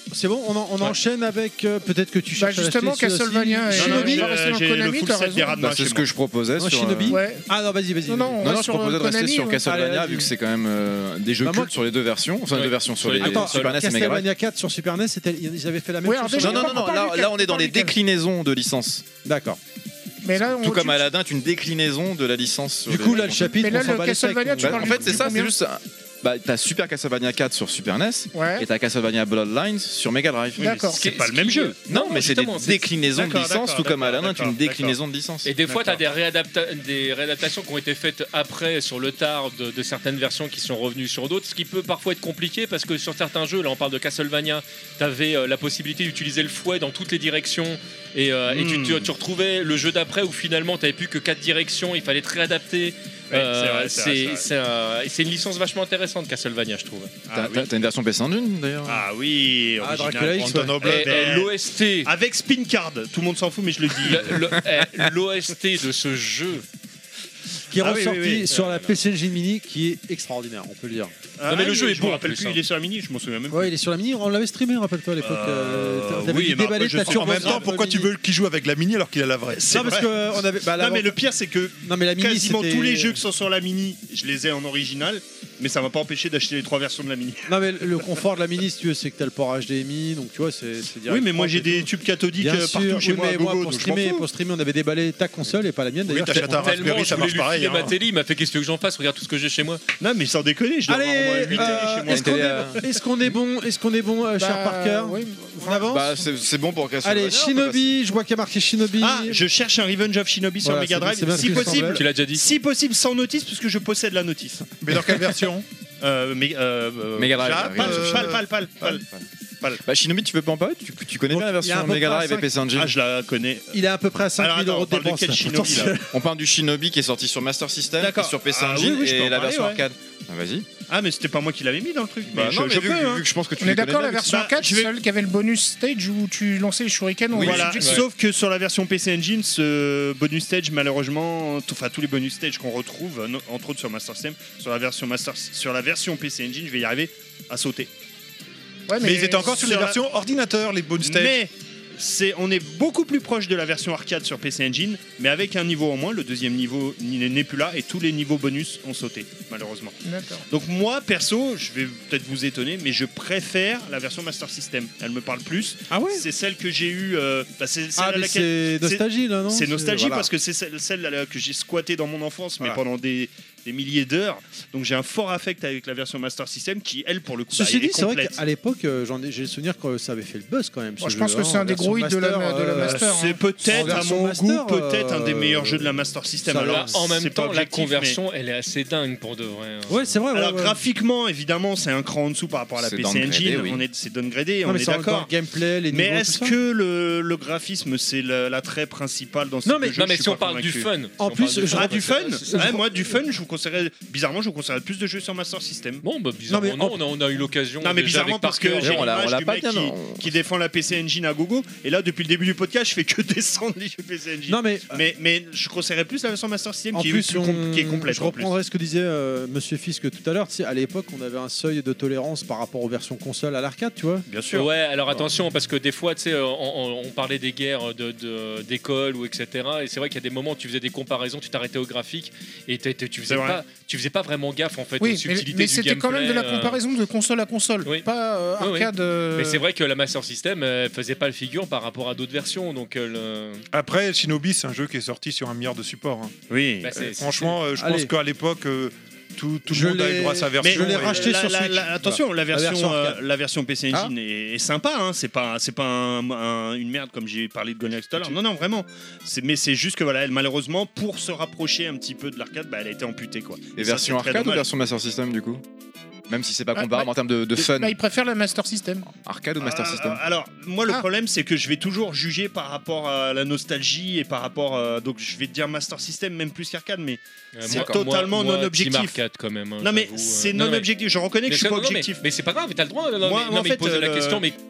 c'est bon, on, en- on Ouais. enchaîne avec euh, peut-être que tu Bah, cherches à justement, l'acheter celui-ci. Castlevania et- Non, non, Shinobi. j'ai- on va rester dans j'ai Konami, le full t'as set des raison. Radma Bah, c'est chez ce moi. que je proposais. Non, sur, Shinobi. euh, Ouais. Ah non, vas-y, vas-y. Non, non, on Non, reste non, je sur proposais de rester Konami, sur ouais. Castlevania Allez, vu que vas-y. c'est quand même euh, des jeux Bah, moi- cultes sur les deux versions, enfin Ouais. deux versions sur Sur les les deux Attends, consoles. Super N E S et Mega Drive. Castlevania quatre sur Super N E S, c'était- ils avaient fait la même Ouais, chose. alors sur déjà, Non, non, Mega non, on non, parle là, duquel là on est dans On parle les duquel déclinaisons de licences. Drive. D'accord. Mais là, on Tout comme tu- Aladdin est une déclinaison de la licence. sur Du les coup, deux là, le consoles. chapitre, Mais là, on s'en le bat les steaks, Castlevania, on- tu Bah, parles en du- fait, c'est du ça, c'est combien juste. un- Bah, t'as Super Castlevania quatre sur Super N E S Ouais. et t'as Castlevania Bloodlines sur Mega Drive. Oui, mais D'accord. C'est pas Ce le même qui- jeu. Non, mais c'est des justement, c'est- déclinaisons de D'accord, licence, d'accord, tout comme d'accord, Aladdin est une d'accord, déclinaison de licence. Et des fois, tu as D'accord. des, réadapta- des réadaptations qui ont été faites après sur le tard de, de certaines versions qui sont revenues sur d'autres, ce qui peut parfois être compliqué parce que sur certains jeux, là on parle de Castlevania, tu avais la possibilité d'utiliser le fouet dans toutes les directions et, euh, et tu, Mm. tu- tu retrouvais le jeu d'après où finalement tu n'avais plus que quatre directions, il fallait te réadapter. Ouais, Euh, c'est vrai, c'est vrai, c'est c'est vrai. c'est un- et c'est une licence vachement intéressante, Castlevania, je trouve. Ah T'as oui. t'as- t'as une version P S Engine d'ailleurs. Ah oui, Ah, original. Dracula X, Quantum of Blood. Et, ben- l'O S T, Avec Spin Card, tout le monde s'en fout, mais je le dis. le- le- eh, l'O S T de ce jeu. Qui est Ah oui, ressorti oui, oui. sur la P C Engine Mini, qui est extraordinaire, on peut le dire. Ah, Non, mais le oui, jeu est je bon, me en rappelle plus, plus, hein. il est sur la mini, je m'en souviens même. Ouais, il est sur la Mini, on l'avait streamé, rappelle-toi à l'époque. Euh, euh, T'avais oui, dit mais déballer après, ta je- turbo. En même temps, pourquoi tu veux qu'il joue avec la mini alors qu'il a la vraie C'est Non, parce vrai. que euh, on avait. Bah, Non, l'avant- mais le pire, c'est que non, mais la Mini, quasiment c'était- tous les jeux qui sont sur la mini, je les ai en original, mais ça m'a pas empêché d'acheter les trois versions de la mini. Non, mais le confort de la Mini, si tu veux, c'est que t'as le port H D M I, donc tu vois, c'est c'est direct. Oui, mais moi j'ai et des tout. tubes cathodiques Bien euh, sûr, partout chez oui, moi à mais moi, gogo, pour donc je m'en streamer, fous. pour streamer, on avait déballé ta console et pas la mienne Oui, d'ailleurs. t'achètes un Tellement, Raspberry, je ça voulais marche lui pareil. filer ma hein. télé, il m'a fait qu'est-ce que j'en fasse, regarde tout ce que j'ai chez moi. Non, mais sans déconner, je dois avoir au moins Allez, huit télés euh, chez moi. est-ce qu'on Télé, est, euh, est-ce qu'on est bon, est-ce qu'on est bon, euh, cher Bah, Parker oui. On avance. Bah, c'est c'est bon pour Castlevania. Allez, Shinobi, je vois qu'il y a marqué Shinobi. Ah, je cherche un Revenge of Shinobi sur Voilà, Mega c'est bien- Drive, c'est bien ce si que je possible. semblait. Tu l'as déjà dit. Si possible sans notice, parce que je possède la notice. Mais dans quelle version Euh, mais, euh, euh, Mega Drive, Pal, oui, pal, euh, pal, pal, pal, pal. Bah, Shinobi, tu veux pas en parler tu, tu connais Donc, bien la il y a à version peu Mega près Drive et cinq- P C Engine. Ah, je la connais. Il est à peu près à cinq Alors, mille attends, euros on de parle de dépenses. quel là, Shinobi, potentiel. là On parle du Shinobi qui est sorti sur Master System, D'accord. et sur P C Ah, Engine oui, oui, je peux et en la parler, version ouais. arcade. Ah, vas-y. Ah, mais c'était pas moi qui l'avais mis dans le truc. Bah, Mais non, je, mais je vu, peux, vu- hein. vu que je pense que tu On est les connais d'accord, la bien, version Bah, quatre, je vais- celle qui avait le bonus stage où tu lançais les shurikens. on Oui, voyait Voilà, le succès. sauf que sur la version P C Engine, ce bonus stage, malheureusement, tout- enfin tous les bonus stages qu'on retrouve, no- entre autres sur Master System, sur la version Master, sur la version P C Engine, je vais y arriver à sauter. Ouais, Mais ils étaient encore sur les sur la- versions ordinateur, les bonus stages. Mais c'est, on est beaucoup plus proche de la version arcade sur P C Engine, mais avec un niveau en moins. Le deuxième niveau n'est n'est plus là et tous les niveaux bonus ont sauté, malheureusement. D'accord. Donc moi, perso, je vais peut-être vous étonner, mais je préfère la version Master System. Elle me parle plus. Ah ouais. C'est celle que j'ai eue. euh, bah, c'est celle Ah, à mais laquelle- c'est nostalgie là, non c'est nostalgie voilà. parce que c'est celle, celle à la- que j'ai squattée dans mon enfance, mais Voilà. pendant des, des milliers d'heures. Donc j'ai un fort affect avec la version Master System qui, elle, pour le coup, bah, Ceci est dit, c'est vrai complète. qu'à l'époque, euh, j'en ai- j'ai le souvenir que ça avait fait le buzz quand même. Moi, ce je pense jeu, que hein, c'est un en des version gros hits de la- master, de la euh, master. C'est hein. En peut-être, à version mon master, goût, peut-être un des euh, meilleurs jeux de la Master System. ça, Alors, Là, en même c'est pas temps, la objectif, mais- conversion, elle est assez dingue pour de vrai. hein. Ouais, c'est vrai. ouais, Alors ouais. graphiquement, évidemment, c'est un cran en dessous par rapport à la C'est P C downgradé, Engine. oui. On est, c'est downgradé, Non, on mais est c'est dans le d'accord. gameplay, les Mais niveaux, est-ce tout ça. que le, le graphisme, c'est le- l'attrait principal dans ce Non, mais- type de jeu Non, mais Je si suis on pas parle du convaincu. fun. si En on plus, parle je- Ah, du fun c'est- c'est- Ouais, moi, du fun, je vous conseillerais, bizarrement, je vous conseillerais plus de jeux sur Master System. Bon, bah, bizarrement, Non, non, mais on, a, on a eu l'occasion. Non, mais déjà bizarrement, avec parce que Parker, j'ai on l'a- l'image on l'a du pas mec bien, qui, non. qui défend la P C Engine à gogo. Et là, depuis le début du podcast, je fais que descendre les jeux P C Engine. Non, mais mais, mais je conseillerais plus la version Master System en qui, plus, est, plus com- on- qui est complète. je en plus. reprendrai ce que disait euh, Monsieur Fisk tout à l'heure. Tu sais, à l'époque, on avait un seuil de tolérance par rapport aux versions console à l'arcade, tu vois. Bien sûr. Ouais, alors attention, parce que des fois, tu sais, on, on- on parlait des guerres de- de- d'école ou et cetera. Et c'est vrai qu'il y a des moments où tu faisais des comparaisons, tu t'arrêtais au graphique et t'es- t'es- tu faisais C'est vrai. pas, tu faisais pas vraiment gaffe en fait aux Oui, mais, subtilités mais du c'était quand même de la gameplay, euh. comparaison de console à console, Oui. pas euh, Oui, oui. arcade. euh, Mais c'est vrai que la Master System euh, faisait pas le figure par rapport à d'autres versions, donc euh, le- Après, Shinobi, c'est un jeu qui est sorti sur un milliard de supports. hein. Oui. bah, c'est- Franchement, euh, je Allez. pense qu'à l'époque, euh, tout, tout Je le monde a l'ai- eu droit à sa Mais version. je l'ai et- racheté la- sur la- Switch. la- attention, la version, version euh, arcade. la version P C Ah. Engine est, est sympa. Hein, c'est pas, c'est pas un- un- une merde comme j'ai parlé de Golden Axe tout à l'heure. Non, non, vraiment. C'est- mais c'est juste que voilà, elle, malheureusement, pour se rapprocher un petit peu de l'arcade, bah, elle a été amputée quoi. Et ça, version c'est très arcade ou dommage. version Master System du coup Même si c'est pas Ah, comparable bah, en termes de, de fun. Bah, ils préfèrent la Master System. Arcade ou Master Euh, System Alors, moi, le Ah. problème, c'est que je vais toujours juger par rapport à la nostalgie et par rapport. à- donc, je vais te dire Master System, même plus qu'arcade, mais euh, C'est moi- totalement moi- moi, non objectif. Team Arcade quand même. hein, non, mais j'avoue, euh. c'est Non, non mais- objectif. Je reconnais que Mais je suis ça- pas non, mais- objectif. Mais, c'est pas grave, t'as le droit. Non, Moi, mais, non, en mais fait, il pose la euh, question, mais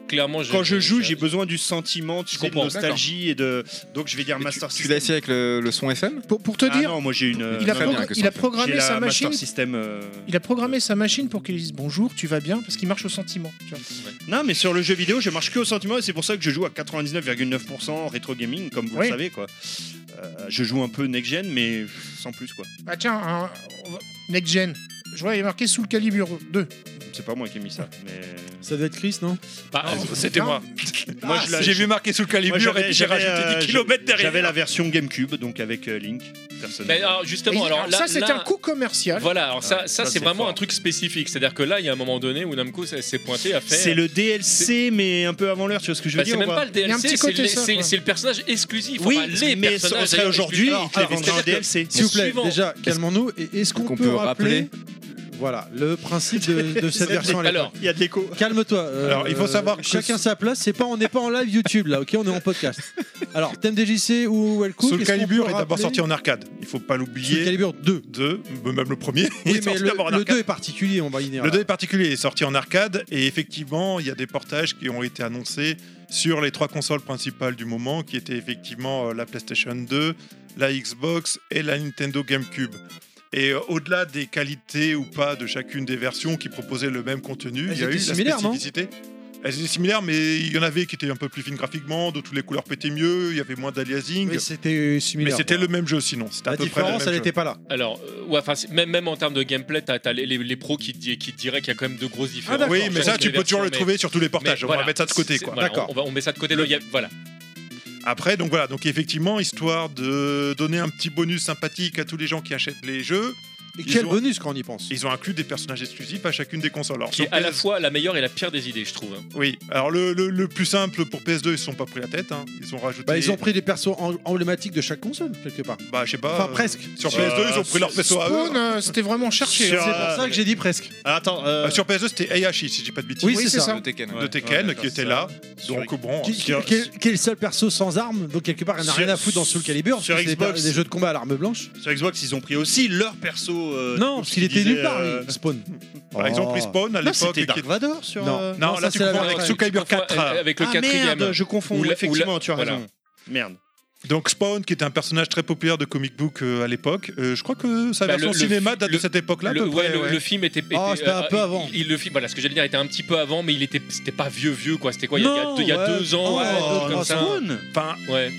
clairement. Quand je joue, j'ai besoin besoin du sentiment, tu Je sais, de comprends, nostalgie et de. Donc je vais dire Mais Master tu, tu System. l'as essayé avec le, le son F M Pour, pour te Ah dire, non, moi j'ai une. il a, très progr- bien que il a ça. j'ai programmé la sa Master machine. System. euh, Il a programmé sa machine pour qu'il dise bonjour, tu vas bien, parce qu'il marche au sentiment. tu vois. Non, mais sur le jeu vidéo, je marche que au sentiment et c'est pour ça que je joue à quatre-vingt-dix-neuf virgule neuf pour cent rétro gaming, comme vous Oui. le savez, quoi. Euh, je joue un peu next-gen, mais sans plus, quoi. Bah tiens, un- on va- Next Gen. Je vois, il est marqué sous le calibre deux. C'est pas moi qui ai mis ça, mais. Ça doit être Chris, non Bah, euh, C'était Non. moi. Moi, je l'ai- J'ai vu marquer sous le Moi, calibre j'avais- et puis j'ai j'avais, rajouté euh, dix kilomètres derrière. J'avais la version GameCube, donc avec euh, Link, mais personnellement. alors, justement, Et alors alors là, ça, c'était là- un coup commercial. Voilà, alors ça, Ouais, ça, ça, c'est c'est vraiment fort. un truc spécifique. C'est-à-dire que là, il y a un moment donné où Namco s'est s'est pointé à faire. C'est le D L C, mais un peu avant l'heure, tu vois ce que je veux Bah, dire c'est ou même pas pas le Il y a un D L C, petit c'est côté le- ça, c'est quoi. c'est le personnage exclusif. Oui, enfin, les mais personnages ça serait d'ailleurs aujourd'hui, exclusifs. il te les vendrait en C'est-à-dire D L que- C. S'il vous plaît, Suivant. déjà, calmons-nous. Et est-ce qu'on qu'on peut, peut rappeler, rappeler voilà, le principe de, de cette version à l'époque? Alors, Il y a de l'écho. Calme-toi. euh, Alors, il faut savoir que chacun ce- sa place. C'est pas, on n'est pas en live YouTube là, ok? On est en podcast. Alors, thème D J C ou Wellcook. Soul est-ce qu'on Calibur peut est d'abord rappeler- sorti en arcade. Il faut pas Soul l'oublier. Calibur deux. deux, même le premier. il Oui, est mais sorti le, d'abord en le arcade. deux est particulier, on va y venir. Le là. deux est particulier, il est sorti en arcade et effectivement, il y a des portages qui ont été annoncés sur les trois consoles principales du moment, qui étaient effectivement euh, la PlayStation deux, la Xbox et la Nintendo GameCube. Et euh, au-delà des qualités ou pas de chacune des versions qui proposaient le même contenu, Elles il y a eu étaient la similaires, non spécificité. Elles étaient similaires, mais il y en avait qui étaient un peu plus fines graphiquement, d'autres où les couleurs pétaient mieux, il y avait moins d'aliasing. Oui, c'était mais similaire. c'était quoi. le même jeu sinon. C'était à La peu près le différence, même elle jeu. n'était pas là. alors, euh, ouais, enfin, c'est- même, même en termes de gameplay, t'as as les, les, les pros qui te, di- qui te diraient qu'il y a quand même de grosses différences. d'accord. Oui, entre mais ça, les tu peux toujours le versions, trouver sur tous les mais- portages. mais On voilà, va mettre ça de côté, c'est- quoi. voilà, D'accord. On, va, on met ça de côté. Le- il y a- voilà. Après, donc voilà, donc effectivement, histoire de donner un petit bonus sympathique à tous les gens qui achètent les jeux, Et Ils quel ont- bonus quand on y pense. ils ont inclus des personnages exclusifs à chacune des consoles. Alors, Qui est sur à la P S fois la meilleure et la pire des idées, je trouve. hein. Oui, alors le, le- le plus simple pour P S deux, ils se sont pas pris la tête. hein. Ils ont rajouté. Bah, ils ont pris des persos en- emblématiques de chaque console, quelque part. Bah, je sais pas. Enfin, euh, presque. Sur Euh, P S deux, ils ont pris leur perso à eux. Spawn, euh, c'était vraiment cherché. Sur- hein. C'est pour ça que j'ai dit presque. Ah, attends, euh, Euh, sur P S deux, c'était Heihachi, si je dis pas de bêtises. Oui, Oui, c'est c'est ça. ça. de Tekken. ouais. De Tekken, Ouais, qui d'accord, était ça. là. Sur- Donc, bon. Qui, Sur- qui- qui- qui est le seul perso sans armes, donc quelque part, il n'a Sur- rien à foutre dans Soul Calibur, sur parce que c'est Xbox. des jeux de combat à l'arme blanche. sur Xbox, ils ont pris aussi leur perso. euh, Non, du coup, parce ce qu'il était disait, nulle part, euh, lui, Spawn. Par exemple, pris Spawn à Non, l'époque. c'était qui Dark est- Vador sur. Non. euh, Non, ça, là, tu c'est la comprends version avec Soul Calibur Tu confonds quatre. avec le Ah quatrième. merde, je confonds. Ou la- ou effectivement, la- tu as voilà. raison. Merde. Donc Spawn, qui était un personnage très populaire de comic book euh, à l'époque. Euh, je crois que sa Bah, version le- le cinéma fi- date de le- cette époque-là. à Le, peu ouais, près, le, ouais. le film était. Oh, était- c'était un euh, peu il- avant. il- le film, voilà, ce que j'allais dire était un petit peu avant, mais il était, c'était pas vieux vieux quoi. C'était quoi il y a- il y a, Non, deux, il y a ouais. deux ans, Oh, ouais, un truc oh, comme ça. Spawn Enfin, Ouais.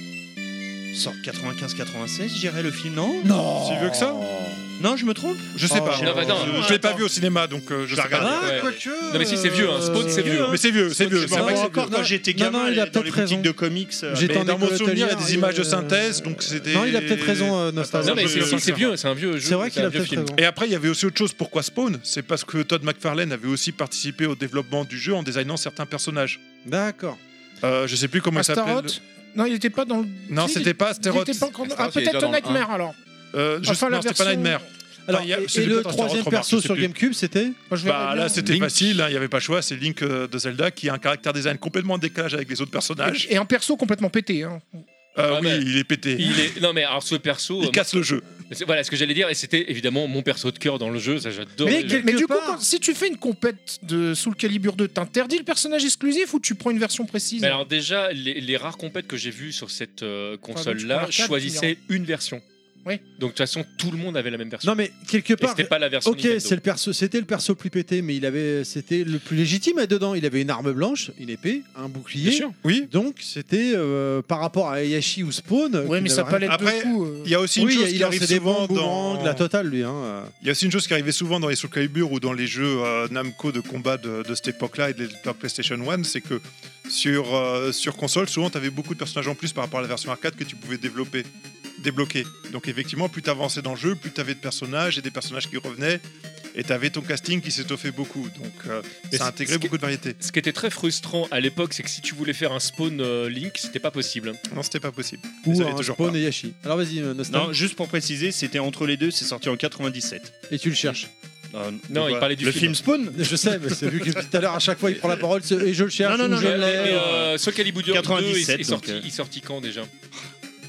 Sort quatre-vingt-quinze quatre-vingt-seize, je dirais le film, non Non. Si vieux que ça Non, je me trompe. je sais Oh. pas. Non, bah, non. je je l'ai pas Attends. vu au cinéma, donc euh, je Je sais l'ai regardé. pas. Ah, Ouais. quoique. Non, mais si, c'est vieux, hein. Spawn, c'est vieux, hein. Mais c'est vieux, c'est vieux. C'est c'est vrai que c'est encore vieux. quand j'étais Non, gamin non, il a dans peut-être les raison. boutiques de comics. euh, J'étais Mais en dans mon école souvenir, il y a hôtelière, des et, images de euh, synthèse, donc c'était. Non, il a peut-être raison, euh, Nostalgia. Non, mais c'est, je- si, c'est vieux, c'est un vieux jeu. C'est vrai qu'il un a vieux peut-être film. raison. Et après, il y avait aussi autre chose. Pourquoi Spawn? C'est parce que Todd McFarlane avait aussi participé au développement du jeu en designant certains personnages. D'accord. Euh, je sais plus comment il s'appelle. Astaroth Non, il était pas dans le. Non, Si, c'était pas il Astaroth. était pas encore- Astaroth, Ah, il est déjà peut-être dans le Nightmare alors. Euh, je- Enfin, la non, c'était pas version- Nightmare. Alors, il y a- et- c'est et le peut-être un troisième Astaroth, perso je sais sur plus. GameCube, c'était Moi, je verrais Bah bien. là, c'était Link. facile, hein, il n'y avait pas le choix. C'est Link euh, de Zelda qui a un caractère design complètement en décalage avec les autres personnages. Et un perso complètement pété. Hein. Euh, Ah, oui, mais- il est pété. Il, Il est... Non, mais alors ce perso. euh, casse le jeu. c'est- Voilà ce que j'allais dire, et c'était évidemment mon perso de cœur dans le jeu, ça j'adore. Mais le quel- jeu. Mais du coup, part- quand- si tu fais une compète de Soul Calibur deux, t'interdis le personnage exclusif ou tu prends une version précise Mais alors, déjà, les, les rares compètes que j'ai vues sur cette euh, tu prends console-là l'arcade, choisissaient une version. Oui. Donc de toute façon, tout le monde avait la même version. Non, mais quelque Et part. c'était pas la version Ok, Nintendo. c'est le perso, c'était le perso le plus pété, mais il avait, c'était le plus légitime à dedans. Il avait une arme blanche, une épée, un bouclier. Bien sûr. Oui. Donc c'était euh, par rapport à Heihachi ou Spawn. Ouais, qui mais sa n'avait palette Après, de coups. euh, Il y a aussi une Oui, chose il qui a arrive lancé des souvent bombes, boomerangs, dans. la totale, lui. Hein. Il y a aussi une chose qui arrivait souvent dans les Soul Calibur ou dans les jeux euh, Namco de combat de, de cette époque-là et de l'époque PlayStation un, c'est que sur, euh, sur console, souvent, tu avais beaucoup de personnages en plus par rapport à la version arcade que tu pouvais développer, débloquer. Donc effectivement, plus tu avançais dans le jeu, plus tu avais de personnages et des personnages qui revenaient, et tu avais ton casting qui s'étoffait beaucoup. Donc euh, Et ça ce- intégrait ce qui- beaucoup de variétés. Ce qui était très frustrant à l'époque, c'est que si tu voulais faire un spawn euh, Link, c'était pas possible. Non, c'était pas possible. Mais Ou ça l'est un toujours Spawn pas. et Heihachi. Alors vas-y, euh, Nostal. Non, juste pour préciser, c'était entre les deux, c'est sorti en quatre-vingt-dix-sept. Et tu le cherches. Euh, Non, de il quoi parlait du Le film. film Spawn Je sais, mais c'est vu que tout à l'heure, à chaque fois, il prend la parole c'est- et je le cherche. Non, non, ou non, je mais- l'ai. Mais euh, Soul Calibur deux est, quatre-vingt-dix-sept, est sorti, donc, euh. il est sorti quand déjà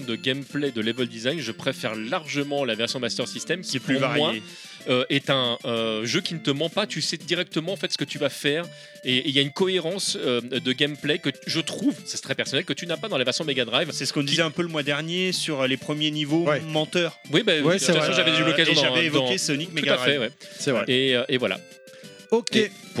termes de gameplay, de level design, je préfère largement la version Master System, qui C'est plus pour moi varié. euh, est un euh, jeu qui ne te ment pas. Tu sais directement en fait ce que tu vas faire, et il y a une cohérence euh, de gameplay que t- je trouve, c'est très personnel, que tu n'as pas dans la version Mega Drive. C'est ce qu'on disait un peu le mois dernier sur les premiers niveaux Ouais. menteurs. Oui, bah, Ouais, de c'est toute vrai. façon, j'avais eu l'occasion Et j'avais dans- évoqué dans- Sonic Tout Mega à fait, Drive. ouais. C'est vrai. Et, euh, et voilà. Ok. Et pour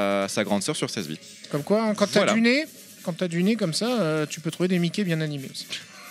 sa, sa grande sœur sur seize bits. Comme quoi, hein, quand t'as Voilà. du nez, quand t'as du nez comme ça, euh, tu peux trouver des Mickey bien animés aussi.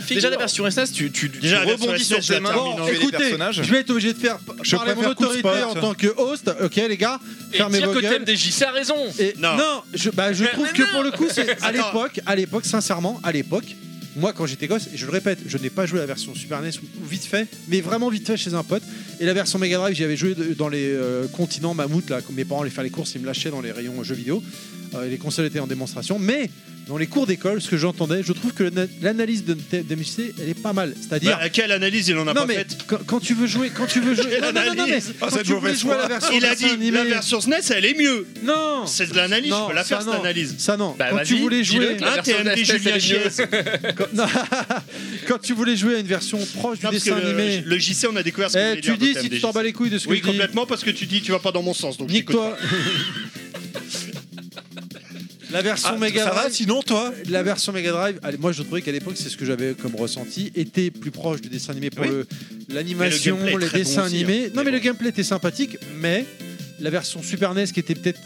le figure. Déjà la version S N E S, tu, tu, tu Déjà, la version rebondis S N E S, sur tes je la mains, termine en- tu es les Écoutez, personnages. je vais être obligé de faire Je parler mon préfère Coup de autorité Spot. en tant que host. Ok, les gars, Et fermez dire vos que gueules. t'aimes des J C a raison. Et Non. non, je, bah, je Mais trouve non. que pour le coup, c'est à Attends. l'époque, à l'époque, sincèrement, à l'époque, moi quand j'étais gosse, et je le répète, je n'ai pas joué la version Super N E S ou ou vite fait, mais vraiment vite fait chez un pote. Et la version Mega Drive, j'y avais joué de- dans les euh, continents mammouth, là, comme mes parents allaient faire les courses, ils me lâchaient dans les rayons jeux vidéo. Euh, les consoles étaient en démonstration, mais dans les cours d'école, ce que j'entendais, je trouve que l'ana- l'analyse de de M C, elle est pas mal. C'est-à-dire, Bah, quelle analyse il en a non pas mais faite quand, quand tu veux jouer, quand tu veux jouer, Quelle non, non, non, non, mais analyse Ah, quand cette tu voulais mauvaise jouer à la foi. version Il a dessin dit animé, la version S N E S, elle est mieux. non, C'est de l'analyse, non, je peux la faire ça, cette non. analyse. Ça non. Bah, quand tu vas-y, voulais dis-le, jouer, que la Hein, version T M D d'Espèce, Julien elle est mieux. Chiez. quand, non, quand tu voulais jouer à une version proche du Non, parce que dessin animé, le, le J C, on a découvert ce que eh, voulait tu dire dis de si T M D tu t'en bats les couilles de ce que Oui, je dis. complètement, parce que tu dis tu vas pas dans mon sens. Donc j'écoute Nique-toi. La version Ah, Mega ça va Drive, sinon toi la version Mega Drive, allez, moi je trouvais qu'à l'époque c'est ce que j'avais comme ressenti, était plus proche du dessin animé pour Oui. le- l'animation, Mais le gameplay est les très bon dessins aussi, animés. hein. Non Mais mais le bon. gameplay était sympathique, mais la version Super N E S qui était peut-être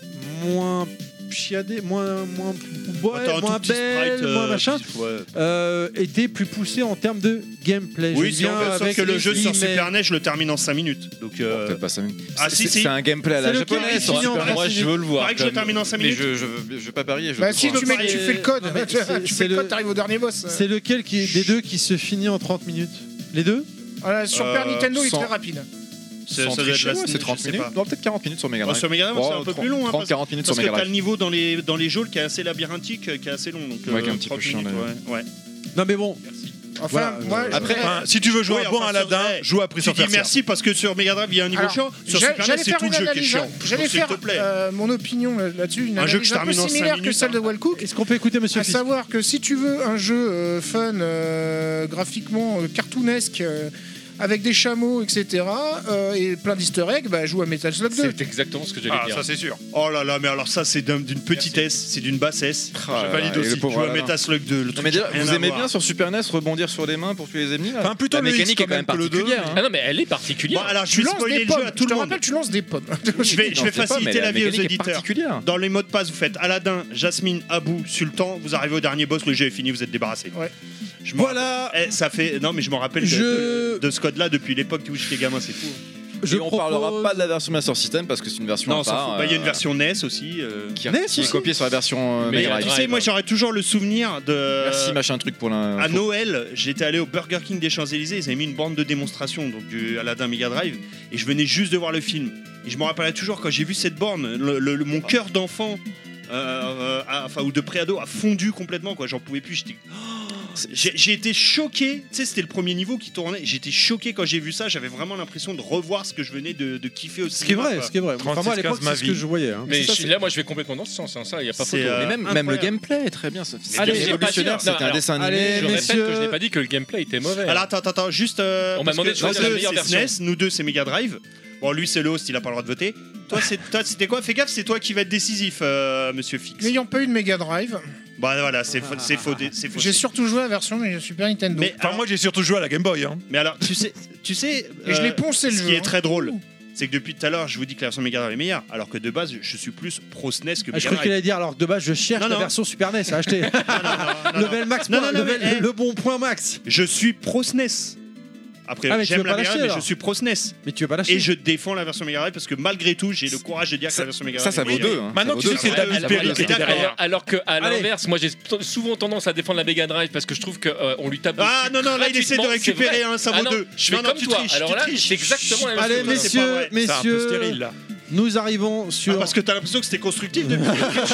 moins chiadée, moins moins ouais, Attends, un moins tout petit belle, sprite, euh, moins machin, ouais. euh, était plus poussée en termes de gameplay. Oui, Je c'est viens en sauf avec que le les jeu sur guillemets. Super N E S, je le termine en cinq minutes. Donc, Bon, euh, peut-être pas cinq minutes. Ah, si, C'est si. c'est un gameplay à la C'est lequel japonaise. qui sur finit en Super N E S. Moi, je veux le voir. pareil que je le comme- termine en cinq Mais minutes. je, je, veux- je veux pas parier. Je Bah veux si croire. tu, mets, pas tu les- fais le code, Non, mais tu, c'est- tu c'est fais le le- code, t'arrives au dernier boss. C'est lequel qui des deux qui se finit en trente minutes? Les deux? Voilà, sur Euh, Super Nintendo, il est sans- très rapide. C'est- Sans ça doit être tricher, la ouais, S N E S, c'est trente je sais minutes. pas. Non, peut-être quarante minutes sur Mega Bon, Drive. sur Mega Drive, c'est un peu plus long. hein, trente parce- quarante minutes sur Parce que Mega t'as le Drive. niveau dans les, dans les jeux qui est assez labyrinthique, euh, qui est assez long. Donc, Ouais, qui est un euh, petit peu trente chiant, minutes, ouais. ouais. Non mais bon, Enfin, Voilà, moi, euh, je- après, Enfin, si tu veux jouer Oui, un bon enfin, Aladdin, sur- joue à Prince Tu of dis Persia. merci parce que sur Mega Drive, il y a un niveau Alors, chiant. Sur j'a- Super N E S, j'allais c'est faire tout le une jeu qui est analyse, chiant. j'allais Donc, s'il faire te plaît. euh, mon opinion là-dessus, une Un jeu que analyse je un peu termine en cinq similaire que minutes, celle de hein. Wellcook. est-ce qu'on peut écouter Monsieur À Fils? savoir que si tu veux un jeu euh, fun, euh, graphiquement euh, cartoonesque, euh, avec des chameaux, et cetera, euh, et plein d'easter eggs, bah, joue à Metal Slug deux. C'est exactement ce que j'allais Ah, dire. ça c'est sûr. Oh là là, mais alors ça, c'est d'un- d'une petitesse, c'est d'une bassesse. Ah, Je valide et le aussi. pauvre Joue à Aladdin. Metal Slug deux. Le Non, truc mais déjà, a rien vous à aimez voir. bien sur Super N E S rebondir sur les mains pour tuer les ennemis là Enfin, plutôt La le X mécanique est quand quand même même que le deux. particulière. hein. Ah non, mais elle est particulière. Bon, alors je Tu vais lances spoiler des le jeu pommes, à tout je le te monde. rappelle, tu lances des pommes. Je vais, je vais Non, c'est pas, faciliter mais la vie aux mécanique est auditeurs. particulière. Dans les mots de passe, vous faites Aladdin, Jasmine, Abou, Sultan. Vous arrivez au dernier boss, le jeu est fini, vous êtes débarrassé. Ouais. Je m'en Voilà. rappelle- Eh, ça fait. Non, mais je m'en rappelle de- Je- de, de ce code-là depuis l'époque où j'étais gamin, c'est fou. Je Et on parlera propose- pas de la version Master System parce que c'est une version Non, à s'en part. fout. Bah, il y a une euh, version N E S aussi. euh. qui, N E S qui est aussi. copiée sur la version euh, Mais, Mega Tu Drive. sais, moi j'aurais toujours le souvenir de. Merci machin truc pour la. À pour- Noël, j'étais allé au Burger King des Champs-Élysées, ils avaient mis une bande de démonstration donc du Aladdin Mega Drive et je venais juste de voir le film. Et je me rappellerai toujours quand j'ai vu cette borne, le- le- le- mon cœur d'enfant, euh, euh, a- enfin ou de préado a fondu complètement quoi, j'en pouvais plus. J'étais. Oh, j'ai j'ai été choqué, tu sais, c'était le premier niveau qui tournait. J'étais choqué quand j'ai vu ça, j'avais vraiment l'impression de revoir ce que je venais de, de kiffer au Ce qui est cinéma. vrai, quoi. ce qui est vrai. Enfin, moi à trente-six l'époque, quinze ma c'est ce que vie. je voyais. hein. Mais ça, je- c'est- là, moi, je vais complètement dans ce sens. hein, Ça, il y a pas C'est, photo. euh, Mais même, même le incroyable. gameplay est très bien. Ça. C'est bien, c'est j'ai pas révolutionnaire. dit- non, C'était un alors, dessin allez, animé. Je répète messieurs- que je n'ai pas dit que le gameplay était mauvais. Alors attends, attends, attends, juste. euh, On m'a parce demandé que de choisir nous la deux, meilleure c'est version. S N E S, nous deux c'est Mega Drive. Bon, lui c'est le host, il a pas le droit de voter. Toi, c'est- toi, c'était quoi? Fais gaffe, c'est toi qui va être décisif, euh, monsieur Fix. N'ayant pas eu de Mega Drive, Bah voilà, c'est faux, c'est faux, c'est faux. j'ai surtout joué à la version Super Nintendo. Mais, Enfin, alors, moi j'ai surtout joué à la Game Boy. Hein. mais alors, tu sais, tu sais. Et je euh, l'ai poncé le Ce jeu. qui est hein. très drôle, c'est que depuis tout à l'heure, je vous dis que la version Mega Drive est meilleure, alors que de base, je suis plus pro S N E S que Ah, je Mega crois qu'il Drive. allait dire alors que de base je cherche Non, la non. version Super N E S à acheter. Non, non, non, non, Level max, Non, point- non, non, level- mais, eh. le bon point max. Je suis pro S N E S. Après, Ah, mais tu j'aime veux la pas Mega l'acheter, Drive, mais alors je suis pro S N E S. Mais tu veux pas l'acheter. Et je défends la version Mega Drive parce que malgré tout, j'ai le courage de dire que la version Mega Ça, Drive ça est vaut meilleure. deux. hein. Maintenant, Ça vaut tu sais deux. que c'est Ouais, David alors, Perry alors, qui était d'accord. derrière. Alors que à Allez. l'inverse, moi j'ai t- souvent tendance à défendre la Mega Drive parce que je trouve qu'on lui tape. Ah dessus non, non, là il essaie de gratuitement, c'est récupérer, vrai. hein, ça Ah vaut non, deux. Je fais Non, non, comme tu toi. triches, Alors tu là, triches. c'est exactement la même Allez, chose. mais- c'est pas messieurs, vrai. C'est un peu messieurs, stérile là. nous arrivons sur. Ah, parce que t'as l'impression que c'était constructif depuis.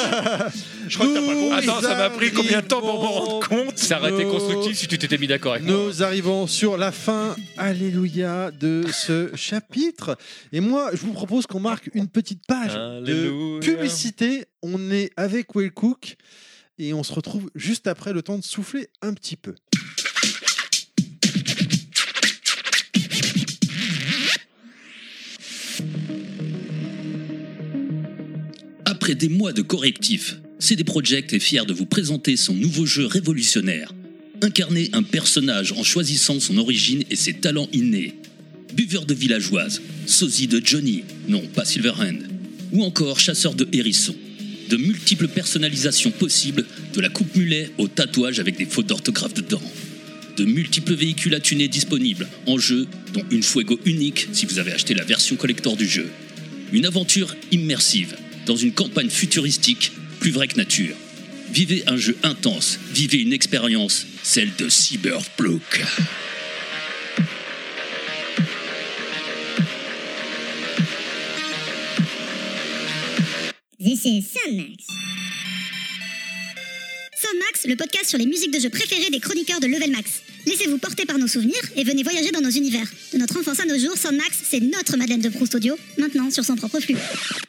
Je crois que t'as pas Nous compris. Attends, ça m'a pris combien de temps pour m'en rendre compte? Ça aurait été Nos- constructif si tu t'étais mis d'accord avec moi. Nous arrivons sur la fin, alléluia, de ce chapitre. Et moi, je vous propose qu'on marque une petite page de Alléluia. publicité. On est avec Will Cook et on se retrouve juste après, le temps de souffler un petit peu. Après des mois de correctifs, C D Projekt est fier de vous présenter son nouveau jeu révolutionnaire. Incarnez un personnage en choisissant son origine et ses talents innés. Buveur de villageoise, sosie de Johnny, non pas Silverhand, ou encore chasseur de hérissons. De multiples personnalisations possibles, de la coupe mulet au tatouage avec des fautes d'orthographe dedans. De multiples véhicules à tuner disponibles en jeu, dont une Fuego unique si vous avez acheté la version collector du jeu. Une aventure immersive, dans une campagne futuristique, plus vraie que nature. Vivez un jeu intense, vivez une expérience, celle de Cyberpunk. This is Soundmax. Soundmax, le podcast sur les musiques de jeux préférées des chroniqueurs de Level Max. Laissez-vous porter par nos souvenirs et venez voyager dans nos univers. De notre enfance à nos jours, Soundmax, c'est notre Madeleine de Proust audio, maintenant sur son propre flux.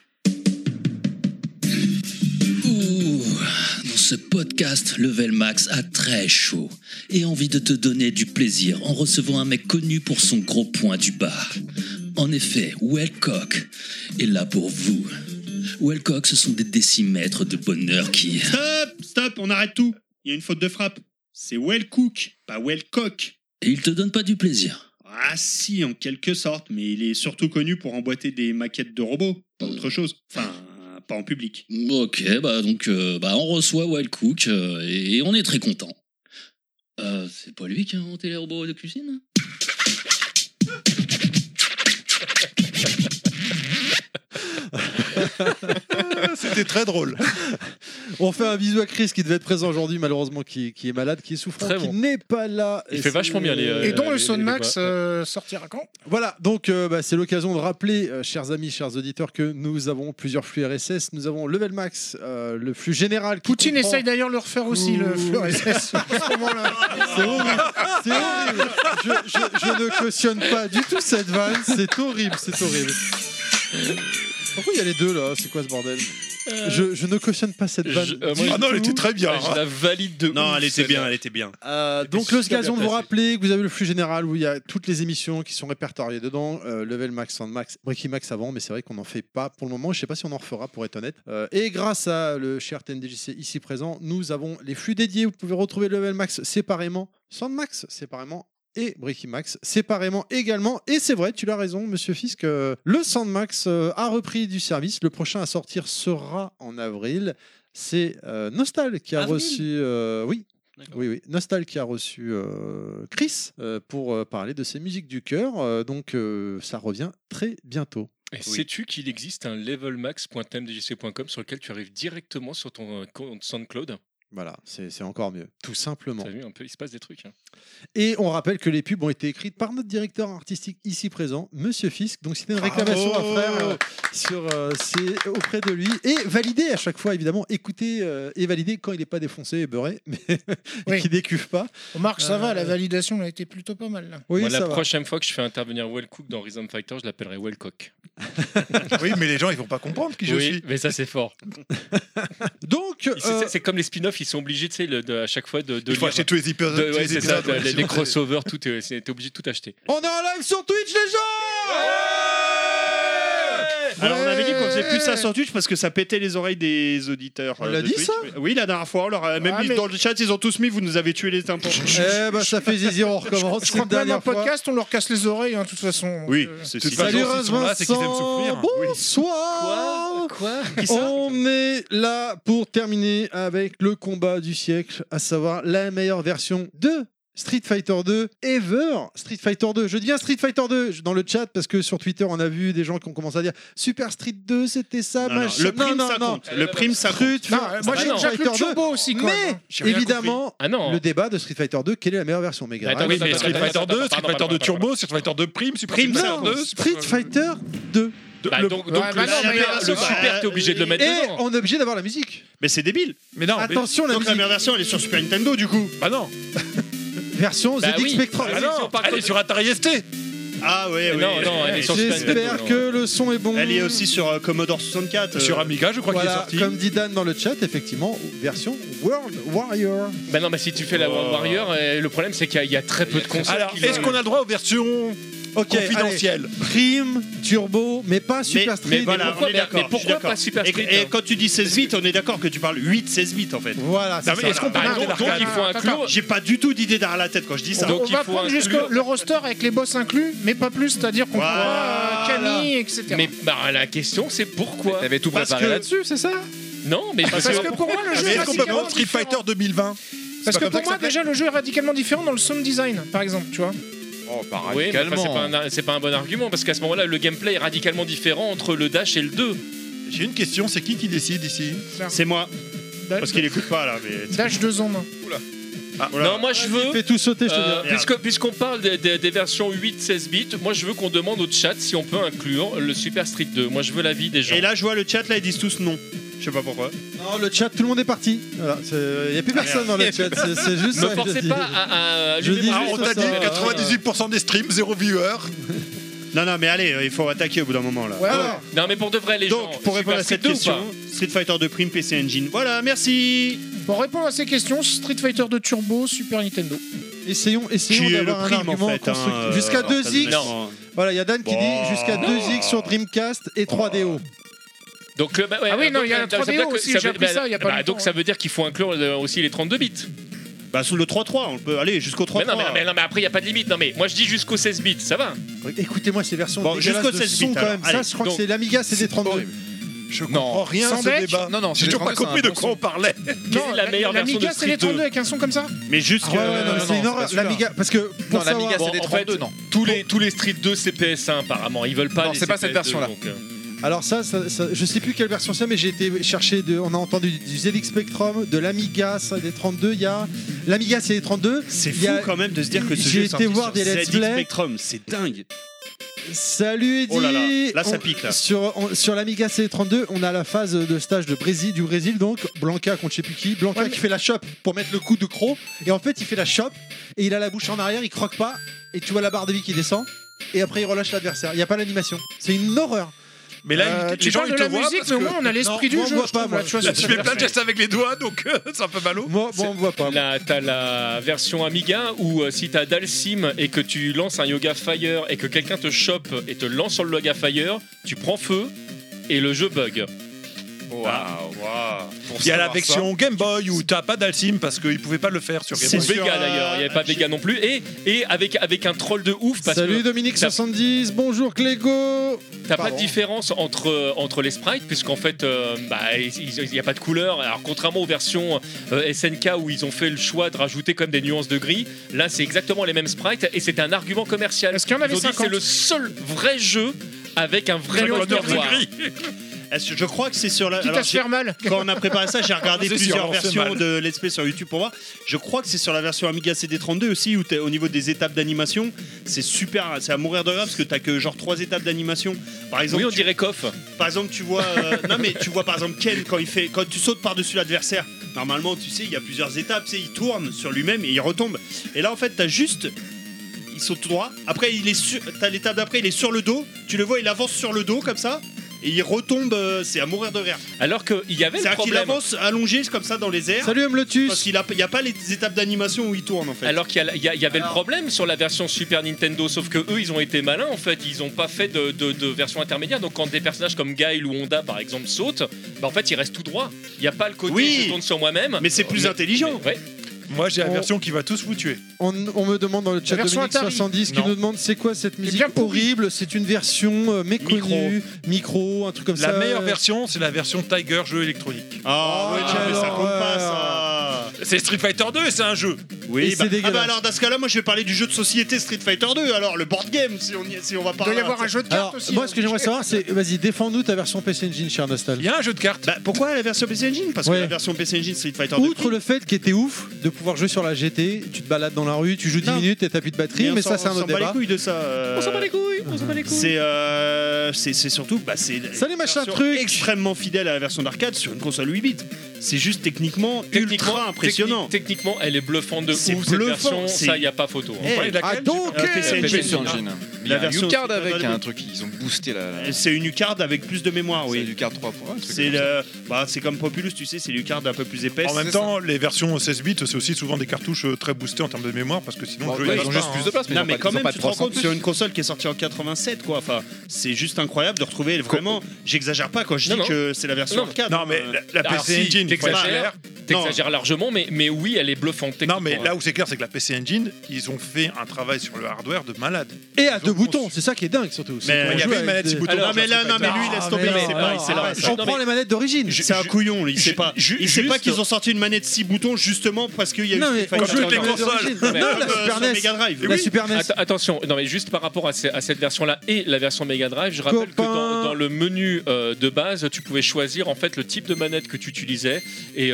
Ouh, dans ce podcast, Level Max a très chaud et envie de te donner du plaisir en recevant un mec connu pour son gros point du bar. En effet, Wellcock est là pour vous. Wellcock, ce sont des décimètres de bonheur qui... Stop, stop, on arrête tout. Il y a une faute de frappe. C'est Wellcook, pas Wellcock. Et il te donne pas du plaisir. Ah si, en quelque sorte, mais il est surtout connu pour emboîter des maquettes de robots, pas autre chose. Enfin, pas en public. Ok, bah donc euh, bah on reçoit Wellcook euh, et on est très content. Euh, c'est pas lui qui a inventé les robots de cuisine? C'était très drôle. On fait un bisou à Chris qui devait être présent aujourd'hui, malheureusement, qui, qui est malade, qui est souffrant, Très qui bon. n'est pas là. Il Et fait c'est- vachement bien les. euh, Et dont les- le les- Soundmax les- euh, sortira quand? Voilà, donc euh, bah, c'est l'occasion de rappeler, euh, chers amis, chers auditeurs, que nous avons plusieurs flux R S S. Nous avons Level Max, euh, le flux général. Qui Poutine comprend- essaye d'ailleurs de le refaire aussi, le flux R S S, à ce moment-là. C'est horrible, c'est horrible. Je, je- je ne cautionne pas du tout cette vanne, c'est horrible, c'est horrible. Pourquoi il y a les deux là? C'est quoi ce bordel? je, je ne cautionne pas cette vanne. Je- euh, moi, du Ah non, elle tout. était très bien. Je la valide de Non, ouf, elle était celle-là. bien, elle était bien. Euh, puis, donc super l'occasion de bien vous placé. rappeler que vous avez le flux général où il y a toutes les émissions qui sont répertoriées dedans, euh, Level Max, Soundmax, Breaking Max avant, mais c'est vrai qu'on n'en fait pas pour le moment. Je sais pas si on en refera pour être honnête. Euh, et grâce à le cher T N D J C ici présent, nous avons les flux dédiés. Vous pouvez retrouver Level Max séparément, Soundmax séparément. Et Breaking Max séparément également. Et c'est vrai, tu l'as raison, monsieur Fisk. euh, le Soundmax euh, a repris du service. Le prochain à sortir sera en avril. C'est euh, Nostal qui a Avril reçu. euh, oui. D'accord. Oui, oui. Nostal qui a reçu euh, Chris euh, pour euh, parler de ses musiques du cœur. Euh, donc, euh, ça revient très bientôt. Et sais-tu qu'il existe un levelmax point t m d j c point com sur lequel tu arrives directement sur ton euh, compte SoundCloud? Voilà, c'est c'est encore mieux, tout simplement. T'as vu un peu, il se passe des trucs. Hein. Et on rappelle que les pubs ont été écrites par notre directeur artistique ici présent, Monsieur Fisk. Donc, c'était une réclamation à faire euh, sur, euh, c'est auprès de lui et validé à chaque fois, évidemment. Écoutez euh, et validé quand il n'est pas défoncé et beurré, mais Oui. qui décuve pas. Remarque, ça Euh, va, la validation elle a été plutôt pas mal. Là. Oui, Moi, ça la va. prochaine fois que je fais intervenir Wellcook dans Rhythm Fighter, je l'appellerai Wellcock. Oui, mais les gens, ils vont pas comprendre qui je Oui, suis. mais ça c'est fort. Donc, C'est- euh, C'est c'est comme les spin-offs, ils sont obligés, tu sais, le- de- à chaque fois de, de Il faut lire- acheter tous les épisodes. de- tous ouais, les c'est ça, épisodes, de- les, sinon, les crossovers, tout, est- c'est- t'es obligé de tout acheter. on est en live sur Twitch, les gens. Alors on avait dit qu'on faisait plus ça sur Twitch parce que ça pétait les oreilles des auditeurs. On euh, l'a de dit, Twitch. ça Oui, la dernière fois, on leur a même Ah, mis mais- dans le chat, ils ont tous mis, vous nous avez tué les tympans. Eh ben, ça fait zizi, on recommence. Je crois Cette que même en dernière fois. podcast, on leur casse les oreilles, hein, de toute façon. Oui, Euh, c'est toute si. façon, Salut s'ils Rose sont là, c'est qu'ils aiment souffrir. Vincent. Bonsoir. Quoi On est là pour terminer avec le combat du siècle, à savoir la meilleure version de Street Fighter deux ever. Street Fighter deux, je dis bien Street Fighter deux dans le chat parce que sur Twitter on a vu des gens qui ont commencé à dire Super Street deux c'était ça, Non, non, machin. le prime, non, ça non, compte. Le prime, ça Street compte. Non, Fighter- euh, moi Ah j'ai non, Jacques Fighter le deux. Turbo aussi, quoi. Mais hein. J'ai rien évidemment, Ah non. le débat de Street Fighter deux, quelle est la meilleure version Mega Attends, Drive Oui, Attends, mais attends, Street attends, Fighter attends, deux, attends, Street attends, Fighter attends, deux attends, Turbo, Street Fighter deux Prime, Super Prime, Street ça Fighter compte. deux. Street Fighter deux. Bah, Le- donc, Ouais, donc bah le, non, mais super, la- le bah, super, t'es obligé de le mettre Et dedans. on est obligé d'avoir la musique. Mais c'est débile. Mais non, mais- Attention, la Donc la musique. meilleure version, elle est sur Super Nintendo du coup. Ah non. Version Bah Z X oui. Spectrum. Ah Ah non, non, si on parle elle de- est sur Atari S T. Ah ouais, Non, ouais. non, elle est sur Super J'espère Nintendo, que le son est bon. Elle est aussi sur euh, Commodore soixante-quatre. euh, Sur Amiga, je crois qu'il est Voilà, sorti. comme dit Dan dans le chat, effectivement, version World Warrior. Bah non, mais si tu fais la World Warrior, euh, le problème c'est qu'il y a- il y, a très peu de consoles. Alors, qui est-ce le- qu'on a le droit aux versions Ok, confidentielles? allez. Prime, Turbo, mais pas Mais, Super Street. mais voilà, pourquoi- on est mais- d'accord. mais je suis pourquoi d'accord. pas Super Et- Street, Et, hein quand tu dis seize bits, on est d'accord que tu parles huit seize bits en fait. Voilà, c'est Non, mais ça. est-ce qu'on peut Bah, parler donc, donc d'arcade il faut inclure. J'ai pas du tout d'idée derrière la tête quand je dis ça. Donc, on il va faut prendre inclure- jusqu'au le roster avec les boss inclus, mais pas plus, c'est-à-dire qu'on Voilà. prend pas euh, Camille, et cetera. Mais bah, la question c'est pourquoi. T'avais tout Parce préparé que- là-dessus, c'est ça? Non, mais parce, Parce que pour moi, le jeu Mais est est-ce qu'on peut radicalement prendre Street différent. Fighter deux mille vingt? Parce C'est que pas pour comme ça moi, que ça déjà, le jeu est radicalement différent dans le sound design, par exemple, tu vois. Oh, pas Oui, mais enfin, c'est radicalement. pas, un- c'est pas un bon argument parce qu'à ce moment-là, le gameplay est radicalement différent entre le dash et le deux. J'ai une question, c'est qui qui décide ici? C'est moi. Dash, Parce qu'il écoute pas là. Mais... Dash deux en un. Voilà. Non, moi je veux. Fais tout sauter, je te euh, dis. puisque- Puisqu'on parle des, des- des versions huit seize bits, moi je veux qu'on demande au chat si on peut inclure le Super Street deux. Moi je veux l'avis des gens. Et là, je vois le chat là, ils disent tous non. Je sais pas pourquoi. Non, le chat, tout le monde est parti. Voilà, il n'y a plus personne dans le chat. C'est c'est juste Me ça. forcez je dis. pas à, à Je allumer dis mon- Ah, juste on t'a ça, dit voilà. quatre-vingt-dix-huit pour cent des streams, zéro viewer. Non, non, mais allez, il faut attaquer au bout d'un moment là. Ouais, Alors, Non, mais pour de vrai, les gens. Donc, pour répondre à Super cette Street deux question, ou pas Street Fighter deux Prime P C Engine. Voilà, merci. Pour répondre à ces questions, Street Fighter deux Turbo, Super Nintendo. essayons, essayons Qui est le d'avoir un prime argument en fait. hein, constructif. euh, Jusqu'à alors, deux ça X. doit être- Voilà, il y a Dan qui Bon. dit jusqu'à Non. deux X sur Dreamcast et trois D O. Donc, euh, bah, ouais, Ah oui, non, donc, il y a ça- la ça veut trois D dire O que aussi, ça j'ai veut- appris bah, ça il y a pas bah, longtemps, Donc, ça ouais. veut dire qu'il faut inclure euh, aussi les trente-deux bits. Bah, sous le trois trois, on peut aller jusqu'au trois Mais non, trois. mais, mais non, mais après, il n'y a pas de limite. Non, mais moi, je dis jusqu'au seize bits, ça va. Écoutez-moi ces versions Bon, dégueulasses jusqu'au de seize son bits, quand alors. même. Ça, Allez, je crois donc, que c'est l'Amiga C D trente-deux. horrible. Je Non. comprends rien à Sans ce bec débat. Non, non, J'ai toujours pas compris de quoi on parlait. Non, est la meilleure version de L'Amiga, c'est Street les deux? trente-deux avec un son comme ça Mais juste Ah que. ouais, ouais, non, mais non, c'est une non, horreur. c'est pas L'Amiga, parce que Non, pour l'Amiga savoir. c'est des Bon, en fait, trente-deux, non. Tous les, tous les Street deux, c'est P S un, apparemment. Ils veulent pas. Non, les c'est pas C P S cette deux, version-là. donc, euh, Alors ça, ça, ça- je sais plus quelle version c'est, mais j'ai été chercher. De, on a entendu du Z X Spectrum, de l'Amiga C D trente-deux. Il y a l'Amiga C D trente-deux. C'est il fou y a- quand même de se dire que ce j'ai jeu est été sorti voir sur des let's Z X play. Spectrum, c'est dingue. Salut Eddy. Oh là là, là, ça On- pique, là. Sur, on- sur l'Amiga C D trente-deux, on a la phase de stage de Brésil, du Brésil, donc Blanca contre je sais plus qui. Blanca Ouais, mais- qui fait la chope pour mettre le coup de croc. Et en fait, il fait la chope et il a la bouche en arrière, il croque pas. Et tu vois la barre de vie qui descend. Et après, il relâche l'adversaire. Il n'y a pas l'animation. C'est une horreur. Mais là, Euh, il- tu les gens parles ils de te la voient musique, parce mais au que- moins on a l'esprit Non, du moi, on jeu. voit je pas, trouve, moi. là, tu vois, Là, sur je cette fais plein de version. gestes avec les doigts, donc euh, c'est un peu ballot. Moi, moi on voit pas. moi. Là, t'as la version Amiga où euh, si t'as Dalsim et que tu lances un Yoga Fire et que quelqu'un te chope et te lance sur le Yoga Fire, tu prends feu et le jeu bug. Waouh. Pour Il y a la savoir version Game Boy où t'as pas d'Alcim parce qu'ils pouvaient pas le faire sur Game C'est Ou Boy. sur, Vega euh, d'ailleurs, il n'y avait pas Vega non plus. Et, et avec, avec un troll de ouf parce Salut que Dominique t'as- soixante-dix, bonjour Clégo. t'as pas Pardon. de différence entre, entre les sprites puisqu'en fait euh, bah, il n'y a pas de couleur. Alors contrairement aux versions euh, S N K où ils ont fait le choix de rajouter comme des nuances de gris, là c'est exactement les mêmes sprites et c'est un argument commercial. Est-ce qu'il y en avait Ils ont dit que cinquante? c'est le seul vrai jeu avec un vrai Avec mode l'odeur de miroir. gris. Est-ce que- Je crois que c'est sur la. Quitte alors, à se j'ai- faire mal. Quand on a préparé ça, j'ai regardé C'est plusieurs sûr, c'est versions mal. de Let's Play sur YouTube pour voir. Je crois que c'est sur la version Amiga C D trente-deux aussi, où t'es- au niveau des étapes d'animation, c'est super, c'est à mourir de rire parce que t'as que genre trois étapes d'animation. Par exemple, Oui, on tu, dirait Koff. par exemple, tu vois, euh, non mais tu vois par exemple Ken quand il fait, quand tu sautes par-dessus l'adversaire. Normalement, tu sais, il y a plusieurs étapes, tu sais, il tourne sur lui-même et il retombe. Et là, en fait, t'as juste il saute tout droit. Après, il est sur, t'as l'étape d'après, il est sur le dos. Tu le vois, il avance sur le dos comme ça. Et il retombe, euh, c'est à mourir de rire. Alors qu'il y avait le C'est-à-dire qu'il problème. avance allongé comme ça dans les airs. Salut Parce Amlotus. qu'il n'y a, pas les étapes d'animation où il tourne en fait. Alors qu'il y, a- il y a- il y avait le problème sur la version Super Nintendo, sauf que eux ils ont été malins en fait, ils ont pas fait de, de- de version intermédiaire. Donc quand des personnages comme Guile ou Honda par exemple sautent, bah en fait ils restent tout droit. Il n'y a pas le côté Oui. je tourne sur moi-même. Mais c'est plus Mais- intelligent. mais- ouais. Moi, j'ai la On- version qui va tous vous tuer. On, on me demande dans le chat version Dominique Atari. soixante-dix qui Non. nous demande c'est quoi cette musique bien pourri. horrible. C'est une version euh, méconnue, micro. un truc comme La ça. meilleure version, c'est la version Tiger jeu électronique. Ah Oh, oui, non, mais quelle ça compte pas horreur. ça. C'est Street Fighter deux et c'est un jeu. Oui, Et bah, c'est ah dégueulasse. bah alors dans ce cas-là, moi je vais parler du jeu de société Street Fighter deux. Alors le board game, si on, y, si on va Il parler. doit y avoir un jeu de cartes Alors, aussi. moi, hein. ce que j'aimerais savoir, c'est vas-y, défends-nous ta version P C Engine, cher Nostal. Il y a un jeu de cartes. Bah, pourquoi la version P C Engine Parce Ouais. que la version P C Engine Street Fighter deux. Outre le fait qu'il était ouf de pouvoir jouer sur la G T, tu te balades dans la rue, tu joues dix Non. minutes et t'as plus de batterie, on mais s'en- ça, c'est un on s'en autre bat les débat. couilles de ça. euh, On s'en bat les couilles, on s'en bat les couilles. C'est euh, c'est c'est surtout bah, c'est Salut, une machin version truc. extrêmement fidèle à la version d'arcade sur une console huit bits. C'est juste techniquement, Techniquement, ultra impressionnant. techni- techniquement, elle est bluffante de ouf C'est cette bluffant, version. c'est- Ça, il y a pas photo. hein. Eh, Vous parlez de laquelle Ah, donc, Euh, P C euh, Engine. P C Engine. Il y a La un version U-Card Street avec Fighter un deux. truc, ils ont boosté la. la- C'est une U-Card avec plus de mémoire, C'est oui. du card trois points. un truc C'est comme ça. le, bah, c'est comme Populous, tu sais, c'est l'U-Card un peu plus épaisse. En même C'est temps, les versions seize bits, c'est aussi souvent des cartouches euh, très boostées en termes de mémoire parce que sinon Bon, le jeu ouais, il ils ont passe juste pas, plus hein. de place, mais non ils ont mais pas- quand ils ont même pas tu de te rends trois cents compte sur une console qui est sortie en quatre-vingt-sept quoi, enfin c'est juste incroyable de retrouver vraiment, j'exagère pas quand je Non, dis non. que c'est la version Non. arcade. Non, mais hein. la, la Alors, P C si, Engine, faut être t'exagères. clair. T'exagères largement, mais, mais oui, elle est bluffante. Non, mais techniquement, là hein. où c'est clair, c'est que la P C Engine, ils ont fait un travail sur le hardware de malade. Et à Ils deux ont boutons, conçu- c'est ça qui est dingue surtout. c'est Mais qu'on Il y joue avait avec une manette des- six boutons. Alors, dans mais là, Street non, mais Fighter. lui, laisse Ah, tomber, mais il sait non, pas, il sait non, pas. On Non, prend mais- les manettes d'origine. C'est un couillon, il sait pas. ju- Il sait pas juste- qu'ils ont sorti une manette six boutons justement parce qu'il y a eu Non, mais Street on Fighter joue toutes les deux. avec les consoles. origines. Mais Non, Comme, la euh, Super sur N E S. Mega Drive. La Super N E S. Atta- attention, non mais juste par rapport à, ce- à cette version-là et la version Mega Drive, je rappelle que Copain. dans, dans le menu euh, de base, tu pouvais choisir en fait le type de manette que tu utilisais et tu avais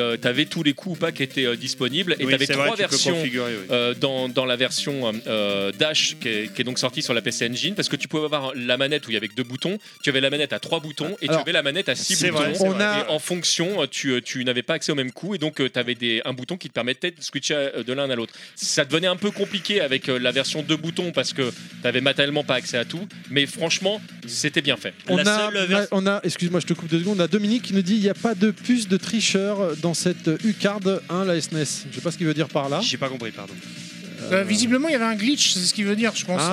avais tous les coups ou pas qui étaient euh, disponibles et Oui, tu avais c'est vrai, trois tu peux versions configurer, oui. euh, dans, dans la version euh, Dash qui est, qui est donc sortie sur la P C Engine parce que tu pouvais avoir la manette où il y avait que deux boutons, tu avais la manette à trois boutons et Alors, tu avais la manette à six c'est boutons. vrai, c'est On vrai. a- Et en fonction, tu, tu n'avais pas accès au même coup et donc tu avais des, un bouton qui te permettait de switcher euh, de l'un à l'autre. Ça devenait un peu compliqué avec euh, la version deux boutons parce que tu n'avais matériellement pas accès à tout, mais franchement, c'était bien fait. On La a, seule vers- on a, excuse-moi, je te coupe deux secondes. On a Dominique qui nous dit il n'y a pas de puce de tricheur dans cette U-Card un, la S N E S. Je sais pas ce qu'il veut dire par là. J'ai pas compris, pardon. Euh, visiblement, il y avait un glitch, c'est ce qu'il veut dire, je pense. euh.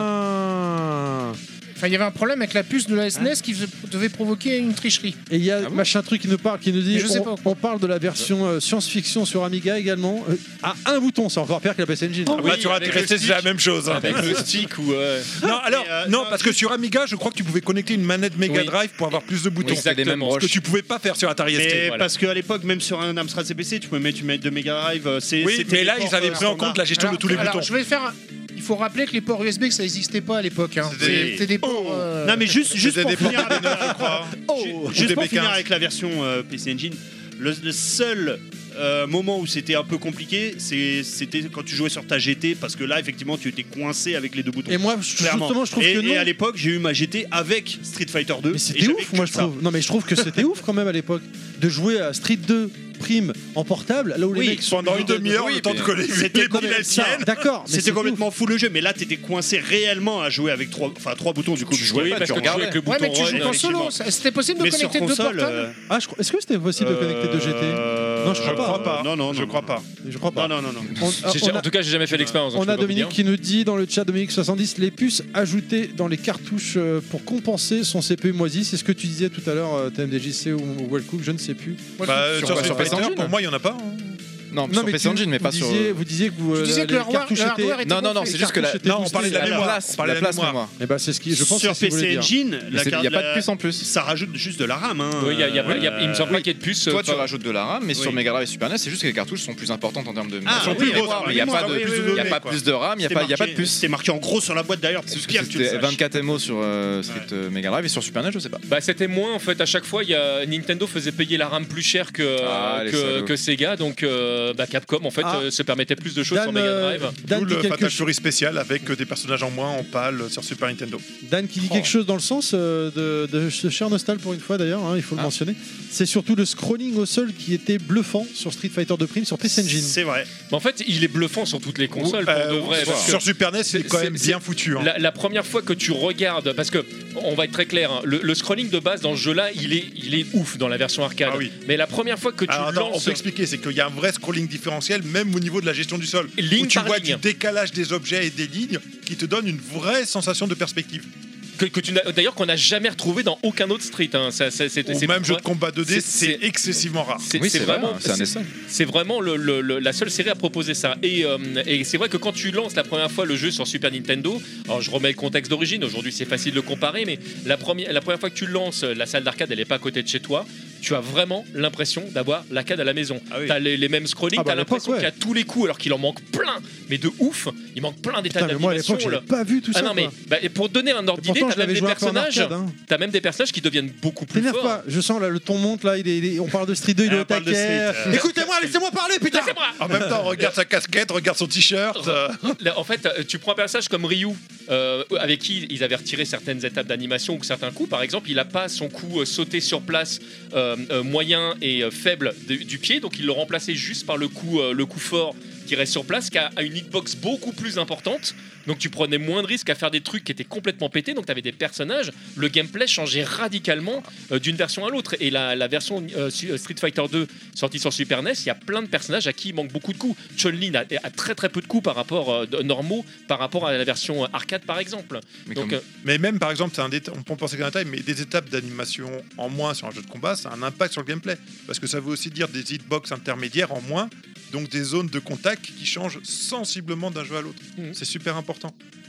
Ah. Enfin, il y avait un problème avec la puce de la S N E S qui faisait- devait provoquer une tricherie. Et il y a Ah bon machin truc qui nous parle, qui nous dit Mais je sais on, pas. on parle de la version euh, science-fiction sur Amiga également. Euh, à un bouton, c'est encore pire que la P C Engine. Ah bah, Oui, tu vois, avec t'es le resté stick. sur la même chose. hein. Avec le stick ou. euh, Non, alors, Mais, euh, non, non, parce que sur Amiga, je crois que tu pouvais connecter une manette Mega Oui. Drive pour avoir plus de boutons. Oui, exactement. Ce que tu pouvais pas faire sur Atari Mais S T. voilà. parce qu'à l'époque, même sur un Amstrad C P C, tu pouvais mettre une manette de Mega Drive. euh, c'est- Oui, c'était mais là, les ils avaient ports, pris en euh, compte la gestion Alors, de tous les alors, boutons. je vais faire. un- Il faut rappeler que les ports U S B, ça n'existait pas à l'époque. Hein. C'était- C'était des ports. euh, Non, mais juste, juste C'était pour des finir portes avec, je crois. Ju- Ou juste des pour B finir quinze. avec la version euh, P C Engine, le, le seul euh, moment où c'était un peu compliqué, c'est- c'était quand tu jouais sur ta G T, parce que là, effectivement, tu étais coincé avec les deux boutons. Et moi, je- Clairement. justement, je trouve et, que non. et à l'époque, j'ai eu ma G T avec Street Fighter deux. Mais et c'était j'avais ouf, que moi je ça. trouve. Non, mais je trouve que c'était ouf quand même à l'époque de jouer à Street deux Prime en portable, là où les Oui, mecs sont Pendant une obligés de- demi-heure, Oui, le temps de mais- coller C'était les comme piles ça. tiennes. D'accord, mais C'était c'est complètement fou le jeu, mais là, t'étais coincé réellement à jouer avec trois, enfin, trois boutons du coup. Tu jouais Oui, pas, parce tu que tu jouais regardais. avec le Ouais, bouton mais tu run, joues en solo. effectivement. ça- C'était possible de Mais sur connecter deux console. portables. euh, ouf. Ah, je crois- est-ce que c'était possible de connecter deux G T euh, Non, je crois Je pas. crois pas. Non, non, je non, crois non. pas. Je crois pas. Non, non, non, non. On, J'ai- on a- En tout cas, j'ai jamais fait l'expérience. donc on je a peux pas vous Dominique dire. qui nous dit dans le chat, Dominique soixante-dix, les puces ajoutées dans les cartouches euh, pour compenser son C P U moisi. C'est ce que tu disais tout à l'heure, euh, T M D J C ou, ou Wellcook, je ne sais plus. Bah, Sur sur quoi, sur Street P C Fighter, Engine pour moi, il y en a pas. hein. Non, Non, sur mais P C tu- Engine, mais vous pas sur. disiez, vous disiez que vous, Tu euh, disais que les le hardware- cartouches le étaient- hardware était Non, non, non, gonflé. c'est juste que la. cartouches étaient Non, on parlait de la boostées. la mémoire. place, On parlait la de la place mémoire. mémoire. Eh ben, c'est ce qui, je pense Sur que c'est ce qu'il P C voulait dire. Engine, Mais la c'est- il carte- n'y a pas de la- puce en plus. Ça rajoute juste de la RAM. Hein. Oui, il y a- il y a- il y a- il me semble pas qu'il y ait de puce. Toi, euh, tu pas- rajoutes de la RAM, mais sur Oui. Mega Drive et Super N E S, c'est juste que les cartouches sont plus importantes en termes de. Ah, Elles sont oui, plus d'accord, grosses, la mais il n'y a mémoire, pas de oui, oui, oui, il y a oui, pas quoi. plus de RAM, il n'y a C'est pas il y a pas marqué- de puce. C'est marqué en gros sur la boîte d'ailleurs. C'est C'est juste pire que que tu le c'était saches. vingt-quatre M O sur euh, Street euh, Mega Drive et sur Super N E S, je sais pas. Bah, c'était moins en fait. À chaque fois, il y a... Nintendo faisait payer la RAM plus cher que, Ah, les que, salauds. que Sega, donc euh, bah, Capcom en fait Ah. euh, se permettait plus de choses sur Dan, Mega euh, Drive. Dan D'où dit le quelque Fatal chose. Fury spécial avec euh, des personnages en moins en pâle sur Super Nintendo. Dan qui dit quelque chose dans le sens euh, de, de ce cher Nostal pour une fois d'ailleurs, hein, il faut le Ah. mentionner. C'est surtout le scrolling au sol qui était bluffant sur Street Fighter deux Prime sur P C Engine. C'est vrai. Mais en fait, il est bluffant sur toutes les consoles Euh, pour de vrai. parce que sur Super N E S, c'est c'est- quand même c'est- bien foutu. hein. La, la première fois que tu regardes, parce que on va être très clair, hein, le, le scrolling de base dans ce jeu-là, il est, il est ouf dans la version arcade. Ah oui. Mais la première fois que tu Alors, attends, on lances peut expliquer, c'est qu'il y a un vrai scrolling différentiel, même au niveau de la gestion du sol. ligne Où tu par vois ligne, du décalage des objets et des lignes qui te donne une vraie sensation de perspective. que, que tu n'as- d'ailleurs qu'on n'a jamais retrouvé dans aucun autre Street. Hein. Ça, ça, c'est, Ou c'est- même jeu de combat deux D, c'est- c'est c'est- excessivement rare. c'est- Oui, c'est c'est vrai, vraiment, c'est un des c'est- seuls. c'est vraiment le- le- le- la seule série à proposer ça. Et, euh, et c'est vrai que quand tu lances la première fois le jeu sur Super Nintendo, alors je remets le contexte d'origine, aujourd'hui c'est facile de comparer, mais la première, la première fois que tu lances la salle d'arcade, elle n'est pas à côté de chez toi, tu as vraiment l'impression d'avoir l'arcade à la maison. Ah oui. T'as les, les mêmes scrollings, Ah bah, t'as à l'époque, l'impression ouais. qu'il y a tous les coups alors qu'il en manque plein, mais de ouf, il manque plein d'états Putain, mais moi à d'animation. l'époque, je là. l'avais pas vu tout Ah ça. non, mais quoi. bah, et pour donner un ordre Et d'idée, pourtant, t'as je même l'avais des joué un peu en personnages. arcade. Hein. T'as même des personnages qui deviennent beaucoup plus T'énerve forts. pas, je sens là le ton monte là, il est, il est- on parle de Street deux, il est Ah, au on parle de taquet. Street, euh. Écoutez-moi, laissez-moi parler, putain. Laissez-moi. En même temps, regarde sa casquette, regarde son t-shirt. euh, Là, en fait, euh, tu prends un personnage comme Ryu, euh, avec qui ils avaient retiré certaines étapes d'animation ou certains coups. Par exemple, il n'a pas son coup euh, sauté sur place euh, euh, moyen et euh, faible de- du pied, donc il le remplaçait juste par le coup, euh, le coup fort qui reste sur place, qui a, a une hitbox beaucoup plus importante. Donc tu prenais moins de risques à faire des trucs qui étaient complètement pétés. Donc tu avais des personnages, le gameplay changeait radicalement euh, d'une version à l'autre. Et la, la version euh, su- Street Fighter deux sortie sur Super N E S, il y a plein de personnages à qui il manque beaucoup de coups. Chun-Li a, a très très peu de coups par rapport euh, de- normaux par rapport à la version arcade par exemple. Mais Donc comme- euh, Mais même par exemple, c'est un déta- on peut penser qu'un détail, mais des étapes d'animation en moins sur un jeu de combat, ça a un impact sur le gameplay. Parce que ça veut aussi dire des hitbox intermédiaires en moins, donc des zones de contact qui changent sensiblement d'un jeu à l'autre. Mhm. C'est super important.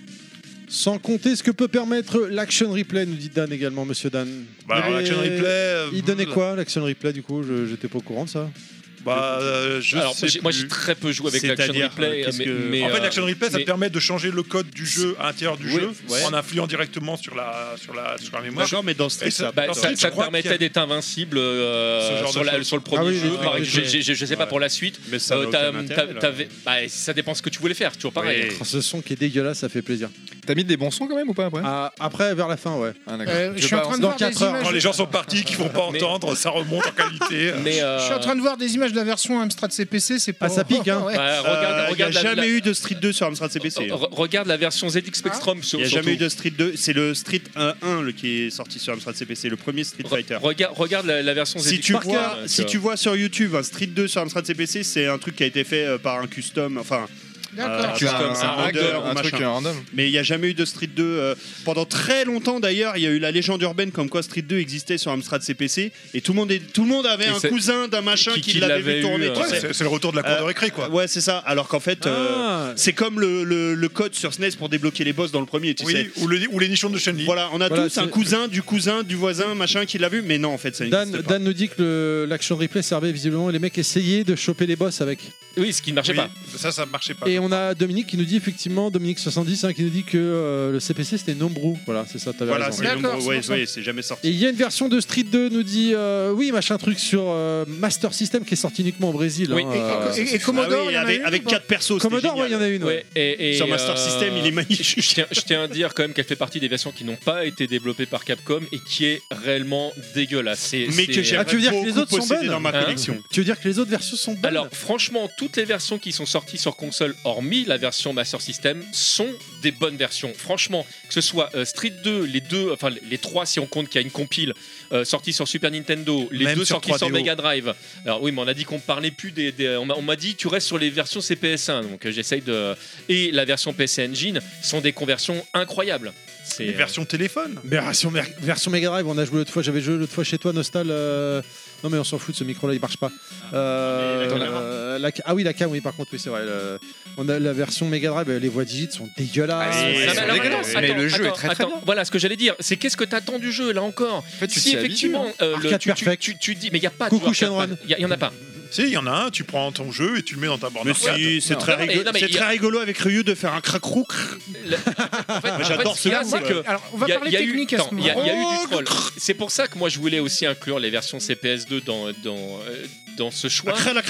Sans compter ce que peut permettre l'action replay, nous dit Dan également, monsieur Dan. Bah, alors, Il y avait- l'action replay. euh, Il donnait quoi l'action replay du coup Je- J'étais pas au courant de ça. Bah, euh, je Alors, sais moi, j'ai- moi, plus. j'ai très peu joué avec l'action C'est-à-dire, replay. qu'est-ce mais, que- mais, En fait, euh, l'action replay, ça mais- te permet de changer le code du jeu à l'intérieur du Oui, jeu ouais. en influant directement sur la, sur la, sur la mémoire. D'accord, mais dans Street, Et ça- ça. Bah, Alors, ça, je ça te crois qu'il y permettait a- d'être invincible euh, Ce genre sur, de la- choses. sur le premier Ah oui, jeu. oui, par oui, exemple. oui. Je- je, je sais pas pour la suite. Mais ça n'a Euh, aucun t'as- intérêt, t'as- là. t'avais- bah, ça dépend ce que tu voulais faire. Toujours pareil. Oui. Oh, ce son qui est dégueulasse, ça fait plaisir. T'as mis des bons sons quand même ou pas après Ah, après, vers la fin, ouais. Ah, d'accord. Euh, Tu je suis veux en pas train de dans voir des quatre heures, images. Quand les gens sont partis, qu'ils vont pas Mais- entendre, ça remonte en qualité. Mais euh, Je suis en train de voir des images de la version Amstrad C P C, c'est pas. Ah, ça pique, hein. Ouais. bah, regarde, Euh, regarde il n'y la, a jamais la- eu de Street deux sur Amstrad C P C. re- regarde la version Z X Spectrum. Il n'y a jamais eu de Street deux. C'est le Street un un le qui est sorti sur Amstrad C P C, le premier Street Fighter. Regarde, regarde la, la version Z X Si tu, Spectrum, vois, euh, si tu tu vois sur YouTube un Street deux sur Amstrad C P C, c'est un truc qui a été fait euh, par un custom, enfin, D'accord. Euh, Tu as un, comme ça, un render random, ou un truc machin. euh, random. mais il n'y a jamais eu de Street deux. euh, pendant très longtemps d'ailleurs, il y a eu la légende urbaine comme quoi Street deux existait sur Amstrad C P C et tout le monde, est, tout le monde avait Et un c'est- cousin d'un machin qui- qui, qui l'avait l'avait vu tourner. eu, tu euh, Ouais, sais. c'est c'est le retour de la cour Euh, de récré, quoi. Ouais, c'est ça. Alors qu'en fait, euh, Ah. c'est comme le, le- le code sur S N E S pour débloquer les boss dans le premier, tu sais. Oui, ou, le, ou les nichons de Chun-Li. Voilà, on a Voilà, tous un c'est- cousin du cousin du voisin machin qui l'a vu, mais non, en fait, ça Dan, n'existe pas. Dan nous dit que le- l'action replay servait visiblement et les mecs essayaient de choper les boss avec. Oui, ce qui ne marchait Oui, pas. ça, ça marchait pas. Et on a Dominique qui nous dit effectivement, Dominique soixante-dix, hein, qui nous dit que euh, le C P C c'était Nombreux. Voilà, c'est ça, t'avais Voilà, raison. c'est D'accord, nombreux. c'est Ouais, pour ça. ouais, c'est jamais sorti. Et il y a une version de Street deux, nous dit euh, oui, machin truc sur euh, Master System qui est sorti uniquement au Brésil. Oui. hein, Et, euh, et- et Ah Commodore, oui, il y en a avec, une avec ou pas quatre persos. c'était Commodore, ouais, il y en a une. ouais. Ouais, et, et, Sur Master euh, System, il est magnifique. Je tiens, je tiens à dire quand même qu'elle fait partie des versions qui n'ont pas été développées par Capcom et qui est réellement dégueulasse. C'est- Mais c'est- que j'aimerais Ah, tu veux dire que beaucoup les autres sont posséder bonnes dans ma Hein collection. Tu veux dire que les autres versions sont bonnes Alors franchement, toutes les versions qui sont sorties sur console, hormis la version Master System, sont des bonnes versions. Franchement, que ce soit euh, Street deux, les deux, enfin les trois si on compte qu'il y a une compile euh, sortie sur Super Nintendo, les Même deux sur sortis sur trois D O. Mega Drive. Alors oui, mais on a dit qu'on parlait plus des, des- on m'a- on m'a dit tu restes sur les versions C P S un, donc euh, j'essaye de et la version P C Engine sont des conversions incroyables. C'est Les versions téléphone. Mais version, mer- version Mega Drive, on a joué l'autre fois, j'avais joué l'autre fois chez toi, Nostal. euh, Non mais on s'en fout de ce micro là, il marche pas. Euh, mais la euh, la ca- Ah oui, la cam, oui, par contre, oui, c'est vrai. le- On a la version Mega Drive, euh, les voix digit sont dégueulasses. Ah, Et- c'est- Non, mais c'est alors, dégueulasse, attends, mais attends, le jeu est attends, très très attends, bien. Voilà ce que j'allais dire. C'est qu'est-ce que t'attends du jeu là encore En fait, tu Si t'y effectivement, habitues, euh, le- Arcade tu, tu, Perfect. tu, tu dis, mais il y a pas Coucou de jeu arcade, Shenron. il y, y en a pas. Si, il y en a un, tu prends ton jeu et tu le mets dans ta borne Mais arcade. si, c'est Non. très, Non, mais- rigolo, non, mais c'est il y a- très rigolo avec Ryu de faire un crac-roux. Le- en fait, en j'adore fait, ce ce qu'il y a, coup, c'est là. que Alors, on va il y a- parler il y a eu- technique à ce attends, il y, a- moment. il y a eu du troll. C'est pour ça que moi je voulais aussi inclure les versions C P S deux dans, dans, euh, dans ce choix.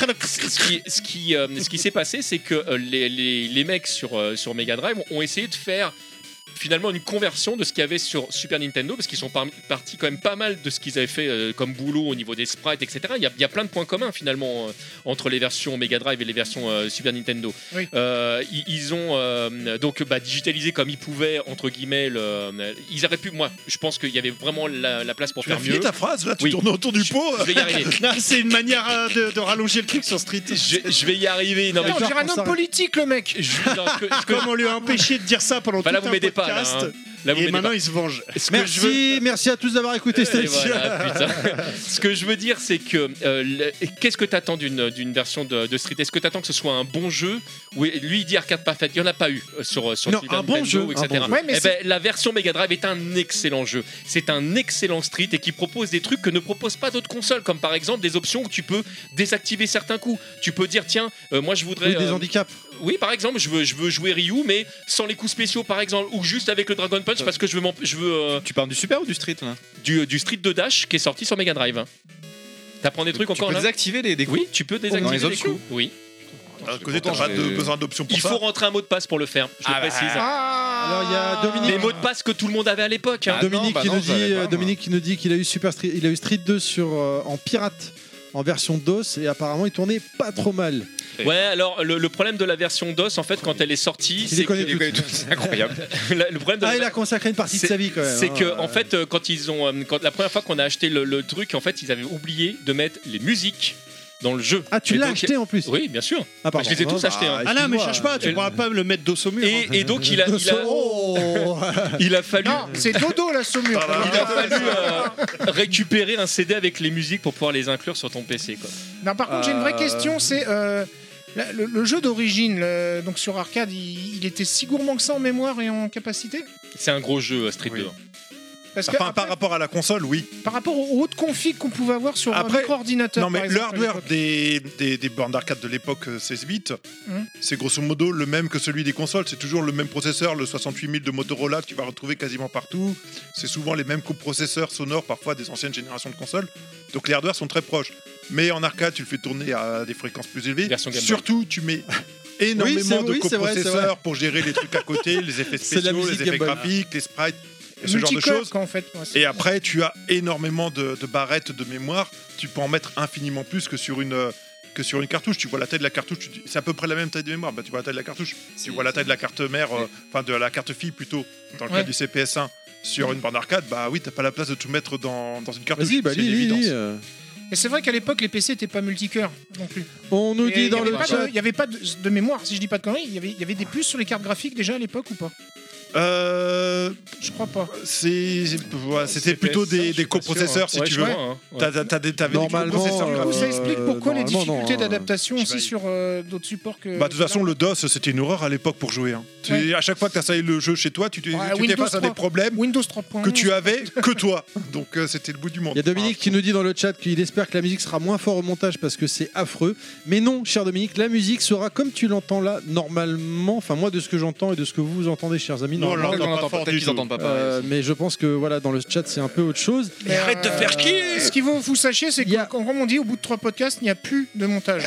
Ce qui, ce qui, euh, ce qui s'est passé, c'est que euh, les, les, les mecs sur, euh, sur Mega Drive ont essayé de faire finalement une conversion de ce qu'il y avait sur Super Nintendo, parce qu'ils sont par- partis quand même pas mal de ce qu'ils avaient fait euh, comme boulot au niveau des sprites, et cetera. Il y a, il y a plein de points communs finalement euh, entre les versions Mega Drive et les versions euh, Super Nintendo. Oui. Euh, ils, ils ont euh, donc bah, digitalisé comme ils pouvaient, entre guillemets, le- ils auraient pu, moi je pense qu'il y avait vraiment la, la place pour Tu as faire fini mieux. ta phrase, là, tu Oui. tournes autour du pot. Je vais y arriver. Non, c'est une manière euh, de, de rallonger le truc sur Street. je, je vais y arriver. Non, mais On genre, dirait un on homme s'arrête. politique, le mec. je- non, ce que- ce que- Comme on lui a empêché de dire ça pendant Bah, là, tout vous un m'aidez pas, là, podcast. hein. Là, vous Et m'aidez maintenant, pas. il se venge. Ce que je veux- Merci, merci à tous d'avoir écouté Et cette émission. voilà, putain. Ce que je veux dire, c'est que euh, le- qu'est-ce que tu attends d'une d'une version de, de Street? Est-ce que tu attends que ce soit un bon jeu? Oui, lui, il dit arcade parfait. Il n'y en a pas eu euh, sur, sur Non, Super un bon Nintendo, jeu, un et cetera. bon jeu. Ouais, mais Eh c'est- ben, la version Mega Drive est un excellent jeu. C'est un excellent Street et qui propose des trucs que ne proposent pas d'autres consoles, comme par exemple des options où tu peux désactiver certains coups. Tu peux dire, tiens, euh, moi je voudrais. Oui, des euh, handicaps. oui, par exemple, je veux, je veux jouer Ryu, mais sans les coups spéciaux, par exemple, ou juste avec le Dragon Punch parce que je veux, m'en- je veux euh, Tu parles du Super ou du Street là du, du Street de Dash qui est sorti sur Mega Drive. hein. T'apprends des trucs Tu encore peux là désactiver les des coups. Oui, tu peux désactiver Dans les les options coups. Oui. À côté, t'as pas de j'ai- besoin d'options pour Il ça. faut rentrer un mot de passe pour le faire, je Ah le bah, précise. Ah. Alors il y a Dominique. Les mots de passe que tout le monde avait à l'époque. hein. Ah, Dominique, non, bah qui, non, nous je dit, l'avais pas, euh, moi. Dominique qui nous dit qu'il a eu Super Street, il a eu Street deux sur, euh, en pirate en version DOS et apparemment il tournait pas trop mal. Ouais, alors le, le problème de la version DOS, en fait, quand elle est sortie, Il c'est les que, connaît Il est quand même tout- C'est incroyable. la- le problème de Ah, la- il a consacré une partie de c'est- sa vie quand même. c'est hein. que en fait, euh, quand ils ont, euh, quand la première fois qu'on a acheté le, le truc, en fait, ils avaient oublié de mettre les musiques dans le jeu. Ah, tu Et l'as donc- acheté en plus. Oui, bien sûr. Ah, pardon. je les ai tous Ah, achetés, hein. Ah là, mais excuse-moi. cherche pas, tu Et- pourras pas le mettre dos au mur. Et, hein. et donc il a, il a, Oh. il a fallu. Non, c'est Dodo la saumure. Il a fallu euh, récupérer un C D avec les musiques pour pouvoir les inclure sur ton P C. Quoi. Non, par contre, j'ai une vraie Euh. question. C'est euh, la- le, le jeu d'origine, le- donc sur arcade, il, il était si gourmand que ça en mémoire et en capacité. C'est un gros jeu, euh, Street Oui. deux. Parce que Enfin, après, par rapport à la console, oui. par rapport aux hautes configs qu'on pouvait avoir sur Après- un micro-ordinateur. Non, mais par le exemple, à hardware l'époque. des, des, des bornes d'arcade de l'époque euh, seize bits, Mhm. c'est grosso modo le même que celui des consoles. C'est toujours le même processeur, le soixante-huit mille de Motorola que tu vas retrouver quasiment partout. C'est souvent les mêmes coprocesseurs sonores, parfois des anciennes générations de consoles. Donc les hardwares sont très proches. Mais en arcade, tu le fais tourner à des fréquences plus élevées. Version Game Boy. Surtout, tu mets énormément c'est- de oui, c'est vrai, c'est coprocesseurs pour gérer les trucs à côté, les effets C'est de la spéciaux, les musique effets Game Boy. graphiques, les sprites, et ce genre de Multicore, choses. quoi, en fait. Ouais, c'est- Et après, tu as énormément de, de barrettes de mémoire. Tu peux en mettre infiniment plus que sur une, euh, que sur une cartouche. Tu vois la taille de la cartouche, tu dis- c'est à peu près la même taille de mémoire. Bah, tu vois la taille de la cartouche. Tu vois la taille de la carte mère, euh, enfin de la carte fille plutôt, dans le Ouais. cas du C P S un. Sur une borne arcade, bah oui, t'as pas la place de tout mettre dans, dans une cartouche. Vas-y, bah c'est lis, une lis, évidence. lis, euh. Et c'est vrai qu'à l'époque, les P C n'étaient pas multicœur non plus. On nous Et dit il y dans avait le pas chat. de- Il n'y avait pas de, de mémoire, si je dis pas de conneries. Il y avait, il y avait des puces sur les cartes graphiques déjà à l'époque ou pas? Euh, Je crois pas. c'est- c'est- ouais, C'était C P S, plutôt des, je suis des pas coprocesseurs, sûr, hein. si Ouais, tu veux. je crois, hein. Ouais. T'as- t'as- t'as des- T'avais des Normalement, coprocesseurs. euh, Alors, ça explique pourquoi les normalement, difficultés non, d'adaptation je aussi vais- sur euh, d'autres supports que. Bah, de toute façon, le DOS, c'était une horreur à l'époque pour jouer. hein. Tu- Ouais. À chaque fois que tu installé le jeu chez toi, tu t'es Ouais, tu t'es Windows face à des trois. problèmes Windows trois point un. que tu avais que toi. Donc euh, c'était le bout du monde. Il y a Dominique qui nous dit dans le chat qu'il espère que la musique sera moins fort au montage parce que c'est affreux. Mais non, cher Dominique, la musique sera comme tu l'entends là, normalement. Enfin, moi, de ce que j'entends et de ce que vous entendez, chers amis, Non, normalement. on l'entend pas fort Peut-être du qu'ils tout. entendent pas pareil. Euh, mais je pense que voilà, dans le chat, c'est un peu autre chose. Mais arrête de faire chier. Ce qu'il faut que vous sachiez, c'est Il y a- que, comme on dit, au bout de trois podcasts, il n'y a plus de montage.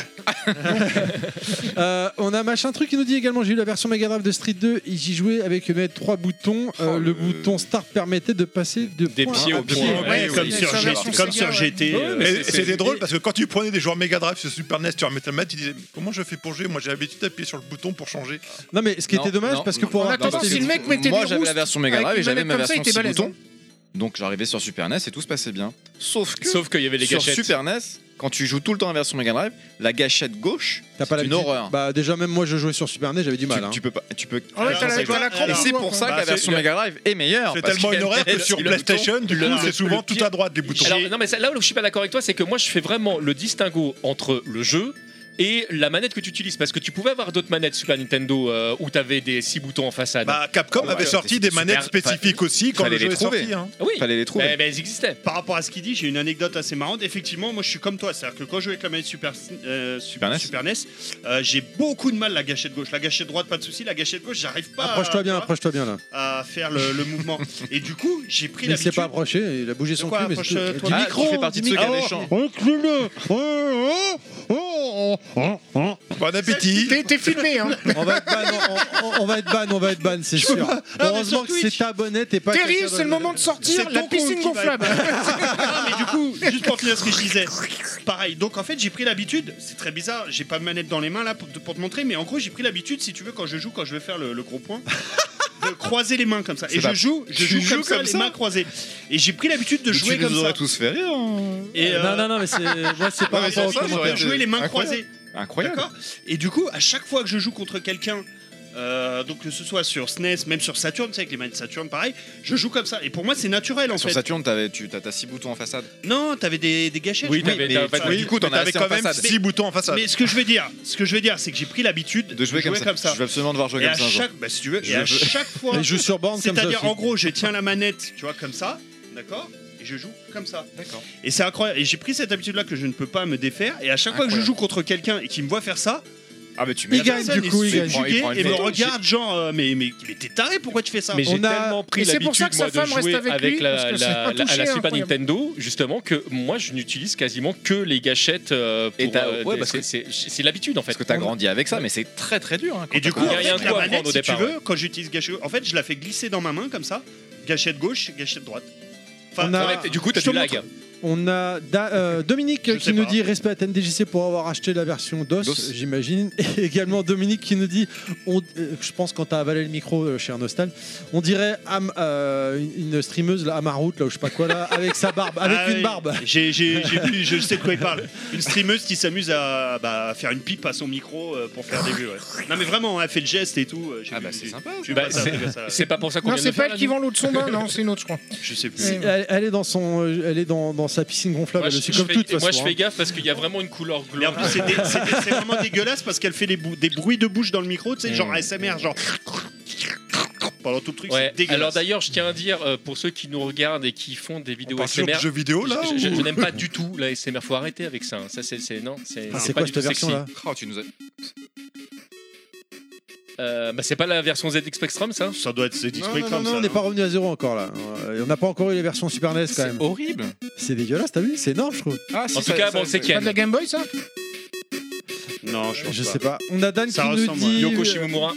Euh, on a machin truc qui nous dit également j'ai eu la version Mega Drive de Street deux et j'y jouais avec une trois boutons. Euh, Oh, le le- bouton Start permettait de passer de Des point pieds à au pied. point. Ouais, Ouais, comme oui, sur, sur la G- version comme sur Sega, G T. ouais. euh, mais Et c'est- c'était c'est- drôle parce que quand tu prenais des joueurs Mega Drive sur Super N E S, tu remettais le mettre, tu disais comment je fais pour jouer? Moi j'ai l'habitude d'appuyer sur le bouton pour changer. Non mais ce qui Non, était dommage non, parce que non, pour En avoir attendant, testé- si le mec mettait Moi des j'avais la roustes version Mega avec Drive et une j'avais manette ma comme ça, version il était six balèze, boutons. Donc j'arrivais sur Super N E S et tout se passait bien. Sauf que Sauf qu'il y avait les sur gâchettes. Super N E S, quand tu joues tout le temps en version Mega Drive, la gâchette gauche, T'as pas c'est une l'habitude. horreur. Bah déjà même moi je jouais sur Super N E S, j'avais du tu, mal. hein. tu peux pas, tu peux. Ah ouais, t'as la- c'est t'as la crampe Et au c'est doigt, pour quoi. ça que Bah, la c'est- version le- Mega Drive est meilleure. C'est parce tellement qu'elle- une horreur que elle- sur le PlayStation, du coup, le- c'est souvent le tout pire- à droite des boutons. Alors, non, mais ça- là où je suis pas d'accord avec toi, c'est que moi je fais vraiment le distinguo entre le jeu et la manette que tu utilises. Parce que tu pouvais avoir d'autres manettes Super Nintendo euh, où tu avais des six boutons en façade. Bah, Capcom Ouais, avait ouais, sorti c'est des super. manettes spécifiques aussi quand fallait le jeu les est trouver. sorti. hein. oui, Fallait les trouver. mais, mais elles existaient. Par rapport à ce qu'il dit, j'ai une anecdote assez marrante. Effectivement, moi je suis comme toi, c'est-à-dire que quand je joue avec la manette Super, euh, Super N E S. Super N E S, euh, j'ai beaucoup de mal la gâchette gauche. La gâchette droite, pas de souci. La gâchette gauche, j'arrive pas Approche-toi à, bien, tu vois, approche-toi bien là. à faire le, le mouvement. Et du coup, j'ai pris Mais il s'est l'habitude. pas approché, il a bougé son quoi, cul mais approche, c'est tout. euh, toi Du Ah, micro, tu fais partie de du ceux qui micro. avaient chant. Bon appétit. T'es t'es filmé, hein. On va être ban, on, on- on va être ban, on va être ban, c'est sûr. Heureusement que c'est ta bonnette et pas Terry, quelqu'un c'est le d'autre. moment de sortir C'est la ton piscine con qui va gonflable. Ah, mais du coup, juste pour finir ce que je disais, pareil. Donc en fait, j'ai pris l'habitude, c'est très bizarre, j'ai pas ma manette dans les mains là pour te, pour te montrer, mais en gros, j'ai pris l'habitude, si tu veux, quand je joue, quand je vais faire le, le gros point, de croiser les mains comme ça. Et C'est je pas- joue, je Tu joue joues comme ça, comme les ça mains croisées. Et j'ai pris l'habitude de jouer tu comme nous aurais ça. tous fait rire. hein. Et, euh, Non, non, non, mais c'est moi c'est par Ouais, mais rapport au ça, de j'aurais commentaire. été- jouer les mains incroyable. croisées. Incroyable. D'accord. Et du coup, à chaque fois que je joue contre quelqu'un, euh, donc que ce soit sur S N E S, même sur Saturn, tu sais, avec les manettes Saturn, pareil, je joue comme ça. Et pour moi, c'est naturel en Sur fait. Saturn, t'avais- tu as six boutons en façade. Non, t'avais des, des gâchettes. Oui, je crois. t'avais- mais t'avais pas de- du coup, t'en Mais as t'avais assez en quand même façade. six boutons en façade. Mais ce que je veux dire, ce que je veux dire, c'est que j'ai pris l'habitude De jouer comme ça. Je veux absolument devoir jouer Et comme à ça. un jour. chaque, bah, si tu veux, Je et à veux. chaque fois, Il joue sur borne comme ça. c'est-à-dire aussi. en gros, je tiens la manette, tu vois, comme ça, d'accord, et je joue comme ça. D'accord. Et c'est incroyable. Et j'ai pris cette habitude-là que je ne peux pas me défaire. Et à chaque fois que je Incroyable. joue contre quelqu'un et qu'il me voit faire ça, Ah, mais tu Il mets gagne, personne du est coup, il gagne. subjugué Il prend une et me photo. regarde genre, euh, mais, mais, mais t'es taré, pourquoi tu fais ça Mais j'ai On a- tellement pris Et c'est pour l'habitude ça que sa moi, de femme reste jouer avec avec lui, la, parce que c'est la- un la- à toucher la Super incroyable. Nintendo, justement, que moi je n'utilise quasiment que les gâchettes. euh, Et pour, t'as- euh, ouais, des- parce que- c'est- c'est c'est l'habitude en fait. Parce que t'as grandi avec ça, mais c'est très très dur. hein, quand Et du t'as coup, Il y a en rien fait, de quoi la à manette, prendre au si tu départ, veux, quand j'utilise gâchette, en fait, je la fais glisser dans ma main comme ça, gâchette gauche, gâchette droite. Enfin, On a- voilà. Et du coup, t'as Je te du lag. montre. On a Da- euh, Dominique Je qui sais nous pas. dit respect à T N D J C pour avoir acheté la version DOS, DOS. j'imagine. Et également Dominique qui nous dit, on- euh, je pense quand t'as avalé le micro, euh, cher Nostal, on dirait Am- euh, une une streameuse, là, Amarout, là, ou je sais pas quoi, là, avec sa barbe, avec Ah une oui. barbe. J'ai, j'ai, j'ai vu, je sais de quoi il parle. Une streameuse qui s'amuse à, bah, à faire une pipe à son micro euh, pour faire des vues. Ouais. Non mais vraiment, elle fait le geste et tout. euh, j'ai Ah vu- bah c'est j'ai- sympa. j'ai Bah, pas ça, c'est- j'ai pas ça. C'est pas pour ça qu'on Non, vient de c'est le faire. pas elle qui là, vend l'eau de son bain, non, c'est une autre, je crois. Je sais plus. Ouais. Elle, elle est dans son, euh, elle est dans, dans sa piscine gonflable, Moi, elle je, aussi je comme fais, toute et moi, façon. je fais hein. gaffe parce qu'il y a vraiment une couleur Mais en glauque. plus, c'est, des- c'est des- c'est vraiment dégueulasse parce qu'elle fait des, bou- des bruits de bouche dans le micro, tu sais, genre A S M R, genre. pendant tout le truc. Ouais. C'est dégueulasse. Alors d'ailleurs, je tiens à dire euh, pour ceux qui nous regardent et qui font des vidéos On parle A S toujours M de R, jeux vidéo là je, je- ou- je n'aime pas du tout la A S M R. Faut arrêter avec ça. hein. Ça c'est, c'est non, c'est, Ah, c'est c'est pas quoi du cette tout sexy. version là Oh, tu nous as... Euh, bah, c'est pas la version Z X Spectrum, ça. Ça doit être c'est Non, Spectrum, non, non, ça, on n'est non pas revenu à zéro encore là. Euh, On n'a pas encore eu les versions Super N E S quand C'est même. horrible. C'est dégueulasse, t'as vu? C'est énorme, je trouve. Ah, si, En tout ça- cas, ça- bon, c'est ça- Pas de la Ken. Game Boy, ça Non, je pense Je pas. sais pas. On a Dan Ça qui nous ressemble, dit. Yoko Shimomura.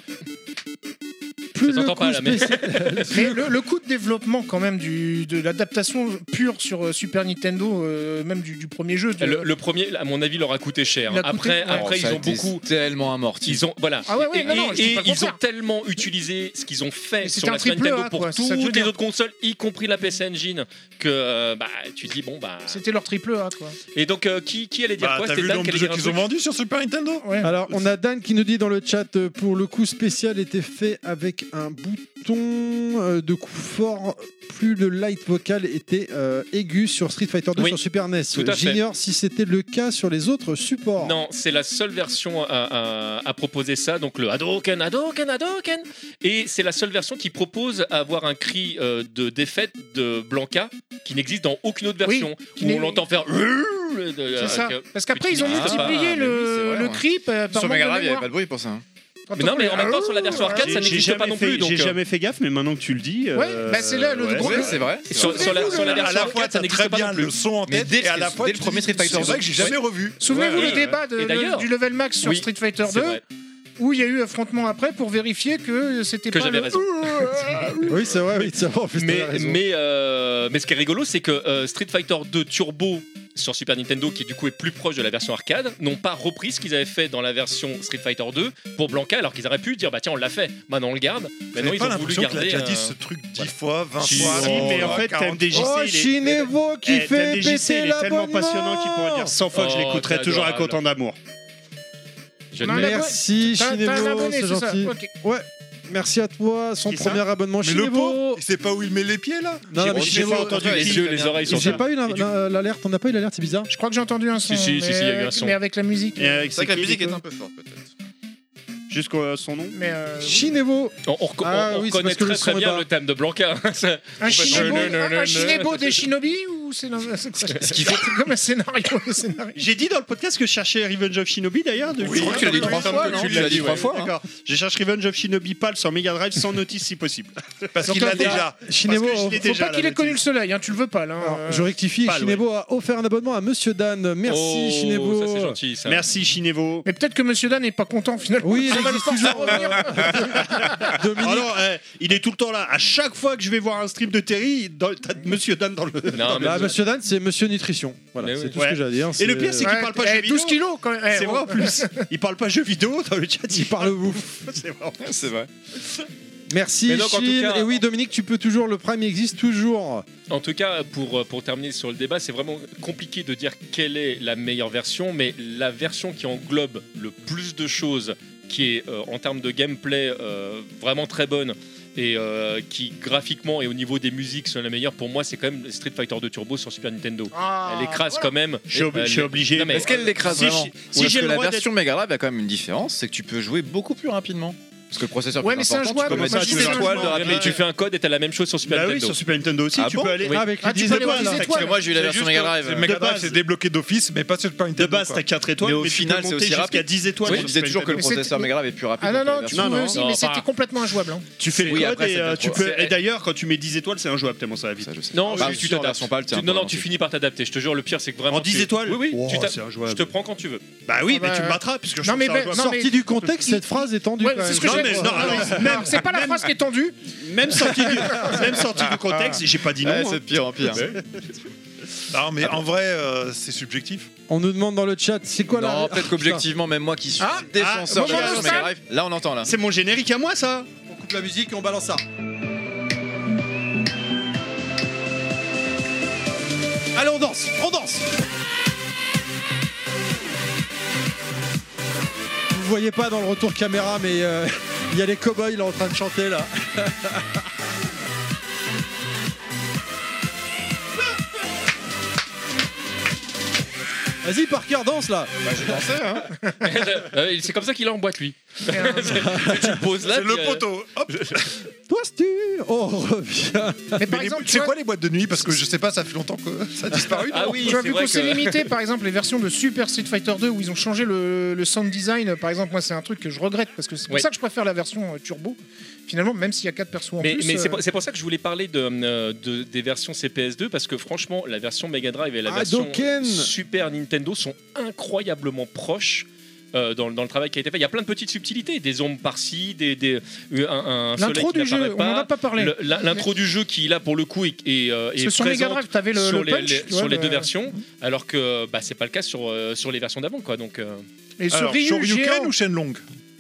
Plus Ça le s'entend coup pas, là, mais- spécial- Mais le, le coût de développement, quand même, du, de l'adaptation pure sur euh, Super Nintendo, euh, même du, du premier jeu. de- Le, le premier, à mon avis, leur a coûté cher. Il a coûté- Après, ouais. après, Oh, ça ils a ont été beaucoup. tellement amorti. Ils ont voilà. Ah ouais, ouais, et non, non, je dis et pas le ils ont contraire. tellement utilisé ce qu'ils ont fait Mais c'était sur un la Super triple Nintendo A, pour quoi, c'est ça que je veux toutes les dire. autres consoles, y compris la P S Engine, que euh, bah tu te dis bon bah. C'était leur triple A, quoi. Et donc euh, qui qui allait dire Bah, quoi? t'as C'était vu Dan le qui nombre de allait jeux dire un qu'ils ont truc vendus sur Super Nintendo Ouais. Alors, on a Dan qui nous dit dans le chat, euh, pour le coup spécial était fait avec un bouton euh, de coup fort. Plus le light vocal était euh, aigu sur Street Fighter deux Oui, sur Super N E S. tout à fait. J'ignore si c'était le cas sur les autres supports. Non, c'est la seule version à, à- à proposer ça, donc le Hadouken, Hadouken, Hadouken. Et c'est la seule version qui propose à avoir un cri euh, de défaite de Blanca qui n'existe dans aucune autre Oui, version, qui où n'est- on l'entend faire. C'est ça. Parce qu'après, ils ont Ah, multiplié mais oui, le, c'est vrai, le ouais. cri par Sur manque Mega de Drive, il n'y avait mémoire. pas de bruit pour ça. hein. Mais non, mais en même temps, sur la version arcade, J'ai- ça j'ai n'existe jamais pas non fait- plus. Donc, J'ai euh, jamais fait gaffe, mais maintenant que tu le dis. Ouais, euh, bah, c'est là le ouais. gros- Oui, c'est vrai. sur, sur la, sur la à version la fois, arcade, ça t'as n'existe très pas bien non plus. le son en Mais tête dès et à le- la fois dès tu le premier dis, Street Fighter c'est vrai que j'ai jamais revu. Souvenez-vous Ouais, le ouais, débat de- Et de- d'ailleurs- du level max sur Oui, Street Fighter C'est deux, vrai. où il y a eu affrontement après pour vérifier que c'était Que pas j'avais le- raison. Oui, c'est vrai, oui, c'est vrai. En plus, Mais, t'as raison. mais, euh, mais ce qui est rigolo, c'est que euh, Street Fighter deux Turbo sur Super Nintendo, qui du coup est plus proche de la version arcade, n'ont pas repris ce qu'ils avaient fait dans la version Street Fighter deux pour Blanca, alors qu'ils auraient pu dire bah tiens on l'a fait, maintenant on le garde. Maintenant J'avais ils pas ont voulu l'impression qu'il a garder. déjà dit euh, ce truc dix voilà. fois, vingt Si, fois. si, mais en trente, fait, quarante T M D J C, Oh, il est- Shinevo qui Eh, fait T M D J C, baisser il est tellement l'abonnement. passionnant qu'il pourrait dire cent fois que je Oh, l'écouterai t'es toujours avec adorable. autant d'amour. je Non, ne- mais- Merci T'as- t'as un Shinevo, abonné, c'est c'est ça. gentil. Ok. Ouais, merci à toi. Son Qui ça premier abonnement Mais le Shinevo. pauvre, il sait pas où il met les pieds là. Non, non, mais J'ai Shinevo, pas entendu les qui, yeux, Damien. les oreilles sont j'ai ça. pas eu la- Et du- la- l'alerte. On n'a pas eu l'alerte, c'est bizarre. Je crois que j'ai entendu un son. Si, si, si, mais, si, il y a eu un son. mais avec la musique. Et avec C'est vrai que la qui, musique du est coup un peu forte peut-être. Jusqu'à son nom. Mais euh, oui. Shinevo. On, on reco- Ah on- on oui, c'est reconnaît parce que le très très son est bien bas. le thème de Blanca. Ça- un Shinebo, Non, non, non, un non, Shinebo non. des Shinobi ou c'est c'est quoi Ce qu'il faut- C'est comme un scénario. le scénario. J'ai dit dans le podcast que je cherchais Revenge of Shinobi d'ailleurs. depuis- Oui, je crois que tu l'as dit trois fois, non Tu Tu l'as dit trois ouais. fois, hein. D'accord. Je cherche Revenge of Shinobi PAL sur Mega Drive sans notice si possible. Parce Donc qu'il là, l'a faut- déjà. Shinevo. Parce que je l'ai Faut déjà, pas qu'il la ait connu le notice. soleil, hein, tu le veux pas là. hein. Alors, je rectifie, Pas, Shinevo a offert un abonnement à Monsieur Dan. Merci Oh, Shinevo. ça c'est gentil. Ça. Merci Shinevo. Mais peut-être que Monsieur Dan n'est pas content finalement. Oui, Ça il va le existe forcer à toujours. revenir. Dominique. Alors, eh, il est tout le temps là. À chaque fois que je vais voir un stream de Terry, dans- t'as Monsieur Dan dans le. Non, mais Bah, Monsieur Dan, c'est Monsieur Nutrition. Voilà, Mais c'est oui. tout Ouais. ce que j'ai à dire. Et le pire, c'est qu'il Ouais, parle pas eh, jeux vidéo. douze kilos quand même. Eh, C'est oh. vrai en plus. Il parle pas jeux vidéo dans le chat. Il parle vous. C'est vrai. C'est vrai. Merci Mais donc, en tout Chine. cas, Et oui, en- Dominique, tu peux toujours. Le Prime existe toujours. En tout cas, pour, pour terminer sur le débat, c'est vraiment compliqué de dire quelle est la meilleure version, mais la version qui englobe le plus de choses, qui est euh, en termes de gameplay euh, vraiment très bonne, et euh, qui graphiquement et au niveau des musiques sont la meilleure, pour moi c'est quand même Street Fighter deux Turbo sur Super Nintendo. Ah, Elle écrase voilà. quand même. Je suis, ob- Euh, je suis obligé. Non, mais- Est-ce qu'elle l'écrase Si vraiment je- Ou si est-ce j'ai que le la droit version Mega Drive a quand même une différence, c'est que tu peux jouer beaucoup plus rapidement. Parce que le processeur Ouais, plus mais c'est important, tu injouable, peux moi, mettre je dis une c'est étoile de injouable. rappeler. Mais tu fais un code et t'as la même chose sur Super Bah oui, Nintendo. sur Super Nintendo aussi, Ah tu bon peux aller. Ah, avec les Ah, tu dix peux aller étoiles, voir là. les Parce étoiles. que moi j'ai eu la C'est version juste Mega que- Drive. Le euh, Mega de Drive, base. c'est débloqué d'office, mais pas sur Super De Nintendo. base, quoi. t'as quatre étoiles, Mais au tu final, peux c'est monter aussi jusqu'à rapide. dix étoiles. Je sur disais Super toujours que le Nintendo. processeur Mega Drive est plus rapide. Ah non, que la non, tu version- Non, pouvais non, aussi, non, mais pas- c'était complètement injouable. hein. Tu fais le Oui, code après, et c'est euh, bien tu trop. peux. C'est- Et d'ailleurs, quand tu mets dix étoiles, c'est injouable tellement ça va vite. Ça, je sais. Non, Bah, tu- tu sur la t'adaptes. version PAL, c'est un Tu- peu Non, non, tu avancé. finis par t'adapter. Je te jure, le pire, c'est que vraiment. En dix tu- étoiles Oui, oui. Oh, tu t'as- c'est injouable. Je te prends quand tu veux. Bah oui, Ah mais bah, tu me battras puisque je non, trouve mais ça ben- injouable. non, Sorti du contexte, cette phrase est tendue. Ouais, quand c'est ce même. que Non, j'ai mais- dit. non, Non, même- c'est pas la même- phrase qui est tendue. Même sorti du, même sorti du contexte, j'ai pas dit non. Ouais, hein. c'est de pire en pire. Non, mais en vrai, euh, c'est subjectif. On nous demande dans le chat, c'est quoi Non, la. peut-être qu'objectivement, même moi qui suis Ah, défenseur ah, de la moment version nostal. Mega Drive, là on entend là. C'est mon générique à moi, ça. On coupe la musique et on balance ça. Allez, on danse, on danse. Vous voyez pas dans le retour caméra, mais euh, il y a les cow-boys là en train de chanter là. Vas-y, Parker, danse là. Bah, j'ai dansé, hein. Euh, C'est comme ça qu'il est en boîte, lui. tu le poses là. C'est le puis, euh, poteau. Hop. Toi, Stu, on revient. Mais par Mais les- exemple, tu c'est vois- quoi les boîtes de nuit? Parce que je sais pas, ça fait longtemps que ça a disparu. Ah non oui, Tu vois, c'est vu vrai qu'on s'est que- limité, par exemple, les versions de Super Street Fighter deux où ils ont changé le, le sound design, par exemple, moi, c'est un truc que je regrette parce que c'est pour Oui. ça que je préfère la version euh, turbo. Finalement, même s'il y a quatre persos en Mais, plus. mais c'est euh, pour, c'est pour ça que je voulais parler de, euh, de- des versions C P S deux parce que franchement, la version Mega Drive et la Ah, version Dokken. Super Nintendo sont incroyablement proches. euh, dans, dans le travail qui a été fait, il y a plein de petites subtilités, des ombres par-ci, des, des, un, un soleil L'intro qui du jeu, n'apparaît on n'en a pas. pas parlé. Le- la- L'intro du jeu qui là pour le coup est, est, euh, Parce est que sur Mega présente Drive, t'avais le, sur, le les, punch, les- tu sur vois, les le- deux versions, alors que bah, c'est pas le cas sur, euh, sur les versions d'avant, quoi. Donc, euh, Et sur Alors, Ryu Shoryuken géant. ou Shenlong?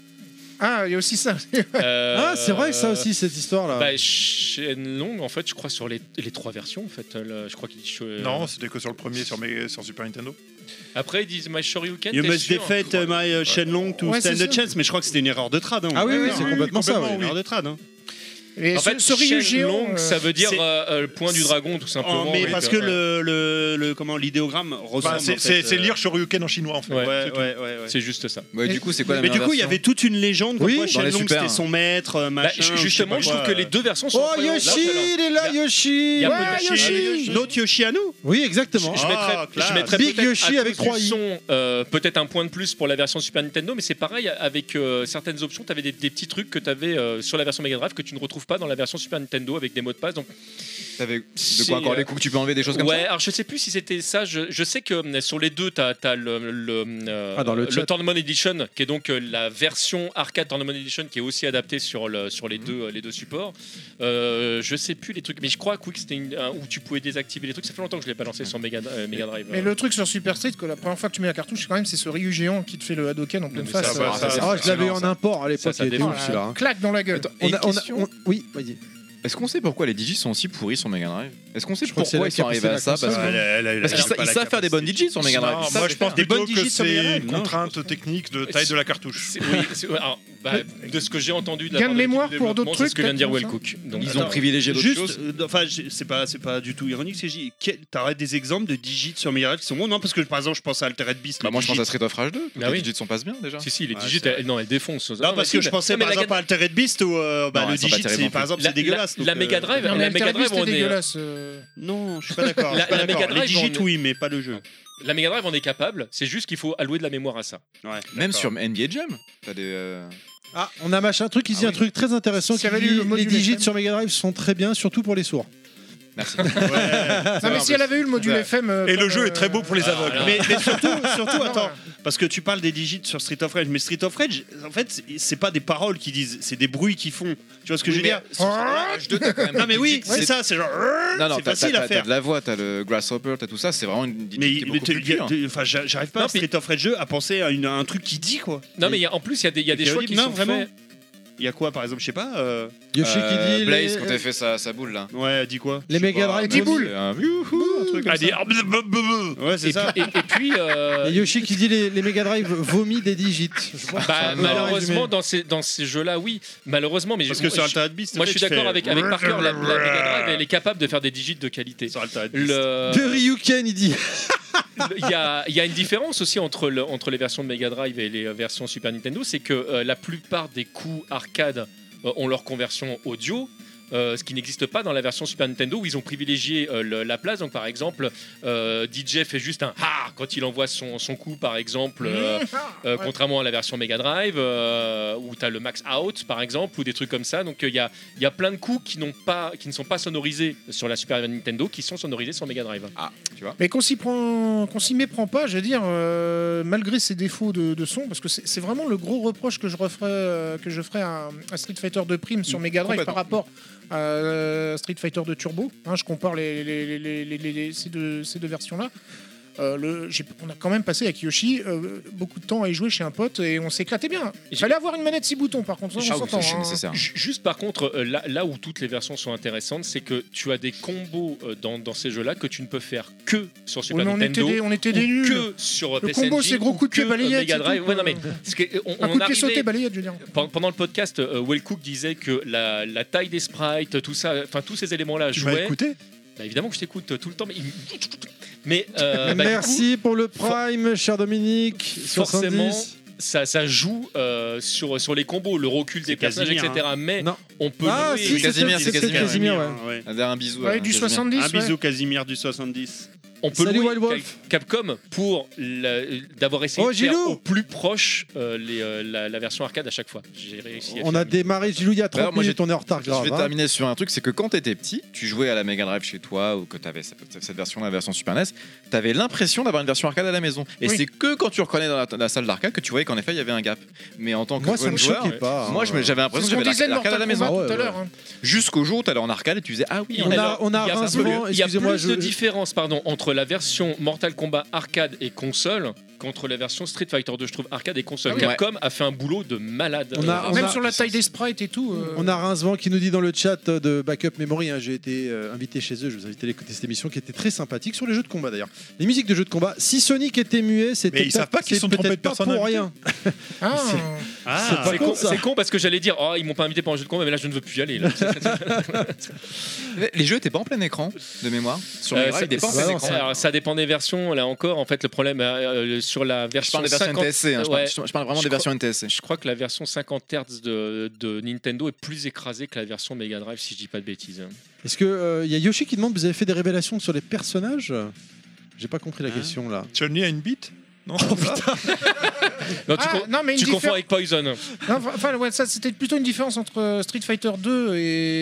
Ah, il y a aussi ça. euh, Ah, c'est vrai, ça aussi, cette histoire-là. Bah, Shenlong, en fait, je crois sur les, les trois versions, en fait, là, je crois qu'il dit. euh, Non, c'était que sur le premier, sur, mes- sur Super Nintendo. Après, ils disent My Shoryuken. You t'es must sûr defeat uh, my uh, Shenlong to Ouais, stand c'est a ça. chance, mais je crois que c'était une erreur de trad. Hein. Ah oui, oui, Ouais, c'est ouais, complètement ça, complètement oui. une erreur de trad. Hein. Et En ce, fait, ce Ryu géant. Shenlong, euh, ça veut dire c'est- euh, euh, le point du dragon, tout simplement. Oh, mais avec, parce euh, que ouais. le, le, le- comment l'idéogramme ressemble. Bah, c'est en fait, c'est- c'est euh, lire Shoryuken en chinois, en fait. Ouais. Ouais, C'est tout. ouais, ouais, ouais. C'est juste ça. Ouais, du coup, c'est quoi la Mais du meilleure coup, il y version avait toute une légende comme Oui, quoi dans les Shenlong Super, c'était son maître, euh, Bah, machin. ju- justement, je sais pas trouve que quoi. les deux versions sont Oh, incroyables. Yoshi, Là, il est là, il y a- Yoshi. il y a Ouais, peut-être- Yoshi. Notre Yoshi à nous. Oui, exactement. Je, je Ah, mettrais, classe. je mettrais Big peut-être Yoshi à avec cause trois du i. son, euh, peut-être un point de plus pour la version Super Nintendo, mais c'est pareil avec euh, certaines options. Tu avais des, des petits trucs que tu avais sur la version Mega Drive que tu ne retrouves pas dans la version Super Nintendo avec des mots de passe. Donc, T'avais de C'est, quoi encore euh, les coups que tu peux enlever, des choses comme ouais, ça? alors je sais plus si c'était ça. Je, je sais que euh, sur les deux, tu as, le, le, euh, Ah, dans le chat. Tournament Edition, qui est donc euh, la version arcade Tournament Edition, qui est aussi adaptée sur, le, sur les, deux, les deux supports. Euh, je sais plus les trucs, mais je crois que oui, que c'était une- un- où tu pouvais désactiver les trucs. Ça fait longtemps que je l'ai pas lancé sur Mega, euh, Mega Drive. Mais le truc sur Super Street, que la première fois que tu mets la cartouche, quand même, c'est ce Ryu géant qui te fait le Hadoken en pleine mais face. ça, euh, ça, ça, Ah, je l'avais fascinant, en ça. import à l'époque, Ça, ça il était défonce. ouf celui-là. hein. claque dans la gueule. Et On une a- on a- question. on- Oui, vas-y. Est-ce qu'on sait pourquoi les digits sont aussi pourris sur Mega Drive? Est-ce qu'on sait Je crois que c'est pourquoi la ils sont arrivés à capacité de ça? la Parce console. que- Elle- elle- elle- parce elle qu'ils a sa- pas ils la savent faire des bonnes capacité. digits sur Mega Drive. Non, Ils savent moi, les je pense faire. Des bonnes plutôt que digits sur Mega c'est Drive une Non. contrainte technique de taille de la cartouche. C'est- oui, c'est- ouais, alors, bah, de ce que j'ai entendu de la Gain part de l'équipe mémoire de pour d'autres développement, c'est ce que trucs, vient de dire peut-être, Wellcook. Donc, Ils ont Attends, privilégié d'autres Juste, choses. euh, enfin, j'ai- c'est pas, c'est pas du tout ironique, c'est juste, quel- t'arrêtes des exemples de digits sur Mega Drive qui sont bons. Non, parce que par exemple, je pense à Altered Beast. Bah, les moi, je pense digits. à Street of Rage deux. Bah Les oui. digits sont passent bien déjà. Si, si, les Ouais, digits, c'est vrai. elles- non, elles défoncent. Non, mais parce si, que je mais- pensais non, mais par la exemple à Altered Beast où euh, bah, Non, le elles sont pas digit, terribles c'est non par plus. exemple, La- c'est dégueulasse. la- la donc, Mega euh, Drive, Non, mais la Altered Mega Drive, Beast, on c'est est- dégueulasse. euh. Non, je suis pas d'accord. je La- suis pas la d'accord. Mega Les Drive, digits, on est- oui, mais pas le jeu. La Mega Drive, on est capable. C'est juste qu'il faut allouer de la mémoire à ça. Ouais, Même d'accord. sur N B A Jam. T'as des. euh, Ah, on a machin truc qui dit Ah un oui. truc très intéressant Ça qui valait dit le module les digits F M. sur Mega Drive sont très bien, surtout pour les sourds. Merci. Ouais. Non, mais si elle avait eu le module Ouais. F M. euh, Et le comme, jeu est euh, très beau pour les Ah, aveugles. alors- Mais, mais surtout, surtout Non, attends, ouais. parce que tu parles des digits sur Street of Rage, mais Street of Rage, en fait, c'est- c'est pas des paroles qui disent, c'est des bruits qui font. Tu vois ce que je veux dire Non, mais oui, c'est ça, c'est genre. Non, non, c'est t'as facile t'as- à t'as faire. de la voix, t'as le Grasshopper, t'as tout ça, c'est vraiment une digit Mais qui est il- beaucoup te- plus il y a- pure. te- enfin, j'a- j'arrive pas Non, à Street of Rage deux à penser à une- à un truc qui dit quoi. Non, mais il y a- en plus, il y a des, il y a des Et choix Kéolis, qui non, sont vraiment. faits. Il y a quoi par exemple, je sais pas. euh, Yoshi Euh, qui dit Blaze, les, quand elle fait sa sa boule là. Ouais, dis quoi les Mega Drive. Des boules. C'est un youhou, un truc comme Ah, ça. des- Ouais, c'est Et, ça. puis- et- et puis, euh, Et Yoshi qui dit les, les Mega Drive vomit des digits. Je pense que bah, ça peut bien malheureusement, résumer. dans ces, dans ces jeux-là, oui. Malheureusement, mais Parce je, que sur moi, je- Altered Beast, moi, je suis tu d'accord fais- avec, avec Parker. La, la Mega Drive, elle est capable de faire des digits de qualité. Sur Altered Beast. Le- De Ryuken, il dit. Il y, a, il y a une différence aussi entre, le- entre les versions de Mega Drive et les versions Super Nintendo, c'est que euh, la plupart des coups arcade euh, ont leur conversion audio. euh, ce qui n'existe pas dans la version Super Nintendo où ils ont privilégié euh, le- la place. Donc par exemple, euh, D J fait juste un ha quand il envoie son, son coup, par exemple, euh, euh, Ouais. contrairement à la version Mega Drive euh, où tu as le max out par exemple ou des trucs comme ça. Donc il y, a, il y a plein de coups qui, n'ont pas, qui ne sont pas sonorisés sur la Super Nintendo qui sont sonorisés sur Mega Drive. Mais qu'on s'y prend, qu'on s'y méprend pas, je veux dire, euh, malgré ses défauts de, de son, parce que c'est c'est vraiment le gros reproche que je referais, euh, que je ferais à, à Street Fighter deux Prime sur Mega Drive par rapport à euh, Street Fighter deux Turbo. Hein, je compare les, les- les- les- les- les- les- ces deux, ces deux versions-là. Euh, le, j'ai- on a quand même passé avec Yoshi euh, beaucoup de temps à y jouer chez un pote et on s'éclatait bien. Il fallait avoir une manette six boutons par contre, ça, on Ah oui, s'entend. c'est hein. nécessaire. Ju- Juste par contre, euh, là, là où toutes les versions sont intéressantes, c'est que tu as des combos euh, dans, dans ces jeux-là que tu ne peux faire que sur Super Oui, mais on Nintendo. était des, on était des ou nuls. que sur euh, Le P C combo, Engine, c'est gros ou coup de pied que, euh, balayette, Mega c'est Drive. tout, Ouais, non, quoi. mais parce que, euh, on, Un on coup de en pied sauté, arrivait- balayette, je veux dire. Pen- Pendant le podcast, euh, Will Cook disait que la, la taille des sprites, tout ça, enfin tous ces éléments-là Tu m'as jouaient. écouté? Bah, évidemment que je t'écoute euh, tout le temps, mais, il- Mais euh, bah, Merci pour le Prime, cher Dominique. forcément, soixante-dix. ça, ça joue euh, sur, sur les combos, le recul des personnages, Casimir, et cetera. Mais Non. on peut Ah, jouer. si, c'est Casimir, c'est c'est Casimir. Casimir, ouais. ouais. Un un bisou. à Ouais, du Casimir. soixante-dix. Un ouais. bisou Casimir du soixante-dix. On peut Salut, louer Wild Wolf. Cap- Capcom pour la- d'avoir essayé Oh, de faire Gilou. au plus proche euh, les, euh, la, la version arcade à chaque fois. J'ai réussi à On faire a mieux. démarré Gilou il y a trente Alors, moi, minutes, on est en retard Je grave. vais hein. terminer sur un truc, c'est que quand t'étais petit, tu jouais à la Mega Drive chez toi ou que t'avais cette, cette version, la version Super N E S, t'avais l'impression d'avoir une version arcade à la maison. Et Oui. c'est que quand tu reconnais dans la, la salle d'arcade que tu voyais qu'en effet il y avait un gap. Mais en tant que Moi, ça jeune me joueur, choquait pas. moi je me- j'avais C'est l'impression ce que qu'on j'avais disait de l'arcade à la Mortal maison. Kombat Ah tout à ouais, l'heure. hein. Jusqu'au jour où t'allais en arcade et tu disais ah oui, On a, Alors, on a il y a- Rincement, Il y a excusez-moi, plus je. de différence pardon, entre la version Mortal Kombat arcade et console qu'entre la version Street Fighter deux, je trouve, arcade et console. Ah oui. Capcom a fait un boulot de malade. On a- Euh, on Même a- sur la taille des sprites et tout. euh, On a Rincevent qui nous dit dans le chat de Backup Memory, hein, j'ai été euh, invité chez eux, je vous invite à écouter cette émission qui était très sympathique sur les jeux de combat d'ailleurs. Les musiques de jeux de combat, si Sonic était muet, c'était Mais ils savent pas qu'ils c'est sont trompés peut-être de pas personne pour invitée. rien. Ah, Ah, C'est pas C'est con, con, ça. c'est con parce que j'allais dire oh ils m'ont pas invité pour un jeu de combat mais là je ne veux plus y aller là. Mais les jeux étaient pas en plein écran de mémoire. Sur les Euh, Drive, ça, ils étaient pas en ça- plein ça- écran. alors, ça dépend des versions là encore en fait le problème euh, euh, sur la Je version parle des versions cinquante N T S C, hein, je, parle, ouais. je parle vraiment Je des crois- versions N T S C. Je crois que la version cinquante hertz de, de Nintendo est plus écrasée que la version Mega Drive si je dis pas de bêtises. Est-ce que euh, y a Yoshi qui demande, vous avez fait des révélations sur les personnages? J'ai pas compris la Hein question là. Chun-Li a une bite Non, Oh, c'est ça Non, tu, Ah, con- non, mais une tu confonds diffé- avec Poison. non, enfin, ouais, ça c'était plutôt une différence entre euh, Street Fighter deux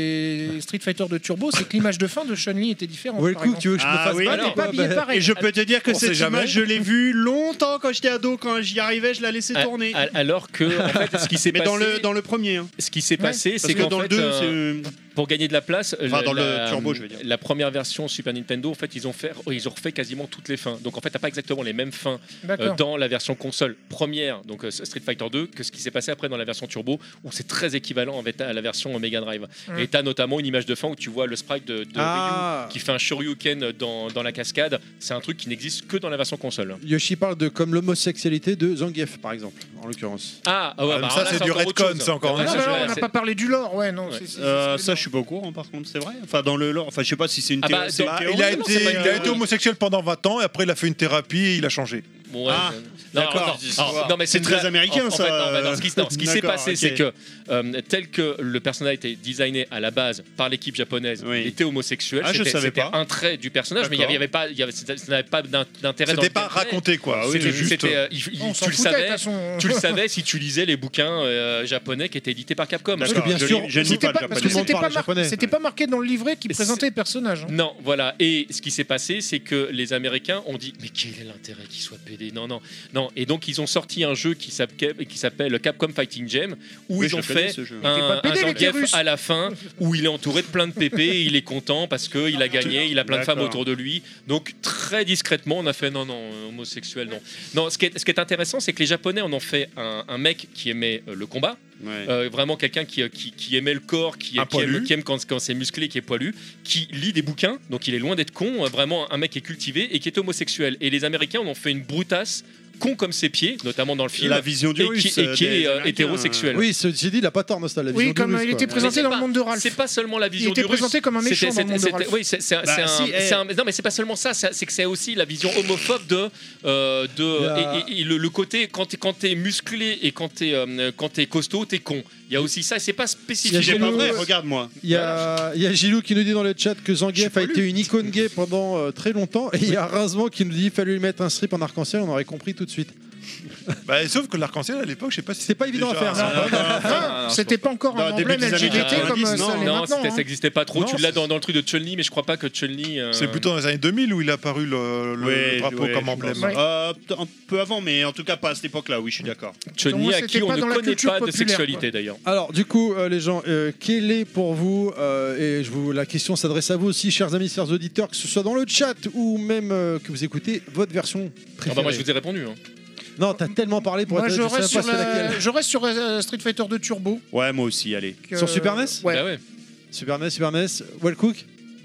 et Street Fighter deux Turbo, c'est que l'image de fin de Chun-Li était différente. Ouais, le par coup, exemple. tu veux que je me Ah fasse oui, mal, Elle alors, n'est pas quoi, habillée bah, pareil. Et je peux te dire que On sait cette jamais. image, je l'ai vue longtemps quand j'étais ado. Quand j'y arrivais, je la laissais A- tourner. a- Alors que en fait, ce qui s'est Mais passé, dans le, dans le premier. Hein. ce qui s'est Ouais, passé, Parce c'est que qu'en dans fait, le deux, euh, c'est. pour gagner de la place, Enfin, la- dans le la- Turbo, je veux dire. La première version Super Nintendo, en fait, ils ont fait, ils ont refait quasiment toutes les fins. Donc en fait, t'as pas exactement les mêmes fins euh, D'accord. dans la version console première, donc euh, Street Fighter deux, que ce qui s'est passé après dans la version Turbo, où c'est très équivalent en fait, à la version Mega Drive. Mm. Et t'as notamment une image de fin où tu vois le sprite de, de Ah. Ryu qui fait un Shoryuken dans, dans la cascade. C'est un truc qui n'existe que dans la version console. Yoshi parle de comme l'homosexualité de Zangief par exemple, en l'occurrence. Ah, ah ouais, Ah, bah, ça, alors là, c'est du encore autre Redcon, chose. c'est encore Ouais, un Non, ça, mais je- là, on n'a c'est- pas parlé du lore, ouais, non. Ouais. c'est- c'est- Euh, c'est- ça, je suis pas au courant, par contre, c'est vrai. Enfin, dans le lore, enfin, je sais pas si c'est une Ah bah, théorie. c'est dans- une Bah, théorie. il a non, été, c'est pas il une a théorie. été homosexuel pendant vingt ans et après il a fait une thérapie et il a changé. Bon, ouais, Ah, euh, non, d'accord. non, alors, non, mais C'est une très blague. américain, En- en ça, fait, non, bah, non, ce qui, non, ce qui s'est D'accord, passé, ok. c'est que euh, tel que le personnage a été designé à la base par l'équipe japonaise, Oui. il était homosexuel. Ah, je C'était- savais c'était pas. un trait du personnage, mais il n'y avait, il y avait pas, il y avait, ça n'avait pas d'in- d'intérêt dans C'était le pas gameplay. raconté quoi. oui, C'était C'était juste. c'était, euh, il- il- On s'en tu le foutait, de toute savais. façon. Tu le savais si tu lisais les bouquins euh, japonais qui étaient édités par Capcom. Parce que bien je sûr, lis- je ne lis C'était pas pas, le parce que Tout le monde c'était parle pas, mar- japonais. c'était pas marqué dans le livret qui Et présentait les personnages. hein. Non, voilà. Et ce qui s'est passé, c'est que les Américains ont dit mais quel est l'intérêt qu'il soit pédé? Non, non, non. Et donc ils ont sorti un jeu qui s'appelle qui s'appelle Capcom Fighting Gem où Oui, ils je ont le connais, fait ce jeu. un, Il était pas pédé, un il était Zangief russe. à la fin où il est entouré de plein de pépés et il est content parce qu'il a gagné, il a plein de femmes D'accord. autour de lui. Donc très discrètement, on a fait non, non, euh, homosexuel, non. Non, ce qui est, ce qui est intéressant, c'est que les Japonais en ont fait un, un mec qui aimait euh, le combat. Ouais. Euh, vraiment quelqu'un qui, qui, qui aimait le corps, qui, Un qui aime, poilu. qui aime quand, quand c'est musclé, qui est poilu, qui lit des bouquins, donc il est loin d'être con, euh, vraiment un mec qui est cultivé et qui est homosexuel. Et les Américains en ont fait une brutasse, con comme ses pieds, notamment dans le film, La vision du et qui, russe, et qui euh, est des euh, Américains, hétérosexuel. Oui, ce- j'ai dit, il a pas tort, Nostal, la vision Oui, du comme russe, il quoi. était Mais présenté c'est dans pas- le monde de Ralph. C'est pas seulement la vision était du russe. présenté comme un méchant C'était- dans le monde de c'était- Ralph. Oui, c'est c'est un- Bah, c'est un- si, eh. c'est un- non, mais c'est pas seulement ça. C'est c'est que c'est aussi la vision homophobe de euh, de Il y a- et, et- et le, le côté quand t'es quand t'es musclé et quand t'es euh, quand t'es costaud, t'es con. Il y a aussi ça. C'est pas Il y spécifique. a C'est pas Gilou- vrai, regarde-moi. Il y a, il y a Gilou qui nous dit dans le chat que Zangief a été une icône gay pendant euh, très longtemps. Et il y a Rincement qui nous dit qu'il fallait lui mettre un strip en arc-en-ciel, on aurait compris tout de suite. Bah, sauf que l'arc-en-ciel à l'époque, je sais pas si C'était pas évident à déjà- faire, ça. Ah, Ah, Ah, non, C'était pas encore Dans un le début emblème des L G B T années comme quatre-vingt-dix, ça l'est Non, maintenant. c'était- hein. ça n'existait pas trop. Non, tu l'as c'est- dans, dans le truc de Chun-Li, mais je crois pas que Chun-Li. euh, C'est plutôt dans les années deux mille où il est apparu le, le Ouais, drapeau ouais, comme je emblème. pense. Euh, un peu avant, mais en tout cas pas à cette époque-là, oui, je suis d'accord. Chun-Li Moi, à c'était qui on pas ne dans la connaît culture pas de populaire, sexualité d'ailleurs. Alors, du coup, euh, les gens, euh, quel est pour vous, euh, et je vous, la question s'adresse à vous aussi, chers amis, chers auditeurs, que ce soit dans le chat ou même euh, que vous écoutez, votre version Ah préférée. bah moi je vous ai répondu. hein. Non, t'as tellement parlé pour Moi, être je je sais reste, pas sur c'est la- laquelle. je reste sur euh, Street Fighter deux Turbo. Ouais, moi aussi, allez. que- Sur Super N E S Ouais. Bah ouais. Super N E S, Super N E S, Wellcook.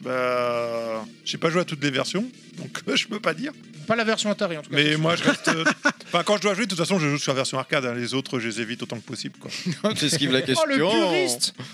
Bah, j'ai pas joué à toutes les versions, donc je peux pas dire. Pas la version Atari en tout cas. Mais moi, je reste. euh, Enfin, quand je dois jouer, de toute façon, je joue sur la version arcade. hein. Les autres, je les évite autant que possible. Quoi. J'esquive la Oh question. le puriste.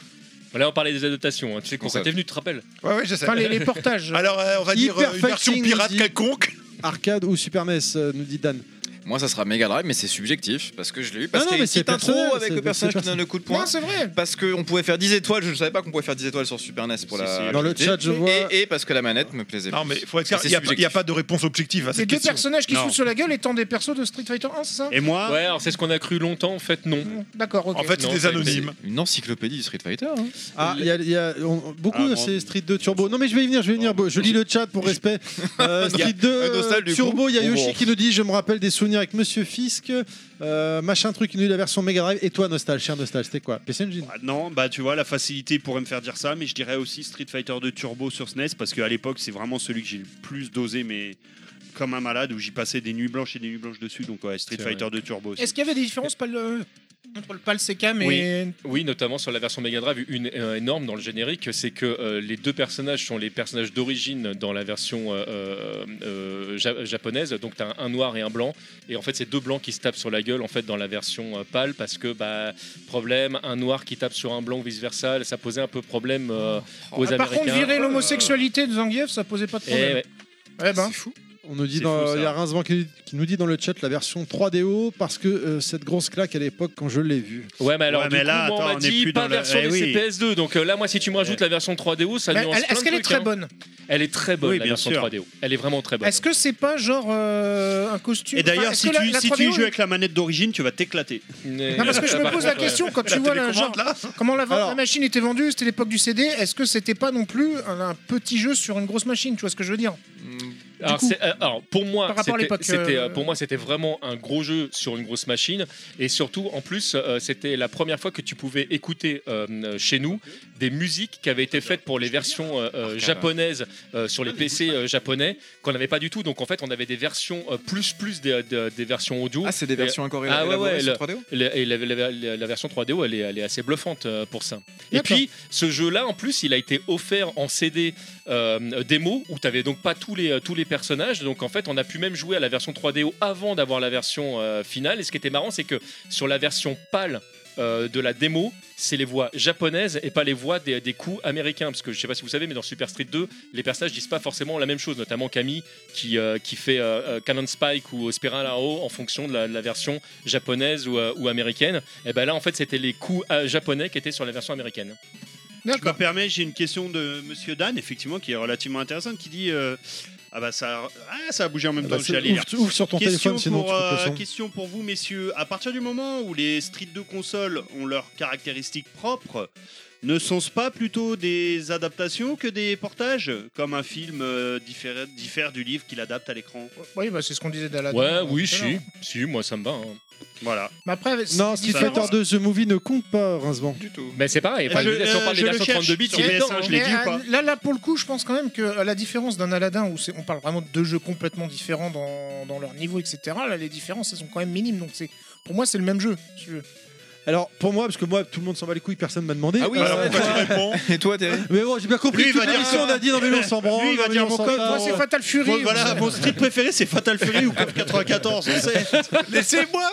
Là, on parlait des adaptations. Hein. Tu sais qu'on Ça- t'es venu, tu te rappelles? Ouais, ouais, je sais. Enfin, les, les portages. Alors, euh, on va dire Hyper euh, une version Fighting pirate dit- quelconque. Arcade ou Super M E S, euh, nous dit Dan. Moi, ça sera Mega Drive, mais c'est subjectif parce que je l'ai eu. Parce Ah non, qu'il y a mais une c'est petite intro personnel, avec c'est- le personnage c'est qui donne le coup de poing. Non, c'est vrai. Parce qu'on pouvait faire dix étoiles, je ne savais pas qu'on pouvait faire dix étoiles sur Super N E S pour Si, la. si. Dans le rapidité. chat, je vois. Et, et parce que la manette me plaisait. Non, mais faut être Ça, clair, c'est il n'y a, pas- subjectif. y a pas de réponse objective à Les cette deux question. personnages qui se Non. foutent sur la gueule étant des persos de Street Fighter un, c'est ça Et moi, Ouais, alors c'est ce qu'on a cru longtemps. En fait, non. D'accord, ok. En fait, c'est Non, des c'est- anonymes. Une encyclopédie du Street Fighter. hein. Ah, il y a, il y a- on- beaucoup, Ah, bon. c'est Street deux Turbo. Non, mais je vais y venir, je vais y venir. Je lis le chat pour respect. Euh, Il y a Street deux un nostal, du Turbo, coup. il y a Bon, Yoshi bon. qui nous dit je me rappelle des souvenirs avec Monsieur Fisk. Euh, machin truc qui nous dit la version Mega Drive. Et toi, Nostal, cher Nostal, c'était quoi P C Engine ah, non, bah tu vois, la facilité pourrait me faire dire ça, mais je dirais aussi Street Fighter deux Turbo sur S N E S parce qu'à l'époque, c'est vraiment celui que j'ai le plus dosé, mais comme un malade, où j'y passais des nuits blanches et des nuits blanches dessus. Donc ouais, Street C'est Fighter deux Turbo aussi. Est-ce qu'il y avait des différences pas le... entre le PAL C K mais Oui. Oui, notamment sur la version Mega Drive, une euh, énorme dans le générique, c'est que euh, les deux personnages sont les personnages d'origine dans la version euh, euh, euh, ja- japonaise. Donc tu as un, un noir et un blanc, et en fait c'est deux blancs qui se tapent sur la gueule en fait dans la version euh, PAL parce que bah problème, un noir qui tape sur un blanc ou vice versa, ça posait un peu problème euh, aux Ah, par Américains. contre, virer l'homosexualité de Zangief, ça posait pas de Et problème. ouais. Eh ben, On nous dit C'est dans, fou, ça. il y a Rincevent qui, qui nous dit dans le chat la version trois D O parce que euh, cette grosse claque à l'époque quand je l'ai vue. Ouais, mais alors Ouais, du mais coup, là, moi, on attends, m'a on est dit plus pas dans la- version Eh des oui. C P S deux. Donc euh, là, moi, si tu me rajoutes la version trois D O, ça mais nuance elle- plein est-ce de qu'elle est trucs, très hein. bonne Elle est très bonne, Oui, la bien version sûr. trois D O. Elle est vraiment très bonne. Est-ce que c'est pas genre euh, un costume Et d'ailleurs, Enfin, est-ce si que la- tu, la si trois D O tu joues est- avec la manette d'origine, tu vas t'éclater. Mais- Non, parce que je me pose la question quand tu La vois la, genre, télécommande, là. comment la, Alors- la machine était vendue, c'était l'époque du C D. Est-ce que c'était pas non plus un, un petit jeu sur une grosse machine Tu vois ce que je veux dire Alors, coup, c'est- euh, alors, pour moi, par rapport à c'était- l'époque, c'était, euh, euh, pour moi, c'était vraiment un gros jeu sur une grosse machine, et surtout, en plus, euh, c'était la première fois que tu pouvais écouter euh, euh, chez nous des musiques qui avaient été faites pour les versions euh, euh, japonaises euh, sur les P C euh, japonais qu'on n'avait pas du tout. Donc en fait, on avait des versions euh, plus plus des, des- des versions audio. Ah, c'est des Et- versions encore Ah ouais, élaborées ouais, sur le- trois D O. la- Et la, la- la- la version trois D O, elle est, elle est assez bluffante euh, pour ça. Et D'accord. puis, ce jeu-là, en plus, il a été offert en C D euh, démo, où tu n'avais donc pas tous les, tous les personnages. Donc, en fait, on a pu même jouer à la version trois D O avant d'avoir la version euh, finale. Et ce qui était marrant, c'est que sur la version PAL euh, de la démo, c'est les voix japonaises et pas les voix des, des coups américains. Parce que je sais pas si vous savez, mais dans Super Street deux, les personnages disent pas forcément la même chose, notamment Camille qui, euh, qui fait euh, euh, Cannon Spike ou Spiral Arrow en fonction de la, de la version japonaise ou, euh, ou américaine. Et ben là, en fait, c'était les coups euh, japonais qui étaient sur la version américaine. Je me permets, j'ai une question de Monsieur Dan, effectivement, qui est relativement intéressante, qui dit euh, ah bah ça, ah, ça a bougé en même temps que j'allais lire. ouvre, ouvre sur ton Question téléphone, sinon pour, tu coupes le euh, son. question pour vous, messieurs. À partir du moment où les Street deux consoles ont leurs caractéristiques propres, ne sont-ce pas plutôt des adaptations que des portages, comme un film euh, diffère, diffère du livre qu'il adapte à l'écran? Oui, bah, c'est ce qu'on disait d'Aladdin. Ouais, euh, oui, tout à si, l'heure. si, moi ça me va. hein. Voilà. Mais après, c'est Non, Street différent. Fighter deux The Movie ne compte pas, Rincevent. Du tout. Mais c'est pareil. Enfin, Je- je veux dire, si on euh, parle des je le versions cherche trente-deux bits, sur il est P S dedans. un, hein. je l'ai Mais, dit ou euh, pas là, là, pour le coup, je pense quand même que à la différence d'un Aladdin où c'est- on parle vraiment de deux jeux complètement différents dans, dans leur niveau, et cetera. Là, les différences, elles sont quand même minimes. Donc, c'est pour moi, c'est le même jeu. si tu veux. Alors, pour moi, parce que moi, tout le monde s'en bat les couilles, personne m'a demandé. Ah oui, Euh, Alors ouais, pourquoi ouais. tu réponds Et toi, Terry? Mais bon, j'ai bien compris. Lui, il Toute va dire- l'émission, on a dit non, mais nous, on s'en branle. Lui, il va non, mais dire on mon s'en code, tape. Moi, c'est Fatal Fury. Bon, voilà, mon Street préféré, c'est Fatal Fury ou Cop quatre-vingt-quatorze, on sait. Laissez-moi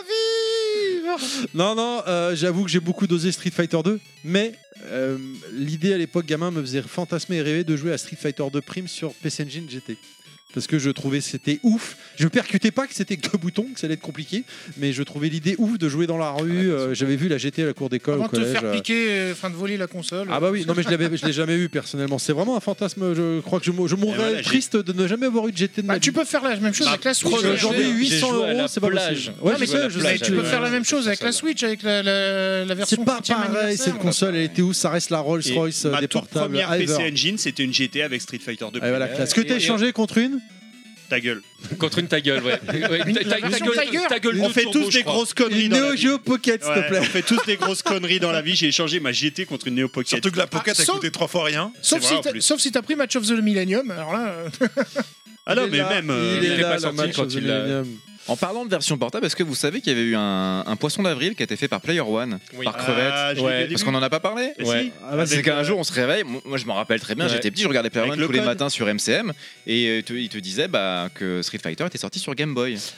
vivre. Non, non, euh, j'avoue que j'ai beaucoup dosé Street Fighter deux, mais euh, l'idée à l'époque, gamin, me faisait fantasmer et rêver de jouer à Street Fighter deux Prime sur P C Engine G T. Parce que je trouvais c'était ouf. Je percutais pas que c'était que deux boutons, que ça allait être compliqué, mais je trouvais l'idée ouf de jouer dans la rue. euh, J'avais vu la G T à la cour d'école Avant au de te collège. faire euh. piquer, euh, enfin de voler la console. Ah bah oui, non mais je l'avais, je l'ai jamais eu personnellement. C'est vraiment un fantasme. Je crois que je, mou- je mourrais voilà, j'ai- triste de ne jamais avoir eu de G T de ma Bah, tu vie. peux faire la même chose Bah, avec la Switch. prenez- Aujourd'hui j'ai- huit cents j'ai joué à euros, la c'est pas plage. possible. Ouais, Ouais, mais je ça, sais, je je sais, sais. tu peux je- faire la même chose avec la Switch, avec la, la, la version C'est pas trentième pareil, anniversaire. cette console, elle était où? Ça reste la Rolls Royce Et ma des toute portables. première P C Ever. Engine, c'était une G T avec Street Fighter deux. Ah, voilà, classe. Est-ce que t'as Et- échangé contre une? Ta gueule. Contre une ta gueule, ouais. Ouais, Une- ta- la ta- version ta gueule- Tiger. ta gueule On de fait turbo, tous je des crois. grosses conneries Une dans la Neo vie. Geo Pocket, s'il te Ouais, plaît. on fait tous des grosses conneries dans la vie. J'ai échangé ma G T contre une Neo Pocket. Surtout que la Pocket Ah, a sauf- coûté trois fois rien. Sauf C'est si vrai, en t'as- plus. sauf si t'as pris Match of the Millennium. Alors là, euh, Ah non, Il est mais là, même. euh, il est était là, pas le sorti match quand of the il l'a- Millennium. En parlant de version portable, est-ce que vous savez qu'il y avait eu un, un poisson d'avril qui a été fait par Player One, Oui. par Crevette? Ah, je l'ai Ouais, bien Parce vu. qu'on en a pas parlé. Eh Ouais. si. Ah, bah, C'est Avec, qu'un euh, jour on se réveille, moi je m'en rappelle très bien, Ouais. j'étais petit, je regardais Player Avec One le tous les code. matins sur M C M et euh, te- il te disait bah, que Street Fighter était sorti sur Game Boy.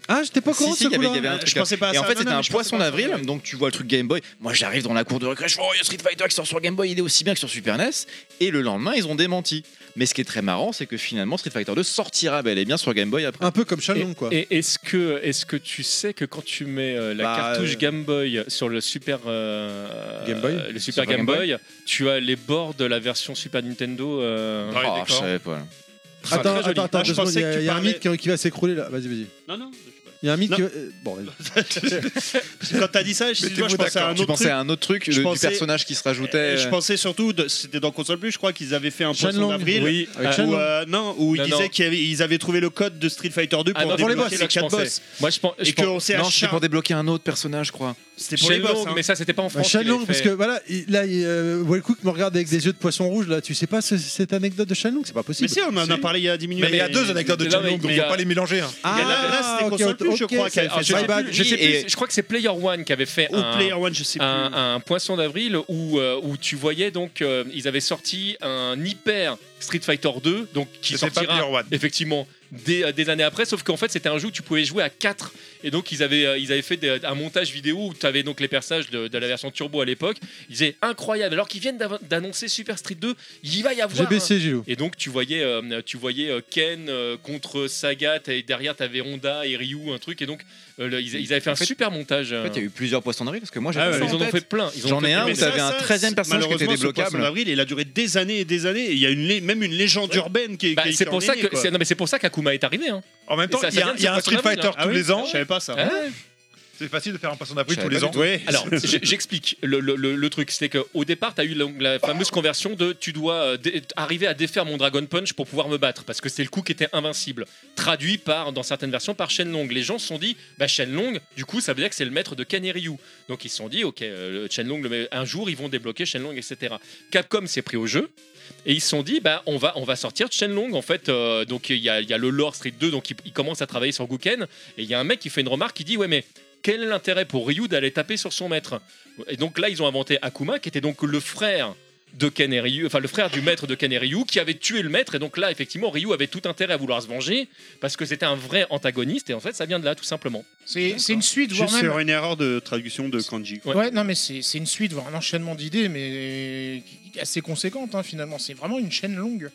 Ah, j'étais pas au courant Si, si, de ce il y avait- il y coup-là. avait un truc Je pensais pas à Et en ça. fait, Non, c'était non, un mais je pensais poisson pas à ça, d'avril. ouais. Donc, tu vois le truc Game Boy. Moi, j'arrive dans la cour de récré. Je fais, oh, il y a Street Fighter qui sort sur Game Boy. Il est aussi bien que sur Super N E S. Et le lendemain, ils ont démenti. Mais ce qui est très marrant, c'est que finalement, Street Fighter deux sortira bel et bien sur Game Boy après. Un peu comme Shenlong, quoi. Et est-ce que, est-ce que tu sais que quand tu mets euh, la Bah, cartouche euh, Game Boy sur le Super euh, Game Boy le Super Super Game Game Boy, tu as les bords de la version Super Nintendo. euh, Ouais, Oh, d'accord. je savais pas. Enfin, Attends, très joli. attends, attends, Ah, je deux secondes, pensais il y a, que tu il y a un parlais- mythe qui, qui va s'écrouler là. Vas-y, vas-y. Non, non. je sais pas. Il y a un mythe Non. qui va... euh, Bon, vas-y. Quand t'as dit ça, je, Mettez-vous je pensais à un Tu autre pensais truc. à un autre truc, Je le- du pensais- personnage qui se rajoutait. Euh, Je pensais surtout, de- c'était dans Console Plus, je crois qu'ils avaient fait un poisson Shenlong. d'avril. Oui, Avec euh, Shenlong. Où, euh, non, où ils Non, disaient non. qu'ils avaient, ils avaient trouvé le code de Street Fighter deux Ah, pour non, pour les débloquer boss, les c'est que je quatre pensais. boss. Moi, je pense. je Et pense- qu'on s'est Non, c'est acharné- pour débloquer un autre personnage, je crois. C'était pour les boss. Shenlong, hein. mais ça, c'était pas en Bah, France. qu'il Shenlong, l'avait parce fait. que voilà, il- là, il, euh, Wellcook me regarde avec des yeux de poisson rouge. Là, tu sais pas ce- cette anecdote de Shenlong, c'est pas Mais possible. si, on en a Si. parlé il y a dix minutes. Mais il y a deux anecdotes de Non, Shenlong, mais donc il on y a- va pas les mélanger. hein. Ah, Et là, là, c'était ok, Console Plus, je ok, crois, qui avait alors, fait je ça. sais plus, Je sais Et- plus, je crois que c'est Player One qui avait fait Ou un, Player One, je sais plus. un, un poisson d'avril où, euh, où tu voyais donc euh, ils avaient sorti un hyper Street Fighter deux donc qui C'était pas sortira Player One. effectivement des, euh, des années après, sauf qu'en fait c'était un jeu où tu pouvais jouer à quatre et donc ils avaient, euh, ils avaient fait des- un montage vidéo où tu avais donc les personnages de, de la version turbo à l'époque. Ils disaient incroyable, alors qu'ils viennent d'av- d'annoncer Super Street deux, il va y J'ai avoir un- baissé, Gilou. et donc tu voyais, euh, tu voyais euh, Ken euh, contre Sagat et derrière t'avais Honda et Ryu, un truc, et donc euh, le- ils, ils avaient fait un En fait- super montage. En fait, il y a eu plusieurs poissons d'avril parce que moi, j'ai Ah pas ouais, ça ils en en ont tête. fait plein. Ils en J'en ont fait ai un plein. où Mais ça, t'avais un ça, treizième personnage qui était malheureusement, ce débloquable. poisson d'avril, il a duré des années et des années. Et il y a une, lé- même une légende urbaine qui est. Bah, qui est- c'est qui pour en ça est que née, quoi. c'est non mais c'est pour ça qu'Akuma est arrivé. Hein. En même temps, Et ça, il ça y a, vient de il y a un ce Street poisson Fighter d'avril, Ah tous oui, les ans. Je savais pas ça. Ah ouais. C'est facile de faire un poisson d'avril Je tous savais les pas ans. du tout. Ouais. Alors, j- j'explique. Le, le- le- le truc, c'est qu'au départ, tu as eu la, la fameuse conversion de tu dois euh, dé- arriver à défaire mon Dragon Punch pour pouvoir me battre, parce que c'était le coup qui était invincible. Traduit par, dans certaines versions, par Shenlong. Les gens se sont dit, bah Shenlong, du coup, ça veut dire que c'est le maître de Ken et Ryu. Donc ils se sont dit, ok, euh, le Shenlong, le met- un jour, ils vont débloquer Shenlong, et cetera. Capcom s'est pris au jeu. Et ils se sont dit, bah, on, va, on va sortir Shenlong. En fait, euh, donc il y a, il y a le lore Street deux, donc il, il commence à travailler sur Guken. Et il y a un mec qui fait une remarque qui dit, ouais, mais quel est l'intérêt pour Ryu d'aller taper sur son maître? Et donc là, ils ont inventé Akuma, qui était donc le frère de Ken et Ryu, enfin le frère du maître de Ken et Ryu, qui avait tué le maître. Et donc là, effectivement, Ryu avait tout intérêt à vouloir se venger parce que c'était un vrai antagoniste. Et en fait, ça vient de là, tout simplement. C'est c'est une suite, voire Juste même. sur une erreur de traduction de kanji. Ouais. Ouais, non, mais c'est c'est une suite, voire un enchaînement d'idées, mais qui est assez conséquente, hein, finalement. C'est vraiment une chaîne longue.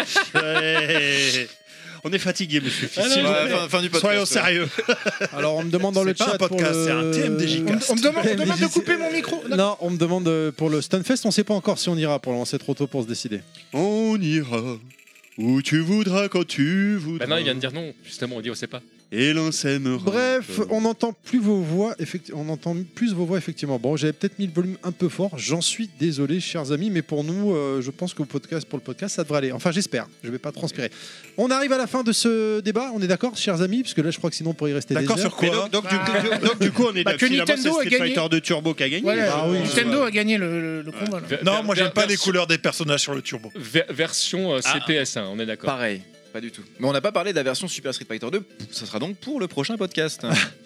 Ouais. On est fatigué, monsieur Fils. Ah non, s'il vous Ouais, plaît. fin, fin du podcast. Soyons sérieux. Alors, on me demande dans le C'est pas chat un podcast, pour le... c'est un T M D J On, cast. on me demande, on me demande de Mais couper c'est- mon micro. Non, on me demande euh, pour le Stunfest, on sait pas encore si on ira pour le moment, c'est trop tôt pour se décider. On ira où tu voudras quand tu voudras. Maintenant, il vient de dire non, justement, on dit on sait pas. Et l'on s'aimera. Bref, on n'entend plus vos voix, effecti- on entend plus vos voix effectivement. Bon, j'avais peut-être mis le volume un peu fort, j'en suis désolé, chers amis, mais pour nous, euh, je pense que podcast, pour le podcast, ça devrait aller. Enfin, j'espère, je vais pas transpirer. On arrive à la fin de ce débat, on est d'accord, chers amis, parce que là, je crois que sinon, on pourrait y rester des D'accord heures. sur quoi Mais donc, donc, du Bah, coup, donc, du coup, on est bah, d'accord. que Finalement, Nintendo c'est a Street gagné. Fighter deux Turbo qui a gagné. Voilà, Ah oui, Nintendo a gagné le, le combat. là. Ver- Non, ver- moi j'aime ver- pas les version- couleurs des personnages sur le turbo. ver- version euh, C P S, hein, on est d'accord. Pareil, pas du tout. Mais on n'a pas parlé de la version Super Street Fighter deux. Ça sera donc pour le prochain podcast.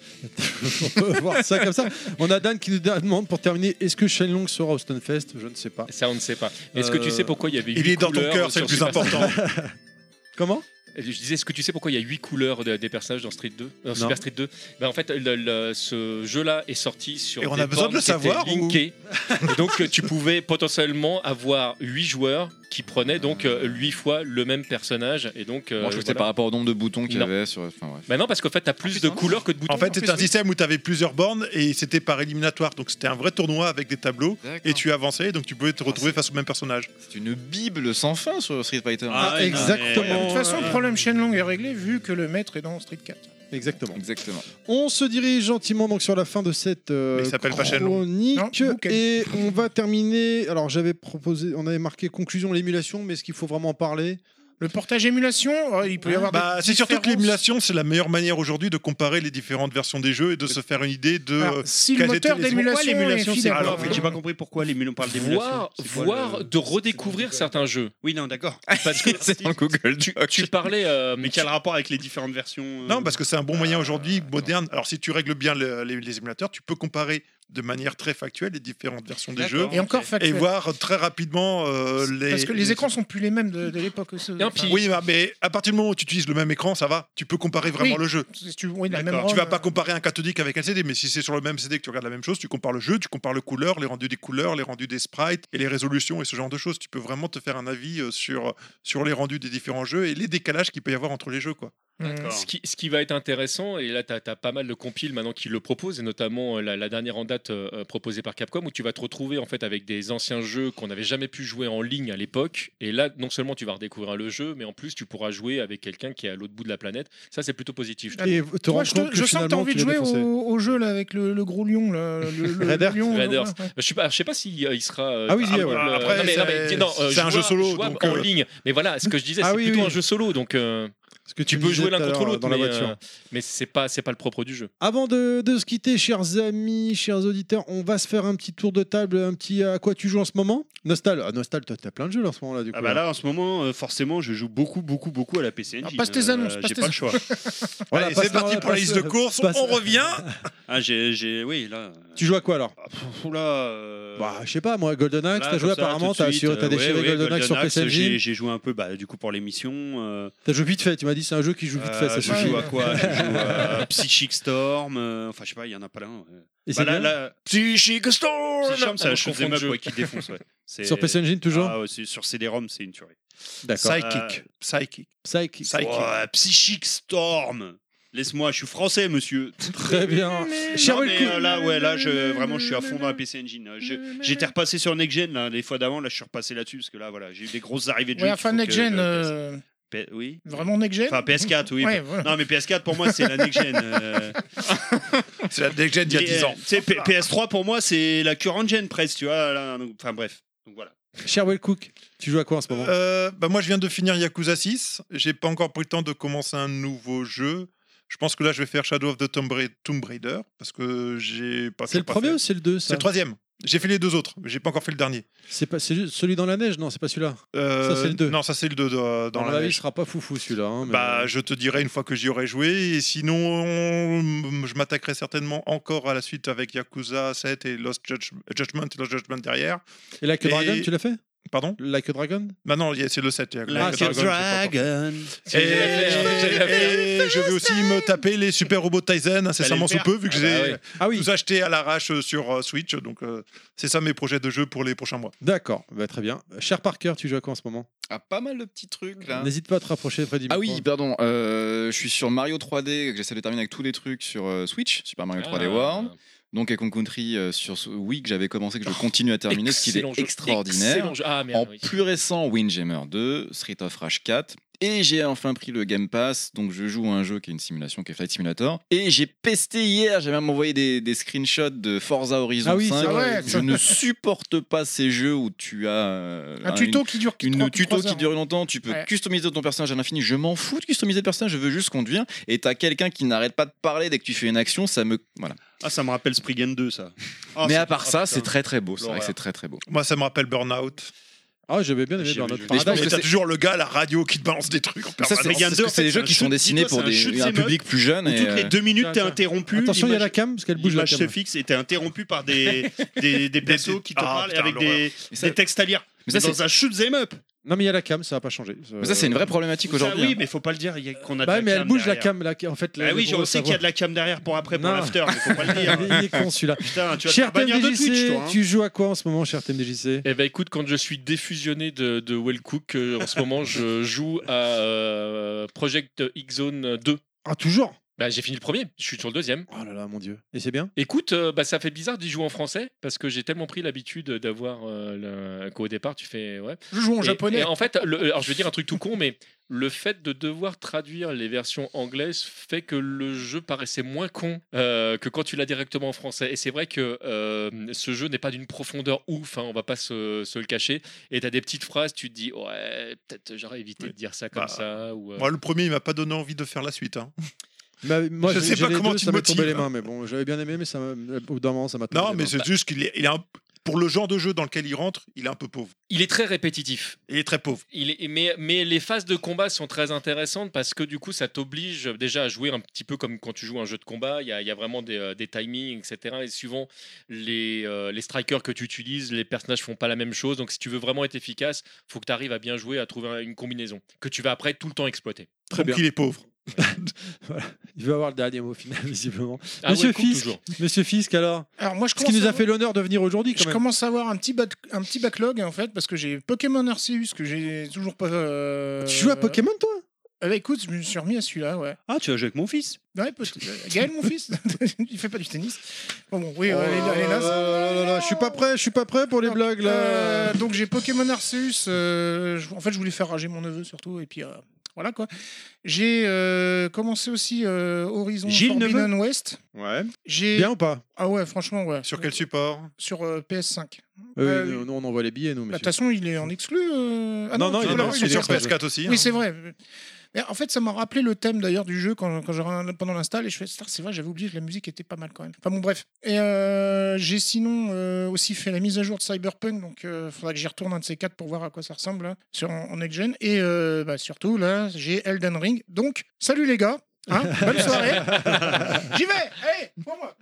On peut voir ça comme ça. On a Dan qui nous demande pour terminer, est-ce que Shenlong sera au Stunfest? Je ne sais pas. Ça, on ne sait pas. Est-ce que tu Euh, sais pourquoi il y avait Il huit est dans ton couleurs cœur, c'est sur le plus Super Street important. Comment? Je disais, est-ce que tu sais pourquoi il y a huit couleurs de- des personnages dans Street deux, dans Non. Super Street deux? Ben, en fait, le- le- ce jeu-là est sorti sur Et on des a besoin de bornes le qui étaient savoir, ou- linkées. Et donc, euh, tu pouvais potentiellement avoir huit joueurs qui prenaient donc huit fois le même personnage. Et donc, euh, Moi, je trouve que c'était voilà. par rapport au nombre de boutons qu'il y Non. avait sur. Enfin, bref. Ben non, parce qu'en fait, tu as plus putain. de couleurs que de boutons. En fait, c'était plus, un oui. système où tu avais plusieurs bornes et c'était par éliminatoire. Donc c'était un vrai tournoi avec des tableaux et tu avançais, donc tu pouvais te retrouver face au même personnage. C'est une bible sans fin sur Street Fighter. Ah, Ah, ouais, non, exactement. mais- De toute façon, le problème Shenlong est réglé vu que le maître est dans Street quatre. Exactement. Exactement. On se dirige gentiment donc sur la fin de cette euh, Mais il s'appelle pas Shenlong. chronique Non, Bouken. et on va terminer. Alors j'avais proposé, on avait marqué conclusion l'émulation, mais est-ce qu'il faut vraiment en parler? Le portage émulation, euh, il peut y avoir Bah, des c'est surtout que différences. l'émulation, c'est la meilleure manière aujourd'hui de comparer les différentes versions des jeux et de se faire une idée de. Alors, euh, si le quelles moteur étaient les- d'émulation Pourquoi est l'émulation c'est fidèle. quoi Alors, En fait, j'ai pas compris pourquoi l'émulation. On parle d'émulation. Voir, C'est quoi voir le- de redécouvrir certains jeux. Oui, non, d'accord. Parce que C'est dans le Google tu, Doc. tu parlais. euh, Mais quel rapport avec les différentes versions euh, Non, parce que c'est un bon moyen aujourd'hui, moderne. Alors, si tu règles bien le- les, les émulateurs, tu peux comparer de manière très factuelle les différentes versions des D'accord. jeux Et encore et factuel. voir très rapidement euh, les. Parce que les écrans sont plus les mêmes de, de l'époque aussi. Non, puis- Oui, bah, mais à partir du moment où tu utilises le même écran, ça va. Tu peux comparer vraiment Oui. le jeu. Si tu, oui, la D'accord. même Tu ROM, vas pas euh, comparer un cathodique avec un C D, mais si c'est sur le même C D que tu regardes la même chose, tu compares le jeu, tu compares le couleur, les rendus des couleurs, les rendus des sprites et les résolutions et ce genre de choses. Tu peux vraiment te faire un avis euh, sur, sur les rendus des différents jeux et les décalages qu'il peut y avoir entre les jeux, quoi. D'accord. Ce qui, ce qui va être intéressant, et là tu as, pas mal de compiles maintenant qui le proposent, et notamment euh, la, la dernière en date euh, proposée par Capcom, où tu vas te retrouver en fait avec des anciens jeux qu'on n'avait jamais pu jouer en ligne à l'époque. Et là, non seulement tu vas redécouvrir le jeu, mais en plus tu pourras jouer avec quelqu'un qui est à l'autre bout de la planète. Ça, c'est plutôt positif. je trouve. Et te Toi, rends je, compte te- que je sens que t'as finalement, envie tu de l'as jouer défoncé. au, au jeu là, avec le, le gros lion. Là, le, le, Red le Earth. lion, Red ouais, Earth. ouais. Je sais pas, je sais pas si euh, il sera. euh, Ah oui, il y est, euh, ouais. euh, Après, non, mais- non, mais- c'est- non, euh, c'est un jouable- jeu solo, jouable donc, en euh, ligne. Mais voilà, ce que je disais, Ah c'est oui, plutôt oui. un jeu solo, donc euh, Ce que tu me peux disais jouer l'un tout à contre l'heure, l'autre, dans la mais, voiture. euh, mais c'est pas, c'est pas le propre du jeu. Avant de, de se quitter, chers amis, chers auditeurs, on va se faire un petit tour de table, un petit à quoi tu joues en ce moment. Nostal, ah, Nostal, toi t'as plein de jeux là, en ce moment là du coup. Ah bah là en ce moment euh, forcément je joue beaucoup beaucoup beaucoup à la P C Engine. Alors, passe tes annonces, passe j'ai tes pas le choix. Voilà, Allez, passe- c'est parti pour la passe- liste de courses. passe- On revient. Ah j'ai j'ai oui là. Tu joues à quoi alors? Ah, pff, oula, euh, Bah, je sais pas, moi, Golden Axe, là, t'as joué comme ça, apparemment, tout de t'as suite, assuré, t'as euh, déchiré ouais, ouais, Golden Axe sur P C Axe, j'ai Engine. j'ai joué un peu bah, du coup pour l'émission. Euh, T'as joué vite fait, tu m'as dit c'est un jeu qui joue vite fait, ça euh, je suffit. joue à quoi Je joue à Psychic Storm. euh, Enfin je sais pas, il y en a plein. ouais. Et Bah, c'est là, bien là, Psychic Storm. Psychic Storm, c'est Ah, un je shoot'em confonds up de jeu. ouais, qui défonce. Ouais. C'est- Sur P C Engine toujours? Ah, ouais, c'est- sur C D ROM c'est une tuerie. D'accord. Psychic. Psychic. Psychic. Psychic. Ouais, Psychic Storm. Laisse-moi, je suis français, monsieur. Très bien. Cher Non, mais, Welcome. euh, là, ouais, là, je, vraiment, je suis à fond dans la P C Engine. Euh, je- J'étais repassé sur Next Gen là, les fois d'avant. Là, je suis repassé là-dessus parce que là, voilà, j'ai eu des grosses arrivées de jeux. Ouais, qu'il enfin, faut Next que Gen, je- euh, P- Oui. vraiment Next Gen. Enfin, P S quatre, oui. Ouais, voilà. Non, mais P S quatre pour moi, c'est la Next Gen. euh. C'est la Next Gen d'il y a Et, dix euh, ans. tu sais, P- PS3 pour moi, c'est la current gen presque, tu vois. Là, donc, enfin, bref. Donc voilà. Cher Wellcook, tu joues à quoi en ce moment? Euh, bah moi, je viens de finir Yakuza six. J'ai pas encore pris le temps de commencer un nouveau jeu. Je pense que là, je vais faire Shadow of the Tomb Ra- Tomb Raider parce que j'ai pas. C'est le pas premier fait. ou c'est le deux ça? C'est le troisième. J'ai fait les deux autres, mais j'ai pas encore fait le dernier. C'est pas c'est juste celui dans la neige? Non, c'est pas celui-là. Euh, Ça, c'est le deux. Non, ça c'est le deux dans, dans Dans la la vie, il neige. sera pas foufou celui-là. hein, mais- Bah, je te dirai une fois que j'y aurai joué. Et sinon, je m'attaquerai certainement encore à la suite avec Yakuza sept et Lost Judge- Judgment et Lost Judgment derrière. Et Like a et- Dragon, tu l'as fait? Pardon Like a Dragon? Bah non, y a- c'est le sept. il y a Like Like a a Dragon, j'ai pas encore fait. Dragon. Et, C'est déjà fait, hein, c'est déjà fait. et je vais aussi me taper les Super Robot Tyson incessamment Fallait sous le peu, vu que Ah j'ai bah ouais. Ah oui, tout acheté à l'arrache euh, sur euh, Switch. Donc, euh, c'est ça mes projets de jeu pour les prochains mois. d'accord, bah, très bien. Cher Parker, tu joues à quoi en ce moment? Ah, pas mal de petits trucs là. N'hésite pas à te rapprocher près du Ah micro. oui, pardon. euh, je suis sur Mario trois D, que j'essaie de terminer avec tous les trucs sur euh, Switch, Super Mario trois D Ah. World. Donc Kong Country euh, sur ce- Wii que j'avais commencé, que je continue à terminer, ce qui est Excellent jeu, extraordinaire. excellent jeu. Ah, merde, En oui. plus récent, Windjammer deux, Street of Rage quatre. Et j'ai enfin pris le Game Pass, donc je joue à un jeu qui est une simulation, qui est Flight Simulator. Et j'ai pesté hier, j'ai même envoyé des, des screenshots de Forza Horizon Ah oui, cinq. c'est vrai. Je ne supporte pas ces jeux où tu as euh, Un tuto qui dure une, trois- une tuto trois qui heures. dure longtemps, tu peux Ouais. customiser ton personnage à l'infini. Je m'en fous de customiser le personnage, je veux juste conduire. Et t'as quelqu'un qui n'arrête pas de parler dès que tu fais une action, ça me. Voilà. Ah, ça me rappelle Spriggan deux, ça. Ah, Mais c'est- à part ah, ça, putain. c'est très très beau. C'est vrai L'horreur. que c'est très très beau. Moi, ça me rappelle Burnout. Ah, j'avais bien aimé J'ai- Burnout j'ai- Mais je pense Paradise. Mais que t'as c'est- toujours le gars à la radio qui te balance des trucs en Mais ça, c'est permanence. Spriggan parce deux, que en c'est fait, des jeux c'est qui un sont shoot- dessinés dis-toi, pour c'est un des, shoot un 'em up public plus jeune. Où Et toutes les euh, deux minutes, t'es Tiens, tiens. interrompu. Attention, il y a l'image- la cam, parce qu'elle bouge la L'image cam. se fixe et t'es interrompu par des, des, des persos qui te Ah, parlent putain, avec l'horreur. des, Mais ça- des textes à lire. mais Mais ça, dans c'est- un shoot 'em up. Non, mais il y a la cam, ça va pas changer. mais ça, c'est une vraie problématique Ça, aujourd'hui. oui, hein. mais faut pas le dire il y a- qu'on a de Bah, la mais elle cam bouge la derrière. cam, là. En fait, Ah le- oui, pour je sais qu'il y a de la cam derrière pour après, pour Non. l'after, mais faut pas le dire. Il est con celui-là. Putain, tu vas te Cher faire bannir de TMDJC, Twitch, toi. hein. tu joues à quoi en ce moment, cher T M D J C? Eh ben écoute, quand je suis défusionné de, de Wellcook, euh, en ce moment, je joue à euh, Project X-Zone deux. Ah, toujours? Bah, j'ai fini le premier, je suis sur le deuxième. Oh là là, mon dieu. Et c'est bien? Écoute, euh, bah, ça fait bizarre d'y jouer en français parce que j'ai tellement pris l'habitude d'avoir euh, le- qu'au départ tu fais ouais. Je joue en Et- japonais. Et en fait, le- alors je vais dire un truc tout con, mais le fait de devoir traduire les versions anglaises fait que le jeu paraissait moins con euh, que quand tu l'as directement en français. Et c'est vrai que euh, ce jeu n'est pas d'une profondeur ouf, hein, on va pas se, se le cacher. Et tu as des petites phrases, tu te dis ouais, peut-être j'aurais évité Oui. de dire ça comme Bah, ça. Ou, euh, Moi, le premier, il m'a pas donné envie de faire la suite. hein. Bah, moi, Je j'ai- sais j'ai pas les comment deux, tu ça me m'a tombé les motives. mains, mais bon, j'avais bien aimé, mais ça m'a- au bout d'un moment, ça m'a tombé Non, les mais mains. c'est juste qu'il est, il est un- pour le genre de jeu dans lequel il rentre, il est un peu pauvre. Il est très répétitif. Il est très pauvre. Il est, mais, mais les phases de combat sont très intéressantes parce que du coup, ça t'oblige déjà à jouer un petit peu comme quand tu joues un jeu de combat. Il y a, il y a vraiment des, euh, des timings, et cetera. Et suivant les, euh, les strikers que tu utilises, les personnages font pas la même chose. Donc, si tu veux vraiment être efficace, faut que tu arrives à bien jouer, à trouver une combinaison que tu vas après tout le temps exploiter. Très Donc bien. il est pauvre. Voilà. Il veut avoir le dernier mot final, visiblement. Ah Monsieur ouais, coupe Fisk, toujours. Monsieur Fisk, alors, Alors moi, je ce qui commence nous à a fait l'honneur de venir aujourd'hui, quand Je même. commence à avoir un petit, bac- un petit backlog en fait parce que j'ai Pokémon Arceus que j'ai toujours pas. euh, Tu joues à Pokémon, toi Eh ben, écoute, je me suis remis à celui-là, ouais. Ah, tu vas jouer avec mon fils? Ouais, peut- Gaël, mon fils, il fait pas du tennis. Bon, bon oui, Oh elle est là, elle est là, là là là là, je suis pas prêt, je suis pas prêt pour les Donc, blagues là. euh, donc j'ai Pokémon Arceus. euh, je- en fait, je voulais faire rager mon neveu surtout, et puis euh, voilà quoi. J'ai euh, commencé aussi euh, Horizon Gilles Forbidden West. Ouais. J'ai Bien ou pas ah ouais, franchement ouais. Sur quel support? Sur euh, P S cinq. Euh, Euh, oui, nous, nous, on envoie les billets, nous, Bah, De monsieur. toute façon, il est en exclu. euh, Ah Non, non, tu il est peux dans- l'avoir, il est sur sur P S P S. quatre aussi. Oui, hein. c'est vrai. Mais en fait, ça m'a rappelé le thème d'ailleurs du jeu quand, quand j'ai- pendant l'install et je fais Star, c'est vrai, j'avais oublié que la musique était pas mal quand même. Enfin bon, bref. Et euh, j'ai sinon euh, aussi fait la mise à jour de Cyberpunk, donc il euh, faudra que j'y retourne un de ces quatre pour voir à quoi ça ressemble là, sur, en, en next gen. Et euh, bah, surtout là, j'ai Elden Ring. Donc, salut les gars. Hein, bonne soirée. J'y vais. Allez, pour moi.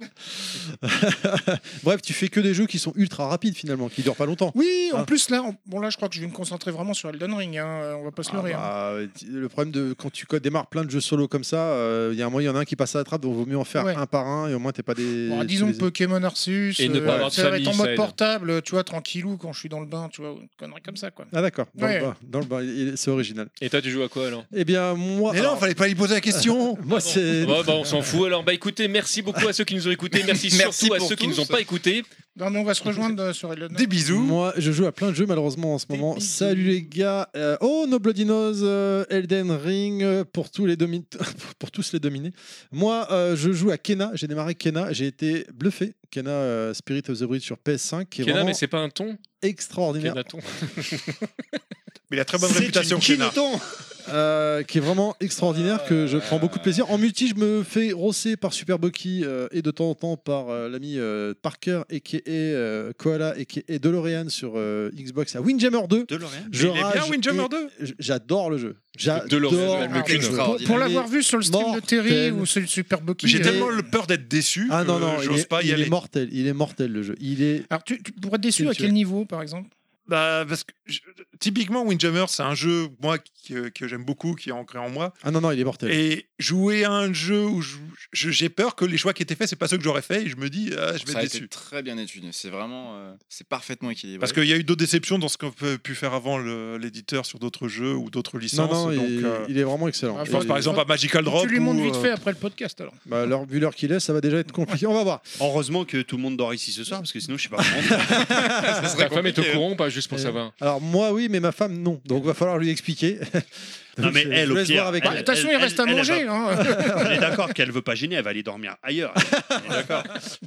Bref, tu fais que des jeux qui sont ultra rapides finalement, qui durent pas longtemps. Oui, en Ah. plus là, on- bon là, je crois que je vais me concentrer vraiment sur Elden Ring. Hein, on va pas se Ah leurrer. hein. bah, euh, le problème de quand tu co- démarres plein de jeux solo comme ça, euh, il y a un moyen, il y en a un qui passe à la trappe, donc il vaut mieux en faire Ouais. un par un et au moins t'es pas des. Bon, tous disons les- Pokémon Arceus, Et ne pas avoir de ça va famille, être en ça mode aide. portable, tu vois, tranquillou quand je suis dans le bain, tu vois, une connerie comme ça quoi. Ah d'accord, dans Ouais. le bas, dans le bas, il- il- c'est original. Et toi, tu joues à quoi alors? Eh bien moi, Mais non, alors, fallait pas lui poser la question. moi c'est. Ouais, bah, on s'en fout. Alors, bah écoutez, merci beaucoup à ceux qui nous ont écoutés. Merci, Merci surtout à pour ceux qui tous. nous ont pas écoutés. Non mais on va se rejoindre euh, sur Elden Des Ring. bisous. Moi, je joue à plein de jeux malheureusement en ce moment. bisous. Salut les gars. Euh, oh, No Bloody Nose, euh, Elden Ring euh, pour tous les domin- pour tous les dominés. Moi, euh, je joue à Kena. J'ai démarré Kena. J'ai été bluffé. Kena euh, Spirit of the Breed sur P S cinq, qui est Kena, vraiment mais c'est pas un ton. extraordinaire. Kenaton. Mais il a très bonne C'est réputation, une Kena. Kineton. Euh, qui est vraiment extraordinaire, que je prends beaucoup de plaisir. En multi, je me fais rosser par Super Bucky euh, et de temps en temps par euh, l'ami euh, Parker et qui est euh, Koala et qui est DeLorean sur euh, Xbox à Windjammer deux. DeLorean. Je Mais il est bien, rage Windjammer et deux. j- J'adore le jeu. DeLorean, J'adore elle me le cune. jeu. Pour, pour l'avoir vu sur le stream de Terry Mortel. ou celui de Super Bucky. J'ai euh, tellement le peur d'être déçu Ah non, non, que il, j'ose est, pas y il aller. est mortel. Il est mortel le jeu. Il est. Alors tu, tu pourrais être déçu Tu- à tu- quel niveau par exemple? Bah, parce que je- typiquement, Windjammer, c'est un jeu moi qui- que, que j'aime beaucoup, qui est ancré en moi. Ah non, non, il est mortel. Et jouer à un jeu où je- je- j'ai peur que les choix qui étaient faits, c'est pas ceux que j'aurais fait, et je me dis, ah, je vais Ça a être été déçu. très bien étudié. C'est vraiment, euh, c'est parfaitement équilibré. Parce qu'il y a eu d'autres déceptions dans ce qu'on peut pu faire avant le- l'éditeur sur d'autres jeux ou d'autres Non, licences. non, donc, il, euh, il est vraiment excellent. Ah, je pense Et- par exemple à Magical Drop. Tu lui montres ou, vite euh, fait après le podcast alors. Bah, leur, vu l'heure qu'il est, ça va déjà être compliqué. On va voir. Heureusement que tout le monde dort ici ce soir, parce que sinon, je sais pas comment. ça serait Ta femme est au compliqué. courant ou pas, juste pour Euh, savoir? Alors moi, oui, mais ma femme, non. Donc va falloir lui expliquer. Non, mais je- elle, je au laisse pire, voir avec elle- Bah, elle. de toute façon, il elle- reste à elle, elle manger. va- hein. On est d'accord qu'elle veut pas gêner, elle va aller dormir ailleurs. On est d'accord.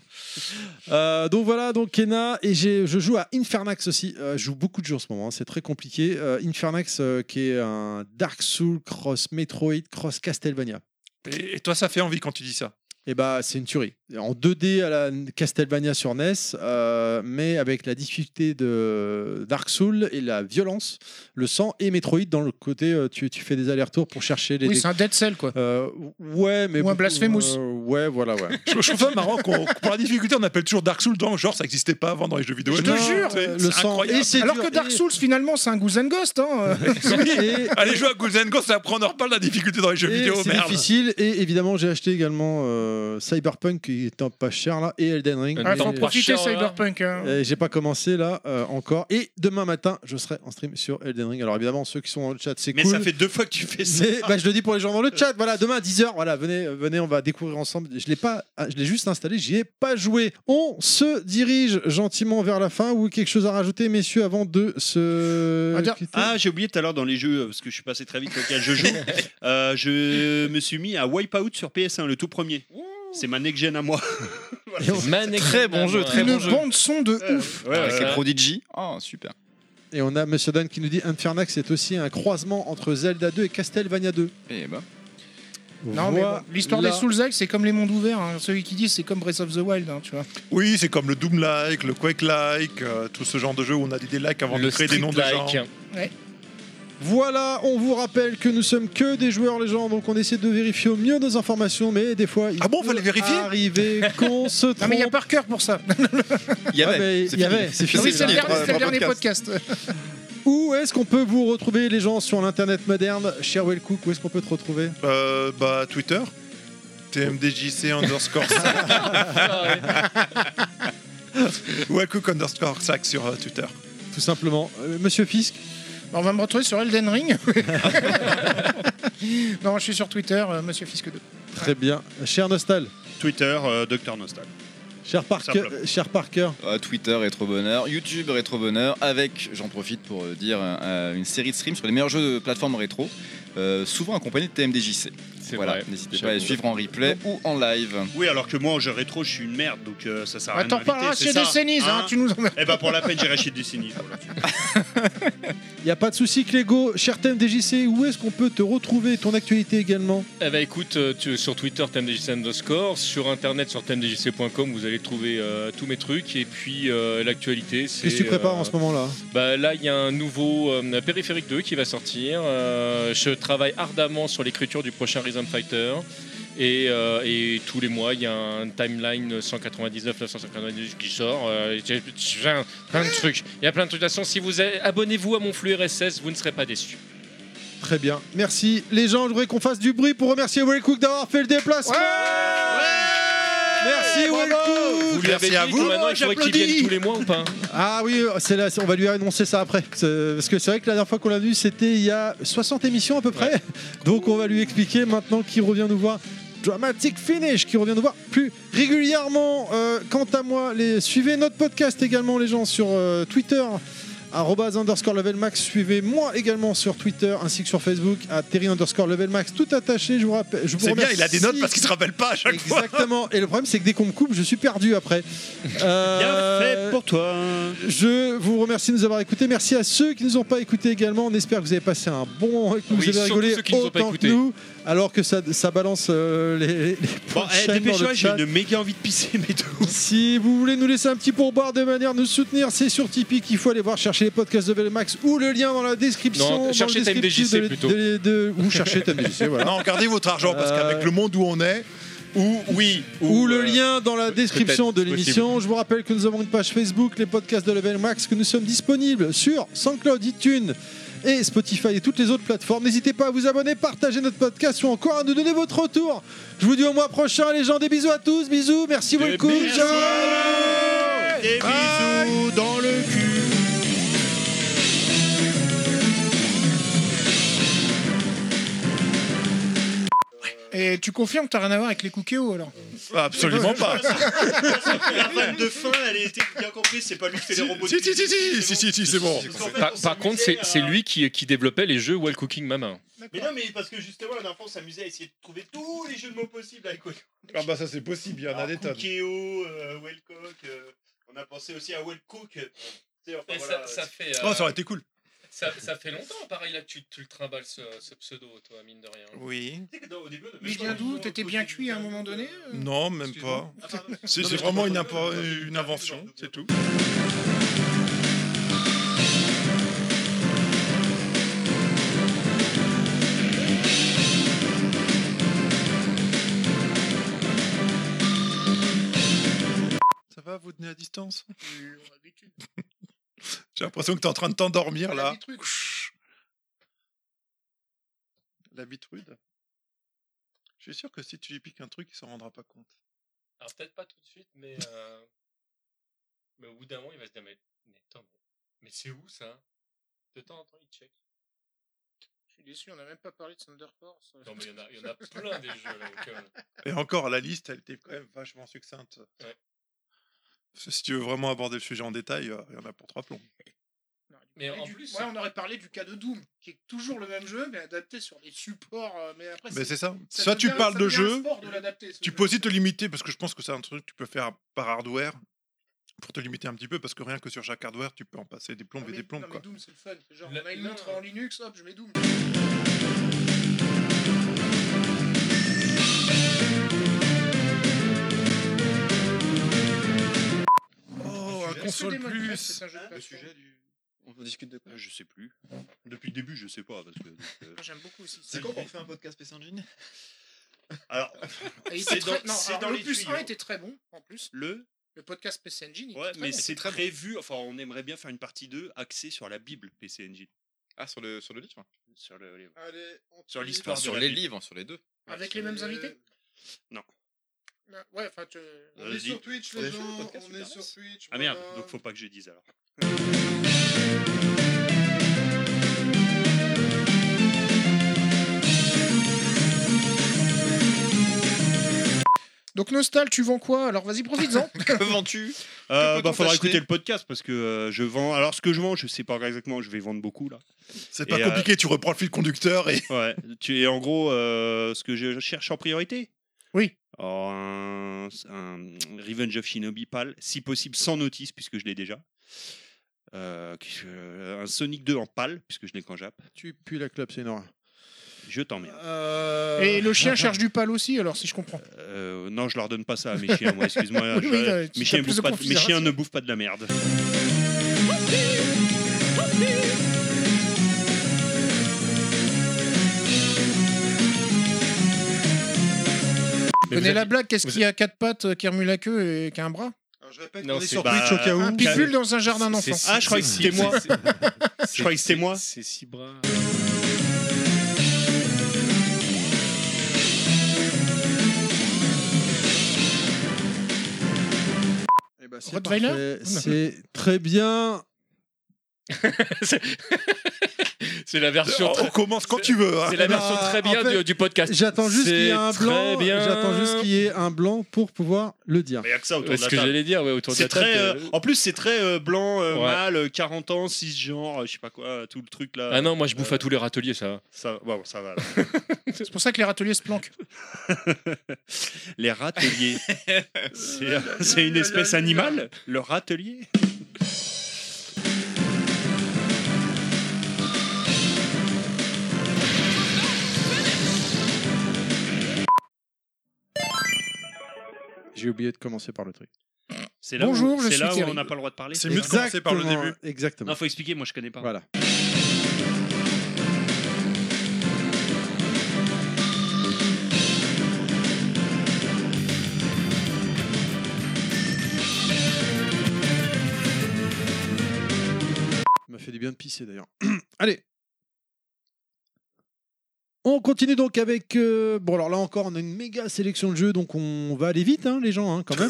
Euh, donc voilà, donc Kena, et j'ai- je joue à Infernax aussi. Euh, je joue beaucoup de jeux en ce moment, hein, c'est très compliqué. Euh, Infernax, euh, qui est un Dark Souls cross Metroid cross Castlevania. Et, et toi, ça fait envie quand tu dis ça. Et bah c'est une tuerie. En deux D à la Castlevania sur N E S, euh, mais avec la difficulté de Dark Souls et la violence, le sang et Metroid dans le côté, euh, tu, tu fais des allers-retours pour chercher les. Oui, c'est un Dead Cell quoi. Euh, ouais, mais Ou un beaucoup- Blasphemous. euh, ouais, voilà, ouais. Je, je trouve ça marrant qu'on, pour la difficulté, on appelle toujours Dark Souls dans genre ça n'existait pas avant dans les jeux vidéo. Je te Non, jure, c'est- le c'est sang incroyable. et c'est Alors dur, que Dark et- Souls finalement c'est un Goose and Ghost. Hein. et- Allez jouer à Ghouls and Ghosts, et après on en reparle de la difficulté dans les jeux Et vidéo. c'est Merde. difficile, et évidemment j'ai acheté également euh, Cyberpunk qui est un pas cher là, et Elden Ring. Ah, Il faut pas en profiter cher, là. Cyberpunk. hein. Et j'ai pas commencé là euh, encore, et demain matin je serai en stream sur Elden Ring. Alors évidemment ceux qui sont dans le chat c'est Mais cool. ça fait deux fois que tu fais ça. Mais, bah, je le dis pour les gens dans le chat, voilà, demain à dix heures, voilà, venez, euh, venez, on va découvrir ensemble. Je l'ai pas, je l'ai juste installé, j'y ai pas joué. On se dirige gentiment vers la fin, ou quelque chose à rajouter, messieurs, avant de se. On va dire- quitter Ah, j'ai oublié tout à l'heure dans les jeux, parce que je suis passé très vite auquel je joue. Euh, je me suis mis à Wipeout sur P S un, le tout premier. C'est ma next-gen à moi. Et on- Manek- Très bon jeu, très Une bon jeu. bande son de ouf. Ouais, Avec ouais, les ouais. Prodigy. Oh, super. Et on a Monsieur Dan qui nous dit Infernax c'est aussi un croisement entre Zelda deux et Castlevania deux. Et bah. Non, mais Voilà. bon, l'histoire des Souls-like, c'est comme les mondes ouverts. Hein. Celui qui dit c'est comme Breath of the Wild, hein, tu vois. Oui, c'est comme le Doom-like, le Quake-like, euh, tout ce genre de jeu où on a des likes avant Le de créer des noms de gens. street-like. Voilà, on vous rappelle que nous sommes que des joueurs les gens, donc on essaie de vérifier au mieux nos informations, mais des fois il Ah bon, peut fallait vérifier arriver qu'on se trompe. Non, mais il y a par cœur pour ça. Il y Ouais, avait. mais c'est il y fini. avait, c'est fini. Oui, c'est le déjà. dernier, c'était le dernier podcast. Où est-ce qu'on peut vous retrouver les gens sur l'internet moderne, cher Wellcook? Où est-ce qu'on peut te retrouver? Euh, bah, Twitter. T M D J C underscore Wellcook underscore sac sur euh, Twitter. Tout simplement. Euh, Monsieur Fisk? On va me retrouver sur Elden Ring. Non, je suis sur Twitter, euh, Monsieur Fisk deux. Très bien. Cher Nostal? Twitter, euh, Docteur Nostal. Cher Parker, Simple. euh, cher Parker? Euh, Twitter Rétro Bonheur, YouTube Rétro Bonheur, avec, j'en profite pour euh, dire, euh, une série de streams sur les meilleurs jeux de plateforme rétro, euh, souvent accompagnés de T M D J C. C'est Voilà, vrai. n'hésitez pas à les suivre en replay ou en live. Oui, alors que moi, en jeu rétro, je suis une merde, donc euh, ça sert à rien de Attends, m'inviter, parlera c'est chez ça, Décennies, hein, hein tu nous emmerdes. Eh ben, pour la peine, j'irai chez Décennies. Voilà. Il n'y a pas de souci, Clégo. Cher T M D J C, où est-ce qu'on peut te retrouver? Ton actualité également? Eh ben écoute, euh, tu- sur Twitter, T M D J C underscore, sur internet, sur T M D J C point com, vous allez trouver euh, tous mes trucs. Et puis euh, l'actualité, c'est. Qu'est-ce que tu prépares euh, en ce moment-là? Bah, là, il y a un nouveau euh, Périphérique deux qui va sortir. Euh, je travaille ardemment sur l'écriture du prochain Rhythm Fighter. Et, euh, et tous les mois, il y a un timeline cent quatre-vingt-dix-neuf neuf cent quatre-vingt-dix qui sort. Euh, j'ai j'ai un- plein de trucs. Il y a plein de trucs. De toute façon, si vous êtes- abonnez-vous à mon flux R S S, vous ne serez pas déçus. Très bien. Merci. Les gens, je voudrais qu'on fasse du bruit pour remercier Wellcook d'avoir fait le déplacement. Merci Wellcook. Vous lui avez Merci à dit vous. que maintenant, il faudrait qu'il J'applaudis. vienne tous les mois ou pas? Ah oui, c'est là, on va lui annoncer ça après. C'est- Parce que c'est vrai que la dernière fois qu'on l'a vu, c'était il y a soixante émissions à peu près. Donc on va lui expliquer maintenant qu'il revient nous voir. Dramatic Finish qui revient nous voir plus régulièrement. Euh, quant à moi, les... suivez notre podcast également les gens sur euh, Twitter. arobase underscore level max, suivez-moi également sur Twitter ainsi que sur Facebook à Terry underscore level max, tout attaché. Je vous rappelle, je vous C'est bien, remercie. il a des notes parce qu'il se rappelle pas à chaque fois. Exactement. Et le problème, c'est que dès qu'on me coupe, je suis perdu après. Euh, Bien fait pour toi. Je vous remercie de nous avoir écoutés. Merci à ceux qui ne nous ont pas écoutés également. On espère que vous avez passé un bon moment et que vous Oui, avez surtout rigolé ceux qui nous ont pas autant que écoutés. nous, alors que ça, ça balance euh, les, les Bon, points de eh, chaîne dans dépêche-toi, le j'ai chat. une méga envie de pisser, mais de ouf. Si vous voulez nous laisser un petit pourboire de manière de nous soutenir, c'est sur Tipeee qu'il faut aller voir, chercher les podcasts de Velmax ou le lien dans la description. Non, dans cherchez le T M D J C descriptif de- plutôt. de- de- ou cherchez T M D J C, voilà. Non, gardez votre argent parce Euh, qu'avec le monde où on est, Ou, oui. Ou, le euh, lien dans la description de peut-être, l'émission. Je vous rappelle que nous avons une page Facebook, les podcasts de Level Max, que nous sommes disponibles sur SoundCloud, iTunes et Spotify et toutes les autres plateformes. N'hésitez pas à vous abonner, partager notre podcast ou encore à nous donner votre retour. Je vous dis au mois prochain, les gens. Des bisous à tous. Bisous. Merci, Wellcook. bisous. Ciao. Des bisous dans le cul. Et tu confirmes que t'as rien à voir avec les Cookéo alors? absolument pas. La vanne de fin, elle était bien comprise, c'est pas lui qui fait les robots. Si, si, si, si, si, si, si, c'est bon. Par, par contre, c'est c'est lui qui, qui développait les jeux Well Cooking Mama. Mais non, mais parce que justement, la dernière fois, on s'amusait à essayer de trouver tous les jeux de mots possibles avec Wellcook. Ah bah ça c'est possible, il y en a Alors, des tonnes. Cookéo, euh, Wellcook, euh, on a pensé aussi à Wellcook. Tu sais, enfin, Et voilà, ça, ça fait, Oh, ça aurait été cool. ça, ça fait longtemps, pareil, là, que tu, tu le trimbales ce, ce pseudo, toi, mine de rien. Oui. Tu sais que dans- au début, on avait Mais il pas vient eu d'où? besoin T'étais de bien poster cuit du à un bien moment de- donné euh Non, même pas. Ah, pardon. C'est Non, c'est mais vraiment je une, comprends impo- pas. une invention, c'est tout. Ça va, vous tenez à distance? J'ai l'impression que t'es en train de t'endormir là. La bite rude. Je suis sûr que si tu lui piques un truc, il s'en rendra pas compte. Alors, peut-être pas tout de suite, mais, euh... mais au bout d'un moment, il va se dire Mais, mais, attends, mais, mais c'est où ça? De temps en temps, il check. Je suis déçu, on n'a même pas parlé de Thunder Force. Non, mais il y en a, il y en a plein des jeux là. auxquels- Et encore, la liste, elle était quand même vachement succincte. Ouais. Parce que si tu veux vraiment aborder le sujet en détail, euh, il y en a pour trois plombs. Mais en Du- plus- ouais, on aurait parlé du cas de Doom, qui est toujours le même jeu, mais adapté sur des supports. euh, mais après, Mais c'est ça. ça Soit tu devient- parles ça de devient un jeu, sport de l'adapter, ce tu jeu. peux aussi te limiter, parce que je pense que c'est un truc que tu peux faire par hardware, pour te limiter un petit peu, parce que rien que sur chaque hardware, tu peux en passer des plombes Non, et mais- des plombes. non, mais Quoi. Doom, c'est le fun. C'est genre, La- on a une non. montre en Linux, hop, je mets Doom. Oh, un console plus. Le sujet du. On discute de quoi? Je sais plus. Depuis le début, je sais pas. Parce que, donc, euh, Moi, j'aime beaucoup aussi. C'est quand qu'on fait un podcast P C Engine? Alors, Et il c'est était très- dans- non, c'est alors, dans le les plus tuyaux. un était très bon en plus. le. Le podcast P C Engine. il Ouais, était très mais bon. c'est prévu. Enfin, on aimerait bien faire une partie deux axée sur la Bible P C Engine. Ah, sur le, sur le livre? Sur le. les- Allez, on Sur tire. l'histoire. Enfin, de sur la les Bible. livres, sur les deux. Avec les mêmes invités. Non. Non, Ouais, enfin, tu- On est Vas-y. sur Twitch, On avait les fait le gens. podcast On Super est sur N E S. Twitch. Ah merde, voilà. donc faut pas que je dise alors. Donc Nostal, tu vends quoi? Alors vas-y, profites-en. Que vends-tu? Euh, peut-on bah, faudra t'acheter écouter le podcast parce que euh, je vends. Alors, ce que je vends, je sais pas exactement. Je vais vendre beaucoup là. C'est pas Et, compliqué, tu reprends le fil conducteur et. Ouais. Tu es en gros euh, ce que je cherche en priorité. Oui. Alors, un, un Revenge of Shinobi PAL, si possible sans notice puisque je l'ai déjà. Euh, que- un Sonic deux en PAL puisque je l'ai qu'en Jap. Tu pues la clope, c'est une horreur. Je t'emmerde. Euh... Et le chien cherche du pal aussi, alors si je comprends. Euh, non, je leur donne pas ça à mes chiens. Moi, excuse-moi. Oui, je- oui, euh, tu mes, as chiens plus bouffent de pas de- mes confiance. chiens ne bouffent pas de la merde. Tu connais la blague? Qu'est-ce qui a quatre pattes, euh, qui remue la queue et qui a un bras? Alors, je répète, Non, on est c'est- sur bah, Twitch au cas où. Un pitbull dans un jardin d'enfants. C'est- Ah, je croyais que c'est- c'était moi. c'est- Je croyais que c'était moi. C'est six bras. Eh ben, c'est Rottweiler parfait, c'est très bien. C'est- C'est la version. On très- commence quand tu veux. hein. C'est la Eh ben, version très en bien fait, du, du podcast. J'attends juste qu'il y ait un C'est blanc. très bien. J'attends juste qu'il y ait un blanc pour pouvoir le dire. Il y a que ça autour Ouais, de ce la que table. j'allais dire, ouais, autour de C'est la table. très. euh, euh, en plus, c'est très euh, blanc, euh, Ouais. mâle, euh, quarante ans, cisgenre, euh, je sais pas quoi, tout le truc là. Ah non, moi je bouffe Euh, à tous les râteliers, ça. Ça, bon, ça va. là. C'est pour ça que les râteliers se planquent. Les râteliers. C'est c'est une espèce animale, le râtelier. J'ai oublié de commencer par le truc. C'est là Bonjour, où, je c'est suis là où Thierry. on n'a pas le droit de parler. C'est mieux de commencer par le Exactement, début. Exactement. Non, faut expliquer, moi je connais pas. Voilà. Ça m'a fait du bien de pisser d'ailleurs. Allez. On continue donc avec. euh, Bon, alors là encore, on a une méga sélection de jeux, donc on va aller vite, hein, les gens, hein, quand même.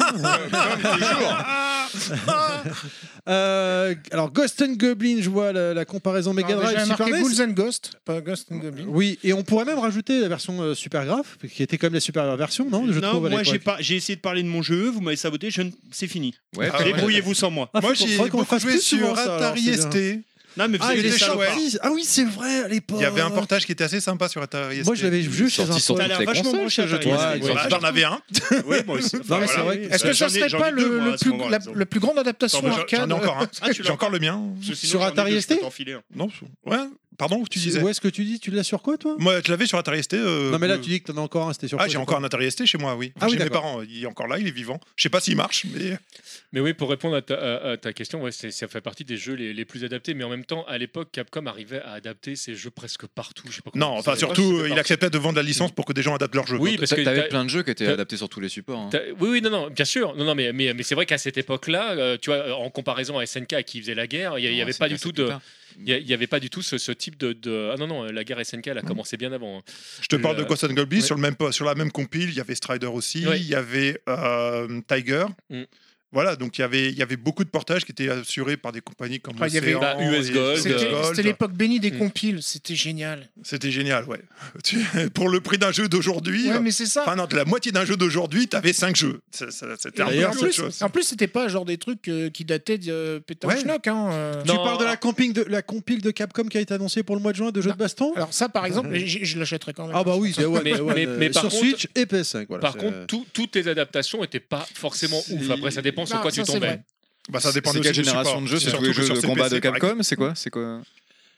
Euh, alors, Ghost and Goblin, je vois la, la comparaison Mega Alors, Drive déjà Super marqué N E S. Ghouls and Ghosts, pas Ghost and Goblin. Oui, et on pourrait même rajouter la version euh, Super Graph, qui était quand même la supérieure version, non je non, trouve, à moi j'ai l'époque. pas, j'ai essayé de parler de mon jeu, vous m'avez saboté, je ne- c'est fini. Ouais, Ah, ouais. Débrouillez-vous sans moi. Ah, Moi, faut qu'on- j'y ai faudrait qu'on le beaucoup fasse joué plus souvent, sur ça, alors, Atari c'est S bien. T. Non, mais vous Ah, êtes il des est salopards. sorti. Ah oui, c'est vrai, à l'époque. Il y avait un portage qui était assez sympa sur Atari S T. Moi, je l'avais vu chez un sorti sur pote. T'as toutes l'air les vachement consoles, branché ce jeu, Atari toi. S T. Ouais, Ouais, Ouais, J'en avais un. Oui, moi aussi. Non, mais c'est vrai que- Est-ce que ça J'en ai- serait j'en pas ai deux, le, moi, le à ce plus, moment-là, la, disons. le plus grande adaptation Attends, j'en- arcade J'en ai encore un. Ah, tu J'ai l'as encore le mien. Parce que sinon, Sur j'en ai Atari deux, S je peux T? t'enfiler un. Non, ouais. Pardon, tu disais. Où est-ce que tu dis Tu l'as sur quoi, toi Moi, je l'avais sur Atari S T. euh, Non, mais là, euh, tu dis que t'en as encore un, c'était sur Ah, quoi, j'ai sur encore quoi un Atari S T chez moi, oui. Ah oui, Chez mes d'accord. parents. Il est encore là, il est vivant. Je sais pas s'il marche, mais. Mais oui, pour répondre à ta, à- à ta question, ouais, c'est- ça fait partie des jeux les, les plus adaptés. Mais en même temps, à l'époque, Capcom arrivait à adapter ses jeux presque partout. Je sais pas comment Non, on enfin disait. surtout, Moi, je sais euh, il pas. acceptait de vendre la licence pour que des gens adaptent leurs jeux. Oui, parce que T'avais t'as- plein de jeux qui étaient t'as- adaptés sur tous les supports. hein. T'as- Oui, oui, non, non, bien sûr. Non, non, mais, mais, mais c'est vrai qu'à cette époque-là, euh, tu vois, en comparaison à S N K qui faisait la guerre, il n'y Non, avait c'est pas bien, du tout c'est de. plus tard. Il y a- il y avait pas du tout ce, ce type de, de- Ah non, non, la guerre S N K, elle a commencé bien avant. hein. Je te parle Le- de Ghost and Goblin Ouais. sur, le même, po- sur la même compile. Il y avait Strider aussi. Ouais. Il y avait euh, Tiger. Mm. Voilà, donc il y avait, il y avait beaucoup de portages qui étaient assurés par des compagnies comme Ah, il y avait- Océan bah, U S et- Gold, U S C'était Gold. c'était l'époque bénie des Mm. compiles, c'était génial. C'était génial, ouais. Tu- Pour le prix d'un jeu d'aujourd'hui, Ouais, euh, mais c'est ça. enfin non, de la moitié d'un jeu d'aujourd'hui, t'avais cinq jeux. Ça- ça- C'était Et un peu d'ailleurs, autre plus, chose. en plus, c'était pas genre des trucs euh, qui dataient de euh, Pétain Ouais. Schnock, hein, euh. Tu Non. parles de la, camping de la compile de Capcom qui a été annoncée pour le mois de juin de jeux de baston Alors ça, par exemple, je, je l'achèterais quand même. Ah bah oui, Day One, Mais- Day One, mais- euh, mais par sur contre- Switch et P S cinq. Voilà, Par c'est- contre, tout- toutes les adaptations n'étaient pas forcément C'est- ouf. Après, ça dépend sur Non, quoi ça, tu c'est tombais. vrai. Bah, ça dépend C'est aussi quelle du génération support. de jeux? C'est Surtout tous les que jeux sur de C P C, combat de par Capcom? C'est quoi? C'est quoi?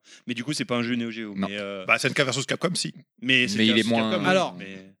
Mais du coup, c'est pas un jeu Neo Geo. Non. Mais, euh, Bah, S N K versus Capcom, si. mais, c'est Mais il un est Capcom, moins- oui, Alors, mais-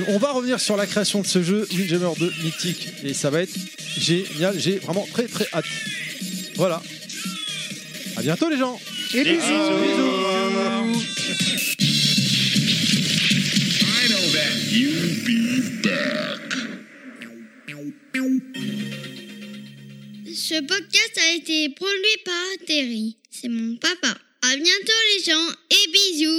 on va revenir sur la création de ce jeu Windjammer deux Mythique et ça va être génial. J'ai vraiment très très hâte. Voilà. À bientôt les gens. Et bisous. Bisous. I know that you'll be back. Ce podcast a été produit par Terry. C'est mon papa. À bientôt les gens et bisous.